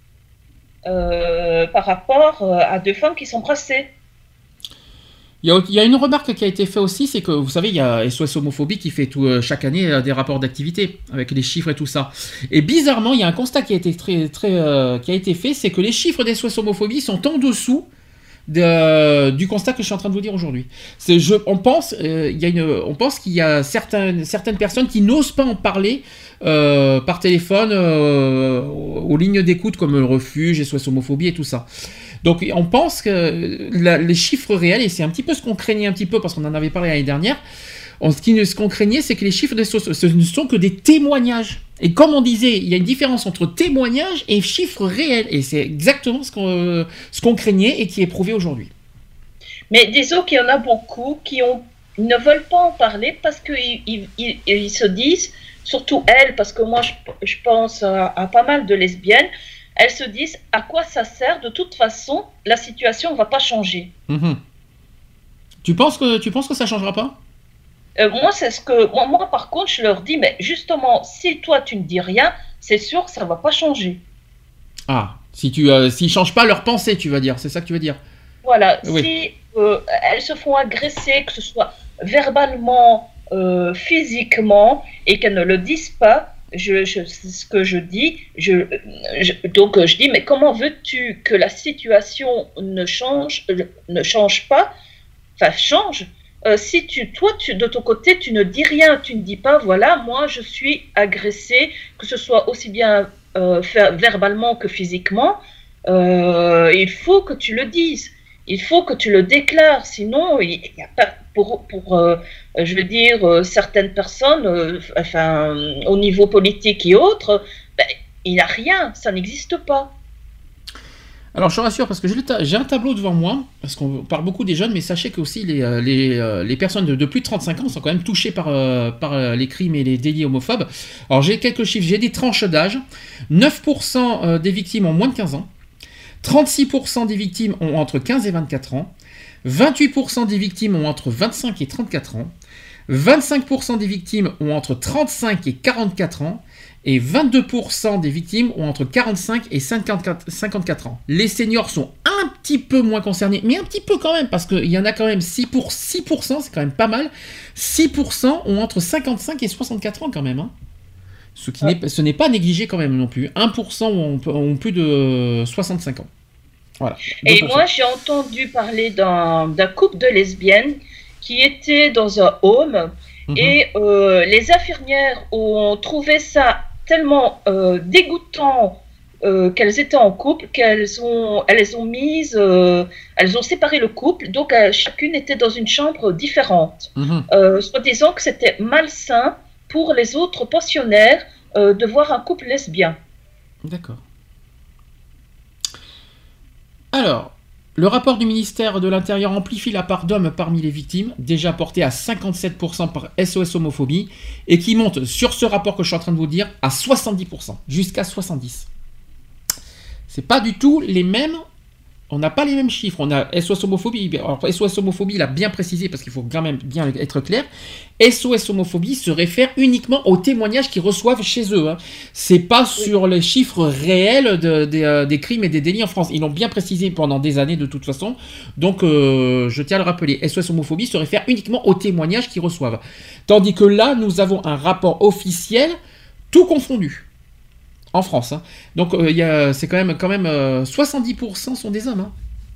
par rapport à deux femmes qui s'embrassaient. Il y a une remarque qui a été faite aussi, c'est que vous savez, il y a SOS Homophobie qui fait chaque année des rapports d'activité avec les chiffres et tout ça. Et bizarrement, il y a un constat qui a été qui a été fait, c'est que les chiffres des SOS Homophobie sont en dessous du constat que je suis en train de vous dire aujourd'hui. On pense qu'il y a certaines personnes qui n'osent pas en parler par téléphone aux lignes d'écoute comme le Refuge, SOS Homophobie et tout ça. Donc on pense que les chiffres réels, et c'est un petit peu ce qu'on craignait un petit peu parce qu'on en avait parlé l'année dernière, ce qu'on craignait, c'est que les chiffres ce ne sont que des témoignages. Et comme on disait, il y a une différence entre témoignages et chiffres réels. Et c'est exactement ce qu'on craignait et qui est prouvé aujourd'hui. Mais disons qu'il y en a beaucoup qui ne veulent pas en parler parce qu'ils se disent, surtout elles, parce que moi je pense à pas mal de lesbiennes, elles se disent à quoi ça sert, de toute façon la situation ne va pas changer. Mmh. Tu penses que ça ne changera pas ? Moi, c'est ce que moi par contre je leur dis, mais justement si toi tu ne dis rien, c'est sûr que ça ne va pas changer. Ah, s'ils ne changent pas leur pensée, tu vas dire, c'est ça que tu veux dire. Voilà, oui. Si elles se font agresser, que ce soit verbalement, physiquement, et qu'elles ne le disent pas, c'est ce que je dis. Donc je dis, mais comment veux-tu que la situation ne change pas, enfin change, si toi de ton côté tu ne dis rien, tu ne dis pas voilà, moi je suis agressée, que ce soit aussi bien verbalement que physiquement, il faut que tu le dises. Il faut que tu le déclares, sinon il n'y a pas je veux dire, certaines personnes, au niveau politique et autres, il n'y a rien, ça n'existe pas. Alors je te rassure parce que j'ai un tableau devant moi, parce qu'on parle beaucoup des jeunes, mais sachez que aussi les personnes de plus de 35 ans sont quand même touchées par les crimes et les délits homophobes. Alors j'ai quelques chiffres, j'ai des tranches d'âge. 9% des victimes ont moins de 15 ans. 36% des victimes ont entre 15 et 24 ans, 28% des victimes ont entre 25 et 34 ans, 25% des victimes ont entre 35 et 44 ans, et 22% des victimes ont entre 45 et 54 ans. Les seniors sont un petit peu moins concernés, mais un petit peu quand même, parce qu'il y en a quand même 6%, c'est quand même pas mal, 6% ont entre 55 et 64 ans quand même, hein. Ce n'est pas négligé quand même non plus. 1% ont plus de 65 ans. Voilà. 2%. Et moi, j'ai entendu parler d'un couple de lesbiennes qui étaient dans un home et les infirmières ont trouvé ça tellement dégoûtant qu'elles étaient en couple qu'elles ont séparé le couple, donc chacune était dans une chambre différente. Soit disant que c'était malsain pour les autres pensionnaires de voir un couple lesbien. D'accord. Alors, le rapport du ministère de l'Intérieur amplifie la part d'hommes parmi les victimes, déjà portée à 57% par SOS Homophobie, et qui monte sur ce rapport que je suis en train de vous dire à 70%, jusqu'à 70%. C'est pas du tout les mêmes On n'a pas les mêmes chiffres. On a SOS Homophobie. Alors, SOS Homophobie, il a bien précisé, parce qu'il faut quand même bien être clair. SOS Homophobie se réfère uniquement aux témoignages qu'ils reçoivent chez eux. Hein. C'est pas sur les chiffres réels des crimes et des délits en France. Ils l'ont bien précisé pendant des années de toute façon. Donc, je tiens à le rappeler. SOS Homophobie se réfère uniquement aux témoignages qu'ils reçoivent. Tandis que là, nous avons un rapport officiel, tout confondu. En France. Hein. Donc, c'est quand même 70% sont des hommes. Hein.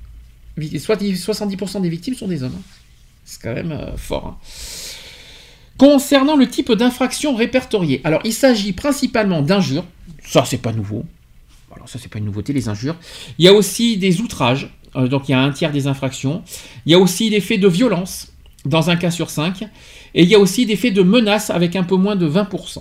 70% des victimes sont des hommes. Hein. C'est quand même fort. Hein. Concernant le type d'infraction répertoriée, alors il s'agit principalement d'injures. Ça, c'est pas nouveau. Alors, ça, c'est pas une nouveauté, les injures. Il y a aussi des outrages. Donc, il y a un tiers des infractions. Il y a aussi des faits de violence, dans un cas sur 5. Et il y a aussi des faits de menaces avec un peu moins de 20%.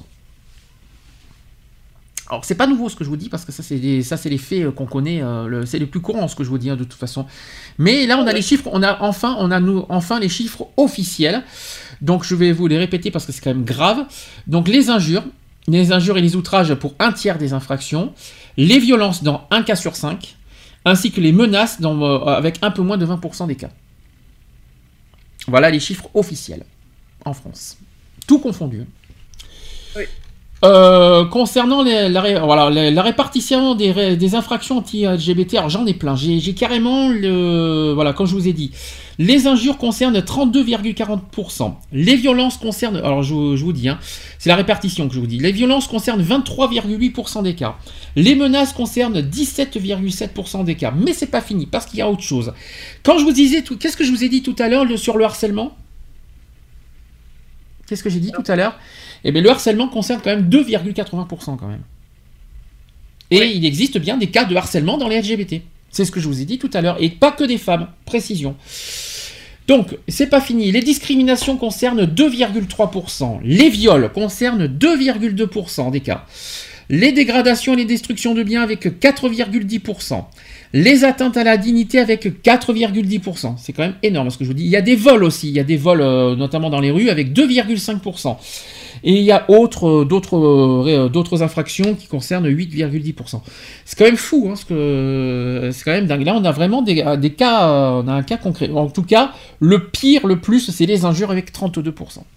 Alors, c'est pas nouveau ce que je vous dis, parce que ça, c'est les faits qu'on connaît, c'est les plus courants ce que je vous dis, hein, de toute façon. Mais là, on a les chiffres, on a enfin les chiffres officiels. Donc, je vais vous les répéter parce que c'est quand même grave. Donc, les injures et les outrages pour un tiers des infractions, les violences dans un cas sur 5, ainsi que les menaces avec un peu moins de 20% des cas. Voilà les chiffres officiels en France. Tout confondu. Oui. Concernant la répartition des infractions anti-LGBT, alors j'en ai plein. J'ai carrément comme je vous ai dit, les injures concernent 32,40%. Les violences concernent, alors je vous dis, hein, c'est la répartition que je vous dis. Les violences concernent 23,8% des cas. Les menaces concernent 17,7% des cas. Mais c'est pas fini, parce qu'il y a autre chose. Quand je vous disais qu'est-ce que je vous ai dit tout à l'heure sur le harcèlement ? Qu'est-ce que j'ai dit tout à l'heure ? Eh bien, le harcèlement concerne quand même 2,80% quand même. Et oui. Il existe bien des cas de harcèlement dans les LGBT. C'est ce que je vous ai dit tout à l'heure. Et pas que des femmes. Précision. Donc, c'est pas fini. Les discriminations concernent 2,3%. Les viols concernent 2,2% des cas. Les dégradations et les destructions de biens avec 4,10%. Les atteintes à la dignité avec 4,10%. C'est quand même énorme ce que je vous dis. Il y a des vols aussi. Il y a des vols notamment dans les rues avec 2,5%. Et il y a d'autres infractions qui concernent 8,10%. C'est quand même fou, hein, c'est quand même dingue. Là, on a vraiment des cas, on a un cas concret. En tout cas, le plus, c'est les injures avec 32%.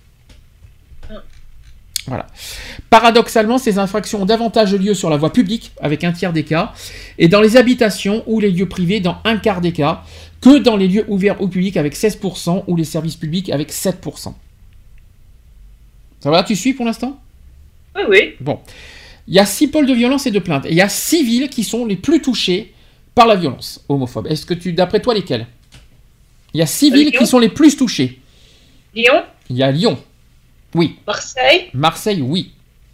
Voilà. Paradoxalement, ces infractions ont davantage lieu sur la voie publique, avec un tiers des cas, et dans les habitations ou les lieux privés, dans un quart des cas, que dans les lieux ouverts au public, avec 16%, ou les services publics, avec 7%. Ça va, tu suis pour l'instant ? Oui, oui. Bon. Il y a 6 pôles de violence et de plainte. Et il y a 6 villes qui sont les plus touchées par la violence homophobe. Est-ce que d'après toi, lesquelles ? Il y a 6 villes qui sont les plus touchées. Lyon ? Il y a Lyon. Oui. Marseille ? Marseille, oui.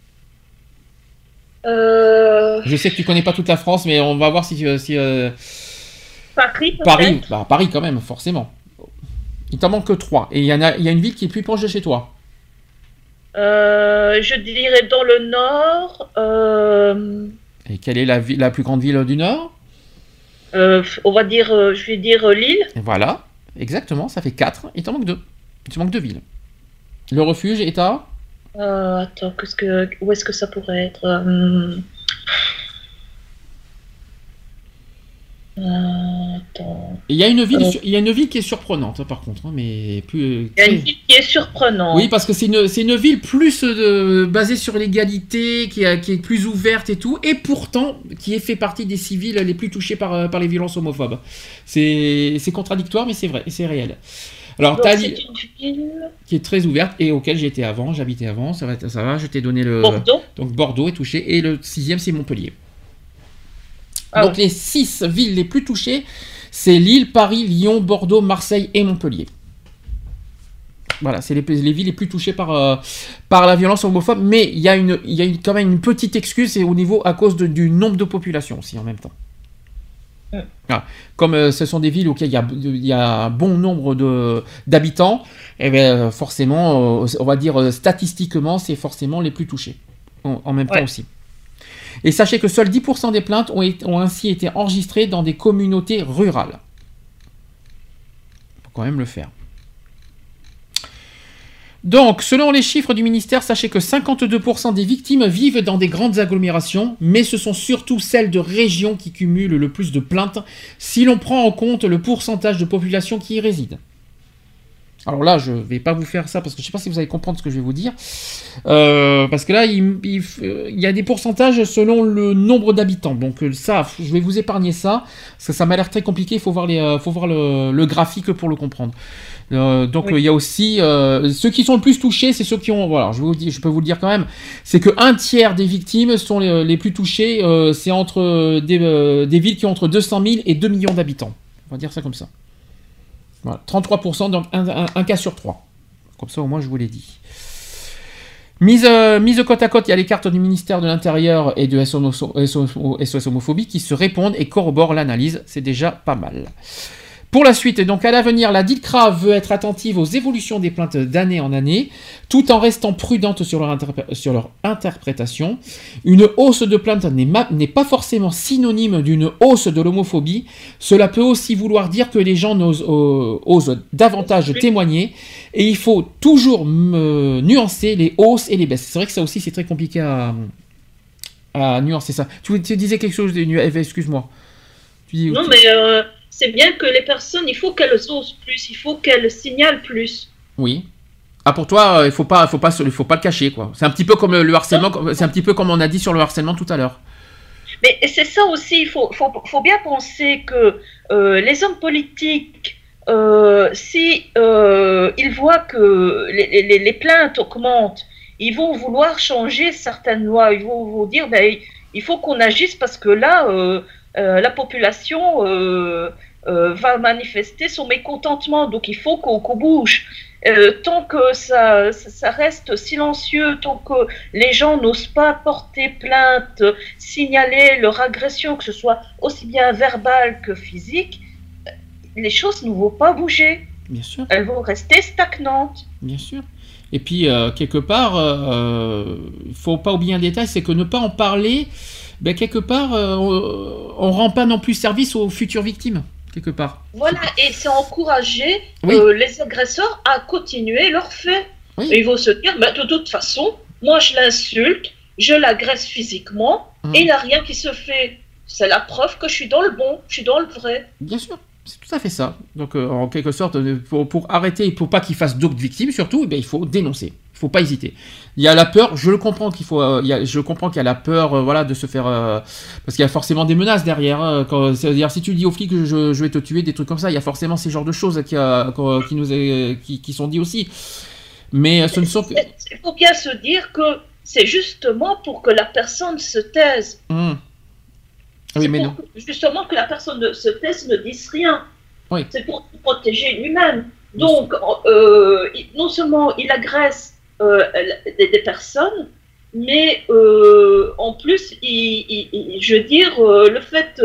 Je sais que tu connais pas toute la France, mais on va voir si Paris, Paris, Paris quand même, forcément. Il t'en manque que 3. Et il y a une ville qui est plus proche de chez toi. Je dirais dans le nord. Et quelle est la plus grande ville du nord ? On va dire, je vais dire Lille. Et voilà, exactement, ça fait 4. Il t'en manque 2. Il te manque 2 villes. Le refuge est à attends, où est-ce que ça pourrait être attends. Il y a une ville qui est surprenante, par contre, mais plus. Il y a une ville qui est surprenante. Oui, parce que c'est une ville plus basée sur l'égalité, qui est plus ouverte et tout, et pourtant qui fait partie des 6 villes les plus touchées par les violences homophobes. C'est contradictoire, mais c'est vrai, et c'est réel. Alors, donc, c'est une ville qui est très ouverte et auquel j'habitais avant, ça va, je t'ai donné le... Bordeaux. Donc Bordeaux est touché, et le 6e c'est Montpellier. Donc les 6 villes les plus touchées, c'est Lille, Paris, Lyon, Bordeaux, Marseille et Montpellier. Voilà, c'est les villes les plus touchées par la violence homophobe, mais il y a quand même une petite excuse, c'est au niveau à cause du nombre de population aussi en même temps. Voilà. Comme ce sont des villes auxquelles il y a un bon nombre d'habitants, et bien forcément, on va dire statistiquement, c'est forcément les plus touchés en même temps aussi. Et sachez que seuls 10% des plaintes ont ainsi été enregistrées dans des communautés rurales. Il faut quand même le faire. Donc, selon les chiffres du ministère, sachez que 52% des victimes vivent dans des grandes agglomérations, mais ce sont surtout celles de régions qui cumulent le plus de plaintes, si l'on prend en compte le pourcentage de population qui y réside. Alors là, je ne vais pas vous faire ça, parce que je ne sais pas si vous allez comprendre ce que je vais vous dire. Parce que là, il y a des pourcentages selon le nombre d'habitants. Donc ça, je vais vous épargner ça, parce que ça m'a l'air très compliqué, il faut voir le graphique pour le comprendre. Donc il y a aussi ceux qui sont le plus touchés, c'est ceux qui ont, voilà, je peux vous le dire quand même, c'est que 1/3 des victimes sont les plus touchées, c'est entre des villes qui ont entre 200 000 et 2 millions d'habitants. On va dire ça comme ça. Voilà, 33%, donc un cas sur 3. Comme ça, au moins, je vous l'ai dit. Mise côte à côte, il y a les cartes du ministère de l'Intérieur et de SOS Homophobie qui se répondent et corroborent l'analyse. C'est déjà pas mal. Pour la suite, donc à l'avenir, la DILCRA veut être attentive aux évolutions des plaintes d'année en année, tout en restant prudente sur leur interprétation. Une hausse de plaintes n'est pas forcément synonyme d'une hausse de l'homophobie. Cela peut aussi vouloir dire que les gens osent davantage témoigner, et il faut toujours nuancer les hausses et les baisses. C'est vrai que ça aussi, c'est très compliqué à nuancer ça. Tu disais quelque chose, excuse-moi. Non, mais... c'est bien que les personnes, il faut qu'elles osent plus, il faut qu'elles signalent plus. Oui. Ah, pour toi, il faut pas le cacher, quoi. C'est un petit peu comme le harcèlement, c'est un petit peu comme on a dit sur le harcèlement tout à l'heure. Mais c'est ça aussi, il faut bien penser que les hommes politiques, si ils voient que les plaintes augmentent, ils vont vouloir changer certaines lois, ils vont vous dire, ben, il faut qu'on agisse parce que là... la population va manifester son mécontentement, donc il faut qu'on bouge. Tant que ça reste silencieux, tant que les gens n'osent pas porter plainte, signaler leur agression, que ce soit aussi bien verbale que physique, les choses ne vont pas bouger. Bien sûr. Elles vont rester stagnantes. Bien sûr. Et puis, quelque part, il ne faut pas oublier un détail, c'est que ne pas en parler... Ben, quelque part, on rend pas non plus service aux futures victimes, quelque part. Voilà, et c'est encourager les agresseurs à continuer leurs faits. Oui. Et ils vont se dire, ben, de toute façon, moi je l'insulte, je l'agresse physiquement, et il n'y a rien qui se fait. C'est la preuve que je suis dans le bon, je suis dans le vrai. Bien sûr, c'est tout à fait ça. Donc, en quelque sorte, pour arrêter, pour pas qu'il fasse d'autres victimes, surtout, ben, il faut dénoncer. Il faut pas hésiter. Il y a la peur, je le comprends qu'il y a la peur, voilà, de se faire, parce qu'il y a forcément des menaces derrière. C'est-à-dire, si tu dis aux flics que je vais te tuer, des trucs comme ça, il y a forcément ces genres de choses qui sont dit aussi. Mais ce ne sont que... Il faut bien se dire que c'est justement pour que la personne se taise. Oui, mais non. Justement que la personne se taise, ne dise rien. Oui. C'est pour se protéger lui-même. Donc, non seulement il agresse des personnes, mais en plus, je veux dire, le fait,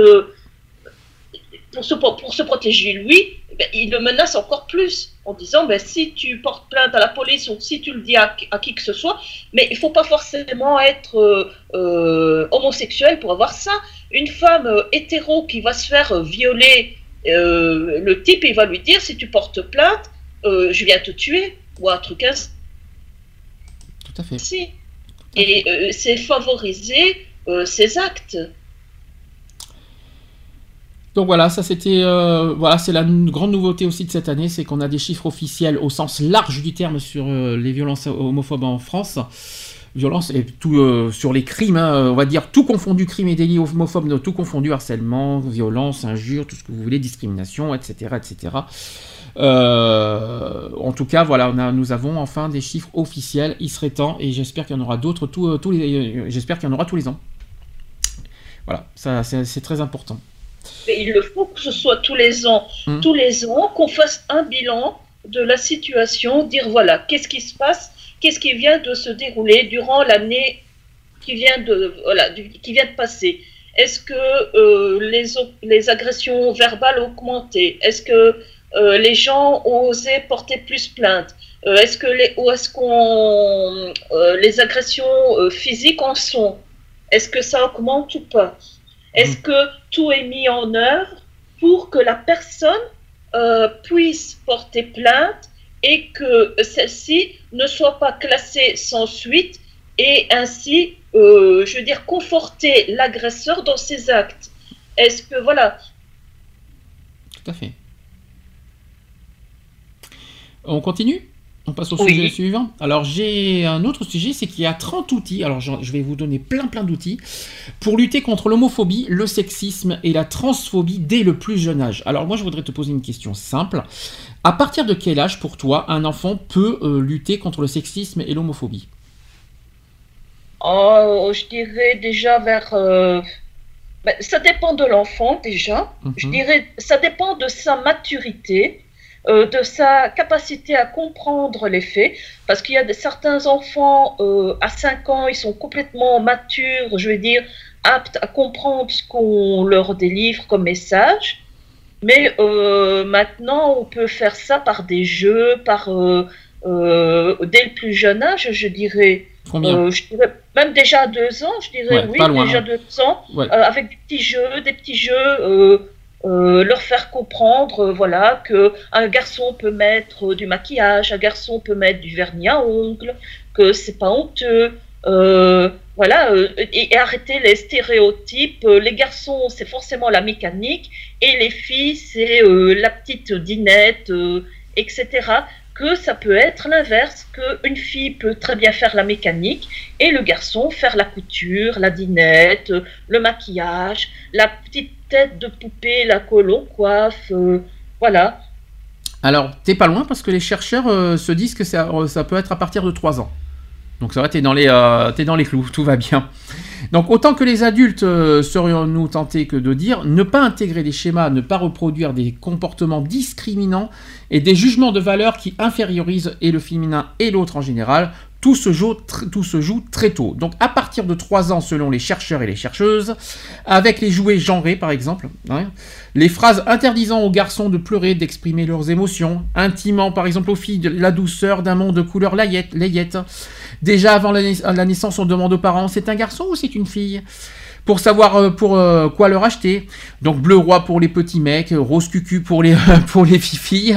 pour se protéger lui, ben, il le menace encore plus, en disant, ben, si tu portes plainte à la police ou si tu le dis à qui que ce soit, mais il ne faut pas forcément être homosexuel pour avoir ça. Une femme hétéro qui va se faire violer, le type, il va lui dire, si tu portes plainte, je viens te tuer, ou un truc ainsi. Tout à fait. Si. Et c'est favoriser ces actes. Donc voilà, ça c'était, voilà, c'est la grande nouveauté aussi de cette année, c'est qu'on a des chiffres officiels au sens large du terme sur les violences homophobes en France. Violence et tout sur les crimes, on va dire tout confondu, crimes et délits homophobes, tout confondu, harcèlement, violence, injures, tout ce que vous voulez, discrimination, etc., etc. En tout cas, voilà, nous avons enfin des chiffres officiels. Il serait temps, et j'espère qu'il y en aura d'autres j'espère qu'il y en aura tous les ans. Voilà, ça c'est très important. Mais il le faut que ce soit tous les ans, qu'on fasse un bilan de la situation, dire voilà, qu'est-ce qui se passe. Qu'est-ce qui vient de se dérouler durant l'année qui vient de passer? Est-ce que les agressions verbales ont augmenté? Est-ce que les gens ont osé porter plus plainte? Est-ce que les agressions physiques en sont? Est-ce que ça augmente ou pas? Est-ce que tout est mis en œuvre pour que la personne puisse porter plainte et que celle-ci ne soit pas classée sans suite et ainsi, je veux dire, conforter l'agresseur dans ses actes. Est-ce que, voilà. Tout à fait. On continue ? On passe au sujet suivant. Alors, j'ai un autre sujet, c'est qu'il y a 30 outils. Alors, je vais vous donner plein d'outils pour lutter contre l'homophobie, le sexisme et la transphobie dès le plus jeune âge. Alors, moi, je voudrais te poser une question simple. À partir de quel âge, pour toi, un enfant peut lutter contre le sexisme et l'homophobie ? Je dirais déjà vers... ça dépend de l'enfant, déjà. Je dirais, ça dépend de sa maturité. De sa capacité à comprendre les faits, parce qu'il y a certains enfants à 5 ans, ils sont complètement matures, je veux dire, aptes à comprendre ce qu'on leur délivre comme message, mais maintenant on peut faire ça par des jeux, dès le plus jeune âge, je dirais. Combien je dirais même déjà à 2 ans, je dirais oui, loin, déjà 2 ans, avec des petits jeux, leur faire comprendre voilà, qu'un garçon peut mettre du maquillage, un garçon peut mettre du vernis à ongles, que c'est pas honteux, voilà, et arrêter les stéréotypes. Les garçons, c'est forcément la mécanique, et les filles, c'est la petite dinette, etc. Que ça peut être l'inverse, qu'une fille peut très bien faire la mécanique et le garçon faire la couture, la dinette, le maquillage, la petite tête de poupée, la colon coiffe, voilà. Alors, t'es pas loin parce que les chercheurs se disent que ça peut être à partir de 3 ans. Donc c'est vrai, t'es dans les clous, tout va bien. Donc autant que les adultes serions-nous tentés que de dire ne pas intégrer des schémas, ne pas reproduire des comportements discriminants et des jugements de valeur qui infériorisent et le féminin et l'autre en général. Tout se joue très tôt. Donc à partir de 3 ans selon les chercheurs et les chercheuses, avec les jouets genrés par exemple, les phrases interdisant aux garçons de pleurer, d'exprimer leurs émotions, intimant par exemple aux filles la douceur d'un monde de couleur layette. Déjà avant la naissance on demande aux parents c'est un garçon ou c'est une fille ? Pour savoir quoi leur acheter. Donc bleu roi pour les petits mecs, rose cucu pour les filles.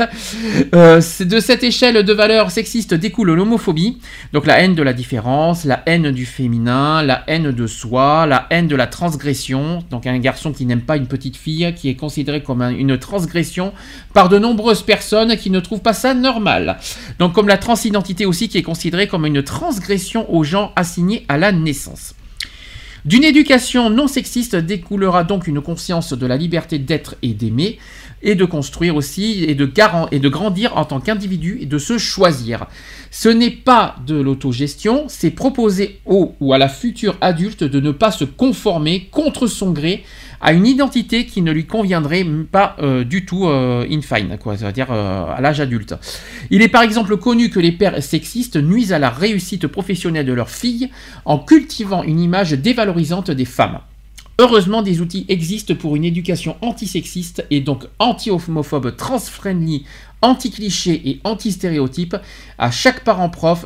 C'est de cette échelle de valeurs sexistes découle l'homophobie. Donc la haine de la différence, la haine du féminin, la haine de soi, la haine de la transgression. Donc un garçon qui n'aime pas une petite fille, qui est considéré comme une transgression par de nombreuses personnes qui ne trouvent pas ça normal. Donc comme la transidentité aussi qui est considérée comme une transgression au genre assigné à la naissance. D'une éducation non sexiste découlera donc une conscience de la liberté d'être et d'aimer, et de construire aussi, et de grandir en tant qu'individu, et de se choisir. Ce n'est pas de l'autogestion, c'est proposer au ou à la future adulte de ne pas se conformer contre son gré à une identité qui ne lui conviendrait pas du tout in fine, quoi, c'est-à-dire à l'âge adulte. Il est par exemple connu que les pères sexistes nuisent à la réussite professionnelle de leurs filles en cultivant une image dévalorisante des femmes. Heureusement, des outils existent pour une éducation antisexiste et donc anti-homophobe, trans-friendly, anti-cliché et anti-stéréotype. À chaque parent prof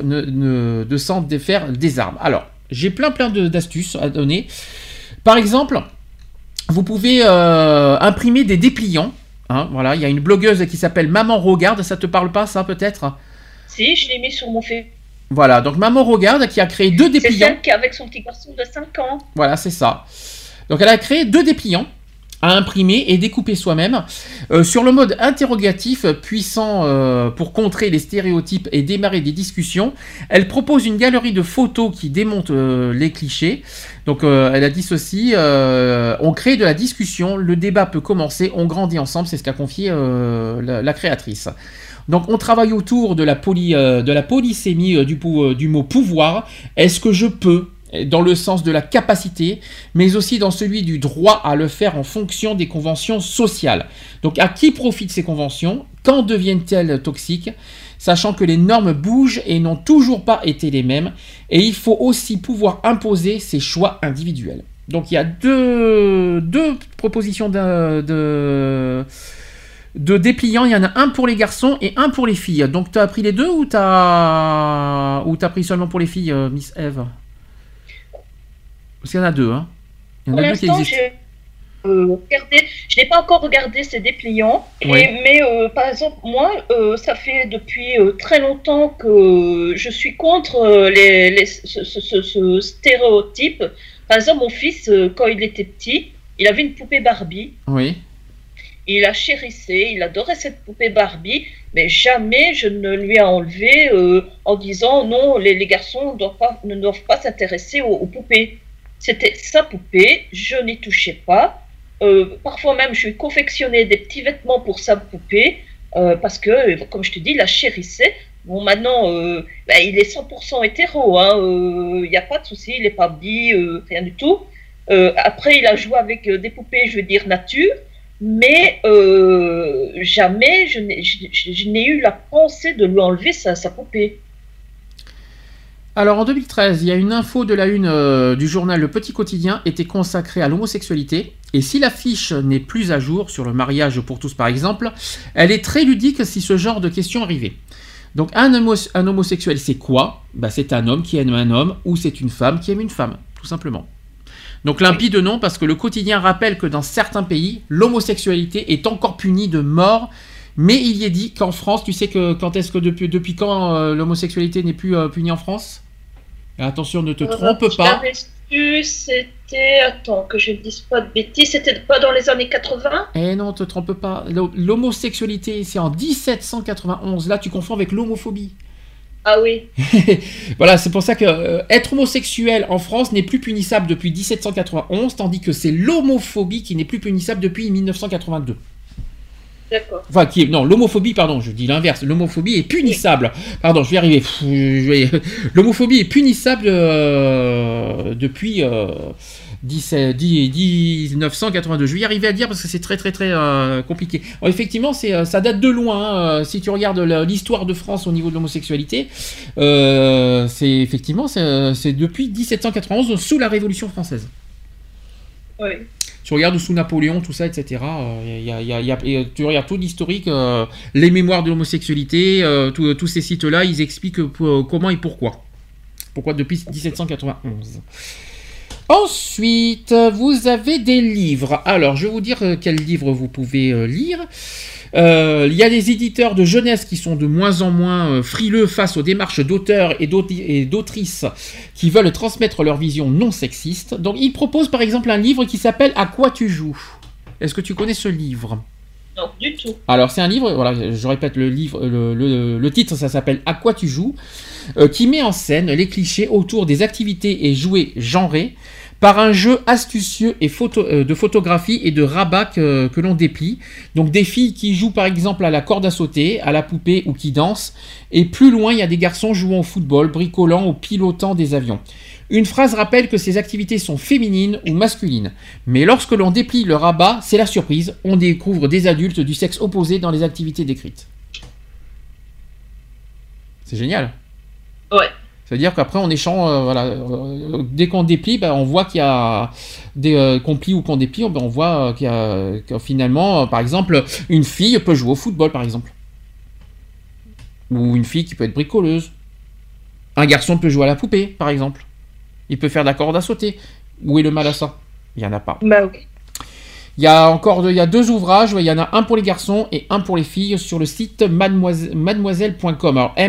de s'en défaire des armes. Alors, j'ai plein d'astuces à donner. Par exemple, vous pouvez imprimer des dépliants. Voilà, il y a une blogueuse qui s'appelle Maman Regarde. Ça te parle pas, ça, peut-être ? Si, je l'ai mis sur mon fait. Voilà, donc Maman Regarde qui a créé 2 dépliants. C'est celle qui est avec son petit garçon de 5 ans. Voilà, c'est ça. Donc elle a créé 2 dépliants à imprimer et découper soi-même sur le mode interrogatif puissant pour contrer les stéréotypes et démarrer des discussions. Elle propose une galerie de photos qui démonte les clichés. Donc elle a dit ceci, on crée de la discussion, le débat peut commencer, on grandit ensemble, c'est ce qu'a confié la créatrice. Donc on travaille autour de la polysémie du mot pouvoir. Est-ce que je peux ? Dans le sens de la capacité, mais aussi dans celui du droit à le faire en fonction des conventions sociales. Donc à qui profitent ces conventions ? Quand deviennent-elles toxiques ? Sachant que les normes bougent et n'ont toujours pas été les mêmes, et il faut aussi pouvoir imposer ses choix individuels. Donc il y a deux propositions de dépliants, il y en a un pour les garçons et un pour les filles. Donc tu as pris les deux ou t'as pris seulement pour les filles, Miss Eve ? Parce qu'il y en a 2, hein. Il y en a 2 qui existent. regardé. Je n'ai pas encore regardé ces dépliants, Oui. mais par exemple, moi, ça fait depuis très longtemps que je suis contre ce stéréotype. Par exemple, mon fils, quand il était petit, il avait une poupée Barbie. Oui. Il la chérissait, il adorait cette poupée Barbie, mais jamais je ne lui ai enlevé en disant non, les garçons ne doivent pas s'intéresser aux poupées. C'était sa poupée, je n'y touchais pas. Parfois même, je lui confectionnais des petits vêtements pour sa poupée, parce que, comme je te dis, il la chérissait. Bon, maintenant, il est 100% hétéro, il n'y a pas de souci, il n'est pas bi, rien du tout. Après, il a joué avec des poupées, je veux dire, nature. Mais jamais je n'ai eu la pensée de lui enlever sa poupée. Alors en 2013, il y a une info de la une du journal Le Petit Quotidien était consacrée à l'homosexualité. Et si l'affiche n'est plus à jour sur le mariage pour tous par exemple, elle est très ludique si ce genre de questions arrivait. Donc un homosexuel c'est quoi ? C'est un homme qui aime un homme ou c'est une femme qui aime une femme, tout simplement. Donc limpide non, parce que le quotidien rappelle que dans certains pays, l'homosexualité est encore punie de mort, mais il y est dit qu'en France, tu sais que depuis quand l'homosexualité n'est plus punie en France ? Et attention, ne te trompe pas. C'était, attends, que je ne dise pas de bêtises, c'était pas dans les années 80 ? Eh non, te trompe pas. L'homosexualité, c'est en 1791. Là, tu confonds avec l'homophobie. Ah oui. Voilà, c'est pour ça que être homosexuel en France n'est plus punissable depuis 1791, tandis que c'est l'homophobie qui n'est plus punissable depuis 1982. D'accord. Enfin, l'homophobie, pardon, je dis l'inverse. L'homophobie est punissable. Pardon, je vais y arriver. L'homophobie est punissable depuis 1982. Je vais y arriver à dire parce que c'est très très très compliqué. Alors, effectivement, ça date de loin. Si tu regardes l'histoire de France au niveau de l'homosexualité, c'est depuis 1791 sous la Révolution française. Oui. Tu regardes sous Napoléon, tout ça, etc. Tu regardes tout l'historique, les mémoires de l'homosexualité, tous ces sites-là, ils expliquent comment et pourquoi. Pourquoi depuis 1791. Ensuite, vous avez des livres. Alors, je vais vous dire quels livres vous pouvez lire. Il y a des éditeurs de jeunesse qui sont de moins en moins frileux face aux démarches d'auteurs et d'autrices qui veulent transmettre leur vision non sexiste. Donc, ils proposent par exemple un livre qui s'appelle « À quoi tu joues ». Est-ce que tu connais ce livre ? Non, du tout. Alors, c'est un livre, voilà, je répète le livre, le titre, ça s'appelle « À quoi tu joues », qui met en scène les clichés autour des activités et jouets genrés par un jeu astucieux et de photographie et de rabat que l'on déplie. Donc des filles qui jouent par exemple à la corde à sauter, à la poupée ou qui dansent. Et plus loin, il y a des garçons jouant au football, bricolant ou pilotant des avions. Une phrase rappelle que ces activités sont féminines ou masculines. Mais lorsque l'on déplie le rabat, c'est la surprise. On découvre des adultes du sexe opposé dans les activités décrites. C'est génial. Ouais. C'est-à-dire qu'après, on échange, dès qu'on déplie, on voit qu'il y a qu'on plie ou qu'on déplie, on voit qu'il y a que finalement, par exemple, une fille peut jouer au football, par exemple. Ou une fille qui peut être bricoleuse. Un garçon peut jouer à la poupée, par exemple. Il peut faire de la corde à sauter. Où est le mal à ça ? Il n'y en a pas. Bah oui. Il y a 2 ouvrages, il y en a un pour les garçons et un pour les filles sur le site mademoiselle.com. Alors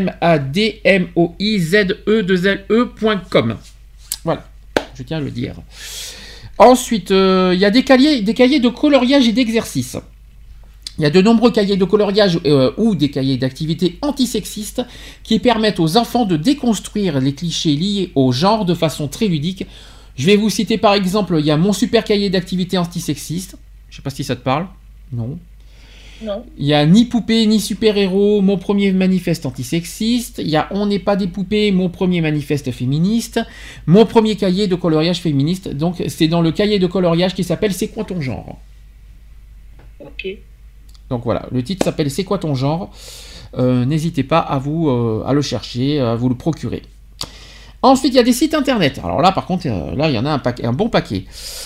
MADMOIZE2LE.com. Voilà, je tiens à le dire. Ensuite, il y a des cahiers de coloriage et d'exercice. Il y a de nombreux cahiers de coloriage ou des cahiers d'activités antisexistes qui permettent aux enfants de déconstruire les clichés liés au genre de façon très ludique. Je vais vous citer par exemple, il y a mon super cahier d'activités antisexistes. Je ne sais pas si ça te parle. Non. Non. Il y a ni poupée ni super-héros, mon premier manifeste antisexiste. Il y a On n'est pas des poupées, mon premier manifeste féministe. Mon premier cahier de coloriage féministe. Donc c'est dans le cahier de coloriage qui s'appelle C'est quoi ton genre ? Ok. Donc voilà, le titre s'appelle C'est quoi ton genre ? N'hésitez pas à le chercher, à vous le procurer. Ensuite, il y a des sites internet. Alors là, par contre, là, il y en a un bon paquet.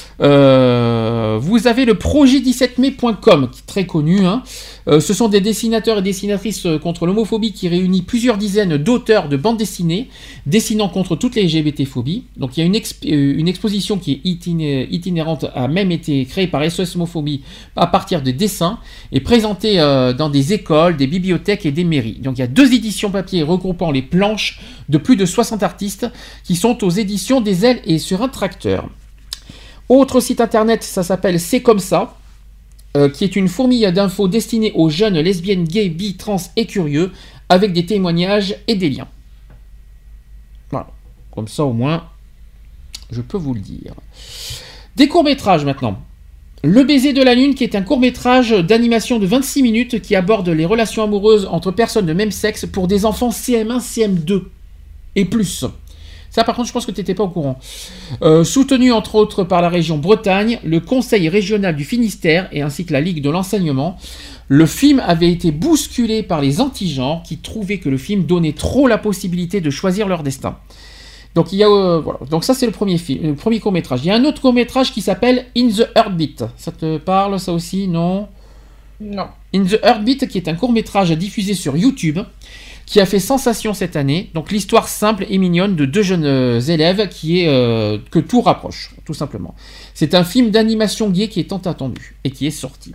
Vous avez le projet17mai.com, qui est très connu. Hein. Ce sont des dessinateurs et dessinatrices contre l'homophobie qui réunit plusieurs dizaines d'auteurs de bandes dessinées dessinant contre toutes les LGBT-phobies. Donc il y a une exposition qui est itinérante, a même été créée par SOS Homophobie à partir de dessins et présentée dans des écoles, des bibliothèques et des mairies. Donc il y a 2 éditions papier regroupant les planches de plus de 60 artistes qui sont aux éditions des Ailes et sur un tracteur. Autre site internet, ça s'appelle C'est comme ça, qui est une fourmille d'infos destinée aux jeunes lesbiennes, gays, bi, trans et curieux, avec des témoignages et des liens. Voilà, comme ça au moins, je peux vous le dire. Des courts-métrages maintenant. Le baiser de la lune, qui est un court-métrage d'animation de 26 minutes qui aborde les relations amoureuses entre personnes de même sexe pour des enfants CM1, CM2 et plus. Ça, par contre, je pense que tu n'étais pas au courant. Soutenu, entre autres, par la région Bretagne, le Conseil régional du Finistère et ainsi que la Ligue de l'enseignement, le film avait été bousculé par les anti-genres qui trouvaient que le film donnait trop la possibilité de choisir leur destin. Donc, il y a, voilà. Donc ça, c'est le premier film, le premier court-métrage. Il y a un autre court-métrage qui s'appelle In the Heartbeat. Ça te parle, ça aussi, non ? Non. In the Heartbeat, qui est un court-métrage diffusé sur YouTube, qui a fait sensation cette année. Donc l'histoire simple et mignonne de 2 jeunes élèves qui est que tout rapproche, tout simplement. C'est un film d'animation gay qui est tant attendu et qui est sorti.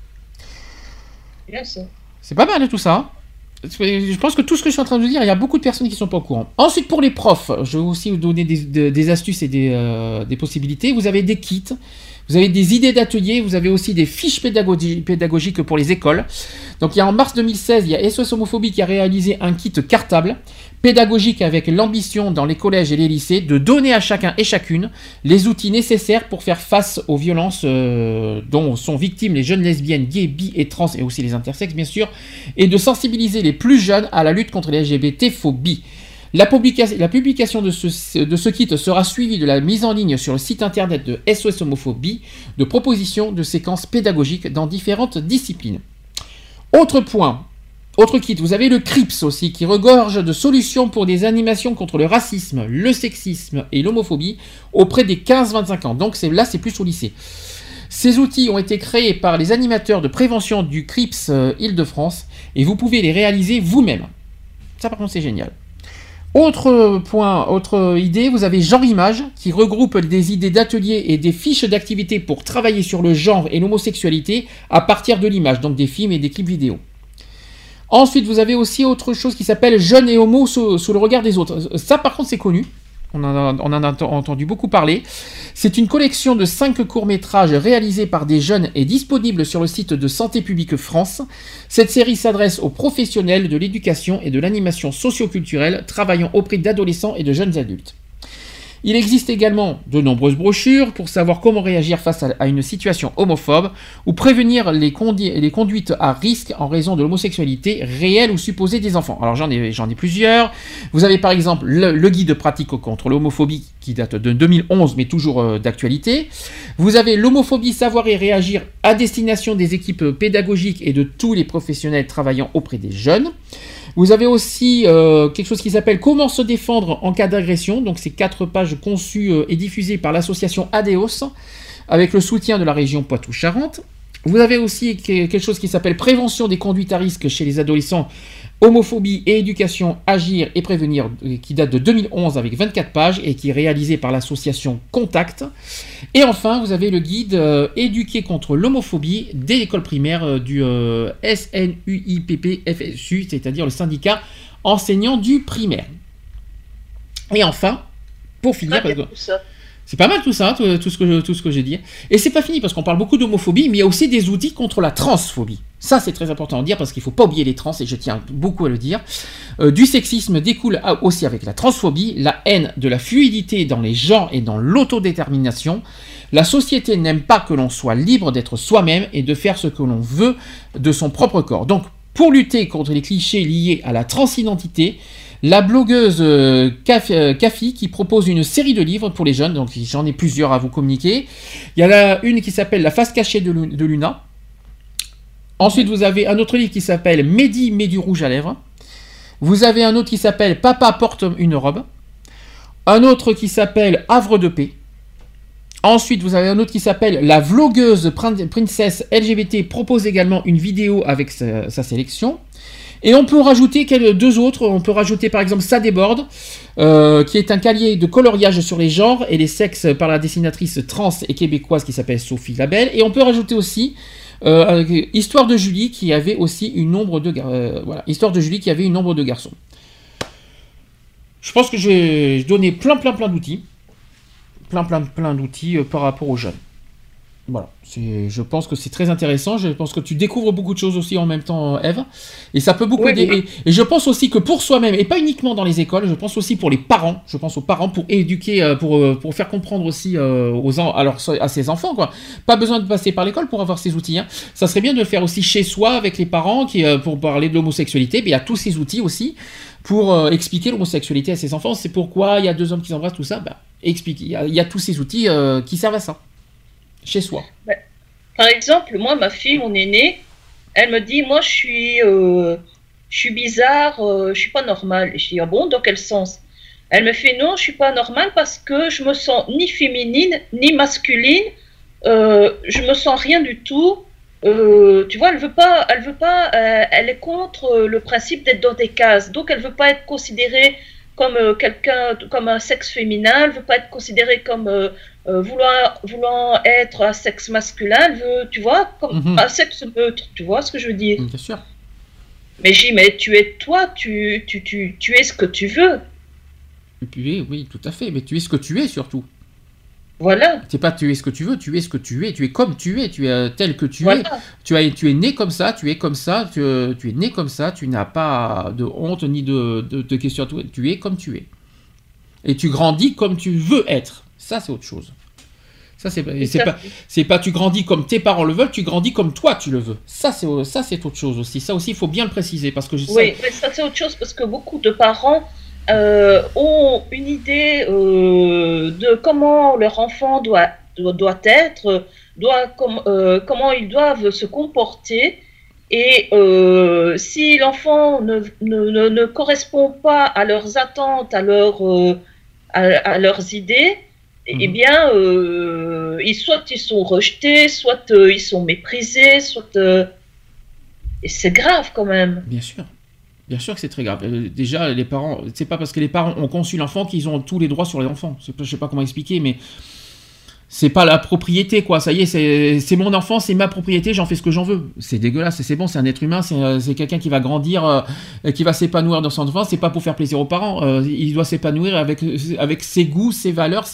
Yes. C'est pas mal tout ça. Je pense que tout ce que je suis en train de dire, il y a beaucoup de personnes qui ne sont pas au courant. Ensuite, pour les profs, je vais aussi vous donner des astuces et des possibilités. Vous avez des kits. Vous avez des idées d'ateliers, vous avez aussi des fiches pédagogiques pour les écoles. Donc il y a en mars 2016, il y a SOS Homophobie qui a réalisé un kit cartable pédagogique avec l'ambition dans les collèges et les lycées de donner à chacun et chacune les outils nécessaires pour faire face aux violences dont sont victimes les jeunes lesbiennes, gays, bi et trans et aussi les intersexes bien sûr, et de sensibiliser les plus jeunes à la lutte contre les LGBT-phobies. La publication de ce kit sera suivie de la mise en ligne sur le site internet de SOS Homophobie de propositions de séquences pédagogiques dans différentes disciplines. Autre kit, vous avez le CRIPS aussi, qui regorge de solutions pour des animations contre le racisme, le sexisme et l'homophobie auprès des 15-25 ans. Donc là, c'est plus au lycée. Ces outils ont été créés par les animateurs de prévention du CRIPS Île-de-France et vous pouvez les réaliser vous-même. Ça, par contre, c'est génial. Autre idée, vous avez Genre Image, qui regroupe des idées d'ateliers et des fiches d'activités pour travailler sur le genre et l'homosexualité à partir de l'image, donc des films et des clips vidéo. Ensuite, vous avez aussi autre chose qui s'appelle Jeunes et Homo sous le regard des autres. Ça, par contre, c'est connu. On en a entendu beaucoup parler. C'est une collection de 5 courts-métrages réalisés par des jeunes et disponibles sur le site de Santé publique France. Cette série s'adresse aux professionnels de l'éducation et de l'animation socio-culturelle travaillant auprès d'adolescents et de jeunes adultes. Il existe également de nombreuses brochures pour savoir comment réagir face à une situation homophobe ou prévenir les conduites à risque en raison de l'homosexualité réelle ou supposée des enfants. Alors j'en ai plusieurs. Vous avez par exemple le guide pratique contre l'homophobie qui date de 2011 mais toujours d'actualité. Vous avez l'homophobie savoir et réagir à destination des équipes pédagogiques et de tous les professionnels travaillant auprès des jeunes. Vous avez aussi quelque chose qui s'appelle Comment se défendre en cas d'agression. Donc c'est 4 pages conçues et diffusées par l'association ADEOS avec le soutien de la région Poitou-Charentes. Vous avez aussi quelque chose qui s'appelle Prévention des conduites à risque chez les adolescents, homophobie et éducation, agir et prévenir, qui date de 2011 avec 24 pages et qui est réalisé par l'association Contact. Et enfin, vous avez le guide Éduquer contre l'homophobie dès l'école primaire du SNUIPP-FSU, c'est-à-dire le syndicat enseignant du primaire. Et enfin, pour finir, c'est pas mal tout ça, tout ce que j'ai dit. Et c'est pas fini parce qu'on parle beaucoup d'homophobie, mais il y a aussi des outils contre la transphobie. Ça, c'est très important à dire parce qu'il faut pas oublier les trans, et je tiens beaucoup à le dire. Du sexisme découle aussi avec la transphobie, la haine de la fluidité dans les genres et dans l'autodétermination. La société n'aime pas que l'on soit libre d'être soi-même et de faire ce que l'on veut de son propre corps. Donc, pour lutter contre les clichés liés à la transidentité, la blogueuse Kafi qui propose une série de livres pour les jeunes, donc j'en ai plusieurs à vous communiquer. Il y en a une qui s'appelle La face cachée de Luna. Ensuite, vous avez un autre livre qui s'appelle Mehdi met du rouge à lèvres. Vous avez un autre qui s'appelle Papa porte une robe. Un autre qui s'appelle Havre de paix. Ensuite, vous avez un autre qui s'appelle La vlogueuse princesse LGBT propose également une vidéo avec sa sélection. Et on peut rajouter deux autres. On peut rajouter par exemple Ça déborde, qui est un cahier de coloriage sur les genres et les sexes par la dessinatrice trans et québécoise qui s'appelle Sophie Labelle. Et on peut rajouter aussi Histoire de Julie qui avait aussi une ombre de Histoire de Julie qui avait une ombre de garçon. Je pense que j'ai donné plein d'outils. Plein d'outils par rapport aux jeunes. Voilà, je pense que c'est très intéressant. Je pense que tu découvres beaucoup de choses aussi en même temps, Ève. Et ça peut beaucoup aider. Et je pense aussi que pour soi-même, et pas uniquement dans les écoles, je pense aussi pour les parents. Je pense aux parents pour éduquer, pour faire comprendre aussi à ses enfants, quoi. Pas besoin de passer par l'école pour avoir ces outils. Hein. Ça serait bien de le faire aussi chez soi avec les parents, pour parler de l'homosexualité. Mais il y a tous ces outils aussi pour expliquer l'homosexualité à ses enfants. C'est pourquoi il y a deux hommes qui s'embrassent, tout ça. Expliquer. Il y a tous ces outils qui servent à ça. Chez soi. Par exemple, moi, ma fille, mon aînée, elle me dit, moi, je suis bizarre, je suis pas normale. Et je dis, ah bon, dans quel sens? Elle me fait, non, je suis pas normale parce que je me sens ni féminine, ni masculine, je me sens rien du tout. Tu vois, elle est contre le principe d'être dans des cases. Donc, elle veut pas être considérée comme comme un sexe féminin, elle veut pas être considérée comme voulant être un sexe masculin, elle veut, tu vois, comme un sexe neutre, tu vois ce que je veux dire? Bien sûr. Mais j'ai dit, mais tu es toi, tu es ce que tu veux. Et puis, oui, tout à fait, mais tu es ce que tu es surtout. Voilà. C'est pas tu es ce que tu veux, tu es ce que tu es comme tu es tel que tu es. Tu es né comme ça, tu es comme ça, tu es né comme ça, tu n'as pas de honte ni de questions à tout, tu es comme tu es. Et tu grandis comme tu veux être. Ça, c'est autre chose. Ça, c'est pas tu grandis comme tes parents le veulent, tu grandis comme toi tu le veux. Ça, c'est autre chose aussi. Ça aussi, il faut bien le préciser parce que oui, mais ça c'est autre chose parce que beaucoup de parents ont une idée de comment leur enfant doit être, comment ils doivent se comporter. Et si l'enfant ne correspond pas à leurs attentes, à leurs idées, eh bien, soit ils sont rejetés, soit ils sont méprisés, et c'est grave quand même. Bien sûr. Bien sûr que c'est très grave. Déjà, les parents, c'est pas parce que les parents ont conçu l'enfant qu'ils ont tous les droits sur les enfants. Je sais pas comment expliquer, mais c'est pas la propriété, quoi. Ça y est, c'est mon enfant, c'est ma propriété, j'en fais ce que j'en veux. C'est dégueulasse, c'est bon, c'est un être humain, c'est quelqu'un qui va grandir, qui va s'épanouir dans son enfance. C'est pas pour faire plaisir aux parents. Il doit s'épanouir avec ses goûts, ses valeurs,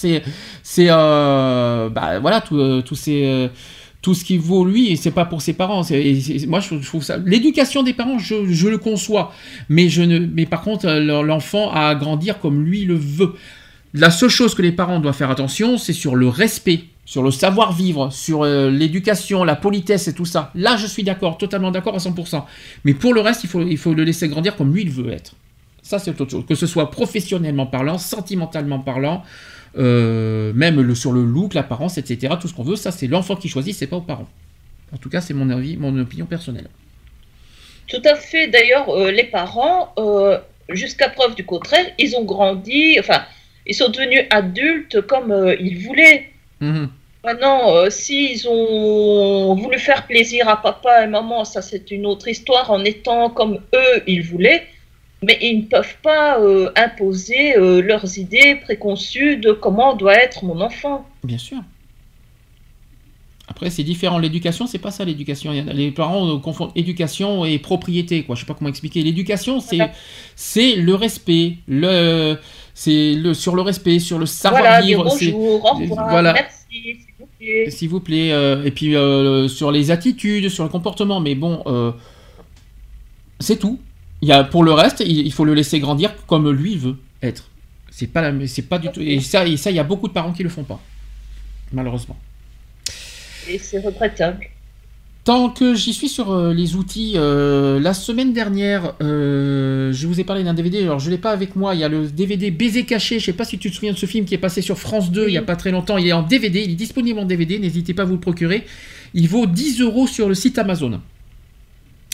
voilà, tous ces tout ce qui vaut lui, et c'est pas pour ses parents. Moi, je trouve ça. L'éducation des parents, je le conçois, mais par contre, l'enfant a à grandir comme lui le veut. La seule chose que les parents doivent faire attention, c'est sur le respect, sur le savoir-vivre, sur l'éducation, la politesse et tout ça. Là, je suis d'accord, totalement d'accord à 100%. Mais pour le reste, il faut le laisser grandir comme lui il veut être. Ça, c'est autre chose. Que ce soit professionnellement parlant, sentimentalement parlant, même sur le look, l'apparence, etc. Tout ce qu'on veut, ça c'est l'enfant qui choisit, c'est pas aux parents. En tout cas, c'est mon avis, mon opinion personnelle. Tout à fait. D'ailleurs, les parents, jusqu'à preuve du contraire, ils ont grandi, enfin, ils sont devenus adultes comme ils voulaient. Maintenant, s'ils ont voulu faire plaisir à papa et maman, ça c'est une autre histoire, en étant comme eux ils voulaient. Mais ils ne peuvent pas imposer leurs idées préconçues de comment doit être mon enfant. Bien sûr. Après, c'est différent. L'éducation, c'est pas ça l'éducation. Les parents confondent éducation et propriété, quoi. Je sais pas comment expliquer. L'éducation, c'est le respect, sur le respect, sur le savoir-vivre. Voilà, bonjour, au revoir, voilà. merci, s'il vous plaît. S'il vous plaît. Et puis sur les attitudes, sur le comportement. Mais bon, c'est tout. Pour le reste, il faut le laisser grandir comme lui veut être. C'est pas du tout. Et ça, il y a beaucoup de parents qui le font pas, malheureusement. Et c'est regrettable. Tant que j'y suis sur les outils, la semaine dernière, je vous ai parlé d'un DVD. Alors je l'ai pas avec moi. Il y a le DVD Baiser caché. Je sais pas si tu te souviens de ce film qui est passé sur France 2 il y a pas très longtemps. Il est en DVD. Il est disponible en DVD. N'hésitez pas à vous le procurer. Il vaut 10 € sur le site Amazon.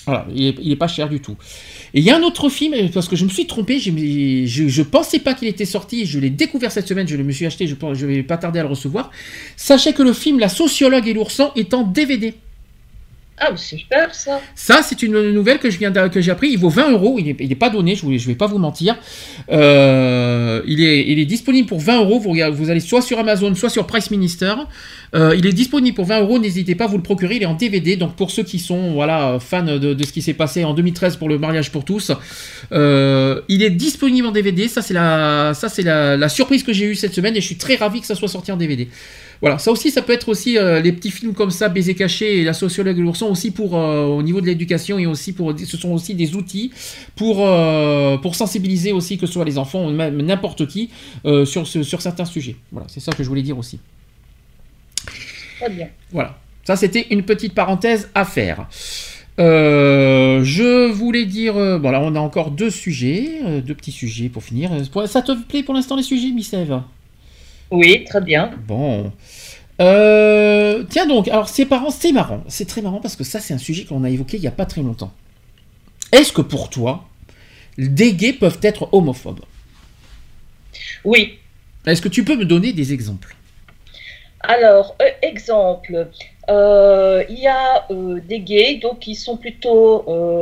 Voilà, il est pas cher du tout. Et il y a un autre film, parce que je me suis trompé, je pensais pas qu'il était sorti, je l'ai découvert cette semaine, je le me suis acheté, je vais pas tarder à le recevoir. Sachez que le film La sociologue et l'ourson est en DVD. Ah, c'est super ça. Ça, c'est une nouvelle que j'ai appris. Il vaut 20 €. Il est pas donné, je vais pas vous mentir. Il est disponible pour 20 €. Vous allez soit sur Amazon, soit sur Price Minister. Il est disponible pour 20 €. N'hésitez pas à vous le procurer. Il est en DVD. Donc pour ceux qui sont fans de ce qui s'est passé en 2013 pour le mariage pour tous, il est disponible en DVD. Ça c'est la surprise que j'ai eue cette semaine et je suis très ravi que ça soit sorti en DVD. Voilà, ça aussi, ça peut être aussi les petits films comme ça, Baiser caché et La sociologue et l'ourson aussi pour au niveau de l'éducation et aussi ce sont aussi des outils pour sensibiliser aussi que ce soit les enfants ou même n'importe qui sur certains sujets. Voilà, c'est ça que je voulais dire aussi. Très bien. Voilà, ça c'était une petite parenthèse à faire. Je voulais dire, bon là on a encore deux petits sujets pour finir. Ça te plaît pour l'instant les sujets, Miss Ève ? Oui, très bien. Bon. Tiens donc, alors c'est marrant. C'est très marrant parce que ça, c'est un sujet qu'on a évoqué il n'y a pas très longtemps. Est-ce que pour toi, des gays peuvent être homophobes ? Oui. Est-ce que tu peux me donner des exemples ? Alors, exemple, il y a des gays donc, qui sont plutôt...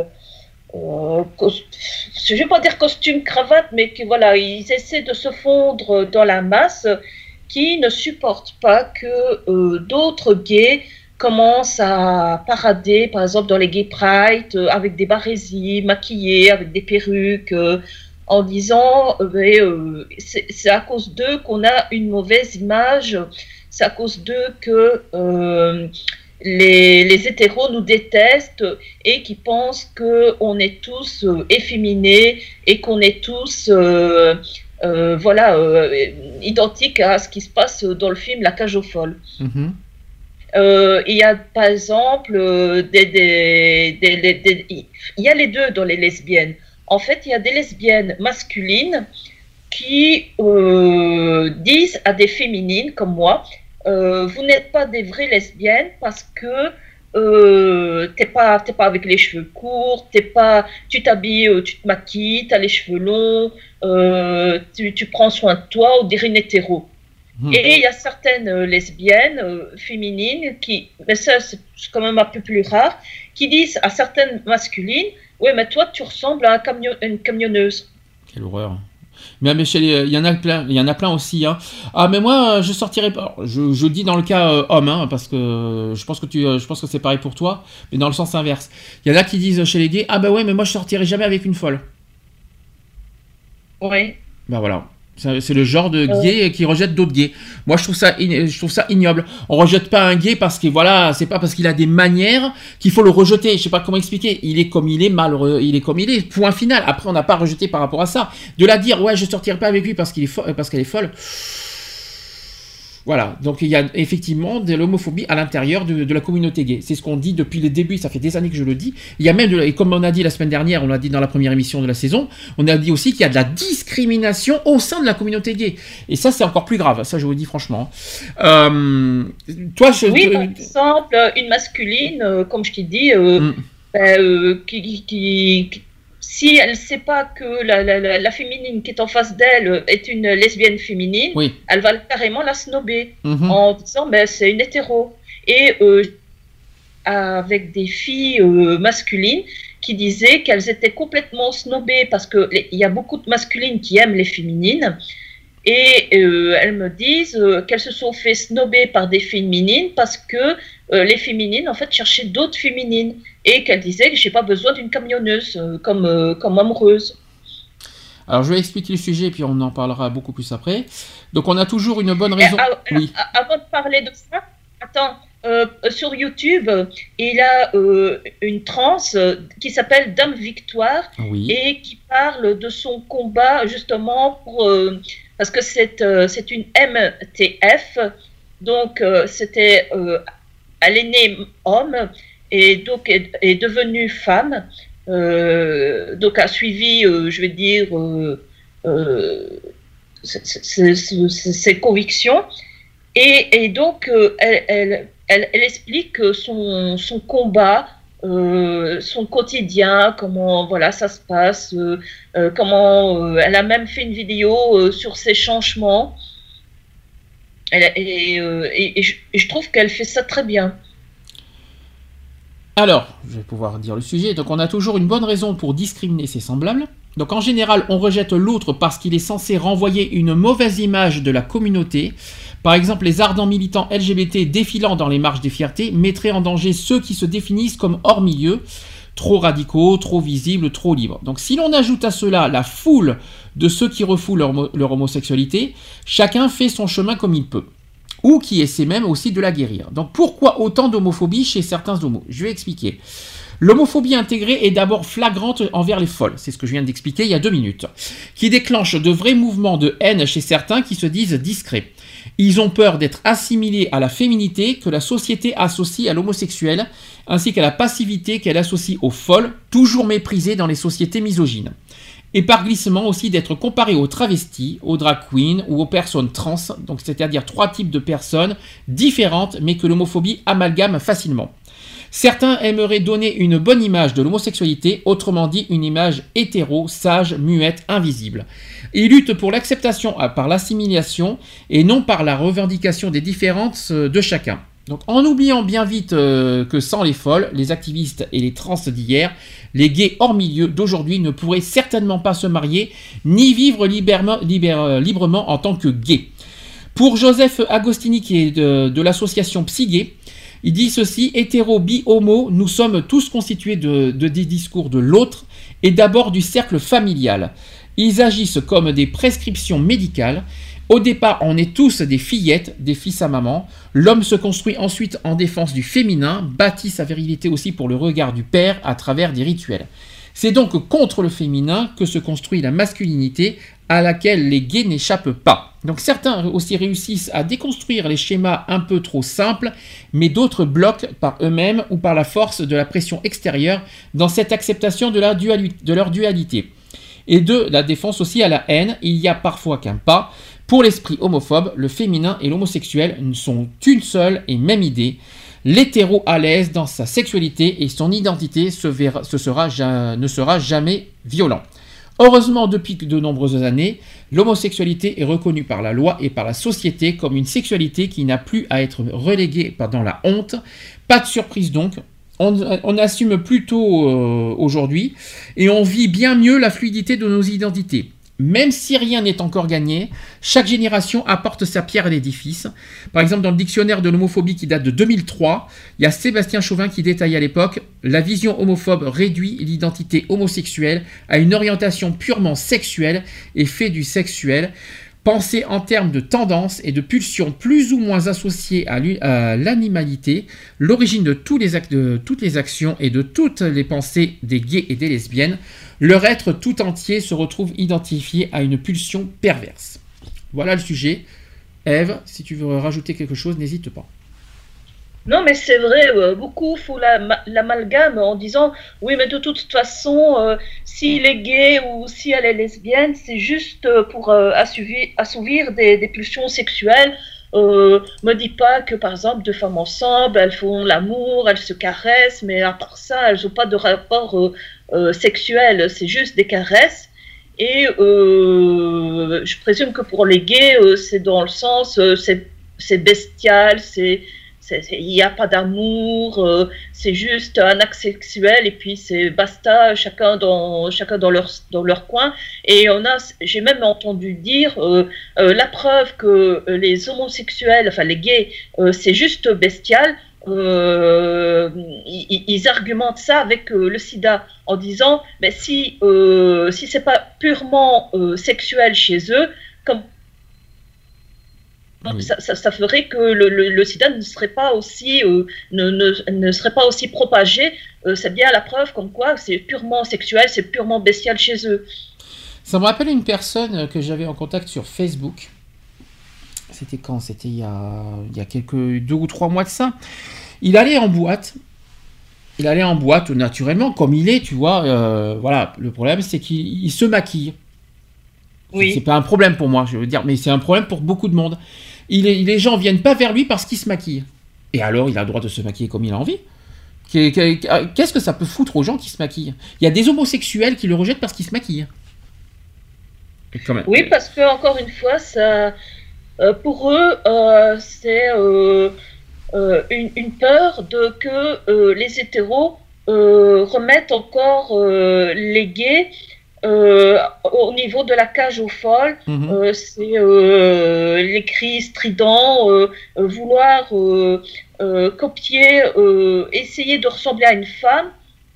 je ne vais pas dire costume cravate, mais que voilà, ils essaient de se fondre dans la masse, qui ne supportent pas que d'autres gays commencent à parader, par exemple dans les gay pride, avec des barésies, maquillés, avec des perruques, en disant c'est à cause d'eux qu'on a une mauvaise image, c'est à cause d'eux que les hétéros nous détestent et qui pensent qu'on est tous efféminés et qu'on est tous identiques à ce qui se passe dans le film La Cage aux folles. Mm-hmm. Il y a par exemple il y a les deux dans les lesbiennes. En fait, il y a des lesbiennes masculines qui disent à des féminines comme moi, vous n'êtes pas des vraies lesbiennes parce que t'es pas avec les cheveux courts, tu t'habilles, tu te maquilles, t'as les cheveux longs, tu prends soin de toi, on dirait une hétéro. Et il y a certaines lesbiennes féminines mais ça c'est quand même un peu plus rare, qui disent à certaines masculines, ouais mais toi tu ressembles à une camionneuse. Quelle horreur. Mais il y en a plein aussi. Hein. Ah mais moi je sortirais pas. Je dis dans le cas homme, hein, parce que je pense que c'est pareil pour toi, mais dans le sens inverse. Il y en a qui disent chez les gays, ah bah ouais mais moi je sortirais jamais avec une folle. Oui. Bah voilà. C'est le genre de gay qui rejette d'autres gays. Moi, je trouve ça ignoble. On rejette pas un gay parce que voilà, c'est pas parce qu'il a des manières qu'il faut le rejeter. Je sais pas comment expliquer. Il est comme il est, malheureux. Il est comme il est. Point final. Après, on n'a pas rejeté par rapport à ça. De la dire, ouais, je sortirai pas avec lui parce qu'elle est folle. Voilà, donc il y a effectivement de l'homophobie à l'intérieur de la communauté gay. C'est ce qu'on dit depuis le début, ça fait des années que je le dis. Il y a même, et comme on a dit la semaine dernière, on l'a dit dans la première émission de la saison, on a dit aussi qu'il y a de la discrimination au sein de la communauté gay. Et ça, c'est encore plus grave, ça je vous le dis franchement. Par exemple, une masculine, comme je t'ai dit, si elle ne sait pas que la féminine qui est en face d'elle est une lesbienne féminine, elle va carrément la snobber en disant c'est une hétéro. Et avec des filles masculines qui disaient qu'elles étaient complètement snobées parce qu'il y a beaucoup de masculines qui aiment les féminines. Et elles me disent qu'elles se sont fait snobber par des féminines parce que les féminines, en fait, cherchaient d'autres féminines. Et qu'elles disaient que je n'ai pas besoin d'une camionneuse comme amoureuse. Alors, je vais expliquer le sujet et puis on en parlera beaucoup plus après. Donc, on a toujours une bonne raison. Avant de parler de ça, attends. Sur YouTube, il y a une trans qui s'appelle Dame Victoire et qui parle de son combat justement parce que c'est une MTF, donc elle est née homme et donc est devenue femme, donc a suivi, je vais dire, ses convictions et donc elle explique son combat son quotidien, comment voilà ça se passe, comment elle a même fait une vidéo sur ses changements. Et je trouve qu'elle fait ça très bien. Alors, je vais pouvoir dire le sujet. Donc, on a toujours une bonne raison pour discriminer ses semblables. Donc, en général, on rejette l'autre parce qu'il est censé renvoyer une mauvaise image de la communauté. Par exemple, les ardents militants LGBT défilant dans les marches des fiertés mettraient en danger ceux qui se définissent comme hors milieu, trop radicaux, trop visibles, trop libres. Donc si l'on ajoute à cela la foule de ceux qui refoulent leur homosexualité, chacun fait son chemin comme il peut. Ou qui essaie même aussi de la guérir. Donc pourquoi autant d'homophobie chez certains homos ? Je vais expliquer. L'homophobie intégrée est d'abord flagrante envers les folles, c'est ce que je viens d'expliquer il y a 2 minutes, qui déclenche de vrais mouvements de haine chez certains qui se disent discrets. Ils ont peur d'être assimilés à la féminité que la société associe à l'homosexuel, ainsi qu'à la passivité qu'elle associe aux folles, toujours méprisées dans les sociétés misogynes. Et par glissement aussi d'être comparés aux travestis, aux drag queens ou aux personnes trans, donc c'est-à-dire 3 types de personnes différentes mais que l'homophobie amalgame facilement. Certains aimeraient donner une bonne image de l'homosexualité, autrement dit une image hétéro, sage, muette, invisible. Ils luttent pour l'acceptation par l'assimilation et non par la revendication des différences de chacun. Donc en oubliant bien vite que sans les folles, les activistes et les trans d'hier, les gays hors milieu d'aujourd'hui ne pourraient certainement pas se marier ni vivre librement en tant que gays. Pour Joseph Agostini qui est de l'association Psy-Gay, il dit ceci: hétéro, bi, homo, nous sommes tous constitués de des discours de l'autre et d'abord du cercle familial. Ils agissent comme des prescriptions médicales. Au départ, on est tous des fillettes, des fils à maman. L'homme se construit ensuite en défense du féminin, bâtit sa virilité aussi pour le regard du père à travers des rituels. C'est donc contre le féminin que se construit la masculinité à laquelle les gays n'échappent pas. Donc certains aussi réussissent à déconstruire les schémas un peu trop simples, mais d'autres bloquent par eux-mêmes ou par la force de la pression extérieure dans cette acceptation de leur dualité. Et de la défense aussi à la haine, il y a parfois qu'un pas. Pour l'esprit homophobe, le féminin et l'homosexuel ne sont une seule et même idée. L'hétéro à l'aise dans sa sexualité et son identité ne sera jamais violent. Heureusement, depuis de nombreuses années, l'homosexualité est reconnue par la loi et par la société comme une sexualité qui n'a plus à être reléguée dans la honte. Pas de surprise donc, on assume plutôt aujourd'hui et on vit bien mieux la fluidité de nos identités. Même si rien n'est encore gagné, chaque génération apporte sa pierre à l'édifice. Par exemple, dans le dictionnaire de l'homophobie qui date de 2003, il y a Sébastien Chauvin qui détaille à l'époque « La vision homophobe réduit l'identité homosexuelle à une orientation purement sexuelle et fait du sexuel, pensée en termes de tendances et de pulsions plus ou moins associées à l'animalité, l'origine de toutes les actions et de toutes les pensées des gays et des lesbiennes. Leur être tout entier se retrouve identifié à une pulsion perverse. » Voilà le sujet. Ève, si tu veux rajouter quelque chose, n'hésite pas. Non, mais c'est vrai, beaucoup font l'amalgame en disant « Oui, mais de toute façon, s'il est gay ou si elle est lesbienne, c'est juste pour assouvir des pulsions sexuelles. Me dis pas que, par exemple, 2 femmes ensemble, elles font l'amour, elles se caressent, mais à part ça, elles n'ont pas de rapport sexuel, c'est juste des caresses. Et je présume que pour les gays, c'est dans le sens, c'est bestial, il n'y a pas d'amour, c'est juste un acte sexuel et puis c'est basta, chacun dans leur coin. Et j'ai même entendu dire la preuve que les homosexuels, enfin les gays, c'est juste bestial. Ils argumentent ça avec le sida en disant mais si c'est pas purement sexuel chez eux, comme Oui. Ça ferait que le sida ne serait pas aussi ne serait pas aussi propagé. C'est bien la preuve comme quoi c'est purement sexuel, c'est purement bestial chez eux. Ça me rappelle une personne que j'avais en contact sur Facebook. C'était quand ? C'était il y a 2 ou 3 mois de ça. Il allait en boîte naturellement, comme il est, tu vois. Voilà, le problème c'est qu'il se maquille. Oui. C'est pas un problème pour moi, je veux dire, mais c'est un problème pour beaucoup de monde. Les gens viennent pas vers lui parce qu'il se maquille. Et alors, il a le droit de se maquiller comme il a envie. Qu'est-ce que ça peut foutre aux gens qui se maquillent? Il y a des homosexuels qui le rejettent parce qu'ils se maquillent. Quand même. Oui, parce que encore une fois, ça, pour eux, c'est une peur que les hétéros remettent encore les gays au niveau de la cage aux folles. C'est les cris stridents, vouloir copier, essayer de ressembler à une femme.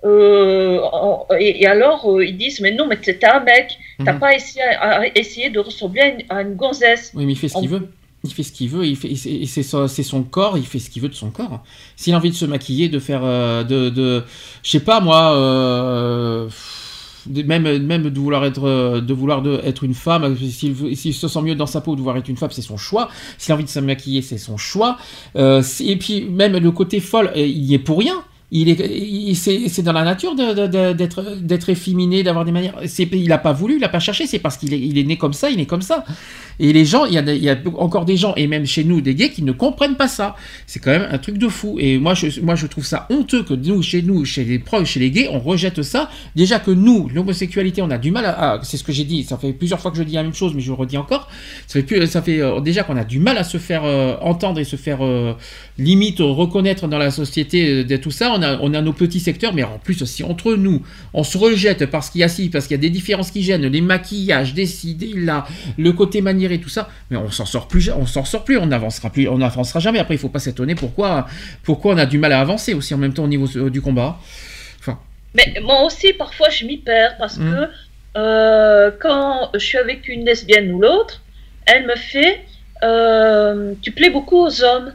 Et alors ils disent mais non, mais t'es un mec, t'as pas essayé de ressembler à une gonzesse. Oui, mais il fait ce qu'il veut. Il fait ce qu'il veut, c'est son corps, il fait ce qu'il veut de son corps. S'il a envie de se maquiller, de faire je sais pas moi, même de vouloir être une femme, s'il se sent mieux dans sa peau de vouloir être une femme, c'est son choix. S'il a envie de se maquiller, c'est son choix. Et puis même le côté folle, il y est pour rien. C'est dans la nature d'être efféminé, d'avoir des manières. Il n'a pas voulu, il n'a pas cherché, c'est parce qu'il est né comme ça, il est comme ça. Et les gens, il y a encore des gens, et même chez nous, des gays qui ne comprennent pas ça. C'est quand même un truc de fou. Et moi, je trouve ça honteux que chez les proches, chez les gays, on rejette ça. Déjà que nous, l'homosexualité, on a du mal à c'est ce que j'ai dit, ça fait plusieurs fois que je dis la même chose, mais je le redis encore. Ça fait déjà qu'on a du mal à se faire entendre et se faire limite reconnaître dans la société de tout ça. On a nos petits secteurs, mais en plus, si entre nous, on se rejette parce qu'il y a des différences qui gênent, les maquillages, là, le côté maniéré, tout ça, mais on s'en sort plus, on n'avancera jamais. Après, il faut pas s'étonner pourquoi on a du mal à avancer aussi en même temps au niveau du combat. Enfin. Mais moi aussi, parfois, je m'y perds parce que quand je suis avec une lesbienne ou l'autre, elle me fait tu plais beaucoup aux hommes.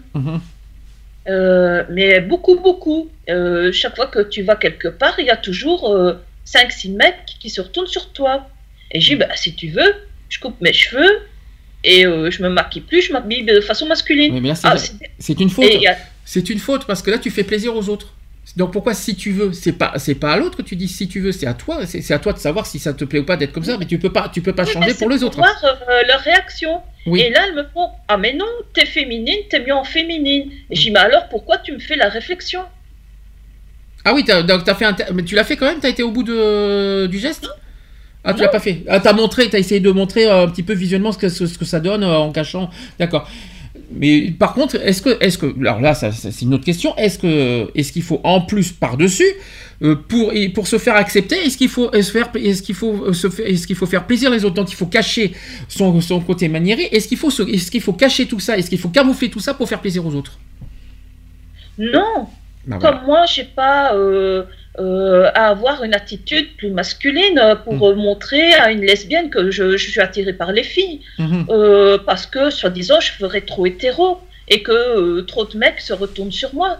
Mais beaucoup. Chaque fois que tu vas quelque part, il y a toujours 5-6 mecs qui se retournent sur toi. Et je dis, si tu veux, je coupe mes cheveux et je me maquille plus, je m'habille de façon masculine. Oui, mais là, c'est une faute. C'est une faute parce que là, tu fais plaisir aux autres. Donc pourquoi si tu veux, c'est pas à l'autre que tu dis si tu veux, c'est à toi, c'est à toi de savoir si ça te plaît ou pas d'être comme ça, mais tu peux pas changer pour les autres. Voir leur réaction. Oui. Et là, elles me font ah mais non, t'es féminine, t'es mieux en féminine. Et je dis mais alors pourquoi tu me fais la réflexion? Ah oui, mais tu l'as fait quand même, t'as été au bout du geste? Ah, tu l'as pas fait. Ah, t'as essayé de montrer un petit peu visuellement ce que ça donne en cachant. D'accord. Mais par contre, est-ce que alors là, c'est une autre question. Est-ce qu'il faut en plus par-dessus pour se faire accepter? Est-ce qu'il faut faire plaisir les autres? Donc il faut cacher son côté maniéré. Est-ce qu'il faut cacher tout ça? Est-ce qu'il faut camoufler tout ça pour faire plaisir aux autres? Non. Comme moi, j'ai pas à avoir une attitude plus masculine pour montrer à une lesbienne que je suis attirée par les filles. Parce que, soi-disant, je ferais trop hétéro et que trop de mecs se retournent sur moi.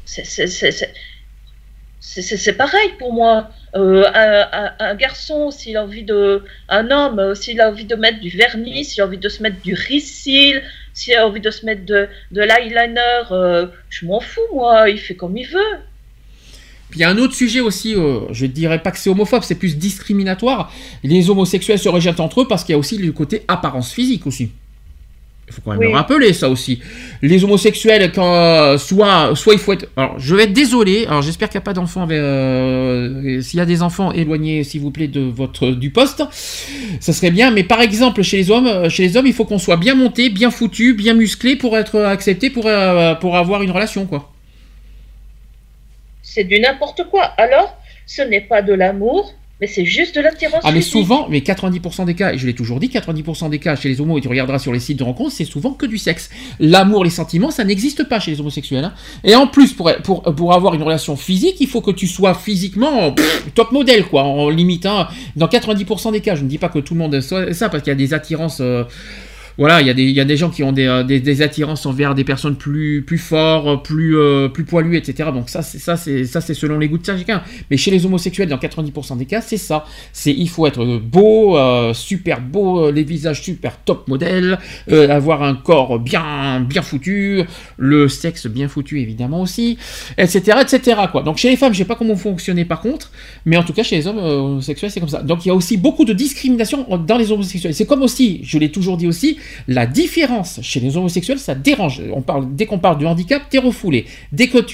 C'est pareil pour moi. Un garçon, un homme, s'il a envie de mettre du vernis, s'il a envie de se mettre du Risil, s'il a envie de se mettre de l'eyeliner, je m'en fous, moi, il fait comme il veut. Puis il y a un autre sujet aussi, je ne dirais pas que c'est homophobe, c'est plus discriminatoire. Les homosexuels se rejettent entre eux parce qu'il y a aussi le côté apparence physique aussi. Il faut quand même le rappeler, ça aussi. Les homosexuels, soit il faut être... Alors, je vais être désolé, alors j'espère qu'il n'y a pas d'enfants s'il y a des enfants, éloignez, s'il vous plaît, du poste. Ça serait bien, mais par exemple, chez les hommes, il faut qu'on soit bien monté, bien foutu, bien musclé pour être accepté, pour avoir une relation, quoi. C'est du n'importe quoi. Alors, ce n'est pas de l'amour, mais c'est juste de l'attirance mais physique. souvent, mais 90% des cas, et je l'ai toujours dit, 90% des cas chez les homos, et tu regarderas sur les sites de rencontres, c'est souvent que du sexe. L'amour, les sentiments, ça n'existe pas chez les homosexuels. Hein. Et en plus, pour avoir une relation physique, il faut que tu sois physiquement top modèle, quoi, en limite. Hein. Dans 90% des cas, je ne dis pas que tout le monde soit ça, parce qu'il y a des attirances... Voilà, il y a des gens qui ont des attirances envers des personnes plus forts, plus poilus, etc. Donc ça c'est selon les goûts de chacun. Mais chez les homosexuels, dans 90% des cas, c'est ça. Il faut être beau, super beau, les visages super top modèle, avoir un corps bien foutu, le sexe bien foutu évidemment aussi, etc. quoi. Donc chez les femmes, je sais pas comment fonctionner par contre, mais en tout cas chez les hommes homosexuels, c'est comme ça. Donc il y a aussi beaucoup de discrimination dans les homosexuels. C'est comme aussi, je l'ai toujours dit aussi, la différence chez les homosexuels, ça dérange. Dès qu'on parle du handicap, t'es refoulé. Dès que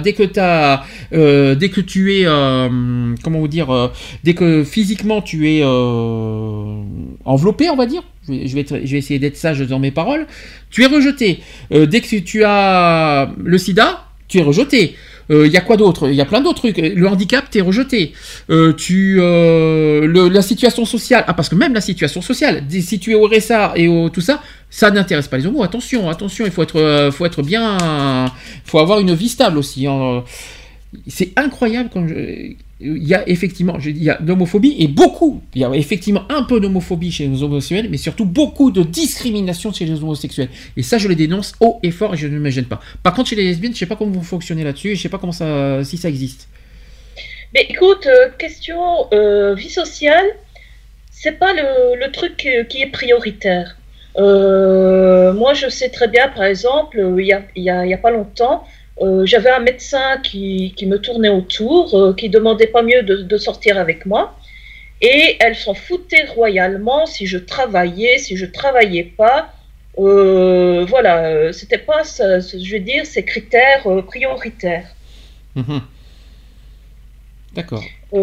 physiquement tu es enveloppé, on va dire. Je vais essayer d'être sage dans mes paroles. Tu es rejeté. Dès que tu as le sida, tu es rejeté. Il y a quoi d'autre ? Il y a plein d'autres trucs. Le handicap, t'es rejeté. La situation sociale. Ah, parce que même la situation sociale, si tu es au RSA et tout ça, ça n'intéresse pas les homos. Attention, il faut être bien, faut avoir une vie stable aussi. Hein. C'est incroyable quand il y a effectivement, il y a l'homophobie et il y a effectivement un peu d'homophobie chez les homosexuels, mais surtout beaucoup de discrimination chez les homosexuels. Et ça, je les dénonce haut et fort et je ne me gêne pas. Par contre, chez les lesbiennes, je sais pas comment vous fonctionnez là-dessus, je sais pas si ça existe. Mais écoute, question vie sociale, c'est pas le truc qui est prioritaire. Moi, je sais très bien, par exemple, il y a pas longtemps. J'avais un médecin qui me tournait autour, qui demandait pas mieux de sortir avec moi, et elle s'en foutait royalement si je travaillais pas. Voilà, c'était pas, je veux dire, ces critères prioritaires. Mmh. D'accord.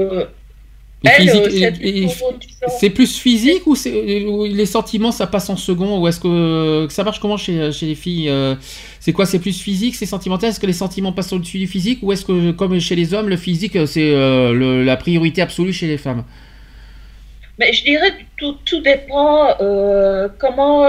C'est plus physique ou les sentiments ça passe en second, ou est-ce que ça marche comment chez les filles? C'est quoi, c'est plus physique, c'est sentimental? Est-ce que les sentiments passent au-dessus du physique, ou est-ce que comme chez les hommes le physique c'est la priorité absolue chez les femmes? Mais je dirais tout dépend comment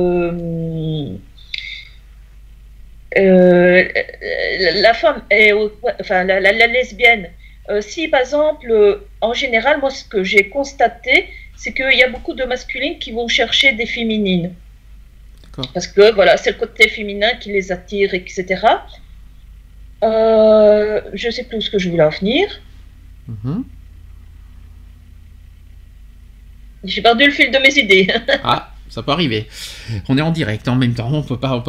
la femme est, enfin la lesbienne. Si par exemple, en général, moi ce que j'ai constaté, c'est qu'il y a beaucoup de masculines qui vont chercher des féminines. D'accord. Parce que voilà, c'est le côté féminin qui les attire, etc. Je sais plus où ce que je voulais en venir. Mm-hmm. J'ai perdu le fil de mes idées. Ah, ça peut arriver. On est en direct en même temps, on peut pas.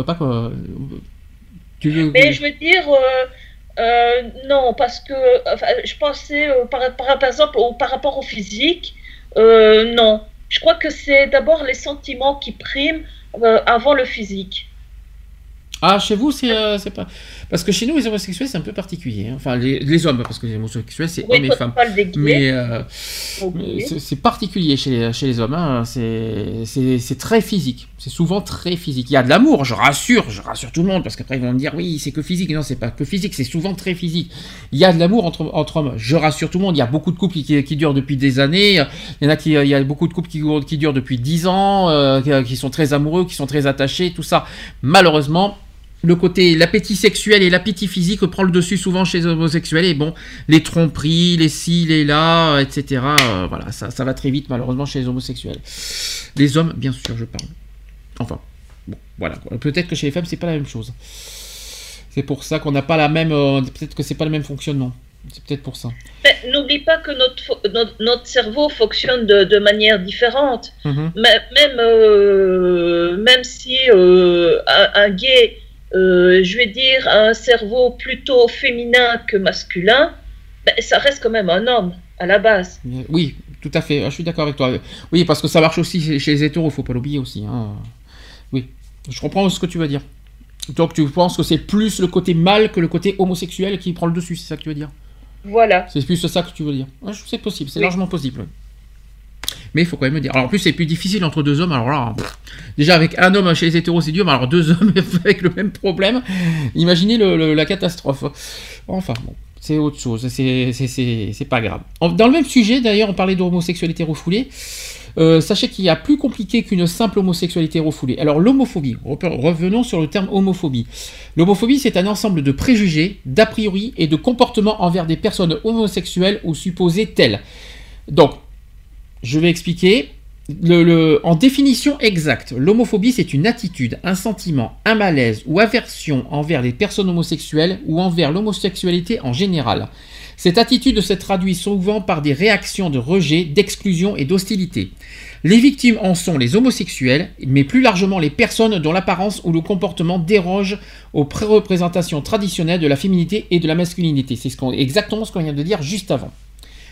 Mais je veux dire. Non, parce que je pensais par exemple par rapport au physique, non. Je crois que c'est d'abord les sentiments qui priment avant le physique. Ah, chez vous, c'est pas... Parce que chez nous, les homosexuels, c'est un peu particulier. Hein. Enfin, les hommes, parce que les homosexuels, c'est hommes et femmes. Mais c'est particulier chez les hommes. Hein. C'est très physique. C'est souvent très physique. Il y a de l'amour, je rassure tout le monde, parce qu'après, ils vont me dire, oui, c'est que physique. Non, c'est pas que physique, c'est souvent très physique. Il y a de l'amour entre hommes. Je rassure tout le monde. Il y a beaucoup de couples qui durent depuis des années. Il y a beaucoup de couples qui durent depuis 10 ans, qui sont très amoureux, qui sont très attachés, tout ça. Malheureusement, l'appétit sexuel et l'appétit physique prend le dessus souvent chez les homosexuels, et bon, les tromperies, les ci, les là, etc. Voilà, ça va très vite malheureusement chez les homosexuels. Les hommes, bien sûr, je parle. Enfin, bon, voilà. Peut-être que chez les femmes, c'est pas la même chose. C'est pour ça qu'on n'a pas la même. Peut-être que c'est pas le même fonctionnement. C'est peut-être pour ça. Mais n'oublie pas que notre cerveau fonctionne de manière différente. Mm-hmm. Même si un gay, je vais dire, a un cerveau plutôt féminin que masculin, ça reste quand même un homme à la base. Oui, tout à fait. Je suis d'accord avec toi. Oui, parce que ça marche aussi chez les hétéros, faut pas l'oublier aussi. Hein. Oui, je comprends ce que tu veux dire. Donc tu penses que c'est plus le côté mâle que le côté homosexuel qui prend le dessus, c'est ça que tu veux dire? Voilà. C'est plus ça que tu veux dire. Ouais, c'est possible, c'est largement possible. Mais il faut quand même me dire. Alors en plus, c'est plus difficile entre deux hommes. Alors là, déjà avec un homme chez les hétéros, c'est dur, mais alors deux hommes avec le même problème, imaginez la catastrophe. Enfin bon, c'est autre chose, c'est pas grave. Dans le même sujet, d'ailleurs, on parlait d'homosexualité refoulée. Sachez qu'il y a plus compliqué qu'une simple homosexualité refoulée. Alors l'homophobie, revenons sur le terme homophobie. L'homophobie, c'est un ensemble de préjugés, d'a priori et de comportements envers des personnes homosexuelles ou supposées telles. Donc, je vais expliquer. En définition exacte, l'homophobie, c'est une attitude, un sentiment, un malaise ou aversion envers les personnes homosexuelles ou envers l'homosexualité en général. Cette attitude se traduit souvent par des réactions de rejet, d'exclusion et d'hostilité. Les victimes en sont les homosexuels, mais plus largement les personnes dont l'apparence ou le comportement déroge aux pré-représentations traditionnelles de la féminité et de la masculinité. C'est exactement ce qu'on vient de dire juste avant.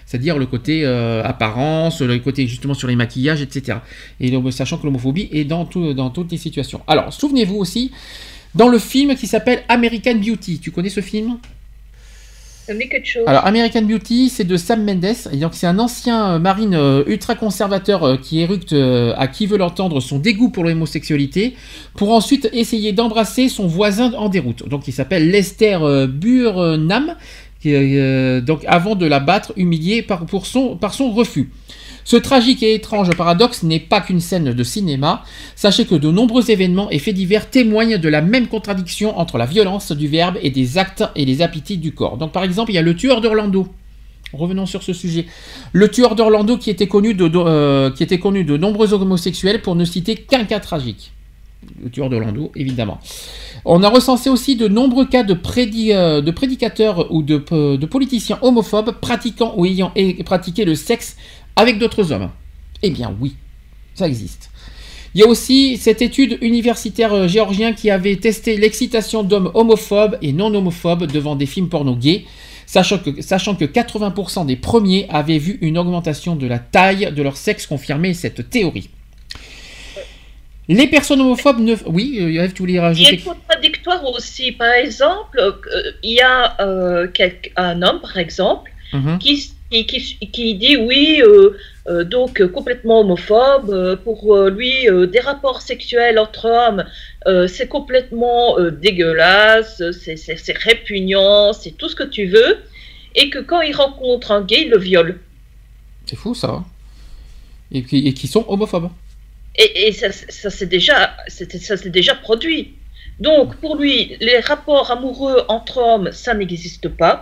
c'est-à-dire le côté apparence, le côté justement sur les maquillages, etc. Et donc, sachant que l'homophobie est dans toutes les situations. Alors, souvenez-vous aussi, dans le film qui s'appelle American Beauty, tu connais ce film ? Ça me dit quelque chose. Alors, American Beauty, c'est de Sam Mendes, et donc c'est un ancien marine ultra-conservateur qui éructe à qui veut l'entendre son dégoût pour l'homosexualité, pour ensuite essayer d'embrasser son voisin en déroute. Donc, il s'appelle Lester Burnham, donc avant de la battre, humiliée par son refus. Ce tragique et étrange paradoxe n'est pas qu'une scène de cinéma. Sachez que de nombreux événements et faits divers témoignent de la même contradiction entre la violence du verbe et des actes et les appétits du corps. Donc par exemple, il y a le tueur d'Orlando. Revenons sur ce sujet. Le tueur d'Orlando qui était connu de nombreux homosexuels, pour ne citer qu'un cas tragique. Le tueur d'Orlando, évidemment. On a recensé aussi de nombreux cas de prédicateurs ou de politiciens homophobes pratiquant ou ayant pratiqué le sexe avec d'autres hommes. Eh bien oui, ça existe. Il y a aussi cette étude universitaire géorgien qui avait testé l'excitation d'hommes homophobes et non homophobes devant des films porno gays, sachant que 80% des premiers avaient vu une augmentation de la taille de leur sexe confirmer cette théorie. Les personnes homophobes ne... Oui, Yves, tu voulais rajouter... Il y a une contradictoire aussi. Par exemple, il y a un homme, par exemple, qui dit oui, donc complètement homophobe, pour lui des rapports sexuels entre hommes c'est complètement dégueulasse, c'est répugnant, c'est tout ce que tu veux, et que quand il rencontre un gay, il le viole. C'est fou ça, hein. Et qui sont homophobes. Et ça s'est déjà produit. Donc pour lui, les rapports amoureux entre hommes, ça n'existe pas.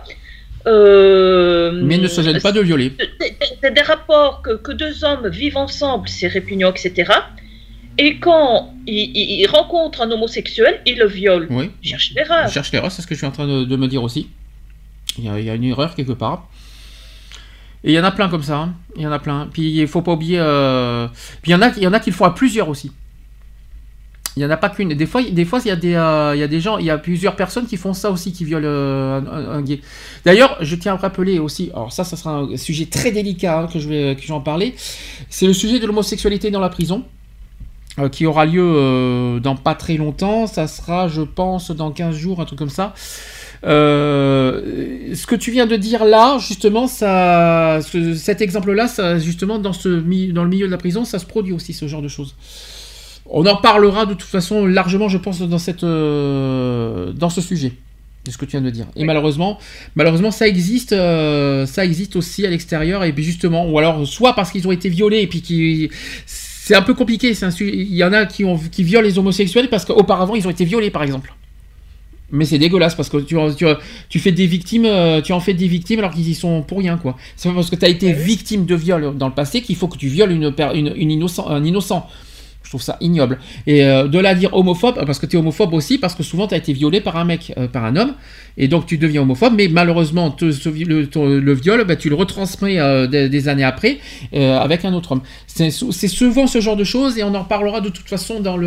Mais ne se gêne pas de violer. Des rapports que deux hommes vivent ensemble, c'est répugnant, etc. Et quand il rencontre un homosexuel, il le viole. Oui. Cherche l'erreur. Cherche l'erreur, c'est ce que je suis en train de me dire aussi. Il y a une erreur quelque part. Et il y en a plein comme ça. Hein. Il y en a plein. Puis il ne faut pas oublier... Puis il y en a qui le font à plusieurs aussi. Il n'y en a pas qu'une. Des fois, il y a des gens, il y a plusieurs personnes qui font ça aussi, qui violent un gay. D'ailleurs, je tiens à rappeler aussi, alors ça sera un sujet très délicat que je vais en parler. C'est le sujet de l'homosexualité dans la prison, qui aura lieu dans pas très longtemps. Ça sera, je pense, dans 15 jours, un truc comme ça. Ce que tu viens de dire là, justement, cet exemple-là, ça, justement, dans le milieu de la prison, ça se produit aussi, ce genre de choses. On en parlera de toute façon largement, je pense, dans ce sujet, de ce que tu viens de dire. Et malheureusement, ça existe aussi à l'extérieur, et puis justement, ou alors soit parce qu'ils ont été violés, et puis c'est un peu compliqué. Il y en a qui violent les homosexuels parce qu'auparavant ils ont été violés, par exemple. Mais c'est dégueulasse parce que tu fais des victimes, tu en fais des victimes alors qu'ils y sont pour rien, quoi. C'est pas parce que tu as été victime de viol dans le passé qu'il faut que tu violes un innocent. Je trouve ça ignoble. Et de là dire homophobe, parce que tu es homophobe aussi, parce que souvent tu as été violé par un mec, par un homme, et donc tu deviens homophobe, mais malheureusement le viol, bah, tu le retransmets des années après avec un autre homme. C'est souvent ce genre de choses, et on en reparlera de toute façon dans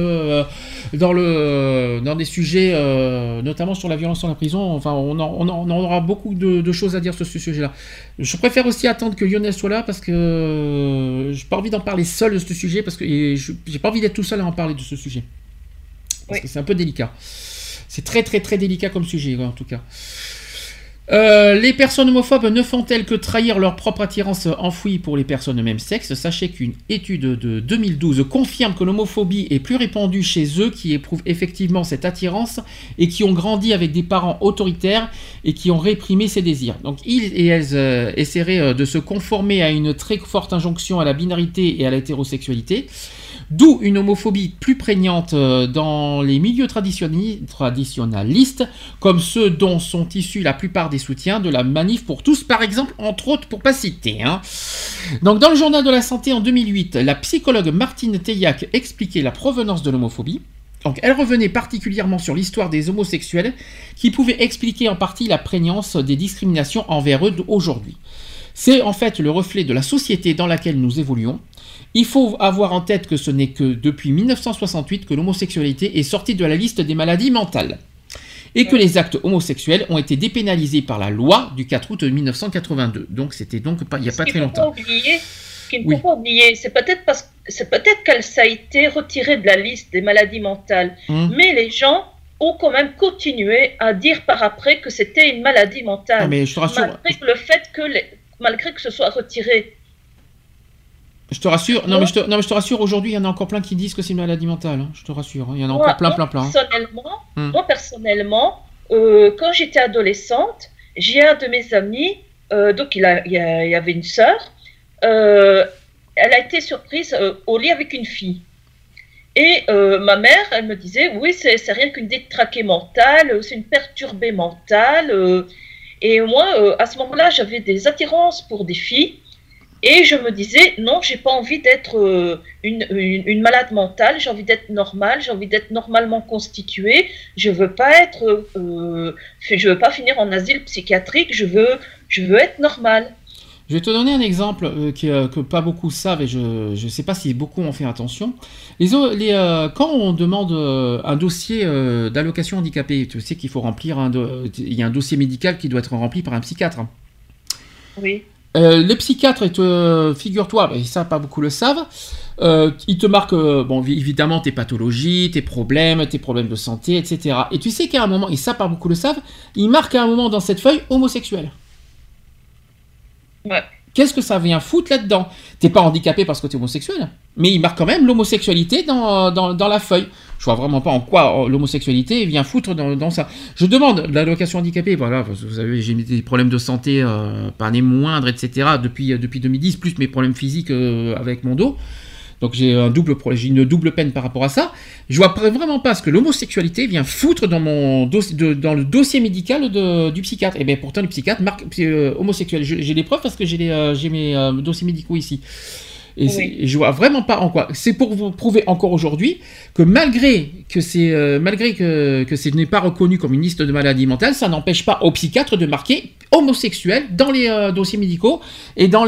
des sujets, notamment sur la violence dans la prison. Enfin, on aura beaucoup de choses à dire sur ce sujet-là. Je préfère aussi attendre que Lionel soit là, parce que j'ai pas envie d'en parler seul de ce sujet, parce que j'ai pas envie d'être tout seul à en parler de ce sujet. Parce que c'est un peu délicat. C'est très très très délicat comme sujet, en tout cas. Les personnes homophobes ne font-elles que trahir leur propre attirance enfouie pour les personnes de même sexe ? Sachez qu'une étude de 2012 confirme que l'homophobie est plus répandue chez eux qui éprouvent effectivement cette attirance et qui ont grandi avec des parents autoritaires et qui ont réprimé ces désirs. Donc ils et elles essaieraient de se conformer à une très forte injonction à la binarité et à l'hétérosexualité. D'où une homophobie plus prégnante dans les milieux traditionnalistes, comme ceux dont sont issus la plupart des soutiens de la Manif pour tous, par exemple, entre autres, pour pas citer. Hein. Donc, dans le journal de la santé en 2008, la psychologue Martine Teillac expliquait la provenance de l'homophobie. Donc, elle revenait particulièrement sur l'histoire des homosexuels, qui pouvait expliquer en partie la prégnance des discriminations envers eux aujourd'hui. C'est en fait le reflet de la société dans laquelle nous évoluons. Il faut avoir en tête que ce n'est que depuis 1968 que l'homosexualité est sortie de la liste des maladies mentales. et que les actes homosexuels ont été dépénalisés par la loi du 4 août 1982. Donc c'était donc pas, il n'y a pas très longtemps. Ce qu'il ne faut pas oublier, c'est peut-être que ça a été retiré de la liste des maladies mentales, mais les gens ont quand même continué à dire par après que c'était une maladie mentale, mais je te rassure, malgré que ce soit retiré. Je te rassure, mais je te rassure, aujourd'hui, il y en a encore plein qui disent que c'est une maladie mentale. Je te rassure, il y en a encore plein. Moi, personnellement, quand j'étais adolescente, j'ai un de mes amis, donc il y avait une sœur, elle a été surprise au lit avec une fille. Et ma mère, elle me disait, oui, c'est rien qu'une détraquée mentale, c'est une perturbée mentale. Et moi, à ce moment-là, j'avais des attirances pour des filles. Et je me disais, non, j'ai pas envie d'être une malade mentale, j'ai envie d'être normale, j'ai envie d'être normalement constituée. Je veux pas finir en asile psychiatrique, je veux être normale. Je vais te donner un exemple que pas beaucoup savent et je ne sais pas si beaucoup ont fait attention. Quand on demande un dossier d'allocation handicapée, tu sais qu'il faut remplir il y a un dossier médical qui doit être rempli par un psychiatre. Oui. Le psychiatre, figure-toi, et ça pas beaucoup le savent, il te marque, évidemment tes pathologies, tes problèmes de santé, etc. Et tu sais qu'à un moment, et ça pas beaucoup le savent, il marque à un moment dans cette feuille homosexuel. Ouais. Qu'est-ce que ça vient foutre là-dedans ? T'es pas handicapé parce que t'es homosexuel, mais il marque quand même l'homosexualité dans la feuille. Je vois vraiment pas en quoi l'homosexualité vient foutre dans ça. Je demande l'allocation handicapée, voilà, parce que vous savez, j'ai des problèmes de santé pas les moindres, etc. depuis 2010, plus mes problèmes physiques avec mon dos. Donc j'ai une double peine par rapport à ça. Je vois vraiment pas ce que l'homosexualité vient foutre dans le dossier médical du psychiatre. Et bien pourtant le psychiatre marque homosexuel. J'ai les preuves parce que j'ai mes dossiers médicaux ici. Et je vois vraiment pas en quoi. C'est pour vous prouver encore aujourd'hui que malgré que ce n'est pas reconnu comme une liste de maladies mentales, ça n'empêche pas au psychiatre de marquer homosexuel dans les dossiers médicaux et dans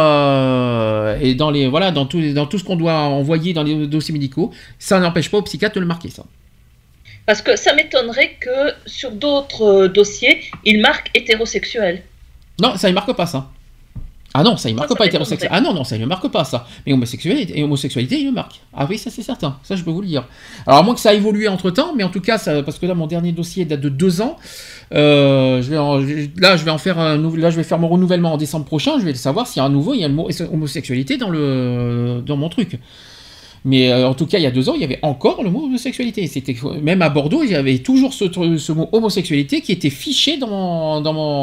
tout ce qu'on doit envoyer dans les dossiers médicaux. Ça n'empêche pas au psychiatre de le marquer, ça. Parce que ça m'étonnerait que sur d'autres dossiers, il marque hétérosexuel. Non, ça ne marque pas ça. Ah non, ça ne marque pas hétérosexuel. Ah non, ça ne marque pas ça. Mais homosexualité, il le marque. Ah oui, ça c'est certain. Ça, je peux vous le dire. Alors, à moins que ça a évolué entre-temps, mais en tout cas, parce que là, mon dernier dossier date de 2 ans. Je vais faire mon renouvellement en décembre prochain. Je vais savoir s'il y a il y a le mot homosexualité dans mon truc. Mais en tout cas, il y a 2 ans, il y avait encore le mot homosexualité. Même à Bordeaux, il y avait toujours ce mot homosexualité qui était fiché dans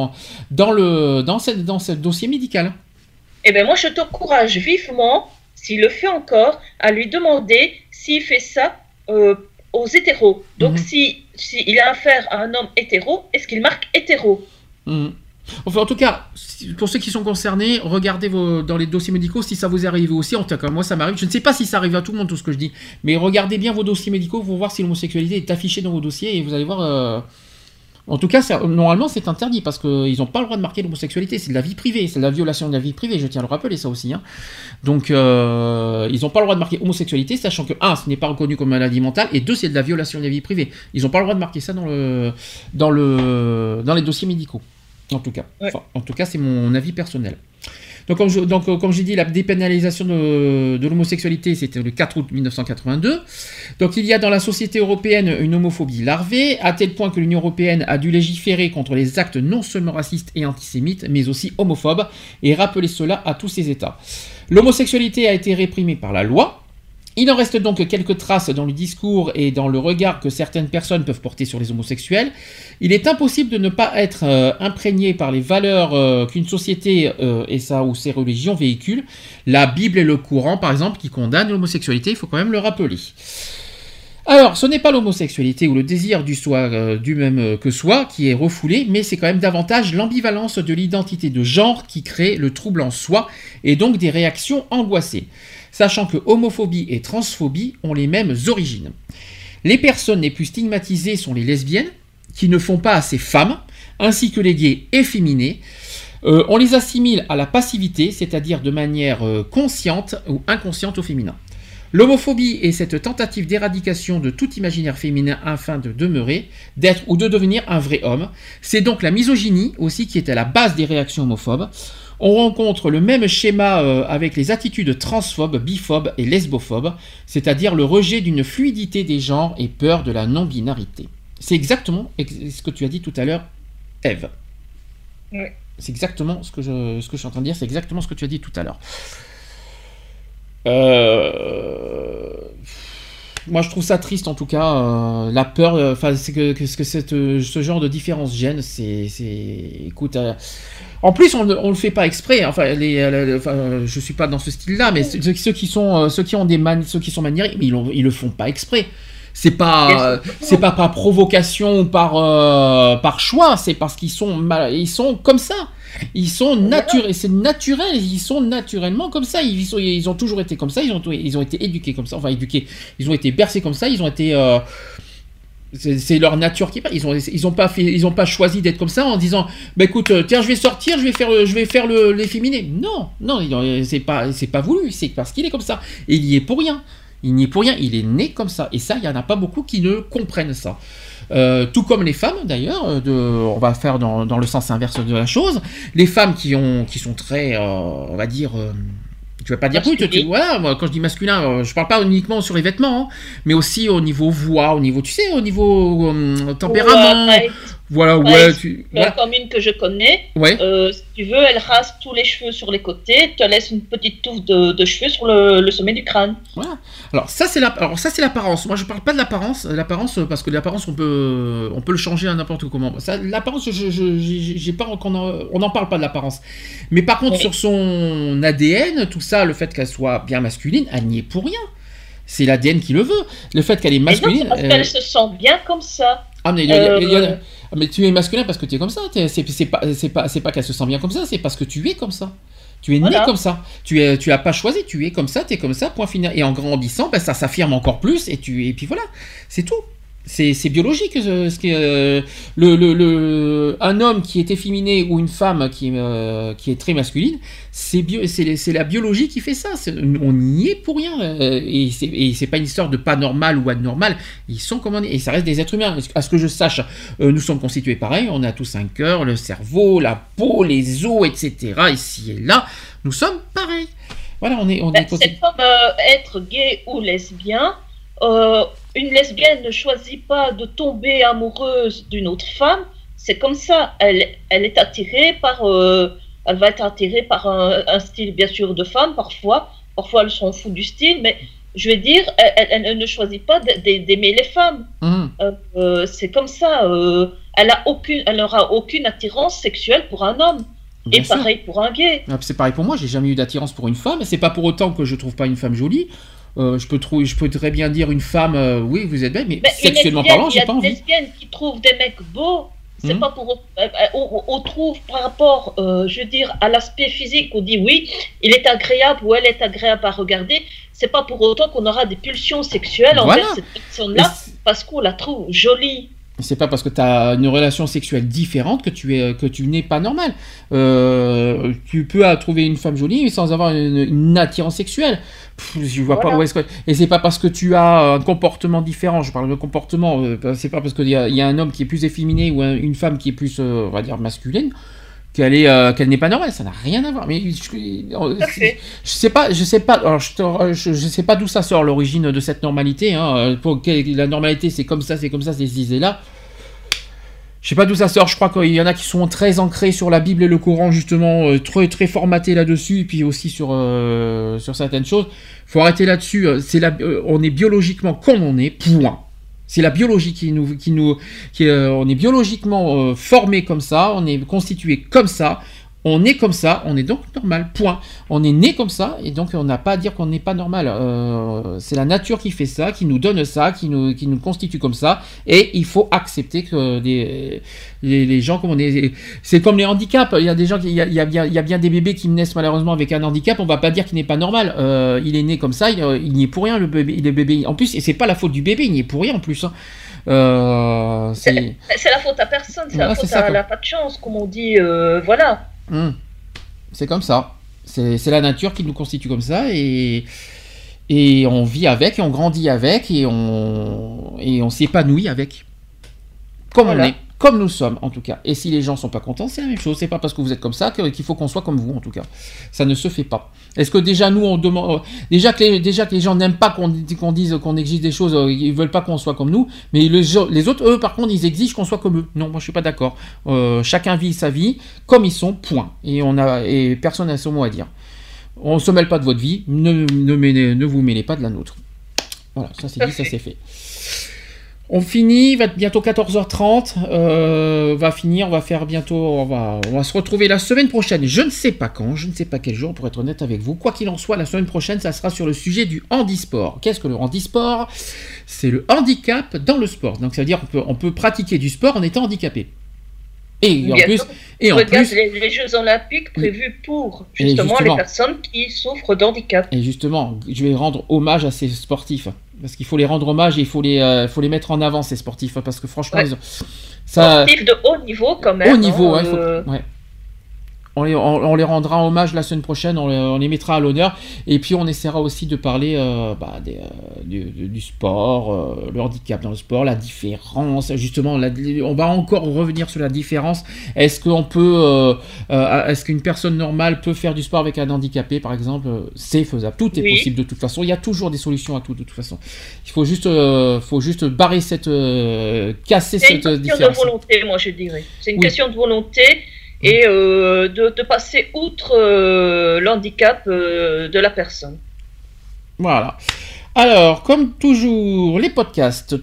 ce dossier médical. Eh bien, moi, je t'encourage vivement, s'il le fait encore, à lui demander s'il fait ça aux hétéros. Donc, s'il a affaire à un homme hétéro, est-ce qu'il marque hétéro ? Enfin, en tout cas, pour ceux qui sont concernés, regardez dans les dossiers médicaux si ça vous est arrivé aussi. En tout cas, moi ça m'arrive. Je ne sais pas si ça arrive à tout le monde, tout ce que je dis, mais regardez bien vos dossiers médicaux pour voir si l'homosexualité est affichée dans vos dossiers et vous allez voir. En tout cas, normalement, c'est interdit parce qu'ils n'ont pas le droit de marquer l'homosexualité. C'est de la vie privée, c'est de la violation de la vie privée. Je tiens à le rappeler, ça aussi. Donc, ils n'ont pas le droit de marquer homosexualité, sachant que 1, ce n'est pas reconnu comme maladie mentale, et 2, c'est de la violation de la vie privée. Ils n'ont pas le droit de marquer ça dans les dossiers médicaux. En tout cas, c'est mon avis personnel. Donc, comme j'ai dit, la dépénalisation de l'homosexualité, c'était le 4 août 1982. Donc, il y a dans la société européenne une homophobie larvée, à tel point que l'Union européenne a dû légiférer contre les actes non seulement racistes et antisémites, mais aussi homophobes, et rappeler cela à tous ses États. L'homosexualité a été réprimée par la loi. Il en reste donc quelques traces dans le discours et dans le regard que certaines personnes peuvent porter sur les homosexuels. Il est impossible de ne pas être imprégné par les valeurs qu'une société et ses religions véhiculent. La Bible et le Coran, par exemple, qui condamnent l'homosexualité, il faut quand même le rappeler. Alors, ce n'est pas l'homosexualité ou le désir du même que soi qui est refoulé, mais c'est quand même davantage l'ambivalence de l'identité de genre qui crée le trouble en soi et donc des réactions angoissées. Sachant que homophobie et transphobie ont les mêmes origines. Les personnes les plus stigmatisées sont les lesbiennes, qui ne font pas assez femmes, ainsi que les gays efféminés. On les assimile à la passivité, c'est-à-dire de manière consciente ou inconsciente au féminin. L'homophobie est cette tentative d'éradication de tout imaginaire féminin afin de demeurer, d'être ou de devenir un vrai homme. C'est donc la misogynie aussi qui est à la base des réactions homophobes. On rencontre le même schéma avec les attitudes transphobes, biphobes et lesbophobes, c'est-à-dire le rejet d'une fluidité des genres et peur de la non-binarité. C'est exactement ce que tu as dit tout à l'heure, Ève. Oui. C'est exactement ce que je suis en train de dire, c'est exactement ce que tu as dit tout à l'heure. Moi je trouve ça triste en tout cas, la peur, c'est que ce genre de différence gêne, écoute, en plus on le fait pas exprès, je suis pas dans ce style-là, mais ceux qui sont maniérés, ils le font pas exprès. C'est pas par provocation ou par choix, c'est parce qu'ils sont comme ça. Ils sont naturels, c'est naturel, ils sont naturellement comme ça, ils ont toujours été comme ça, ils ont été éduqués comme ça, ils ont été bercés comme ça, ils ont été c'est leur nature qui parle. Ils ont pas choisi d'être comme ça en disant bah écoute, tiens, je vais sortir, je vais faire l'efféminé. Non, c'est pas voulu, c'est parce qu'il est comme ça et il y est pour rien. Il n'y est pour rien, il est né comme ça. Et ça, il n'y en a pas beaucoup qui ne comprennent ça. Tout comme les femmes, d'ailleurs, on va faire dans le sens inverse de la chose. Les femmes qui sont très, on va dire... tu vas pas dire oui, voilà, moi, quand je dis masculin, je parle pas uniquement sur les vêtements, hein, mais aussi au niveau voix, au niveau tempérament. Voilà, la commune que je connais, si tu veux, elle rase tous les cheveux sur les côtés, te laisse une petite touffe de cheveux sur le sommet du crâne. Voilà. Alors ça c'est l'apparence. Moi je parle pas de l'apparence, parce que l'apparence on peut le changer à n'importe comment. Ça, l'apparence, j'ai pas on n'en parle pas de l'apparence. Mais par contre sur son ADN, tout ça, le fait qu'elle soit bien masculine, elle n'y est pour rien. C'est l'ADN qui le veut. Le fait qu'elle est masculine, parce qu'elle se sent bien comme ça. Ah mais mais tu es masculin parce que tu es comme ça. C'est pas qu'elle se sent bien comme ça, c'est parce que tu es comme ça. Tu es né comme ça. Tu as pas choisi, tu es comme ça, tu es comme ça, point final. Et en grandissant, ça s'affirme encore plus et puis voilà, c'est tout. C'est biologique. Un homme qui est efféminé ou une femme qui est très masculine, c'est la biologie qui fait ça. On n'y est pour rien. Et c'est pas une histoire de pas normal ou anormal. Ils sont comme on est. Et ça reste des êtres humains. À ce que je sache, nous sommes constitués pareil. On a tous un cœur, le cerveau, la peau, les os, etc. Ici et là, nous sommes pareils. Voilà, on est c'est comme être gay ou lesbien. Une lesbienne ne choisit pas de tomber amoureuse d'une autre femme, c'est comme ça, elle est attirée elle va être attirée par un style bien sûr de femme, parfois elles s'en foutent du style, mais je veux dire, elle ne choisit pas d'aimer les femmes. C'est comme ça, elle n'aura aucune attirance sexuelle pour un homme. Bien et sûr. Pareil pour un gay. C'est pareil pour moi, j'ai jamais eu d'attirance pour une femme, et c'est pas pour autant que je trouve pas une femme jolie. Je peux très bien dire une femme, oui, vous êtes belle, mais sexuellement parlant, j'ai pas envie. Il y a des lesbiennes qui trouvent des mecs beaux, c'est pas pour... on trouve par rapport, je veux dire, à l'aspect physique, on dit oui, il est agréable ou elle est agréable à regarder, c'est pas pour autant qu'on aura des pulsions sexuelles envers cette personne-là, parce qu'on la trouve jolie. C'est pas parce que tu as une relation sexuelle différente que tu n'es pas normal. Tu peux trouver une femme jolie sans avoir une attirance sexuelle. Je vois pas où est-ce que... Et c'est pas parce que tu as un comportement différent, je parle de comportement, c'est pas parce qu'il y a un homme qui est plus efféminé ou une femme qui est plus, on va dire, masculine, qu'elle n'est pas normale, ça n'a rien à voir. Mais je sais pas. Alors je sais pas d'où ça sort l'origine de cette normalité. Hein. La normalité, c'est comme ça, c'est ci et là. Je sais pas d'où ça sort. Je crois qu'il y en a qui sont très ancrés sur la Bible et le Coran, justement, très très formatés là-dessus, et puis aussi sur certaines choses. Faut arrêter là-dessus. On est biologiquement comme on est. Point. C'est la biologie on est biologiquement formé comme ça, on est constitué comme ça, on est comme ça, on est donc normal, point. On est né comme ça, et donc on n'a pas à dire qu'on n'est pas normal. C'est la nature qui fait ça, qui nous donne ça, qui nous constitue comme ça, et il faut accepter que les gens comme on est... C'est comme les handicaps, il y a des gens, il y a bien des bébés qui naissent malheureusement avec un handicap, on va pas dire qu'il n'est pas normal. Il est né comme ça, il n'y est pour rien, le bébé. En plus, et c'est pas la faute du bébé, il n'y est pour rien en plus. C'est la faute à personne, c'est la faute à la pas de chance, comme on dit, voilà. C'est comme ça. C'est la nature qui nous constitue comme ça, et Et on vit avec, et on grandit avec, et on s'épanouit avec. Comme on est, comme nous sommes en tout cas. Et si les gens sont pas contents, c'est la même chose. C'est pas parce que vous êtes comme ça qu'il faut qu'on soit comme vous en tout cas. Ça ne se fait pas. Est-ce que déjà nous on demande déjà que les gens n'aiment pas qu'on dise qu'on exige des choses, ils veulent pas qu'on soit comme nous, mais les autres eux par contre ils exigent qu'on soit comme eux. Non, moi je suis pas d'accord. Chacun vit sa vie comme ils sont, point. Et personne n'a son mot à dire. On se mêle pas de votre vie, ne vous mêlez pas de la nôtre. Voilà, ça c'est dit, ça c'est fait. On finit, il va être bientôt 14h30, on va faire bientôt, on va se retrouver la semaine prochaine, je ne sais pas quand, je ne sais pas quel jour pour être honnête avec vous, quoi qu'il en soit, la semaine prochaine ça sera sur le sujet du handisport. Qu'est-ce que le handisport ? C'est le handicap dans le sport, donc ça veut dire qu'on peut pratiquer du sport en étant handicapé. Et en plus, les Jeux Olympiques prévus pour justement les personnes qui souffrent d'handicap. Et justement, je vais rendre hommage à ces sportifs parce qu'il faut les rendre hommage et il faut les mettre en avant ces sportifs parce que franchement, sportifs de haut niveau quand même. Haut niveau, On les rendra hommage la semaine prochaine, on les mettra à l'honneur et puis on essaiera aussi de parler du sport, le handicap dans le sport, la différence, justement, on va encore revenir sur la différence. Est-ce qu'une personne normale peut faire du sport avec un handicapé par exemple ? C'est faisable, tout est possible de toute façon, il y a toujours des solutions à tout de toute façon. Il faut juste barrer casser cette différence. C'est une question de volonté, moi je dirais. C'est une question de volonté. Et de passer outre l'handicap de la personne. Voilà. Alors, comme toujours, les podcasts,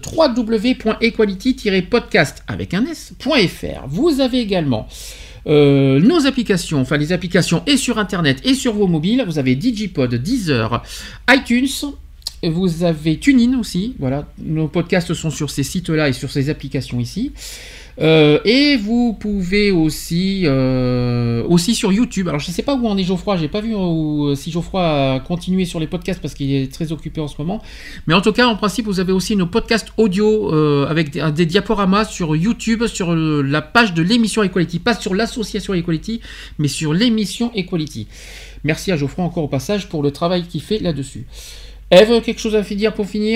www.equality-podcast avec un s.fr. Vous avez également nos applications, enfin les applications et sur Internet et sur vos mobiles. Vous avez Digipod, Deezer, iTunes. Vous avez TuneIn aussi. Voilà, nos podcasts sont sur ces sites-là et sur ces applications ici. Et vous pouvez aussi sur YouTube. Alors je ne sais pas où en est Geoffroy, j'ai pas vu si Geoffroy a continué sur les podcasts parce qu'il est très occupé en ce moment. Mais en tout cas, en principe, vous avez aussi nos podcasts audio avec des diaporamas sur YouTube, sur la page de l'émission Equality, pas sur l'association Equality, mais sur l'émission Equality. Merci à Geoffroy encore au passage pour le travail qu'il fait là-dessus. Ève, quelque chose à dire pour finir ?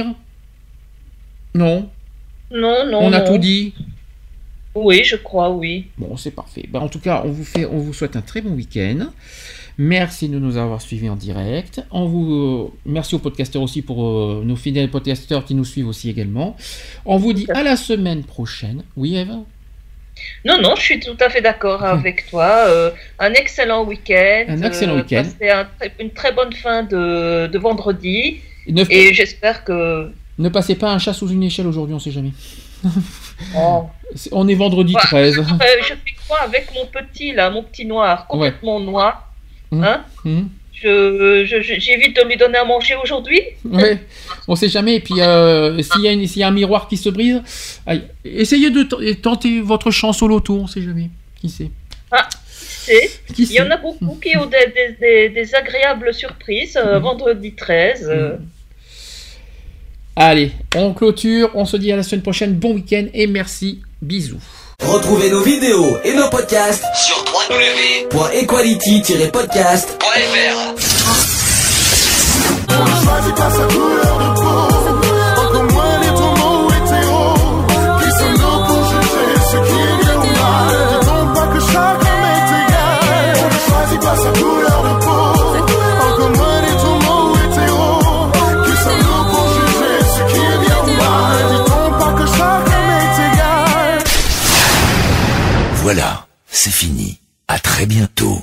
Non. On a tout dit. Oui, je crois, oui. Bon, c'est parfait. En tout cas, on vous souhaite un très bon week-end. Merci de nous avoir suivis en direct. Merci aux podcasteurs aussi pour nos fidèles podcasteurs qui nous suivent aussi également. On vous dit à la semaine prochaine. Oui, Ève ? Non, je suis tout à fait d'accord avec toi. Un excellent week-end. Passez une très bonne fin de vendredi. Et j'espère que... Ne passez pas un chat sous une échelle aujourd'hui, on ne sait jamais. On est vendredi 13. Je fais quoi avec mon petit noir, complètement noir. J'évite de lui donner à manger aujourd'hui. Ouais, on sait jamais. Et puis s'il y a un miroir qui se brise, essayez de tenter votre chance au loto, on sait jamais. Qui sait? Il y en a beaucoup qui ont des agréables surprises vendredi 13. Allez, on clôture, on se dit à la semaine prochaine, bon week-end et merci, bisous. Retrouvez nos vidéos et nos podcasts sur www.equality-podcast.fr. Choisis pas sa couleur de peau, encore moins les tourments hétéros, qui sommes-nous pour juger ce qui est bien ou mal? Dis-donc pas que chacun est égal. Ne choisis pas sa couleur de peau, encore moins les tourments hétéros, qui sommes-nous pour juger ce qui est bien ou mal? Dis-donc pas que chacun est égal. Voilà, c'est fini. À très bientôt.